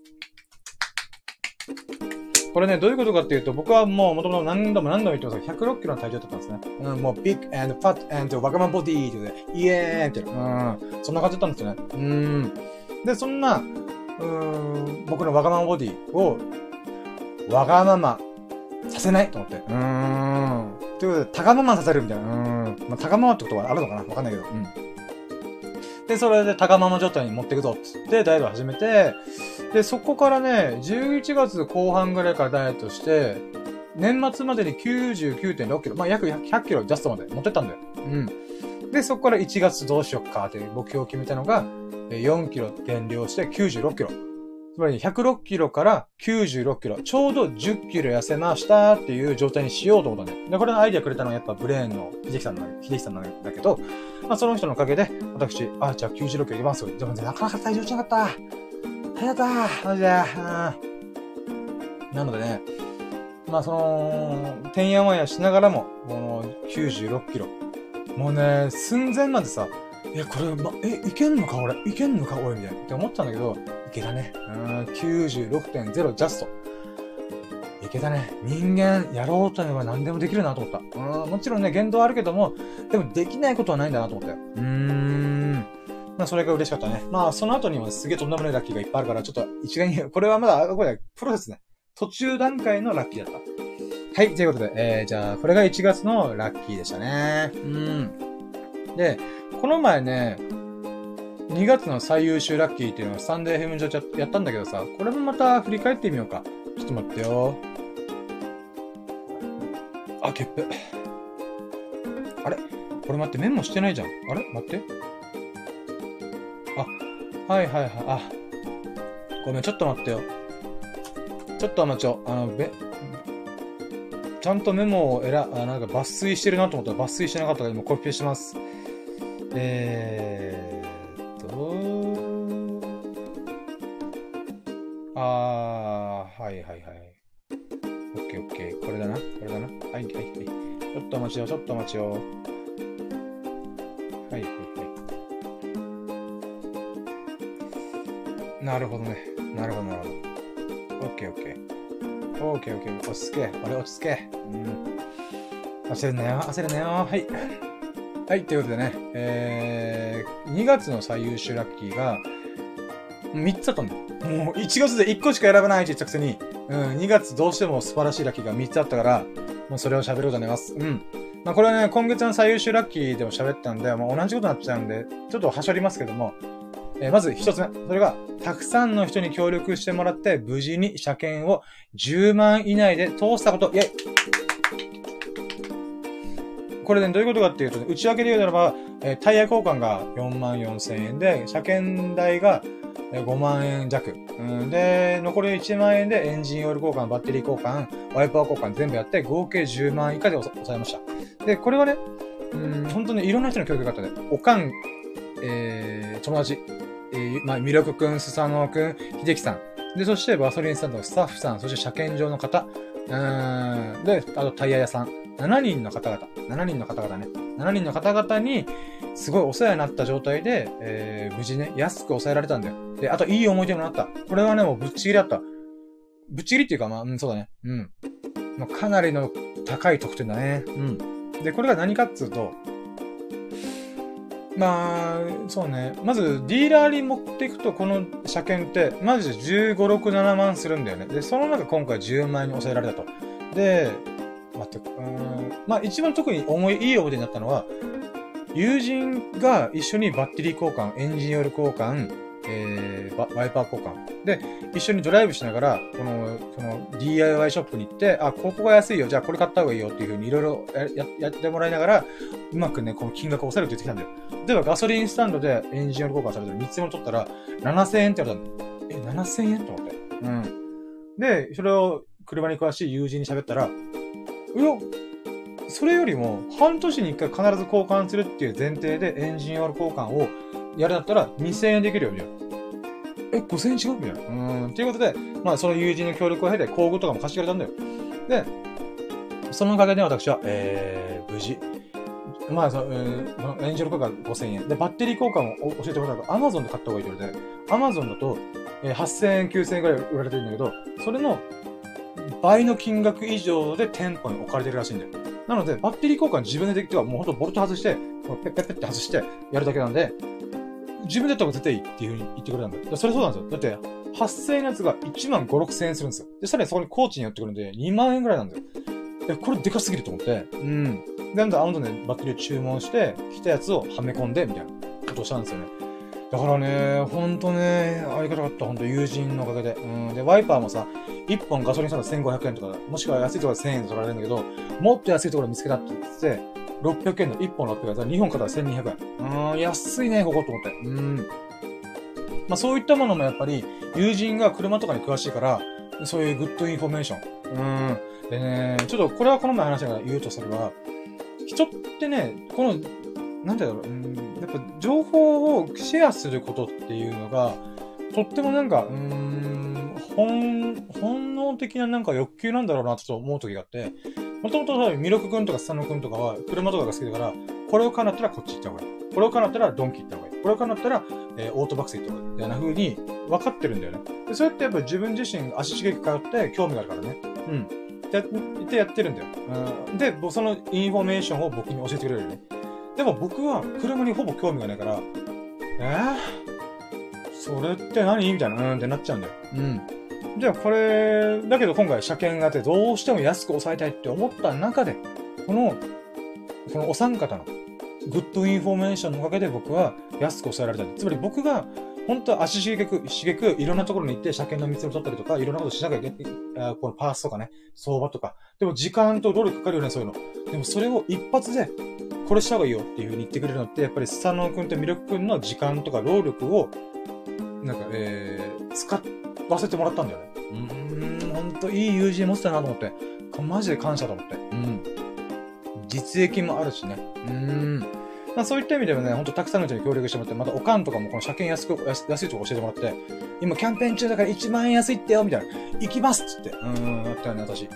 Speaker 2: これね、どういうことかっていうと、僕はもう元々何度も言ってますが、106キロの体重だったんですね。もう、ビッグ&ファット&ワガマボディーってことで、イエーイって、そんな感じだったんですよね。で、そんな、僕のワガママボディを、わがままさせないと思って。ということで、たがままさせるみたいな。まあ、たがままってことはあるのかなわかんないけど。で、それでたがまま状態に持っていくぞっつって、ダイエットを始めて、で、そこからね、11月後半ぐらいからダイエットして、年末までに 99.6 キロ、まあ、約100キロジャストまで持ってったんだよ。で、そこから1月どうしよっかっていう目標を決めたのが、4キロ減量して96キロ。つまり106キロから96キロ。ちょうど10キロ痩せましたっていう状態にしようと思ったんだよ。で、これのアイディアくれたのはやっぱブレーンの秀樹さんなんだけど、まあその人のおかげで、私、じゃあ96キロいきますよ。でもね、なかなか体重違った。早かった。マジで。なのでね、まあてんやわんやしながらも、この96キロ。もうね、寸前までさ、これ、いけんのか俺みたいな。って思ったんだけど、いけたね。96.0 ジャスト。いけたね。人間、やろうと思えば何でもできるなと思った。もちろんね、限度はあるけども、でもできないことはないんだなと思ったよ。まあ、それが嬉しかったね。まあ、その後にもすげえとんでもないラッキーがいっぱいあるから、ちょっと一概に、これはまだ、これプロセスね。途中段階のラッキーだった。はい、ということで、じゃあ、これが1月のラッキーでしたね。で、この前ね、2月の最優秀ラッキーっていうのをスタンド FM 上やったんだけどさ、これもまた振り返ってみようか。ちょっと待ってよ。ゲップ。あれこれ待って、メモしてないじゃん。あれ待って。はい。ごめん、ちょっと待ってよ。ちょっと待ちょ。ちゃんとメモをなんか抜粋してるなと思ったら抜粋してなかったから今コピペしてます。はい。オッケー。これだな。はい。ちょっと待ちよ。はい。なるほどね。オッケー。落ち着け。俺落ち着け。焦るなよ。はい、ということでね、2月の最優秀ラッキーが、3つあったんだよ。もう1月で1個しか選ばないって言ったくせに、2月どうしても素晴らしいラッキーが3つあったから、もうそれを喋ろうと思います。まあこれはね、今月の最優秀ラッキーでも喋ったんで、もう同じことになっちゃうんで、ちょっとはしょりますけども、まず1つ目。それが、たくさんの人に協力してもらって、無事に車検を10万以内で通したこと。イェイ！これね、どういうことかっていうと、内訳で言うならば、タイヤ交換が44,000円で、車検代が5万円弱。で、残り1万円でエンジンオイル交換、バッテリー交換、ワイパー交換全部やって、合計10万以下で抑えました。で、これはね、本当にいろんな人の協力があったね。おかん、友達、ミルクくん、スサノオくん、秀樹さん。で、そしてバソリンスタンドのスタッフさん、そして車検場の方、で、あとタイヤ屋さん。7人の方々に、すごいお世話になった状態で、無事ね、安く抑えられたんだよ。で、あといい思い出もあった。これはね、もうぶっちぎりだった。ぶっちぎりっていうか、そうだね。もうかなりの高い得点だね。で、これが何かっつうと、そうね。まず、ディーラーに持っていくと、この車検って、マジで15、6、7万するんだよね。で、その中今回10万円に抑えられたと。で、一番特にいい思い出になったのは、 友人が一緒にバッテリー交換、エンジンオイル交換、ワイパー交換。で、一緒にドライブしながら、その DIY ショップに行って、あ、ここが安いよ、じゃあこれ買った方がいいよっていう風にいろいろやってもらいながら、うまくね、この金額を抑えるって言ってきたんだよ。例えばガソリンスタンドでエンジンオイル交換されてる3つも取ったら、7000円って言われたんだよ。7000円と思って。うん。で、それを車に詳しい友人に喋ったら、それよりも半年に1回必ず交換するっていう前提でエンジンオイル交換をやるんだったら2000円できるよ、みたいな。5000円違うみたいな。っていうことで、まあその友人の協力を経て工具とかも貸してくれたんだよ。で、そのおかげで私は、無事、まあ、エンジンオイル交換5000円。で、バッテリー交換を教えてもらったら、Amazon で買った方がいいって言われて、Amazon だと、8000円、9000円ぐらい売られてるんだけど、それの倍の金額以上で店舗に置かれてるらしいんだよ。なので、バッテリー交換自分でできては、もうほんとボルト外して、ペッペッペッって外して、やるだけなんで、自分でやった方が絶対いいっていう風に言ってくれたんだよ。それそうなんですよ。だって、8000円のやつが1万5、6000円するんですよ。で、さらにそこにコーチに寄ってくるんで、2万円ぐらいなんだよ。これでかすぎると思って、なんで、Amazon でバッテリーを注文して、来たやつをはめ込んで、みたいなことをしたんですよね。だからね、ほんとね、ありがたかった、ほんと友人のおかげで。で、ワイパーもさ、1本ガソリンスタンド1500円とか、もしくは安いところで1000円で取られるんだけど、もっと安いところ見つけたって言ってて、600円の1本600円、2本買ったら1200円。安いね、ここと思って。まあそういったものもやっぱり、友人が車とかに詳しいから、そういうグッドインフォメーション。でね、ちょっとこれはこの前話したから言うとすれば、人ってね、この、なんてだろう、やっぱ情報をシェアすることっていうのが、とってもなんか、本能的ななんか欲求なんだろうなと思う時があって、もともとミルクくんとかスタノくんとかは車とかが好きだから、これを買うんだったらこっち行った方がいい。これを買うんだったらドンキ行った方がいい。これを買うんだったら、オートバックス行った方がいい。みたいな風に分かってるんだよね。で、そうやってやっぱ自分自身足しげく通って興味があるからね。で、やってるんだよ。で、そのインフォメーションを僕に教えてくれるよね。でも僕は車にほぼ興味がないから、それって何みたいな、ってなっちゃうんだよ。じゃあこれ、だけど今回車検があってどうしても安く抑えたいって思った中で、このお三方のグッドインフォメーションのおかげで僕は安く抑えられた。つまり僕が本当は足しげくいろんなところに行って車検の密を取ったりとか、いろんなことしなきゃいけない、このパースとかね、相場とか。でも時間と労力かかるよね、そういうの。でもそれを一発で、これした方がいいよっていう風に言ってくれるのって、やっぱりスサノオくんとミルクくんの時間とか労力を、なんか、使わせてもらったんだよね。ほんといい友人持ってたなと思って。マジで感謝と思って。実益もあるしね。まあそういった意味でもね、ほんとたくさんの人に協力してもらって、またおかんとかもこの車検安いとこ教えてもらって、今キャンペーン中だから1万円安いってよ、みたいな。行きますっつって。やったよね、私。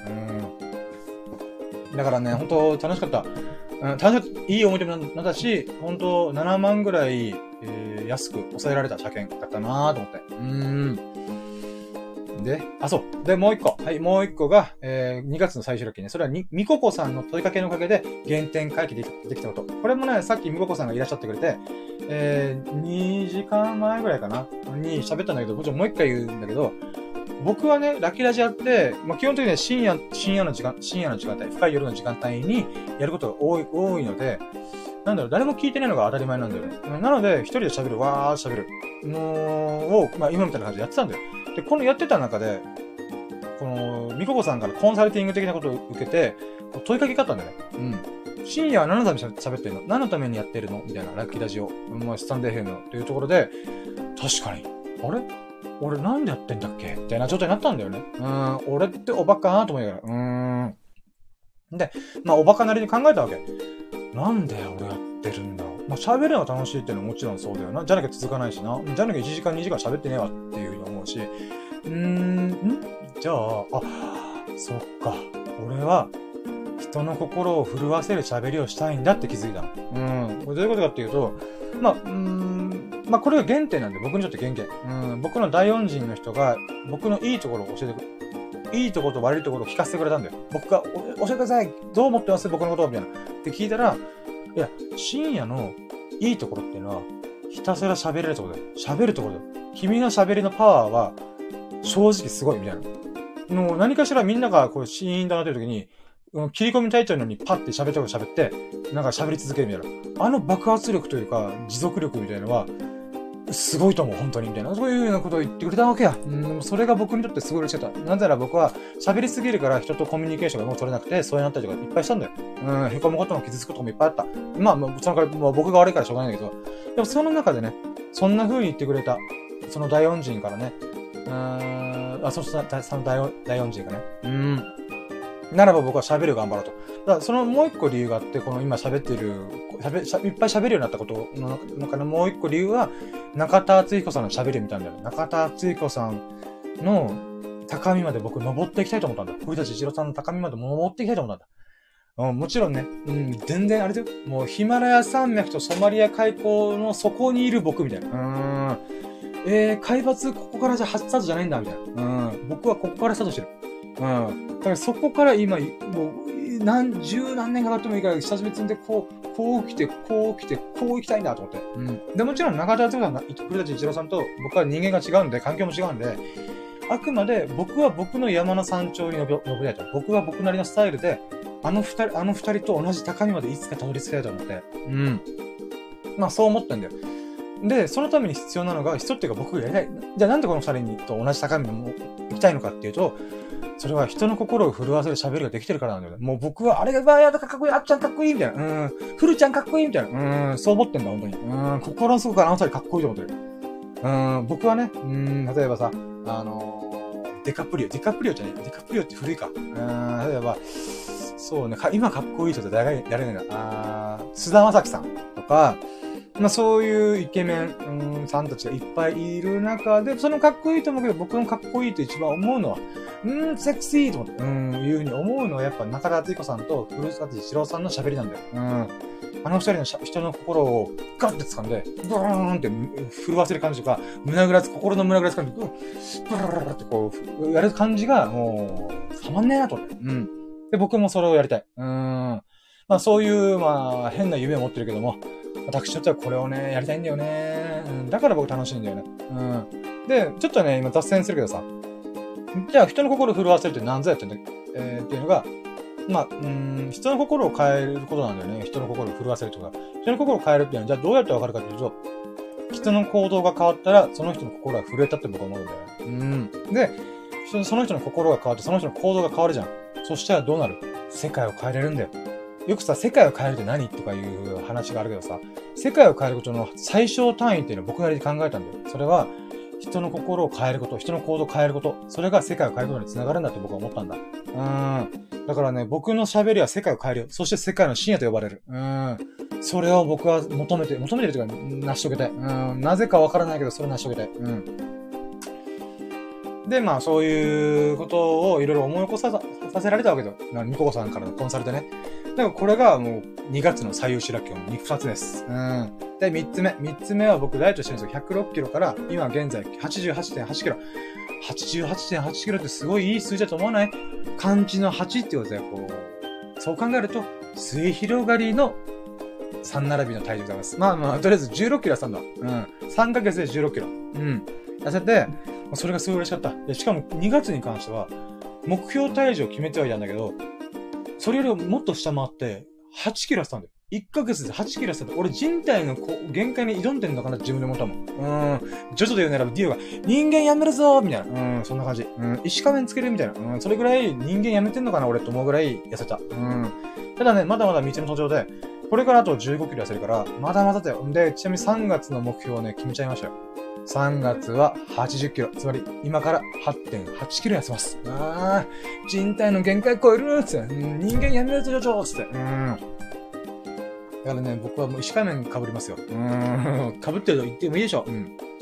Speaker 2: だからね、ほんと楽しかった。いい思い出もなったし、ほんと7万ぐらい、安く抑えられた車検だったなぁと思って。で、そう。で、もう一個。はい、もう一個が、2月の最終日ね。それはみここさんの問いかけのおかげで、原点回帰できたこと。これもね、さっきみここさんがいらっしゃってくれて、2時間前ぐらいかなに喋ったんだけど、もちろんもう一回言うんだけど、僕はね、ラキラジやって、まあ、基本的には深夜の時間帯、深い夜の時間帯にやることが多いので、なんだろう、誰も聞いてないのが当たり前なんだよね。なので、一人で喋る、わー喋るのを、まあ、今みたいな感じでやってたんだよ。で、このやってた中で、この、みここさんからコンサルティング的なことを受けて、問いかけ方なんだよね。深夜は何のために喋ってるの？何のためにやってるの？みたいな、ラッキーラジオ。まあ、スタンデーヘムのというところで、確かに、あれ俺なんでやってんだっけみたいな状態になったんだよね。俺っておバカなと思いながら。で、まあ、おバカなりに考えたわけ。なんで俺やってるんだろう。まあ、喋るのが楽しいっていうのはもちろんそうだよな。じゃなきゃ続かないしな。じゃなきゃ1時間2時間喋ってねえわっていうふうに思うし。じゃあ、そっか。俺は、人の心を震わせる喋りをしたいんだって気づいたの。これどういうことかっていうと、まあ、これが原点なんで、僕にとって原点。僕の大恩人の人が、僕のいいところを教えてくる。いいところと悪いところを聞かせてくれたんだよ。僕が、教えてください。どう思ってます僕のことみたいな。って聞いたら、いや、深夜のいいところっていうのは、ひたすら喋れるところだよ。喋るところだよ。君の喋りのパワーは、正直すごい、みたいな。もう何かしらみんながこうシーンとなってる時に、 切り込み隊長のようにパッて喋って、なんか喋り続けるみたいな。あの爆発力というか、持続力みたいなのは、すごいと思う、本当に、みたいな。そういうようなことを言ってくれたわけや。それが僕にとってすごい嬉しかった。なぜなら僕は喋りすぎるから人とコミュニケーションがもう取れなくて、そういうなったりとかいっぱいしたんだよ。へこむことも傷つくこともいっぱいあった。まあ、そのから、僕が悪いからしょうがないんだけど、でもその中でね、そんな風に言ってくれた、その大恩人からね、その大恩人がね、ならば僕は喋る頑張ろうと。だからそのもう一個理由があって、この今喋っている、いっぱい喋るようになったことの中のもう一個理由は、中田敦彦さんの喋りを見たんだよ。中田敦彦さんの高みまで僕登っていきたいと思ったんだ。古舘一郎さんの高みまで登っていきたいと思ったんだ。もちろんね、全然あれだよ。もうヒマラヤ山脈とソマリア海溝の底にいる僕みたいな。海抜ここからじゃスタートじゃないんだ、みたいな。僕はここからスタートしてる。だからそこから今、もう、十何年かかってもいいから、下積み積んで、こう来て、こう行きたいんだと思って。で、もちろん中田敦子さん、古舘一郎さんと僕は人間が違うんで、環境も違うんで、あくまで僕は僕の山の山頂に登りたいと。僕は僕なりのスタイルで、あの二人と同じ高みまでいつかたどり着きたいと思って。まあそう思ったんだよ。で、そのために必要なのが、人っていうか僕がやりたい。じゃあなんでこの二人と同じ高みに行きたいのかっていうと、それは人の心を震わせる喋りができてるからなんだよね。もう僕はあれがやだかっこいい、あっちゃんかっこいいみたいな。フルちゃんかっこいいみたいな。そう思ってんだ、本当に。心の底からあの二人かっこいいと思ってる。僕はね、例えばさ、デカプリオじゃねえ。デカプリオって古いか。例えば、そうね、今かっこいい人って誰がやれないんだ。菅田将暉さんとか、まあそういうイケメン、さんたちがいっぱいいる中で、そのかっこいいと思うけど、僕のかっこいいと一番思うのは、セクシーと思って、いうふうに思うのはやっぱ中田敦彦さんと古舘一郎さんの喋りなんだよ。あの二人の人の心をガッて掴んで、ブーンって震わせる感じとか、心の胸ぐらつかんで、ブーってこう、やる感じが、もう、たまんねえなと思って。で、僕もそれをやりたい。まあそういう、まあ変な夢を持ってるけども、私としてはこれをね、やりたいんだよね。だから僕楽しいんだよね。で、ちょっとね、今脱線するけどさ、じゃあ人の心を震わせるって何ぞやってんだっていうのが、まあ、人の心を変えることなんだよね。人の心を震わせるとか。人の心を変えるっていうのは、じゃあどうやってわかるかっていうと、人の行動が変わったら、その人の心が震えたって僕は思うんだよね。で、その人の心が変わって、その人の行動が変わるじゃん。そしたらどうなる？世界を変えれるんだよ。よくさ、世界を変えるって何とかいう話があるけどさ、世界を変えることの最小単位っていうのを僕なりに考えたんだよ。それは、人の心を変えること、人の行動を変えること、それが世界を変えることにつながるんだって僕は思ったんだ。だからね、僕の喋りは世界を変えるよ。そして世界の深夜と呼ばれる。それを僕は求めてるというか、成し遂げたい。なぜかわからないけど、それを成し遂げたい。で、まあ、そういうことをいろいろ思い起こさせられたわけだ。ニココさんからのコンサルでね。だからこれがもう2月の最優秀ラッキーの2つです。で、3つ目は僕ダイエットしてるんですよ。106キロから今現在 88.8 キロ。88.8 キロってすごいいい数字だと思わない？漢字の8ってことだよ。こう。そう考えると、末広がりの3並びの体重でございます。まあ、とりあえず16キロ痩せたんだ。3ヶ月で16キロ。痩せて、それがすごい嬉しかった。で、しかも2月に関しては、目標体重を決めてはいたんだけど、それよりもっと下回って、8キロ痩せたんだよ。1ヶ月で8キロ痩せたんだ。俺人体の限界に挑んでんのかなって自分で思ったもん。ジョジョで言うならばディオが、人間やめるぞーみたいな。そんな感じ。石仮面つけるみたいな。それぐらい人間やめてんのかな俺と思うぐらい痩せた。ただね、まだまだ道の途上で、これからあと15キロ痩せるから、まだまだだよ。で、ちなみに3月の目標をね、決めちゃいましたよ。3月は80キロ。つまり、今から 8.8 キロ痩せます。人体の限界超えるーつって。人間やめるぞよ、ちょーつって。だからね、僕はもう石仮面被りますよ。被ってると言ってもいいでしょ。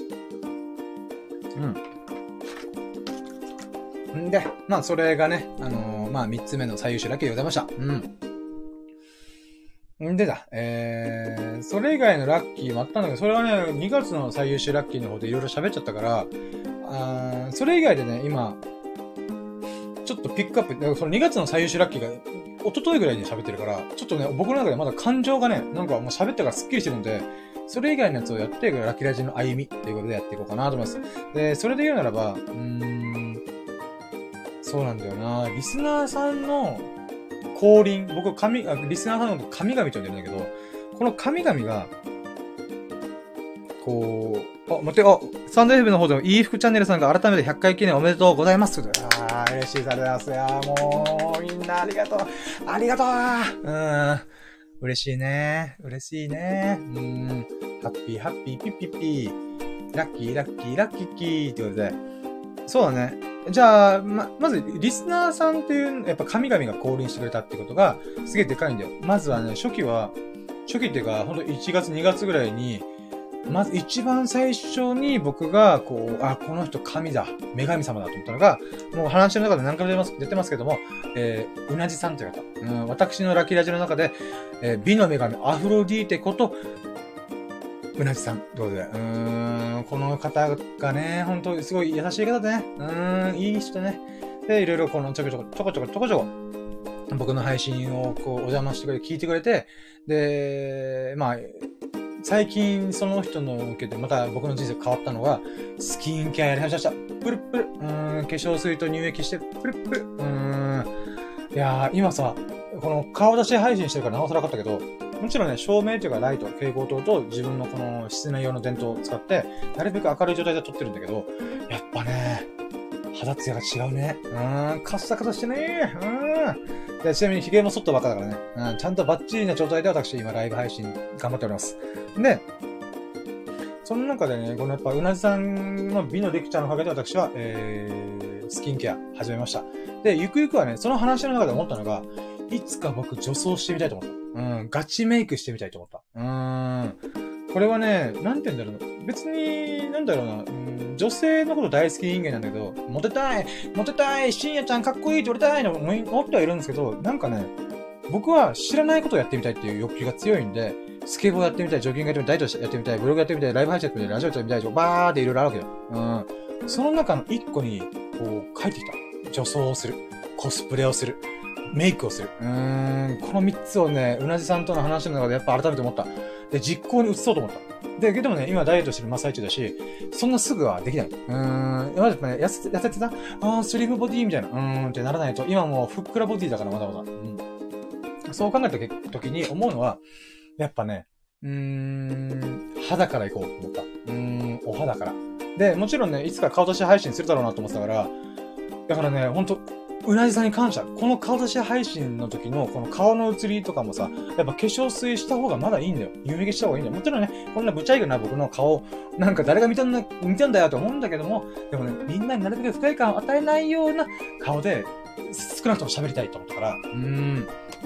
Speaker 2: で、まあ、それがね、まあ、3つ目の最優秀ラッキーでございました。でだ、それ以外のラッキーもあったんだけど、それはね、2月の最優秀ラッキーの方でいろいろ喋っちゃったから、それ以外でね、今、ちょっとピックアップ、その2月の最優秀ラッキーが、一昨日ぐらいに喋ってるから、ちょっとね、僕の中でまだ感情がね、なんかもう喋ったからスッキリしてるんで、それ以外のやつをやって、ラッキーラジの歩みっていうことでやっていこうかなと思います。で、それで言うならば、そうなんだよな、リスナーさんの降臨、僕、リスナーさんの神々と呼んでるんだけど、この神々が、こう、待って、スタンド FM の方でも、いい服チャンネルさんが改めて100回記念おめでとうございます。嬉しいされます。もう、みんなありがとう。ありがとう。嬉しいね。嬉しいね。ハッピー、ハッピー、ピッピッピー。ラッキー、ラッキー、ラッキーキーってことで。そうだね。じゃあ、まず、リスナーさんっていう、やっぱ神々が降臨してくれたってことが、すげえでかいんだよ。まずはね、初期っていうか、ほんと1月、2月ぐらいに、まず一番最初に僕が、この人神だ。女神様だと思ったのが、もう話の中で何回も出てますけども、うなじさんという方。私のラッキーラジオの中で、美の女神アフロディーテこと、うなじさん。ということで、この方がね、本当にすごい優しい方でね、いい人でね。で、いろいろこのちょこちょこ、僕の配信をこう、お邪魔してくれて、聞いてくれて、で、まあ、最近その人の受けてまた僕の人生変わったのが、スキンケアやり始めました。プルップル。化粧水と乳液して、プルップル。いやー、今さ、この顔出し配信してるからなおさら分かったけど、もちろんね、照明というかライト、蛍光灯と自分のこの室内用の電灯を使って、なるべく明るい状態で撮ってるんだけど、やっぱね、肌ツヤが違うね。カッサカサしてねで、ちなみに髭も剃ったばっかだからね。ちゃんとバッチリな状態で私、今ライブ配信頑張っております。で、その中でね、このやっぱうなじさんの美のレクチャーのおかげで私は、スキンケア始めました。で、ゆくゆくはね、その話の中で思ったのが、いつか僕女装してみたいと思った。ガチメイクしてみたいと思った。これはね、なんて言うんだろうな。別に、なんだろうな。女性のこと大好き人間なんだけど、モテたい、深夜ちゃんかっこいいって言われたいの思ってはいるんですけど、なんかね、僕は知らないことをやってみたいっていう欲求が強いんで、スケボーやってみたい、ジョギングやってみたい、ダイエットやってみたい、ブログやってみたい、ライブ配信やってみたい、ラジオやってみたい、バーっていろいろあるわけよ。その中の一個に、こう、書いてきた。女装をする。コスプレをする。メイクをする。この三つをね、うなじさんとの話の中でやっぱ改めて思った。で、実行に移そうと思った。でもね、今ダイエットしてる真っ最中だし、そんなすぐはできない。今までね、痩せてたスリムボディみたいな。ってならないと、今もうふっくらボディだからまだまだ。そう考えた時に思うのは、やっぱね、肌から行こうと思った。お肌から。で、もちろんね、いつか顔出し配信するだろうなと思ってたから、だからね、ほんと、うなじさんに感謝。この顔出し配信の時のこの顔の映りとかもさ、やっぱ化粧水した方がまだいいんだよ。乳液した方がいいんだよ。もちろんね、こんなぶちゃいくな僕の顔、なんか誰が見たんだよと思うんだけども、でもね、みんなになるべく不快感を与えないような顔で、少なくとも喋りたいと思ったから、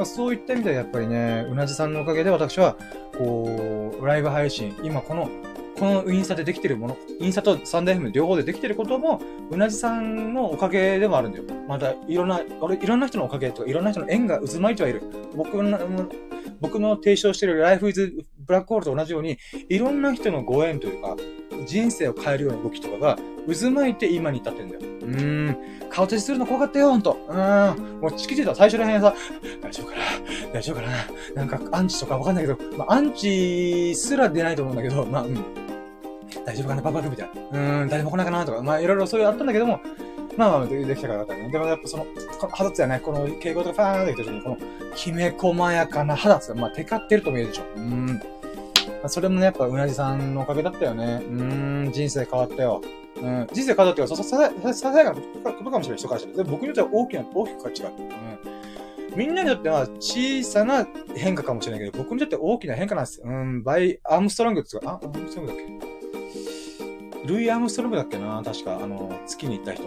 Speaker 2: そういった意味でやっぱりね、うなじさんのおかげで私は、こう、ライブ配信、今このインスタでできてるもの、インスタとサンデー FM 両方でできてることも、うなじさんのおかげでもあるんだよ。また、いろんな人のおかげとか、いろんな人の縁が渦巻いてはいる。僕の提唱している Life is Black Hole と同じように、いろんな人のご縁というか、人生を変えるような動きとかが渦巻いて今に至ってるんだよ。顔出しするの怖かったよ、ほんと。もうチキチた最初ら辺さ、大丈夫かな。なんかアンチとかわかんないけど、アンチすら出ないと思うんだけど、大丈夫かな、パパクみたいな。誰も来ないかなとか、いろいろそういうあったんだけども、できたからだったね。でもやっぱこの肌つやね、この敬語とかファーンって言った時に、このきめ細やかな肌つや、テカってるとも言えるでしょ。それもね、やっぱうなじさんのおかげだったよね。人生変わったよ。人生変わったっていうか、ささやかなことかもしれない人からしたら。でも僕にとっては大きく違う。みんなにとっては小さな変化かもしれないけど、僕にとって大きな変化なんですよ。バイ・アームストロングって言うか、アームストロングだっけ？ルイ・アームストロングだっけな、確か、月に行った人。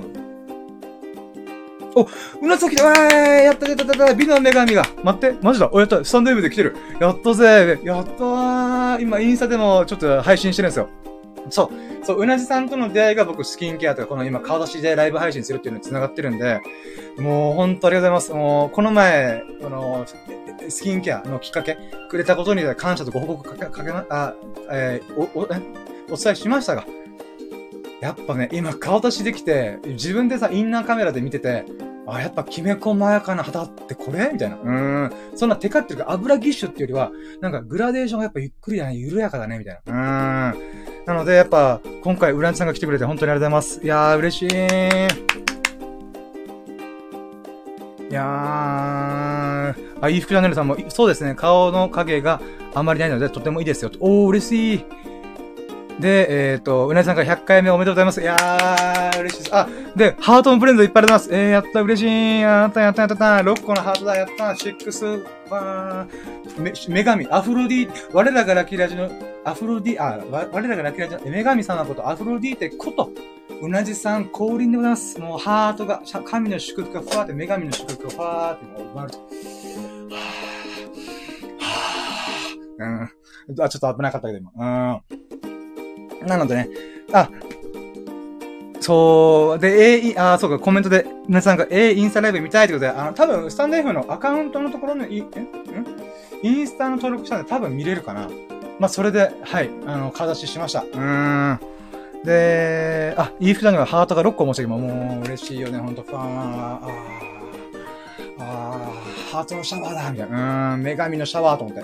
Speaker 2: うなつきだ、やった、美の女神が。待って、マジだ。やった、スタンドウェブで来てる。やったぜ。やったー。今、インスタでもちょっと配信してるんですよ。そう、うなじさんとの出会いが僕、スキンケアとか、この今、顔出しでライブ配信するっていうのに繋がってるんで、もう、ほんとありがとうございます。もう、この前、スキンケアのきっかけ、くれたことに感謝とご報告お伝えしましたが、やっぱね、今顔出しできて、自分でさ、インナーカメラで見てて、やっぱきめ細やかな肌ってこれみたいな。そんなテカってるか油ギッシュっていうよりは、なんかグラデーションがやっぱゆっくりだね、緩やかだね、みたいな。なのでやっぱ、今回、うらんちさんが来てくれて本当にありがとうございます。いやー、嬉しい。いやー、
Speaker 1: あ、いい服チャンネルさんも、そうですね、顔の影があまりないので、とてもいいですよ。おー、嬉しい。で、うなぎさんから100回目おめでとうございます。いやー、嬉しいです。あ、で、ハートのプレゼントいっぱいあります。やった、嬉しい。やった、やった、やった、6個のハートだ、やった、6、女神、アフロディ、我らがラッキーラジの、アフロディ、我らがラッキーラジの女神様こと、アフロディーテこと、うなじさん降臨でございます。もうハートが、神の祝福がふわーって、女神の祝福がふわーって、もう生まれて、ちょっと危なかったけど、今。なのでね、そう、で、そうか、コメントで、皆さんが、インスタライブ見たいってことで、多分、スタンド F のアカウントのところに、インスタの登録したんで多分見れるかな。まあ、それで、はい、顔出ししました。で、イーフダにはハートが6個申し上げも、もう、嬉しいよね、ほんと、ハートのシャワーだ、みたいな。女神のシャワーと思って。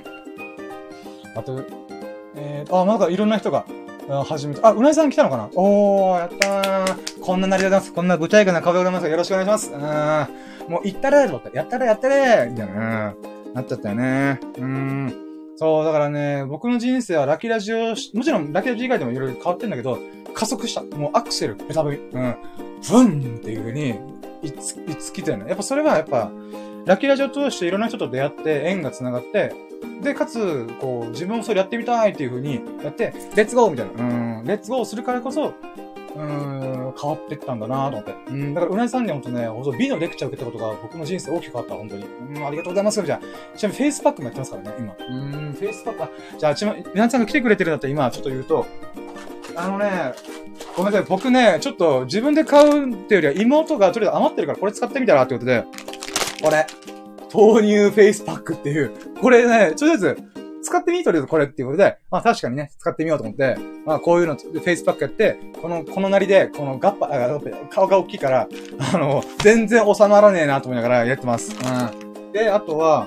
Speaker 1: あと、なんかいろんな人が、始めた。うなぎさん来たのかな。おー、やったー。こんななりでございます。こんなぶちゃいかな顔でございます。よろしくお願いします。もう行ったれーと思って。やったれーみたいな、なっちゃったよね。そう、だからね、僕の人生はラッキーラジオ、もちろんラッキーラジオ以外でもいろいろ変わってんだけど、加速した。もうアクセル、ベタ踏み。ブンっていう風に、いつ来てるの。やっぱそれはやっぱ、ラッキーラジオを通していろんな人と出会って、縁が繋がって、で、かつ、こう、自分もそれやってみたいっていう風にやって、レッツゴーみたいな。レッツゴーするからこそ、変わってったんだなぁと思って。だから、うなぎさんにはほんとね、ほんと美のレクチャーを受けたことが僕の人生大きく変わった、本当に。ありがとうございます。じゃあ、ちなみにフェイスパックもやってますからね、今。フェイスパック、じゃあ、うなぎさんが来てくれてるんだったら今、ちょっと言うと、ごめんなさい、僕ね、ちょっと自分で買うっていうよりは妹がとりあえず余ってるからこれ使ってみたらってことで、これ。豆乳フェイスパックっていう、これね、とりあえず、使ってみとりあえずこれっていうことで、まあ確かにね、使ってみようと思って、まあこういうの、フェイスパックやって、このなりで、この顔が大きいから、全然収まらねえなと思いながらやってます。で、あとは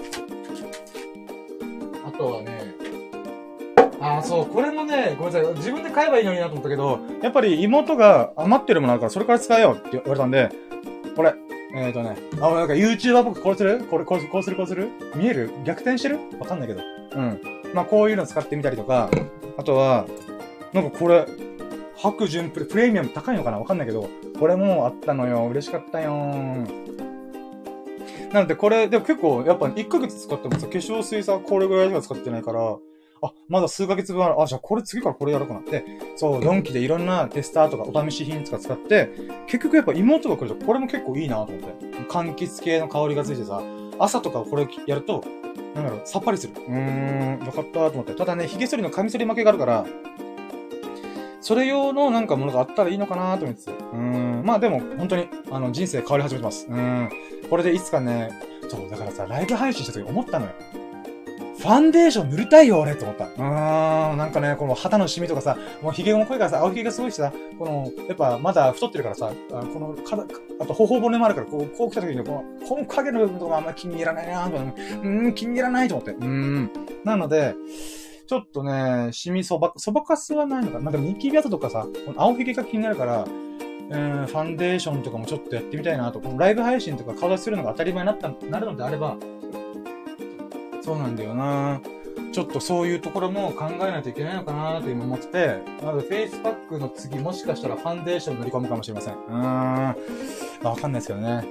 Speaker 1: ね、そう、これもね、ごめんなさい、自分で買えばいいのになと思ったけど、やっぱり妹が余ってるものあるから、それから使えようって言われたんで、これ。なんか YouTuber 僕こうする見える逆転してるわかんないけど。まあ、こういうの使ってみたりとか、あとは、なんかこれ、白純プレミアム高いのかなわかんないけど、これもあったのよ。嬉しかったよなのでこれ、でも結構、やっぱ1ヶ月使ってもさ、化粧水さ、これぐらいしか使ってないから、まだ数ヶ月分ある。じゃあこれ次からこれやろうかなって。そう、ドンキでいろんなテスターとかお試し品とか使って、結局やっぱ妹が来るとこれも結構いいなと思って。柑橘系の香りがついてさ、朝とかこれやると、なんだろう、さっぱりする。よかったと思って。ただね、髭剃りのカミソリ負けがあるから、それ用のなんかものがあったらいいのかなと思いつつ。まあでも、本当に、人生変わり始めてます。これでいつかね、そう、だからさ、ライブ配信した時思ったのよ。ファンデーション塗りたいよ、俺って思った。なんかね、この肌のシミとかさ、もう髭も濃いからさ、青髭がすごいしさ、やっぱまだ太ってるからさ、あと頬骨もあるから、こう来た時に、この影の部分とかあんま気に入らないなぁ、気に入らないと思って。なので、ちょっとね、シミそばかすはないのかな。まあ、でもニキビ跡とかさ、この青髭が気になるから、ファンデーションとかもちょっとやってみたいなと。このライブ配信とか顔出しするのが当たり前になるのであれば、そうなんだよな。ちょっとそういうところも考えないといけないのかなと今思ってて、まずフェイスパックの次もしかしたらファンデーション塗り込むかもしれません。わかんないですけどね。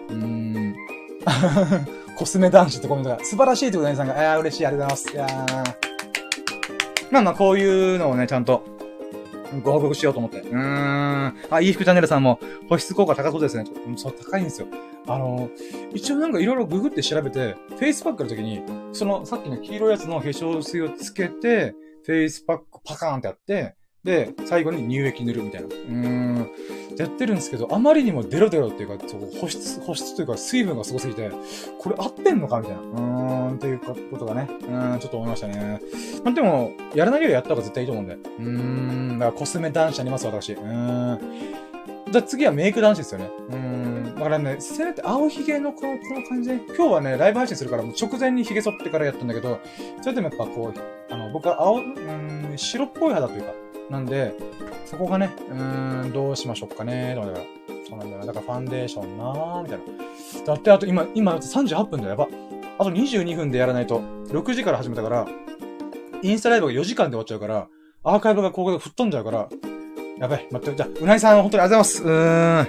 Speaker 1: コスメ男子ってコメントが素晴らしいってことね、さんが。嬉しい、ありがとうございます。まあこういうのをね、ちゃんとご報告しようと思って。いい服チャンネルさんも保湿効果高そうですね。そう、高いんですよ。一応なんかいろいろググって調べて、フェイスパックの時に、さっきの黄色いやつの化粧水をつけて、フェイスパックパカーンってやって、で、最後に乳液塗るみたいな。やってるんですけど、あまりにもデロデロっていうか、保湿というか水分がすごすぎて、これ合ってんのかみたいな。っていうことがね、ちょっと思いましたね。まあ、でも、やらないよりやった方が絶対いいと思うんで。だからコスメ男子あります、私。じゃあ次はメイク男子ですよね。だからね、せめて青ひげのこの感じで、今日はね、ライブ配信するからもう直前にひげ剃ってからやったんだけど、それでもやっぱこう、僕は白っぽい肌というか、なんで、そこがね、どうしましょうかね、と思いながら。そうなんだよな。だからファンデーションなーみたいな。だってあと今だって38分だよ、やば。
Speaker 2: あと22分でやらないと、6時から始めたから、インスタライブが4時間で終わっちゃうから、アーカイブがここで吹っ飛んじゃうから、やばい、待って、じゃあ、うなぎさん、本当にありがとうございます。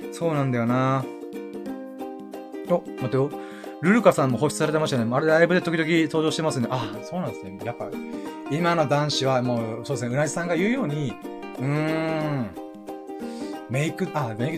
Speaker 2: そうなんだよな。お、待ってよ。ルルカさんも保湿されてましたね。あれライブで時々登場してますね。あ、そうなんですね。やっぱ、今の男子はもう、そうですね、うなぎさんが言うように、メイクじゃない、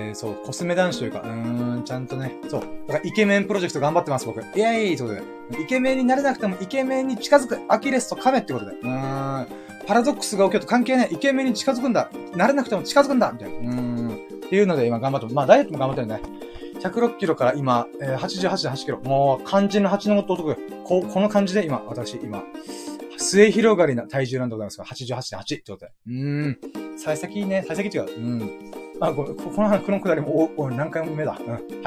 Speaker 2: そう、コスメ男子というか、ちゃんとね、そう。だからイケメンプロジェクト頑張ってます、僕。イエーイってことで。イケメンになれなくてもイケメンに近づくアキレスとカメってことで。パラドックスが起きると関係ない。イケメンに近づくんだ。なれなくても近づくんだみたいな。っていうので今頑張ってます。まあダイエットも頑張ってるね。106キロから今、88で8キロ。もう、肝心の8の男。この感じで今、末広がりな体重なんでございますが、88.8ってことで。幸先ね、幸先違う。このくだりも、何回も目だ。はい。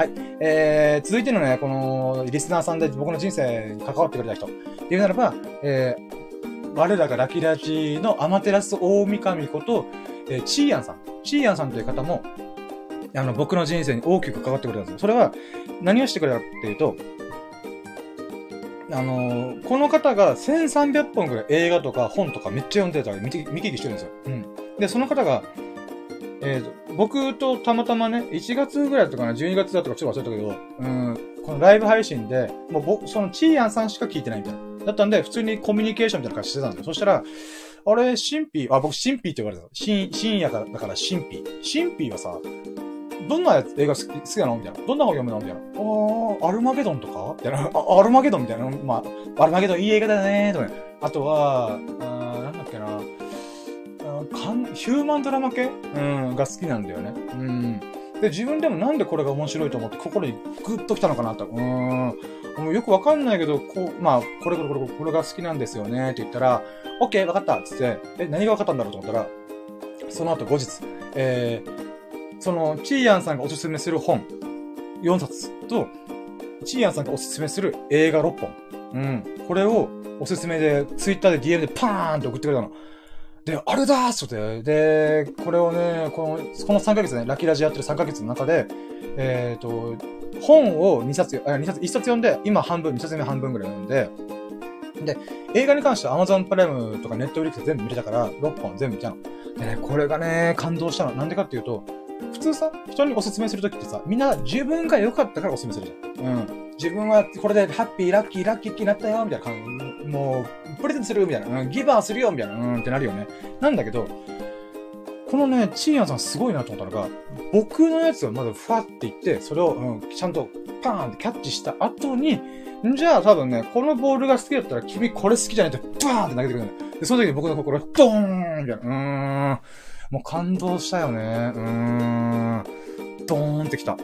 Speaker 2: 続いてのね、この、リスナーさんで僕の人生に関わってくれた人。っていうならば、我らがラキラジのアマテラス大神こと、チーヤンさん。チーヤンさんという方も、僕の人生に大きく関わってくれたんですよ。それは、何をしてくれたっていうと、この方が1300本くらい映画とか本とかめっちゃ読んでたから見聞きしてるんですよ。で、その方が、僕とたまたまね、1月ぐらいだったかな、12月だったかちょっと忘れたけど、このライブ配信で、もうそのチーヤンさんしか聞いてないみたいな。だったんで、普通にコミュニケーションみたいな感じしてたんですよ。そしたら、あれ、シンピー、僕シンピーって言われた。深夜だからシンピー。シンピーはさ、どんな映画好きなのみたいな。どんな本読むのみたいな。アルマゲドンとかみたいな。アルマゲドンみたいな。まあ、アルマゲドンいい映画だよねとか。あとは、なんだっけな。ヒューマンドラマ系が好きなんだよね。で、自分でもなんでこれが面白いと思って心にグッときたのかなと。もうよくわかんないけど、これが好きなんですよねって言ったら、オッケー、わかったっつって、何がわかったんだろうと思ったら、その後後日、その、チーヤンさんがおすすめする本、4冊と、チーヤンさんがおすすめする映画6本。これをおすすめで、ツイッターで DM でパーンって送ってくれたの。で、あれだーっつって。で、これをね、この3ヶ月ね、ラキラジやってる3ヶ月の中で、本を1冊読んで、今半分、2冊目半分ぐらい読んで、で、映画に関しては Amazon プライムとか Netflix 全部見れたから、6本全部見たの。でね、これがね、感動したの。なんでかっていうと、普通さ、人におすすめするときってさ、みんな自分が良かったからおすすめするじゃん。自分はこれでハッピー、ラッキーになったよ、みたいな感じ。もう、プレゼントするみたいな。ギバーするよ、みたいな。ってなるよね。なんだけど、このね、チーヤンさんすごいなと思ったのが、僕のやつをまだふわっていって、それを、ちゃんとパーンってキャッチした後に、じゃあ多分ね、このボールが好きだったら君これ好きじゃないと、バーンって投げてくるんだよ。で、その時に僕の心、ドーンみたいな。もう感動したよね。ドーンってきた。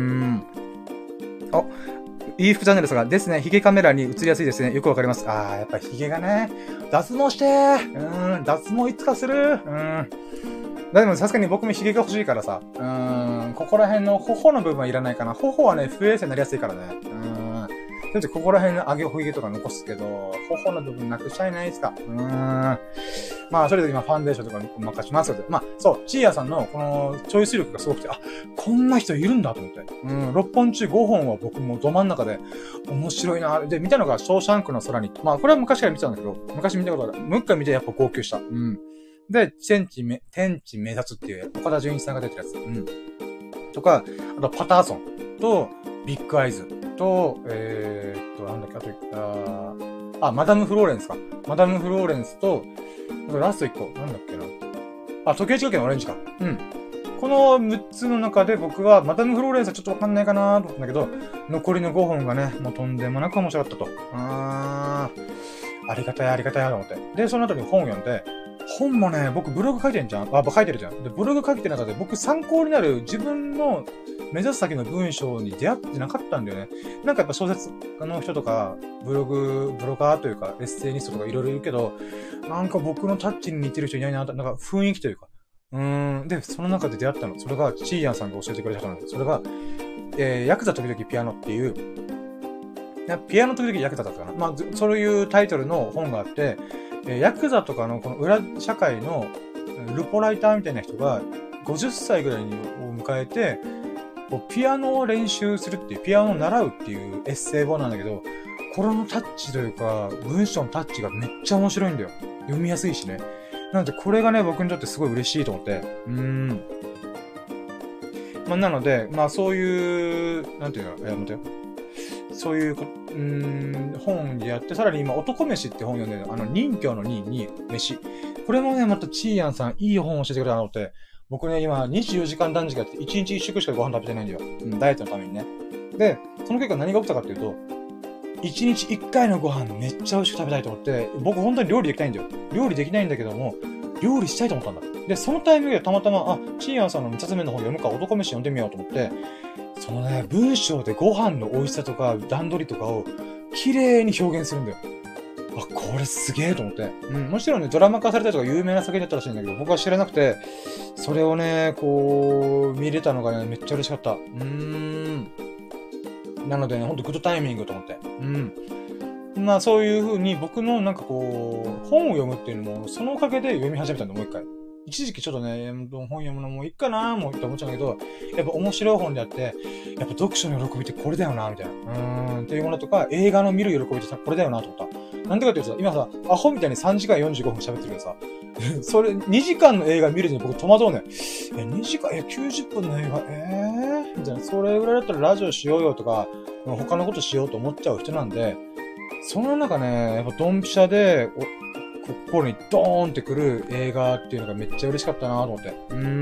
Speaker 2: いい服チャンネルですが、ですね、ヒゲカメラに映りやすいですね。よくわかります。やっぱヒゲがね、脱毛して脱毛いつかするでもさすがに僕もヒゲが欲しいからさ、ここら辺の頬の部分はいらないかな。頬はね、不衛生になりやすいからね。だってここら辺の上げほひげとか残すけど、頬の部分なくしちゃいないですか。まあ、それで今ファンデーションとかに任しますので。まあ、そう、チーヤさんのこのチョイス力がすごくて、こんな人いるんだと思って。6本中5本は僕もど真ん中で面白いな。で、見たのがショーシャンクの空に。まあ、これは昔から見てたんだけど、昔見たことある。もう一回見てやっぱ号泣した。で、天地明察っていう岡田准一さんが出てるやつ。とか、あとパターソンと、ビッグアイズと、なんだっけ、マダム・フローレンスか。マダム・フローレンスと、ラスト1個、なんだっけな。時計仕掛けのオレンジか。この6つの中で僕は、マダム・フローレンスはちょっとわかんないかなと思ったんだけど、残りの5本がね、もうとんでもなく面白かったと。ありがたいと思って。で、その後に本を読んで、本もね、僕ブログ書いてるじゃん。書いてるじゃん。で、ブログ書いてる中で僕参考になる自分の目指す先の文章に出会ってなかったんだよね。なんかやっぱ小説家の人とか、ブロガーというか、エッセイニストとかいろいろいるけど、なんか僕のタッチに似てる人いないな、なんか雰囲気というか。で、その中で出会ったの。それが、チーヤンさんが教えてくれた人なんです。それが、ヤクザ時々ピアノっていう、ピアノ時々ヤクザだったかな。まあ、そういうタイトルの本があって、ヤクザとかのこの裏社会のルポライターみたいな人が50歳ぐらいを迎えて、 こう、ピアノを練習するっていう、ピアノを習うっていうエッセイ本なんだけど、これのタッチというか、文章のタッチがめっちゃ面白いんだよ。読みやすいしね。なので、これがね、僕にとってすごい嬉しいと思って。まあ、なので、まあ、そういう、なんていうの、待てよ。そういう本でやって、さらに今、男飯って本読んでる任侠の任に飯。これもね、またチーヤンさん、いい本教えてくれたなと思って、僕ね、今、24時間断食やって、1日1食しかご飯食べてないんだよ。ダイエットのためにね。で、その結果何が起きたかっていうと、1日1回のご飯めっちゃ美味しく食べたいと思って、僕本当に料理できないんだよ。料理できないんだけども、料理したいと思ったんだ。で、そのタイミングでたまたま、チーヤンさんの3つ目の本読むか、男飯読んでみようと思って、そのね、文章でご飯の美味しさとか段取りとかを綺麗に表現するんだよ。あ、これすげえと思って。もちろんね、ドラマ化されたりとか有名な作品だったらしいんだけど、僕は知らなくて、それをね、こう、見れたのがね、めっちゃ嬉しかった。なのでね、ほんとグッドタイミングと思って。まあそういう風に僕のなんかこう、本を読むっていうのも、そのおかげで読み始めたんだ、もう一回。一時期ちょっとね、本読むのもいいかなーもうって思っちゃうんだけど、やっぱ面白い本であって、やっぱ読書の喜びってこれだよな、みたいな。っていうものとか、映画の見る喜びってこれだよな、と思った。なんでかっていうとさ、今さ、アホみたいに3時間45分喋ってるけどさ、それ、2時間の映画見るに僕戸惑うね。2時間、90分の映画、みたいな。それぐらいだったらラジオしようよとか、他のことしようと思っちゃう人なんで、その中ね、やっぱドンピシャで、心にドーンってくる映画っていうのがめっちゃ嬉しかったなと思って。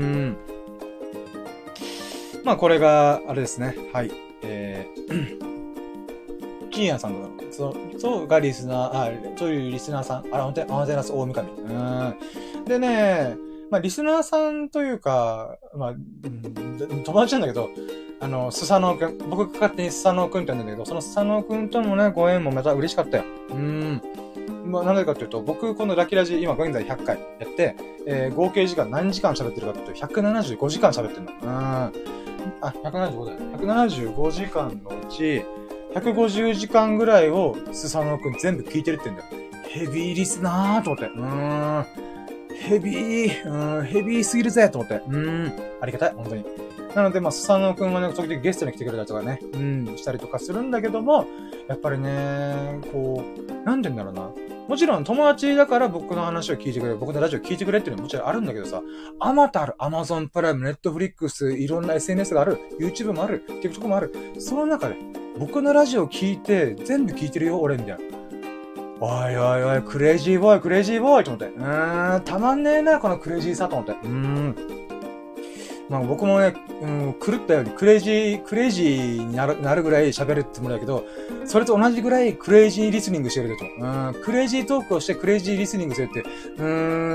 Speaker 2: まあこれが、あれですね。はい。キーヤンさんが、そうがリスナー、そういうリスナーさん、アマテラス大神。でね、まあリスナーさんというか、まあ、友達なんだけど、スサノオくん、僕が勝手にスサノオくんって言うんだけど、そのスサノオくんとのね、ご縁もまた嬉しかったよ。まあ、なんでかっていうと、僕、このラキラジ、今現在100回やって、合計時間何時間喋ってるかっていうと、175時間喋ってるの。175だよ。175時間のうち、150時間ぐらいをスサノオくん全部聞いてるって言うんだよ。ヘビーリスナーと思って。ヘビーすぎるぜと思って。ありがたい、本当に。なので、まあ、スサノオくんはね、時々ゲストに来てくれたりとかね、したりとかするんだけども、やっぱりね、こう、なんて言うんだろうな。もちろん友達だから僕の話を聞いてくれる、僕のラジオ聞いてくれっていうのももちろんあるんだけどさ、あまたある、Amazon プライム、Netflix、いろんな SNS がある、YouTube もある、TikTok もある。その中で、僕のラジオを聞いて、全部聞いてるよ、俺、みたいな。おいおいおい、クレイジーボーイと思って。たまんねえな、このクレイジーさと思って。まあ僕もね、狂ったようにクレイジーになるぐらい喋るつもりだけど、それと同じぐらいクレイジーリスニングしてると。クレイジートークをしてクレイジーリスニングするって、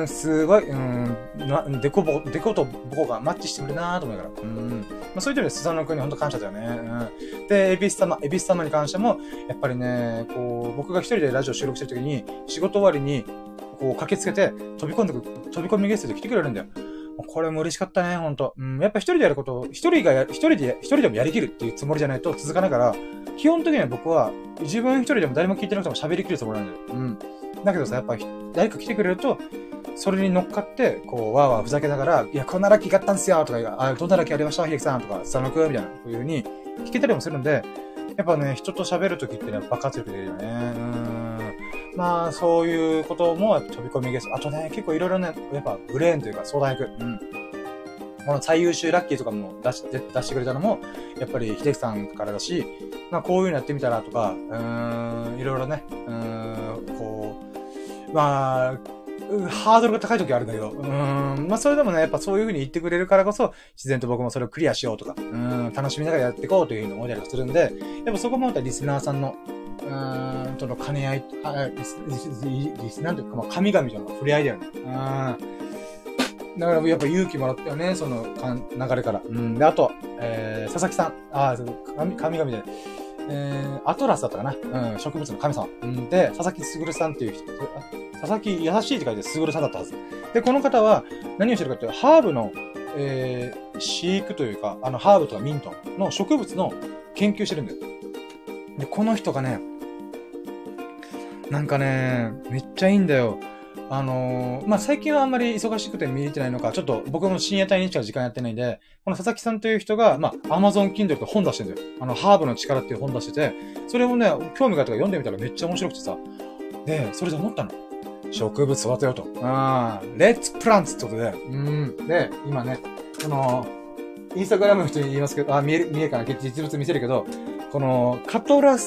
Speaker 2: すごい、デコとボコがマッチしてくれなーと思いながら。まあそういう意味でスサノオくんに本当感謝だよね。で、エビス様に関しても、やっぱりね、こう、僕が一人でラジオ収録してる時に、仕事終わりに、こう駆けつけて、飛び込みゲストで来てくれるんだよ。これも嬉しかったね、ほんと。やっぱ一人でやることを、一人でもやりきるっていうつもりじゃないと続かないから、基本的には僕は、自分一人でも誰も聞いてなくても喋りきるつもりなんだよ。だけどさ、やっぱ誰か来てくれると、それに乗っかって、こう、わーわーふざけながら、いや、こんなラッキーがあったんすよとか、どんなラッキーありました秀樹さんとか、スサノオくんみたいな、こういう風に聞けたりもするんで、やっぱね、人と喋るときってね、爆発力出るよね。まあ、そういうことも、やっぱ飛び込みゲスト。あとね、結構いろいろね、やっぱブレーンというか相談役。この最優秀ラッキーとかも出してくれたのも、やっぱり秀樹さんからだし、まあこういうのやってみたらとか、いろいろね、こう、まあ、ハードルが高い時あるんだけど、まあそれでもね、やっぱそういう風に言ってくれるからこそ、自然と僕もそれをクリアしようとか、楽しみながらやっていこうという風に思ったりするんで、やっぱそこもまたリスナーさんの、との兼ね合い、リスナーというか、まあ神々との触れ合いだよね。だからやっぱ勇気もらったよね、その流れから。で、あと、佐々木さん、神々で、アトラスだったかな、植物の神様。で、佐々木すぐるさんっていう人、佐々木優しいって書いてすぐるさんだったはず。で、この方は何をしてるかっていうと、ハーブの、飼育というか、ハーブとかミントの植物の研究してるんだよ。で、この人がね、なんかね、めっちゃいいんだよ。 まあ、最近はあんまり忙しくて見れてないのか、ちょっと僕も深夜帯にしか時間やってないんで、この佐々木さんという人が、まあ、Amazon Kindle って本出してるんだよ。ハーブの力っていう本出してて、それをね、興味があったから読んでみたらめっちゃ面白くてさ。で、それで思ったの。植物育てようと。レッツプランツってことで。で、今ね、インスタグラムの人に言いますけど、見えるかな実物見せるけど、この、カクトス、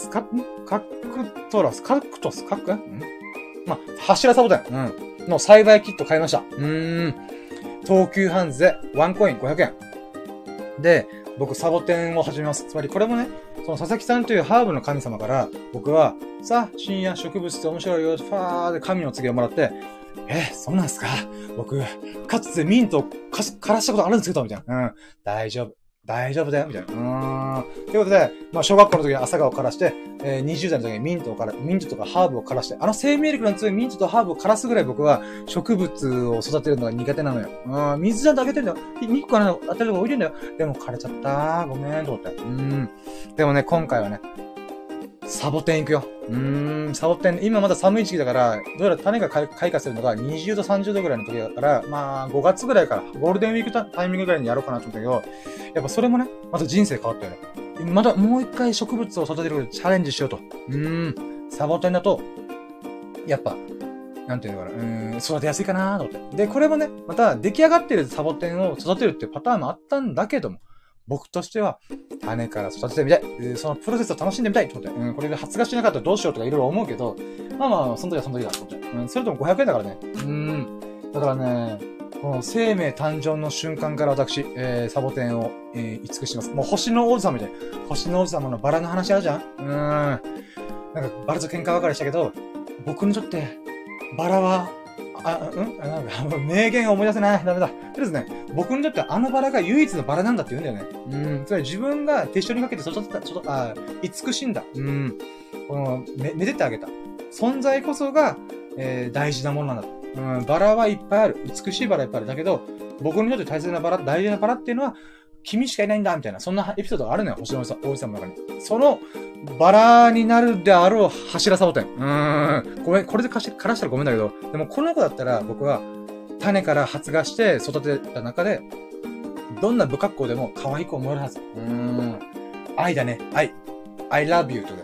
Speaker 2: まあ、柱サボテン、の栽培キット買いました。東急ハンズでワンコイン500円。で、僕サボテンを始めます。つまりこれもね、その佐々木さんというハーブの神様から、僕は、さあ、深夜植物って面白いよ、ファーで神の告げをもらって、そうなんすか僕、かつてミントを枯らしたことあるんですけど、みたいな。大丈夫だよ、みたいな。ということで、まあ、小学校の時に朝顔を枯らして、20代の時にミントとかハーブを枯らして、生命力の強いミントとハーブを枯らすぐらい僕は植物を育てるのが苦手なのよ。水ちゃんとあげてんだよ。日光から当てるとこ置いてんだよ。でも枯れちゃった。ごめん、と思って。でもね、今回はね、サボテン行くよ。サボテン、今まだ寒い時期だから、どうやら種が開花するのが20度、30度ぐらいの時だから、まあ、5月ぐらいから、ゴールデンウィークタイミングぐらいにやろうかなと思ったけど、やっぱそれもね、また人生変わったよね。またもう一回植物を育てることでチャレンジしようと。サボテンだと、やっぱ、なんていうのかな、育てやすいかなと思って。で、これもね、また出来上がってるサボテンを育てるっていうパターンもあったんだけども、僕としては、種から育ててみたい。そのプロセスを楽しんでみたいと思って。これで発芽しなかったらどうしようとかいろいろ思うけど、まあ、その時はその時だと思って。それとも500円だからね。だからね、この生命誕生の瞬間から私、サボテンを、慈します。もう星の王子様みたいな。星の王子様のバラの話あるじゃんなんか、バラと喧嘩別れしたけど、僕にとって、バラは、なんか、名言を思い出せない。ダメだ。とりあえずね、僕にとってあのバラが唯一のバラなんだって言うんだよね。つまり自分が手塩にかけて慈しんだ。この、めでてあげた。存在こそが、大事なものなんだと。バラはいっぱいある。美しいバラいっぱいある。だけど、僕にとって大事なバラっていうのは、君しかいないんだみたいな、そんなエピソードがあるのよ、星の王子様の中に。その、バラになるであろう柱サボテン。ごめん、これで枯らしたらごめんだけど、でもこの子だったら僕は、種から発芽して育てた中で、どんな不格好でも可愛く思えるはず。愛だね、愛。I love you と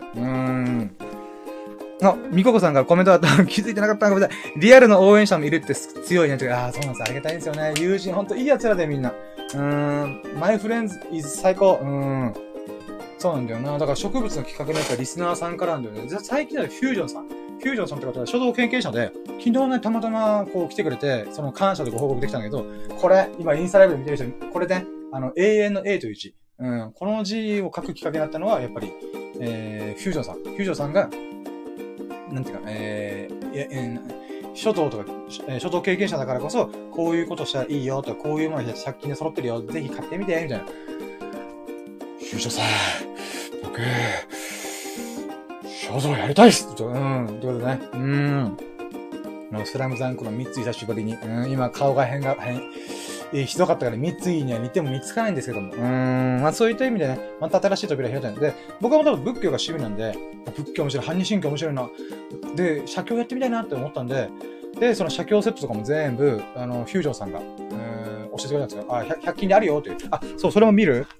Speaker 2: か。みここさんがコメントあった気づいてなかった。ごめんなさい。リアルの応援者もいるって強いね。そうなんです。ありがたいんですよね。友人、ほんといい奴らでみんな。my friends is 最高。そうなんだよな。だから植物の企画のやつはリスナーさんからなんだよね。最近だとフュージョンさんって方は書道研究者で、昨日ね、たまたまこう来てくれて、その感謝でご報告できたんだけど、これ、今インスタライブで見てる人に、これね、永遠の A という字。この字を書くきっかけになったのは、やっぱり、フュージョンさん。フュージョンさんが、なんていうか、書道とか、書道経験者だからこそ、こういうことしたらいいよとか、こういうものが借金で揃ってるよ、ぜひ買ってみて、みたいな。フュージョンさん、僕、書道やりたいっすということでね。スラムダンクの三井久しぶりに、今顔がひどかったから三井には似ても見つかないんですけども。まあそういった意味でね、また新しい扉開いたので、僕はもともと仏教が趣味なんで、仏教面白い、般若心経面白いな。で、写経やってみたいなって思ったんで、で、その写経セットとかも全部、フュージョンさんが、教えてくれたんですよ。100均であるよっていう。そう、それも見る？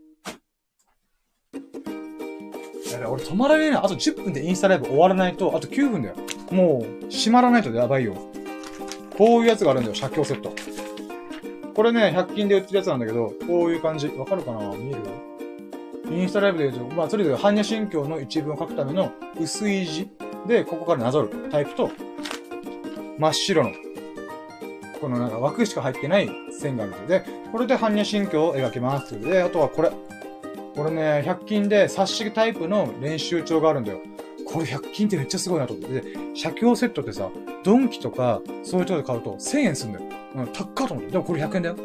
Speaker 2: 俺止まらねえな。あと10分でインスタライブ終わらないと、あと9分だよ。もう、閉まらないとやばいよ。こういうやつがあるんだよ、写経セット。これね、100均で売ってるやつなんだけど、こういう感じ。わかるかな？見える？インスタライブで言うと、まあ、とりあえず、般若心経の一文を書くための薄い字で、ここからなぞるタイプと、真っ白の、このなんか枠しか入ってない線があるんですよ。で、これで般若心経を描きます。で、あとはこれ。これね、100均で冊子タイプの練習帳があるんだよ。これ100均ってめっちゃすごいなと思って。で、写経セットってさ、ドンキとか、そういうとこで買うと1000円すんだよ。高っかと思って。でもこれ100円だよ。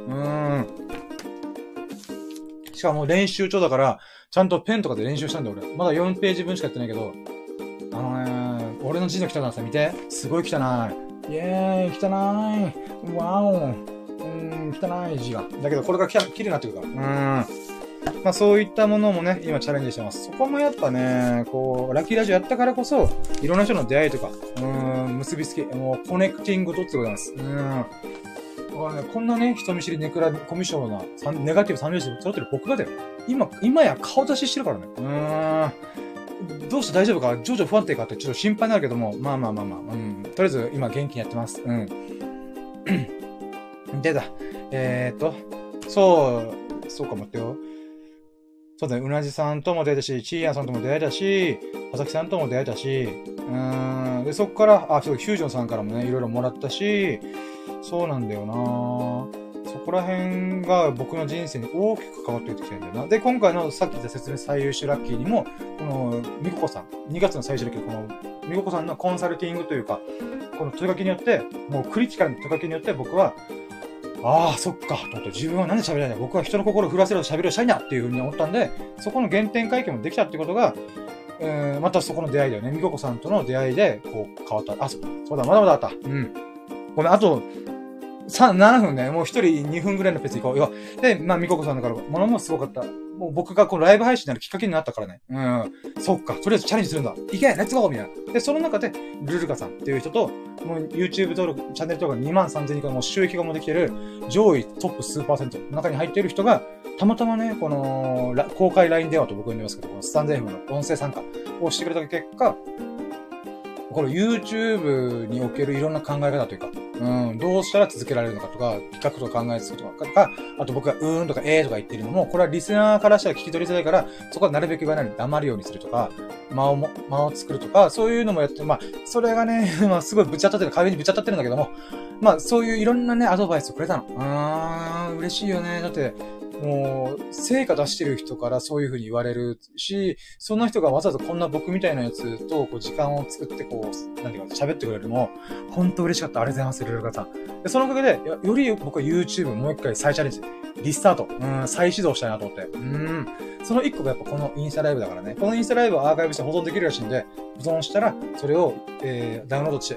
Speaker 2: しかも練習帳だから、ちゃんとペンとかで練習したんだよ、俺。まだ4ページ分しかやってないけど、俺の字の汚さ見て。すごい汚い。イェーイ、汚い。ワオ。汚い字が。だけどこれが綺麗になってくるから。 まあそういったものもね、今チャレンジしてます。そこもやっぱね、こう、ラッキーラジオやったからこそ、いろんな人の出会いとか、結びつき、もうコネクティングドッツでございます。だからね、こんなね、人見知りネクラコミュ障な、ネガティブ三拍子で揃ってる僕がだよ。今や顔出ししてるからね。どうして大丈夫か情緒不安定かってちょっと心配になるけども、まあ、とりあえず今元気にやってます。でだ。そうかもってよ。そうだね、うなじさんとも出会えたし、ちーやんさんとも出会えたし、はさきさんとも出会えたし、で、そっから、フュージョンさんからもね、いろいろもらったし、そうなんだよなそこら辺が僕の人生に大きく関わってきてるんだよな。で、今回のさっき言った説明最優秀ラッキーにも、この、みここさん、2月の最終ラッキー、この、みここさんのコンサルティングというか、この問いかけによって、もうクリティカルな問いかけによって僕は、そっか、と思って自分は何で喋りたいんだ僕は人の心を震わせる喋りをしたいんだっていうふうに思ったんで、そこの原点回帰もできたってことが、またそこの出会いだよね。みここさんとの出会いで、こう、変わった。そうだ、まだまだあった。ごめん、あと、7分ね、もう一人2分ぐらいのペースで行こう。で、まあ、みここさんだから、ものもすごかった。もう僕がこのライブ配信になるきっかけになったからね。そっか、とりあえずチャレンジするんだ。いけレッツゴーみたいな。で、その中で、ルルカさんっていう人と、もう YouTube 登録、チャンネル登録23,000人からもう収益がもうできてる、上位トップ数%の中に入っている人が、たまたまね、この、公開 LINE 電話と僕は言いますけど、このスタンド F の音声参加をしてくれた結果、この YouTube におけるいろんな考え方というか、どうしたら続けられるのかとか、企画とか考えつくとか、あと僕がとかとか言ってるのも、これはリスナーからしたら聞き取りづらいから、そこはなるべく言わないように黙るようにするとか、間を作るとか、そういうのもやって、まあ、それがね、まあ、すごい壁にぶち当たってるんだけども、まあ、そういういろんなね、アドバイスをくれたの。嬉しいよね。だって、もう、成果出してる人からそういう風に言われるし、そんな人がわざわざこんな僕みたいなやつと、こう、時間を作って、こう、なんていうか、喋ってくれるのも、ほんと嬉しかった。ありがとうございます、ルルカさん。で、そのおかげで、より僕は YouTube もう一回再チャレンジ、リスタート、再始動したいなと思って。その一個がやっぱこのインスタライブだからね。このインスタライブをアーカイブして保存できるらしいんで、保存したら、それを、ダウンロードして、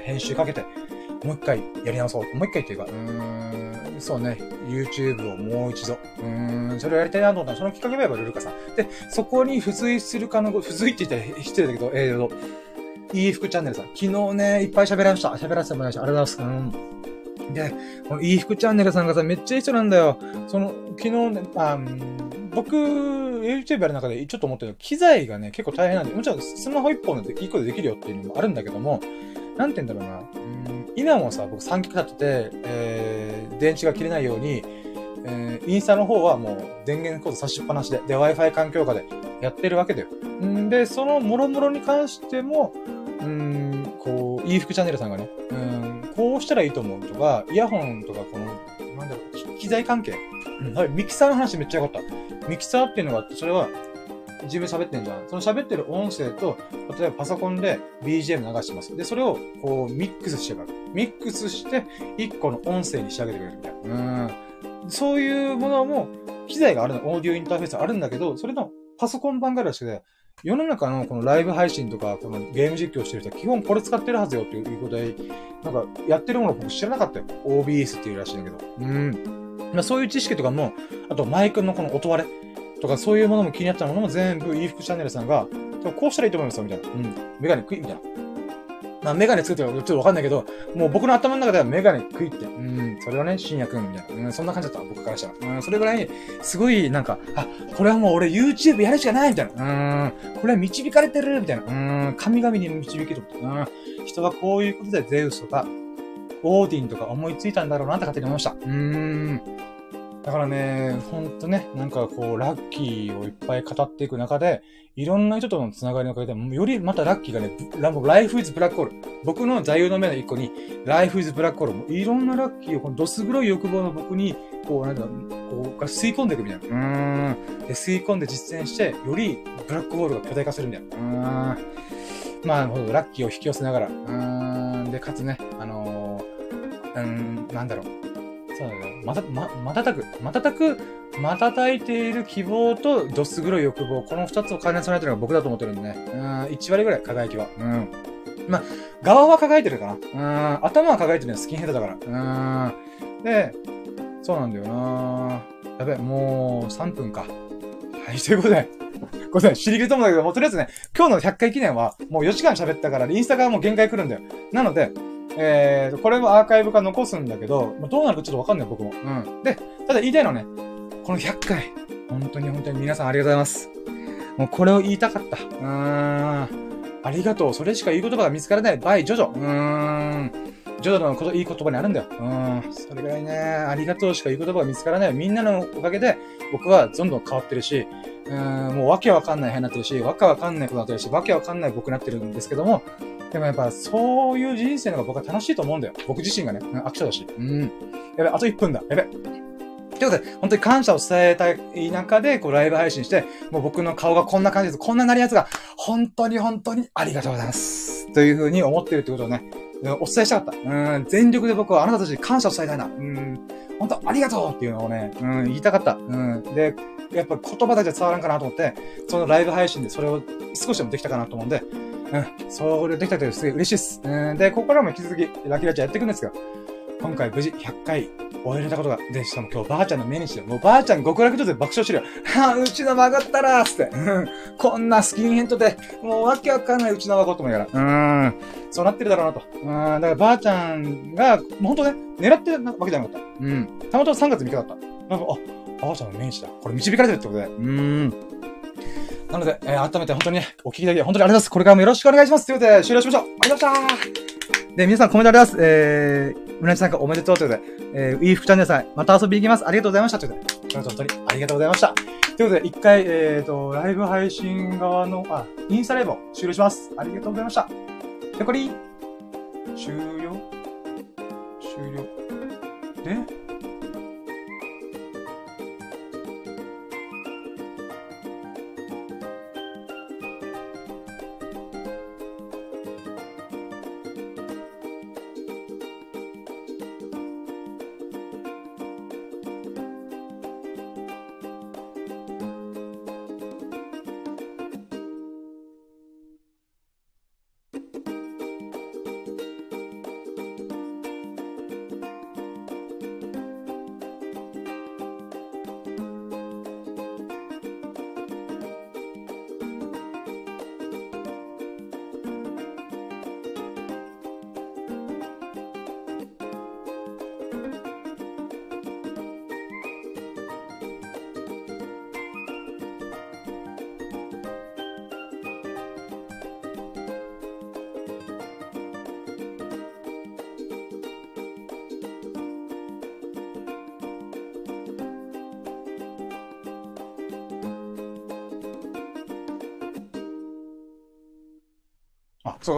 Speaker 2: 編集かけて、もう一回やり直そう。もう一回っていうか、そうね、YouTube をもう一度。それをやりたいなと思ったら、そのきっかけがやっぱルルカさん。で、そこに付随する付随って言ったら失礼だけど、いい服チャンネルさん。昨日ね、いっぱい喋らせてもらいました。ありがとうございます。で、このいい服チャンネルさんがさ、めっちゃいい人なんだよ。昨日ね、僕、YouTube やる中でちょっと思ってる機材がね、結構大変なんで、もちろんスマホ1本で1個でできるよっていうのもあるんだけども、なんて言うんだろうな。今もさ、僕三脚立てて、電池が切れないように、インスタの方はもう電源コード差しっぱなしで、Wi-Fi 環境下でやってるわけだよ。で、その諸々に関しても、こう、いい服チャンネルさんがね、こうしたらいいと思うとか、イヤホンとか、この、なんだろう、機材関係。ミキサーの話めっちゃ良かった。ミキサーっていうのがあって、それは、自分喋ってんじゃん。その喋ってる音声と、例えばパソコンで BGM 流してます。で、それを、こう、ミックスしてから。ミックスして、一個の音声に仕上げてくれるみたいな。そういうものも、機材があるの、オーディオインターフェースあるんだけど、それのパソコン版があるらしくて、世の中のこのライブ配信とか、このゲーム実況してる人は基本これ使ってるはずよっていうことで、なんか、やってるもの僕知らなかったよ。OBS っていうらしいんだけど。そういう知識とかも、あとマイクのこの音割れとかそういうものも気になったものも全部、いい服チャンネルさんが、こうしたらいいと思いますよ、みたいな。メガネクイみたいな。メガネ作ってるかちょっとわかんないけど、もう僕の頭の中ではメガネクイって。それはね、深夜くんみたいな。そんな感じだった、僕からしたら。それぐらい、すごい、なんか、これはもう俺 YouTube やるしかないみたいな。これは導かれてるみたいな。神々に導きと思って。人はこういうことでゼウスとか、オーディンとか思いついたんだろうなって勝手に思いました。だからね、ほんとね、なんかこう、ラッキーをいっぱい語っていく中で、いろんな人とのつながりのおかげで、よりまたラッキーがね、Life is Black Hole。僕の座右の銘の一個に、Life is Black Hole。いろんなラッキーを、このどす黒い欲望の僕に、こう、なんだろう、こう、吸い込んでいくみたいな。で、吸い込んで実践して、よりブラックホールが巨大化するみたいな。まあ、ラッキーを引き寄せながら。で、かつね、なんだろう。そうだね。瞬いている希望とどす黒い欲望。この二つを兼ね備えてるのが僕だと思ってるんでね。1割ぐらい輝きは。まあ、側は輝いてるかな。頭は輝いてるのはスキンヘッドだから。で、そうなんだよな。やべ、もう3分か。 はい、ということで、ごめん、知り切れと思うんだけど、もうとりあえずね、今日の100回記念は、もう4時間喋ったから、インスタがもう限界来るんだよ。なので、これもアーカイブ化残すんだけど、どうなるかちょっとわかんない、僕も。うん。で、ただ言いたいのはね、この100回、本当に皆さんありがとうございます。もうこれを言いたかった。ありがとう。それしか言う言葉が見つからない。バイ、ジョジョ。ジョジョのいい言葉にあるんだよ。それぐらいね、ありがとうしか言う言葉が見つからない。みんなのおかげで、僕はどんどん変わってるし、もうわけわかんない変になってるし、わけわかんないことになってるし、わけわかんない僕になってるんですけども、でもやっぱそういう人生の方が僕は楽しいと思うんだよ。僕自身がね、飽き性だし。やべ、あと1分だ。やべ。ということで、本当に感謝を伝えたい中で、ライブ配信して、もう僕の顔がこんな感じです。こんななりやつが、本当にありがとうございます。というふうに思ってるってことをね、お伝えしたかった。全力で僕はあなたたちに感謝を伝えたいな。本当ありがとうっていうのをね、言いたかった。で、やっぱ言葉だけじゃ伝わらんかなと思って、そのライブ配信でそれを少しでもできたかなと思うんで、それできたけどすげえ嬉しいです。で、ここからも引き続きラキラチやっていくんですが、今回無事100回終えれたことが、で、しかも今日ばあちゃんの命日で、もうばあちゃん極楽上で爆笑してるよ。はぁ、うちの孫ったらーつって。こんなスキンヘッドで、もうわけわかんないうちの孫とも言うから。そうなってるだろうなと。だからばあちゃんが、もうほんとね、狙ってるわけじゃなかった。たまたま3月3日だった。なんか、ばあちゃんの命日だ。これ導かれてるってことで。なので、改めて本当にね、お聞きいただき本当にありがとうございます。これからもよろしくお願いします。ということで、終了しましょう。ありがとうございました。で、皆さんコメントありがとうございます。村地さんがおめでとうということで、いい服チャンネルさん、また遊びに行きます。ありがとうございました。ということで、本当にありがとうございました。ということで、一回、ライブ配信側の、インスタライブを終了します。ありがとうございました。で、これ、終了で、そう、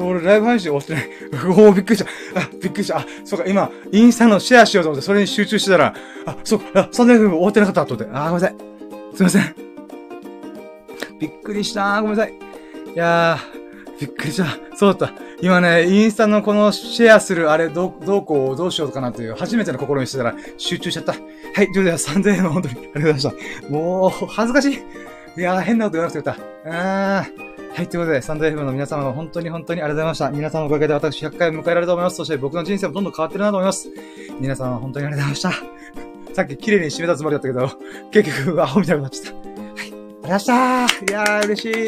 Speaker 2: 俺ライブ配信終わってない。びっくりした。びっくりした。そうか、今、インスタのシェアしようと思って、それに集中してたら、そうか、3年分終わってなかったと思って。ごめんなさい。すいません。びっくりした。ごめんなさい。いやー、びっくりした。そうだった。今ね、インスタのこのシェアするあれ、どうしようかなという、初めての試みしてたら、集中しちゃった。はい、ということで、3000円の本当にありがとうございました。もう、恥ずかしい。いやー、変なこと言わなくてよかった。はい、ということで、サンド FM の皆様の本当にありがとうございました。皆さんのおかげで私100回迎えられると思います。そして僕の人生もどんどん変わってるなと思います。皆さん本当にありがとうございました。さっき綺麗に締めたつもりだったけど、結局アホみたいになっちゃった。はい、ありがとうございました。いやー、嬉しい。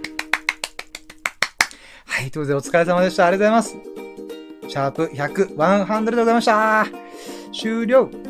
Speaker 2: はい、ということでお疲れ様でした。ありがとうございます。シャープ100、100でございました。終了。